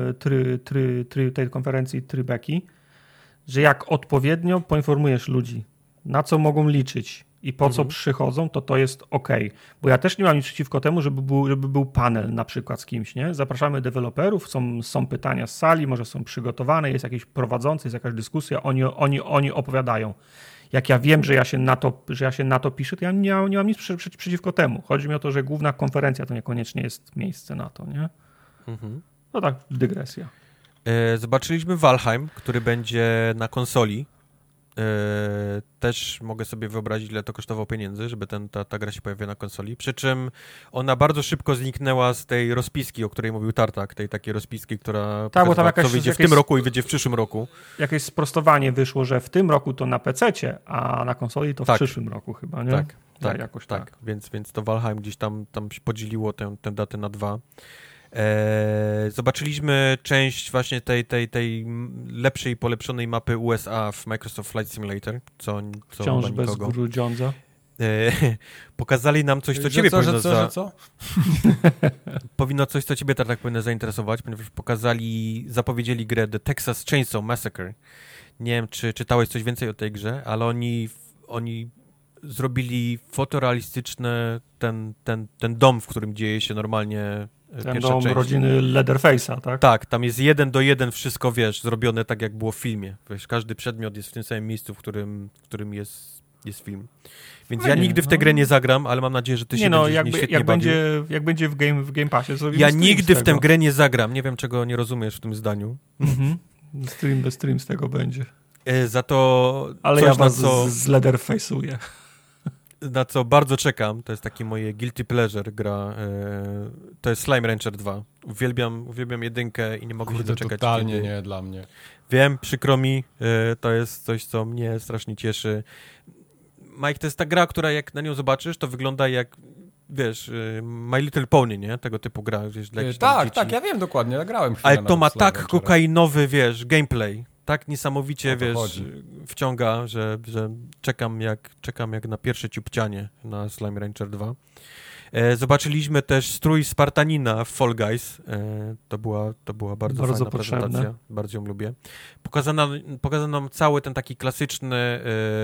tej konferencji Trybeki, że jak odpowiednio poinformujesz ludzi, na co mogą liczyć i po co przychodzą, to jest okej. Bo ja też nie mam nic przeciwko temu, żeby był panel na przykład z kimś, nie? Zapraszamy deweloperów, są pytania z sali, może są przygotowane, jest jakiś prowadzący, jest jakaś dyskusja, oni opowiadają. Jak ja wiem, że ja się na to piszę, to ja nie mam nic przeciwko temu. Chodzi mi o to, że główna konferencja to niekoniecznie jest miejsce na to, nie? No tak, dygresja. Zobaczyliśmy Valheim, który będzie na konsoli. też mogę sobie wyobrazić, ile to kosztowało pieniędzy, żeby ta gra się pojawiła na konsoli. Przy czym ona bardzo szybko zniknęła z tej rozpiski, o której mówił Tartak, tej takiej rozpiski, która bo tam co wyjdzie w tym roku i wyjdzie w przyszłym roku. Jakieś sprostowanie wyszło, że w tym roku to na PC-cie, a na konsoli to w przyszłym roku chyba, nie? Tak, jakoś tak. Więc to Valheim gdzieś tam się podzieliło tę datę na 2. Zobaczyliśmy część właśnie tej lepszej i polepszonej mapy USA w Microsoft Flight Simulator, co wciąż bez grudziądza. Pokazali nam coś, co ciebie powinno coś, co ciebie tak powinno zainteresować, ponieważ zapowiedzieli grę The Texas Chainsaw Massacre. Nie wiem, czy czytałeś coś więcej o tej grze, ale oni zrobili fotorealistyczny ten dom, w którym dzieje się normalnie ten dom część. Rodziny Leatherface'a, tak? Tak, tam jest 1:1 wszystko, zrobione tak, jak było w filmie. Każdy przedmiot jest w tym samym miejscu, w którym jest film. Więc ja nigdy w tę grę nie zagram, ale mam nadzieję, że ty się będziesz świetnie bawił. Jak będzie w Game Passie, zrobimy ja nigdy w tę grę nie zagram. Nie wiem, czego nie rozumiesz w tym zdaniu. Stream z tego będzie. Za to... Ale ja was zleatherface'uję. Na co bardzo czekam, to jest takie moje guilty pleasure gra, to jest Slime Rancher 2. Uwielbiam jedynkę i nie mogę się doczekać. Totalnie nie dla mnie. Wiem, przykro mi, to jest coś, co mnie strasznie cieszy. Mike, to jest ta gra, która jak na nią zobaczysz, to wygląda jak, My Little Pony, nie? Tego typu gra. Tak, ja wiem dokładnie, ja grałem chwilę. Ale to ma tak kokainowy, gameplay. Tak niesamowicie, wciąga, że czekam jak na pierwsze ciupcianie na Slime Rancher 2. Zobaczyliśmy też strój Spartanina w Fall Guys. To była bardzo fajna prezentacja. Bardzo ją lubię. Pokazano nam cały ten taki klasyczny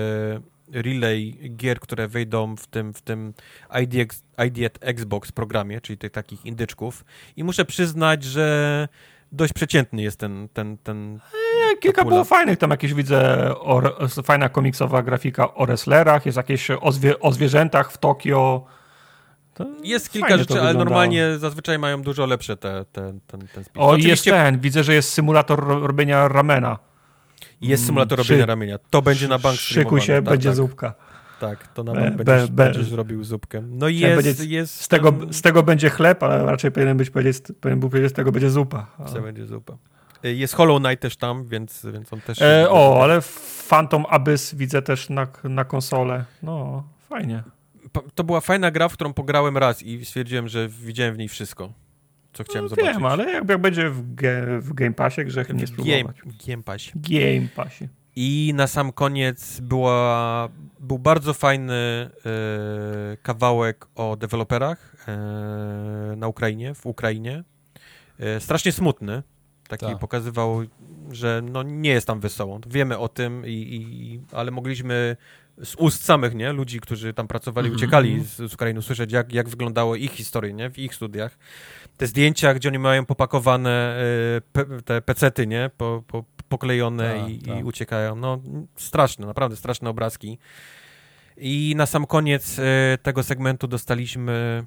relay gier, które wejdą w tym ID at Xbox programie, czyli tych takich indyczków. I muszę przyznać, że dość przeciętny jest ten kilka było fajnych, tam jakieś widzę fajna komiksowa grafika o wrestlerach, jest jakieś o zwierzętach w Tokio. Jest kilka rzeczy, ale normalnie zazwyczaj mają dużo lepsze ten spis. Oczywiście... widzę, że jest symulator robienia ramena. Jest symulator robienia ramienia. To będzie na bank streamowane. Szykuj się, będzie zupka. Tak, to na bank będziesz zrobił zupkę. No i jest z tego będzie chleb, ale raczej powinien był powiedzieć, z tego będzie zupa. To będzie zupa. Jest Hollow Knight też tam, więc on też... ale Phantom Abyss widzę też na konsolę. No, fajnie. To była fajna gra, w którą pograłem raz i stwierdziłem, że widziałem w niej wszystko, co chciałem zobaczyć. Wiem, ale jak będzie w Game Passie, grzechem nie spróbować. Game Passie. I na sam koniec był bardzo fajny kawałek o deweloperach w Ukrainie. Strasznie smutny. Taki pokazywał, że nie jest tam wesoło. Wiemy o tym, ale mogliśmy z ust samych, ludzi, którzy tam pracowali, uciekali z Ukrainy, usłyszeć, jak wyglądały ich historie, w ich studiach. Te zdjęcia, gdzie oni mają popakowane te pecety, poklejone i uciekają. No, straszne, naprawdę straszne obrazki. I na sam koniec tego segmentu dostaliśmy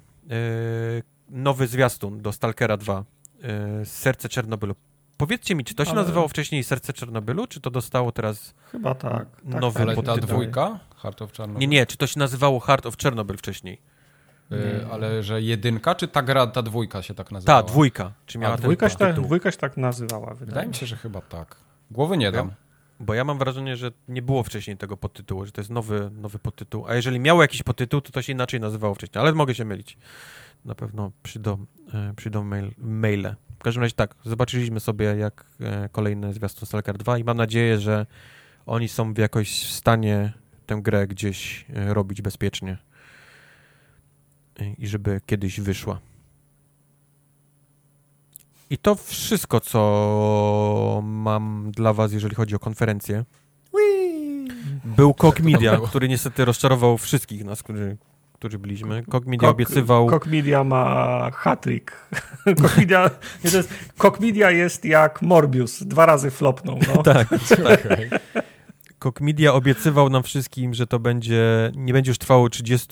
nowy zwiastun do Stalkera 2. Serce Czernobylu. Powiedzcie mi, czy to się nazywało wcześniej Serce Czernobylu, czy to dostało teraz chyba tak. Nowy ale ta dwójka? Heart of Chernobyl? Nie, czy to się nazywało Heart of Chernobyl wcześniej? Ale że jedynka, czy ta dwójka się tak nazywała? Ta dwójka. Czy miała dwójka się tak nazywała. Wydaje mi się, że chyba tak. Głowy nie dam. Bo ja mam wrażenie, że nie było wcześniej tego podtytułu, że to jest nowy podtytuł. A jeżeli miało jakiś podtytuł, to się inaczej nazywało wcześniej. Ale mogę się mylić. Na pewno przyjdą maile. W każdym razie tak, zobaczyliśmy sobie jak kolejny zwiastun Stalker 2 i mam nadzieję, że oni są jakoś w stanie tę grę gdzieś robić bezpiecznie i żeby kiedyś wyszła. I to wszystko, co mam dla was, jeżeli chodzi o konferencję. Był Koch Media, który niestety rozczarował wszystkich nas, którzy byliśmy. Koch Media obiecywał... Koch Media ma hat-trick. Koch Media jest jak Morbius. 2 razy flopnął. No. Tak. Media obiecywał nam wszystkim, że to nie będzie już trwało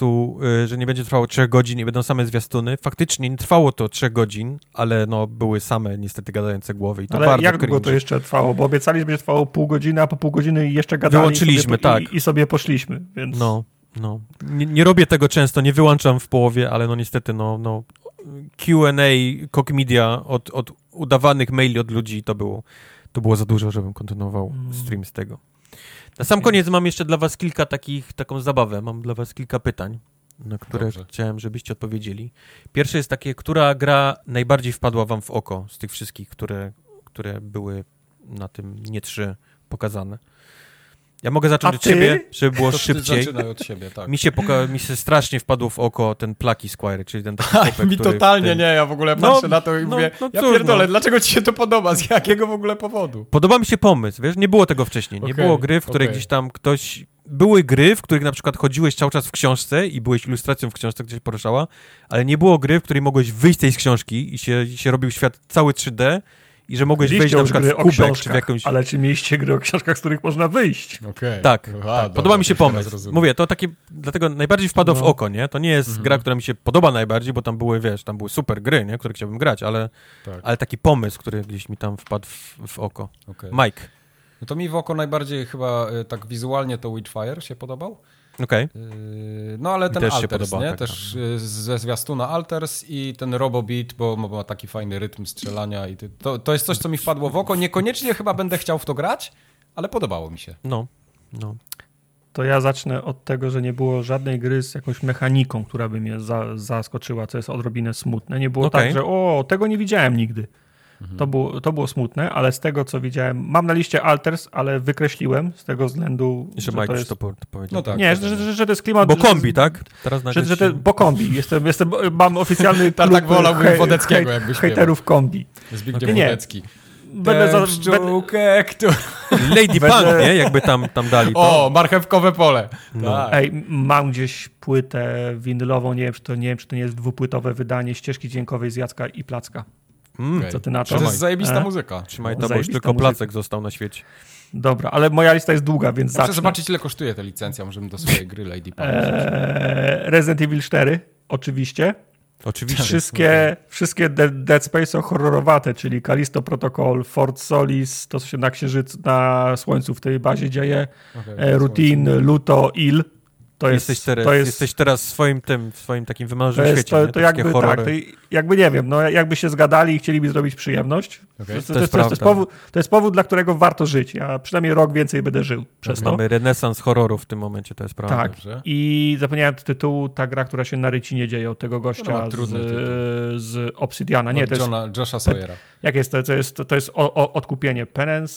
3 godzin i będą same zwiastuny. Faktycznie nie trwało to 3 godzin, ale no były same niestety gadające głowy i to ale bardzo jak długo to jeszcze trwało? Bo obiecaliśmy, że będzie trwało pół godziny, a po pół godziny jeszcze gadali. Wyłączyliśmy, tak. I sobie poszliśmy, więc... No. Nie robię tego często, nie wyłączam w połowie, ale no niestety Q&A Koch Media od udawanych maili od ludzi to było za dużo, żebym kontynuował stream z tego. Na sam koniec mam jeszcze dla was taką zabawę, mam dla was kilka pytań, na które chciałem, żebyście odpowiedzieli. Pierwsze jest takie, która gra najbardziej wpadła wam w oko z tych wszystkich, które były na tym nie 3 pokazane? Ja mogę zacząć od siebie, żeby było szybciej. Zaczynaj od siebie, tak. Mi się strasznie wpadło w oko ten Plucky Squire, czyli ten taki chłopek, mi totalnie nie, ja w ogóle patrzę na to i mówię, ja pierdolę, dlaczego ci się to podoba, z jakiego w ogóle powodu? Podoba mi się pomysł, wiesz, nie było tego wcześniej, nie było gry, w której gdzieś tam były gry, w których na przykład chodziłeś cały czas w książce i byłeś ilustracją w książce, gdzieś poruszała, ale nie było gry, w której mogłeś wyjść z tej książki i się robił świat cały 3D, i że mogłeś wejść na przykład w kubek, czy w jakąś... Ale czy mieliście gry o książkach, z których można wyjść? Tak. Podoba mi się pomysł. Mówię, to takie, dlatego najbardziej wpadło w oko, nie? To nie jest gra, która mi się podoba najbardziej, bo tam były super gry, nie? Które chciałbym grać, ale taki pomysł, który gdzieś mi tam wpadł w oko. Mike. No to mi w oko najbardziej chyba tak wizualnie to Witchfire się podobał. No ale ten Alters, podoba, nie? Też ze zwiastuna Alters i ten Robobeat, bo ma taki fajny rytm strzelania i to jest coś, co mi wpadło w oko. Niekoniecznie chyba będę chciał w to grać, ale podobało mi się. No. To ja zacznę od tego, że nie było żadnej gry z jakąś mechaniką, która by mnie zaskoczyła, co jest odrobinę smutne. Nie było tak, że tego nie widziałem nigdy. To było smutne, ale z tego, co widziałem, mam na liście Alters, ale wykreśliłem z tego względu, że Mike już to powiedział. No tak, nie, że to jest klimat... Bo kombi, tak? Teraz bo kombi. Mam oficjalny klub tak wolałbym Wodeckiego, jakbyś hejterów kombi. Zbigniew Wodecki. Lady Punk, nie? Jakby tam dali to. O, marchewkowe pole. No. Tak. Mam gdzieś płytę winylową, nie wiem, czy to nie jest 2-płytowe wydanie ścieżki dźwiękowej z Jacka i Placka. Co ty na to? To jest zajebista muzyka. Trzymaj to, bo już tylko Placek został na świecie. Dobra, ale moja lista jest długa, więc zacznę. Muszę zobaczyć, ile kosztuje ta licencja, możemy do swojej gry Lady Punk. Resident Evil 4, oczywiście. Wszystkie Dead Space horrorowate, czyli Callisto Protocol, Fort Solis, to co się na Słońcu w tej bazie dzieje, Routine, Luto, Il. Jesteś teraz w swoim takim wymarzonym świecie. To jakby nie wiem, jakby się zgadali i chcieliby zrobić przyjemność. To jest powód, dla którego warto żyć. Ja przynajmniej rok więcej będę żył przez to. Mamy renesans horrorów w tym momencie, to jest prawda. Tak. I zapomniałem tytułu, ta gra, która się na Rycinie dzieje, od tego gościa z Obsidiana. Nie, to jest Josha Sawyera. Jak jest to jest odkupienie.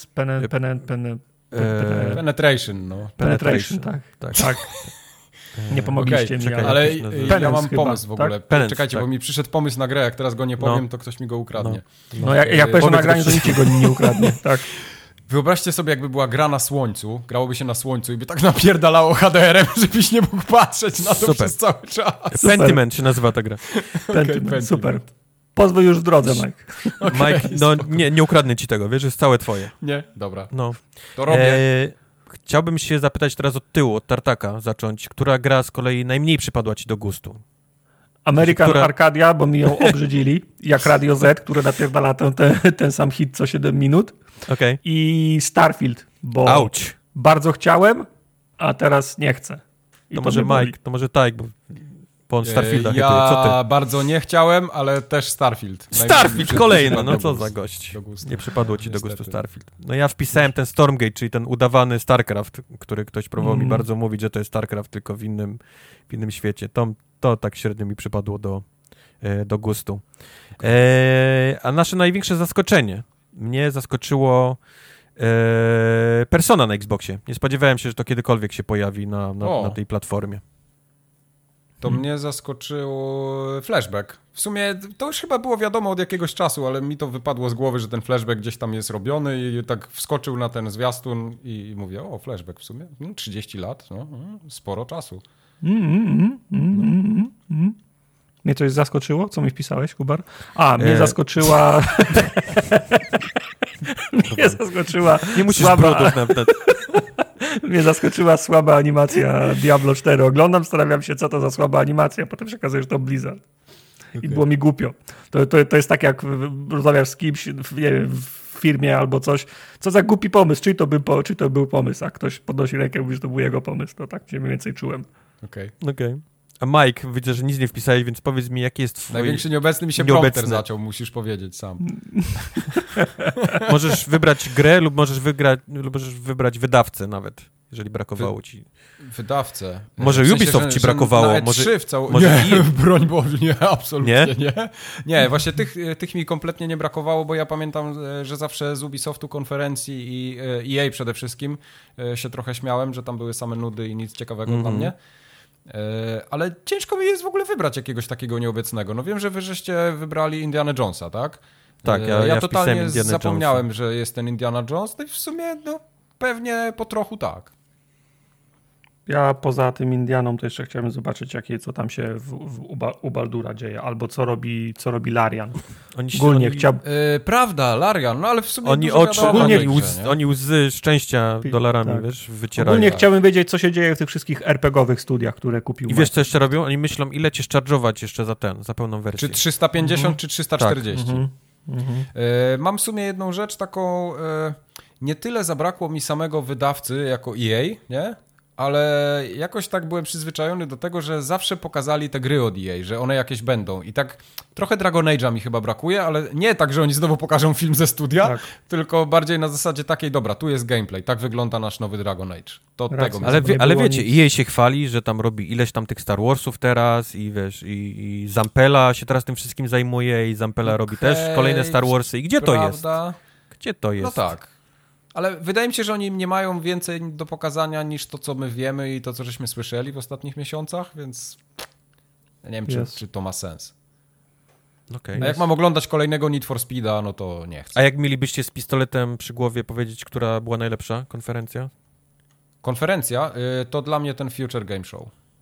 Penetration, tak. Nie pomogliście mi. Ale ja mam pomysł w ogóle. Czekajcie, bo mi przyszedł pomysł na grę, jak teraz go nie powiem, to ktoś mi go ukradnie. Jak powiesz o nagraniu, to nikt go nie ukradnie. Tak. Wyobraźcie sobie, jakby była gra na słońcu, grałoby się na słońcu i by tak napierdalało HDR-em, żebyś nie mógł patrzeć na to przez cały czas. Pentiment się nazywa ta gra. Pentiment, super. Pozwól już w drodze, Mike. Mike, nie ukradnę ci tego, wiesz, jest całe twoje. Nie? Dobra. To robię. Chciałbym się zapytać teraz od tyłu, od tartaka zacząć, która gra z kolei najmniej przypadła ci do gustu? American Arcadia, bo mi ją obrzydzili, jak Radio Z, które napierdala ten sam hit co 7 minut. I Starfield, bo bardzo chciałem, a teraz nie chcę. To może Mike, to może tak, bo on Starfielda ja co ty? Bardzo nie chciałem, ale też Starfield. Starfield kolejny, no co za gość. Nie przypadło ci do gustu Starfield. No ja wpisałem ten Stormgate, czyli ten udawany StarCraft, który ktoś próbował mi bardzo mówić, że to jest StarCraft, tylko w innym świecie. To tak średnio mi przypadło do gustu. A nasze największe zaskoczenie. Mnie zaskoczyło Persona na Xboxie. Nie spodziewałem się, że to kiedykolwiek się pojawi na tej platformie. To mnie zaskoczył Flashback. W sumie to już chyba było wiadomo od jakiegoś czasu, ale mi to wypadło z głowy, że ten Flashback gdzieś tam jest robiony i tak wskoczył na ten zwiastun i mówię, Flashback w sumie, 30 lat, sporo czasu. Mnie coś zaskoczyło? Co mi wpisałeś, Kubar? Mnie zaskoczyła... Mnie zaskoczyła... Nie musisz brudów nawet. Mnie zaskoczyła słaba animacja Diablo 4. Oglądam, zastanawiam się, co to za słaba animacja, potem się okazuje, że to Blizzard. I było mi głupio. To jest tak, jak rozmawiasz z kimś nie wiem, w firmie albo coś, co za głupi pomysł, czy to był pomysł, a ktoś podnosi rękę i mówi, że to był jego pomysł. To tak się mniej więcej czułem. Okej. A Mike, widzę, że nic nie wpisałeś, więc powiedz mi, jaki jest twój... Największy nieobecny mi się prompter zaciął, musisz powiedzieć sam. Możesz wybrać grę lub możesz wybrać wydawcę nawet, jeżeli brakowało ci. Wydawcę. Może w sensie, Ubisoft ci brakowało. Na E3 nie, broń Boże, nie, absolutnie nie. Nie, właśnie tych mi kompletnie nie brakowało, bo ja pamiętam, że zawsze z Ubisoftu konferencji i EA przede wszystkim się trochę śmiałem, że tam były same nudy i nic ciekawego dla mnie. Ale ciężko mi jest w ogóle wybrać jakiegoś takiego nieobecnego. No wiem, że wy żeście wybrali Indiana Jonesa, tak? Tak, ja totalnie zapomniałem, że jest ten Indiana Jones, no i w sumie no, pewnie po trochu tak. Ja poza tym Indianą to jeszcze chciałem zobaczyć, co tam się u Baldura dzieje, albo co robi Larian. Prawda, Larian, no ale w sumie oni łzy szczęścia dolarami, tak. Wiesz, wycierają. Ogólnie chciałbym wiedzieć, co się dzieje w tych wszystkich RPG-owych studiach, które kupił. I wiesz, co jeszcze robią? Oni myślą, ile cię charge'ować jeszcze za pełną wersję. Czy 350, czy 340. Tak. Mam w sumie jedną rzecz taką, nie tyle zabrakło mi samego wydawcy jako EA, nie? Ale jakoś tak byłem przyzwyczajony do tego, że zawsze pokazali te gry od EA, że one jakieś będą. I tak trochę Dragon Age'a mi chyba brakuje, ale nie tak, że oni znowu pokażą film ze studia, tak. Tylko bardziej na zasadzie takiej, dobra, tu jest gameplay, tak wygląda nasz nowy Dragon Age. To tego ale wiecie, EA się chwali, że tam robi ileś tam tych Star Warsów teraz i wiesz, i Zampella się teraz tym wszystkim zajmuje i Zampella robi też kolejne Star Warsy. I gdzie to jest? Gdzie to jest? No tak. Ale wydaje mi się, że oni nie mają więcej do pokazania niż to, co my wiemy i to, co żeśmy słyszeli w ostatnich miesiącach, więc ja nie wiem, czy to ma sens. Okay, a jak mam oglądać kolejnego Need for Speeda, no to nie chcę. A jak mielibyście z pistoletem przy głowie powiedzieć, która była najlepsza konferencja? Konferencja? To dla mnie ten Future Game Show.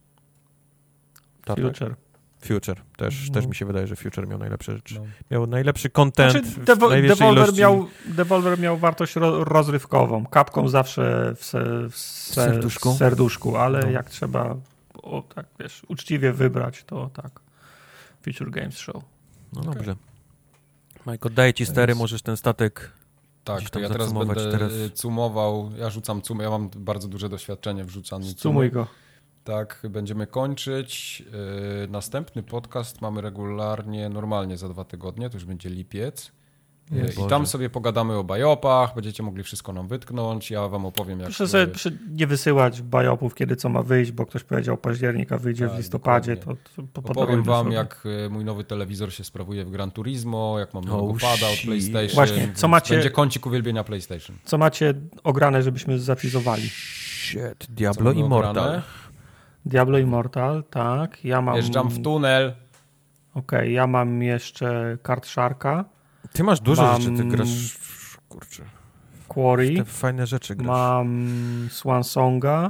Future. Też mi się wydaje, że Future miał najlepsze rzeczy. No. Miał najlepszy content Devolver miał wartość rozrywkową. Capcom zawsze w serduszku, ale jak trzeba tak wiesz, uczciwie wybrać, to tak. Future Games Show. No okay. Dobrze. Mike, oddaję ci stery, możesz ten statek tak, to ja teraz będę cumował. Ja rzucam cum, ja mam bardzo duże doświadczenie w rzucaniu Cumuj go. Tak, będziemy kończyć. Następny podcast mamy regularnie, normalnie za 2 tygodnie, to już będzie lipiec. I tam sobie pogadamy o bajopach, będziecie mogli wszystko nam wytknąć, ja wam opowiem jak... Proszę sobie nie wysyłać bajopów, kiedy co ma wyjść, bo ktoś powiedział październik, a wyjdzie w listopadzie. Opowiem wam, sobie. Jak mój nowy telewizor się sprawuje w Gran Turismo, jak mam nowego pada od PlayStation. Właśnie, co macie... Będzie kącik uwielbienia PlayStation. Co macie ograne, żebyśmy zatizowali? Diablo Immortal. Diablo Immortal, tak. Ja mam... Jeżdżam w tunel. Okej, ja mam jeszcze Card Sharka. Ty masz dużo rzeczy, ty grasz, kurczę. Quarry. Te fajne rzeczy grasz. Mam Swan Songa.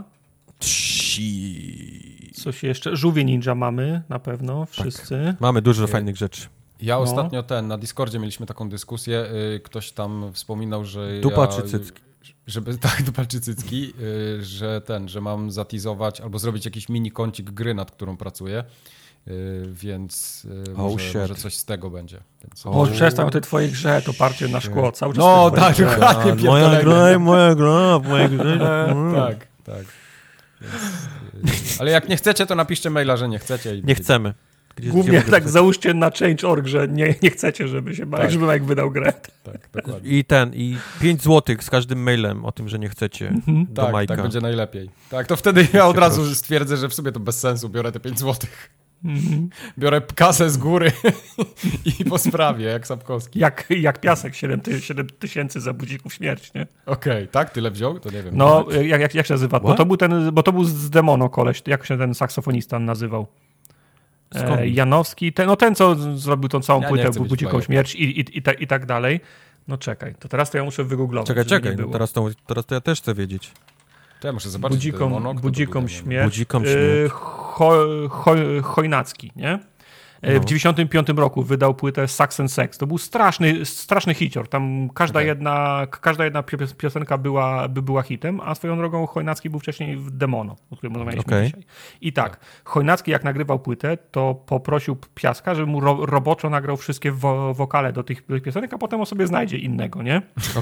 Coś jeszcze. Żółwie Ninja mamy na pewno, wszyscy. Tak. Mamy dużo fajnych rzeczy. Ja ostatnio na Discordzie mieliśmy taką dyskusję, ktoś tam wspominał, że dupa czy cycki? Dupa czy cycki, że mam zatizować albo zrobić jakiś mini kącik gry, nad którą pracuję. Więc może coś z tego będzie. Więc... przestań o tej twojej grze, to parcie na szkło. Cały czas tak, dokładnie. Moja gra. Tak. Więc, ale jak nie chcecie, to napiszcie maila, że nie chcecie. Nie chcemy. Głównie tak załóżcie na Change.org, że nie chcecie, żeby się żeby Mike wydał grę. Tak, dokładnie. I 5 zł z każdym mailem o tym, że nie chcecie do Majka. Tak będzie najlepiej. Tak, to wtedy ja od razu stwierdzę, że w sumie to bez sensu, biorę te 5 zł. Biorę kasę z góry i po sprawie, jak Sapkowski. Jak piasek, 7 tysięcy za Budzików śmierć, nie? Okej, tak? Tyle wziął? To nie wiem. No, jak się nazywa? Bo to był z Demono koleś, jak się ten saksofonista nazywał? Janowski, ten co zrobił tą całą płytę Budziką śmierć i tak dalej. No czekaj, to teraz to ja muszę wygooglować. Czekaj, no teraz to ja też chcę wiedzieć. To ja muszę zobaczyć. Budzikom śmierć. Chojnacki, nie? W 95 roku wydał płytę Sax and Sex. To był straszny hicior. Tam każda jedna piosenka była hitem, a swoją drogą Chojnacki był wcześniej w Demono, o którym rozmawialiśmy dzisiaj. I tak, Chojnacki jak nagrywał płytę, to poprosił Piaska, żeby mu roboczo nagrał wszystkie wokale do tych piosenek, a potem on sobie znajdzie innego, nie?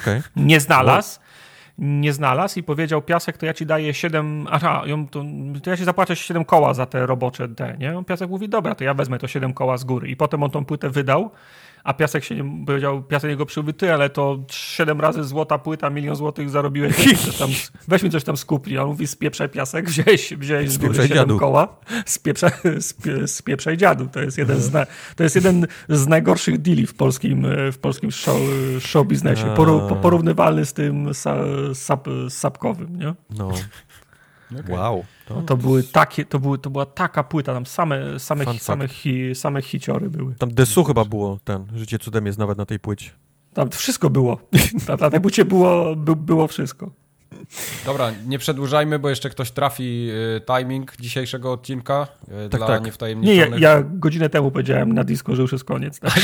Nie znalazł i powiedział: Piasek, to ja ci daję 7, to ja ci zapłacę 7 koła za te robocze nie? Piasek mówi: dobra, to ja wezmę to 7 koła z góry. I potem on tą płytę wydał, a Piasek Piasek niego przybył: ty, ale to 7 razy złota płyta, 1 000 000 złotych zarobiłeś, weź mi coś tam skupli. A on mówi: spieprzaj, Piasek, wziąłeś z góry 7 koła, spieprzaj dziadu. To jest jeden z najgorszych deali w polskim show biznesie. Porównywalny z tym sapkowym, nie? No. Okay. Wow. To była taka płyta, tam same hiciory były. Tam Desu chyba było, Życie cudem jest nawet na tej płycie. Tam wszystko było. Na tej płycie było wszystko. Dobra, nie przedłużajmy, bo jeszcze ktoś trafi timing dzisiejszego odcinka dla niewtajemniczonych. Nie, ja godzinę temu powiedziałem na Disco, że już jest koniec. Tak?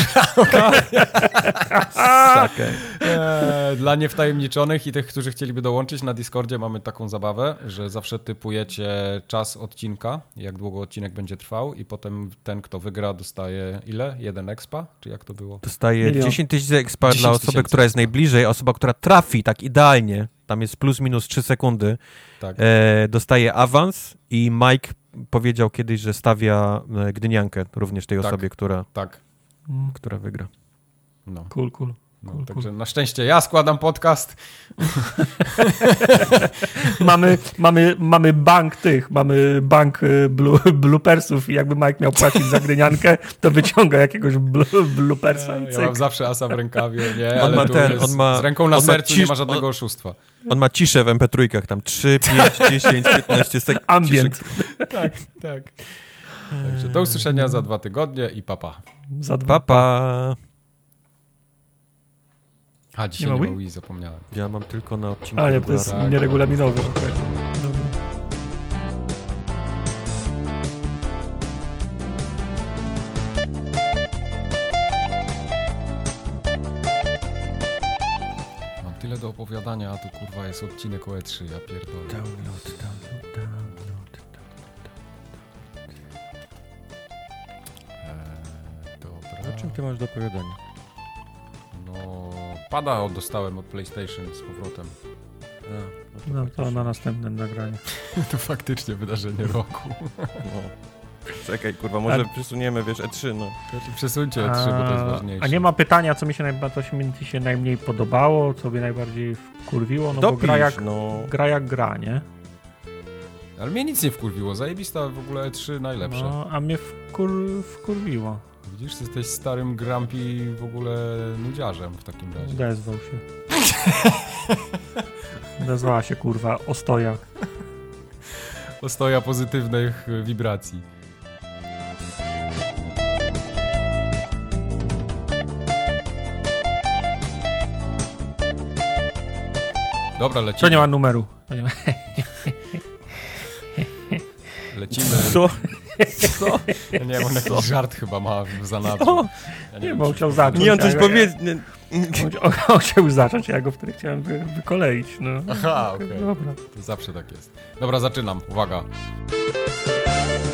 Dla niewtajemniczonych i tych, którzy chcieliby dołączyć, na Discordzie mamy taką zabawę, że zawsze typujecie czas odcinka, jak długo odcinek będzie trwał i potem ten, kto wygra, dostaje ile? 1 expa? Czy jak to było? Dostaje 10 000 expa dla osoby, która jest najbliżej, a osoba, która trafi tak idealnie, tam jest plus minus 3 sekundy, tak. Dostaje awans i Mike powiedział kiedyś, że stawia gdyniankę również tej osobie, która wygra. No. Cool. Także na szczęście ja składam podcast. mamy bank bloopersów i jakby Mike miał płacić za gdyniankę, to wyciąga jakiegoś bloopersa. Ja mam zawsze asa w rękawie, nie? Ale z ręką na sercu nie ma żadnego oszustwa. On ma ciszę w MP3, tam 3, 5, 10, 15 sekund. Ambient. Tak. Także do usłyszenia za 2 tygodnie i papa. Papa. A, dzisiaj nie ma Wii, zapomniałem. Ja mam tylko na odcinku. Ale to jest nieregulaminowe. Okay. Mam tyle do opowiadania, a tu kurwa jest odcinek o E3, ja pierdolę. Download. Dobra. O czym ty masz do opowiadania? No, pada dostałem od PlayStation z powrotem. No to na następnym nagraniu. To faktycznie wydarzenie roku. No. Czekaj, kurwa, może przesuniemy, E3, no. Przesuńcie E3, bo to jest ważniejsze. A nie ma pytania, co mi się najmniej podobało, co mnie najbardziej wkurwiło, no dopisz, bo gra jak gra, nie? Ale mnie nic nie wkurwiło, zajebista w ogóle E3 najlepsze. No, a mnie wkurwiło. Widzisz, ty jesteś starym grumpy w ogóle nudziarzem w takim razie. Odezwał się. Odezwała się, kurwa, ostoja. Ostoja pozytywnych wibracji. Dobra, lecimy. To nie ma numeru. Lecimy. Co? Ja nie, on jakiś żart chyba ma w zanadrzu. Ja nie, bo on chciał zacząć. Nie, on coś powiedzieć. On chciał zacząć, ja go wtedy chciałem wykoleić. No. Aha, okej. Dobra. To zawsze tak jest. Dobra, zaczynam. Uwaga.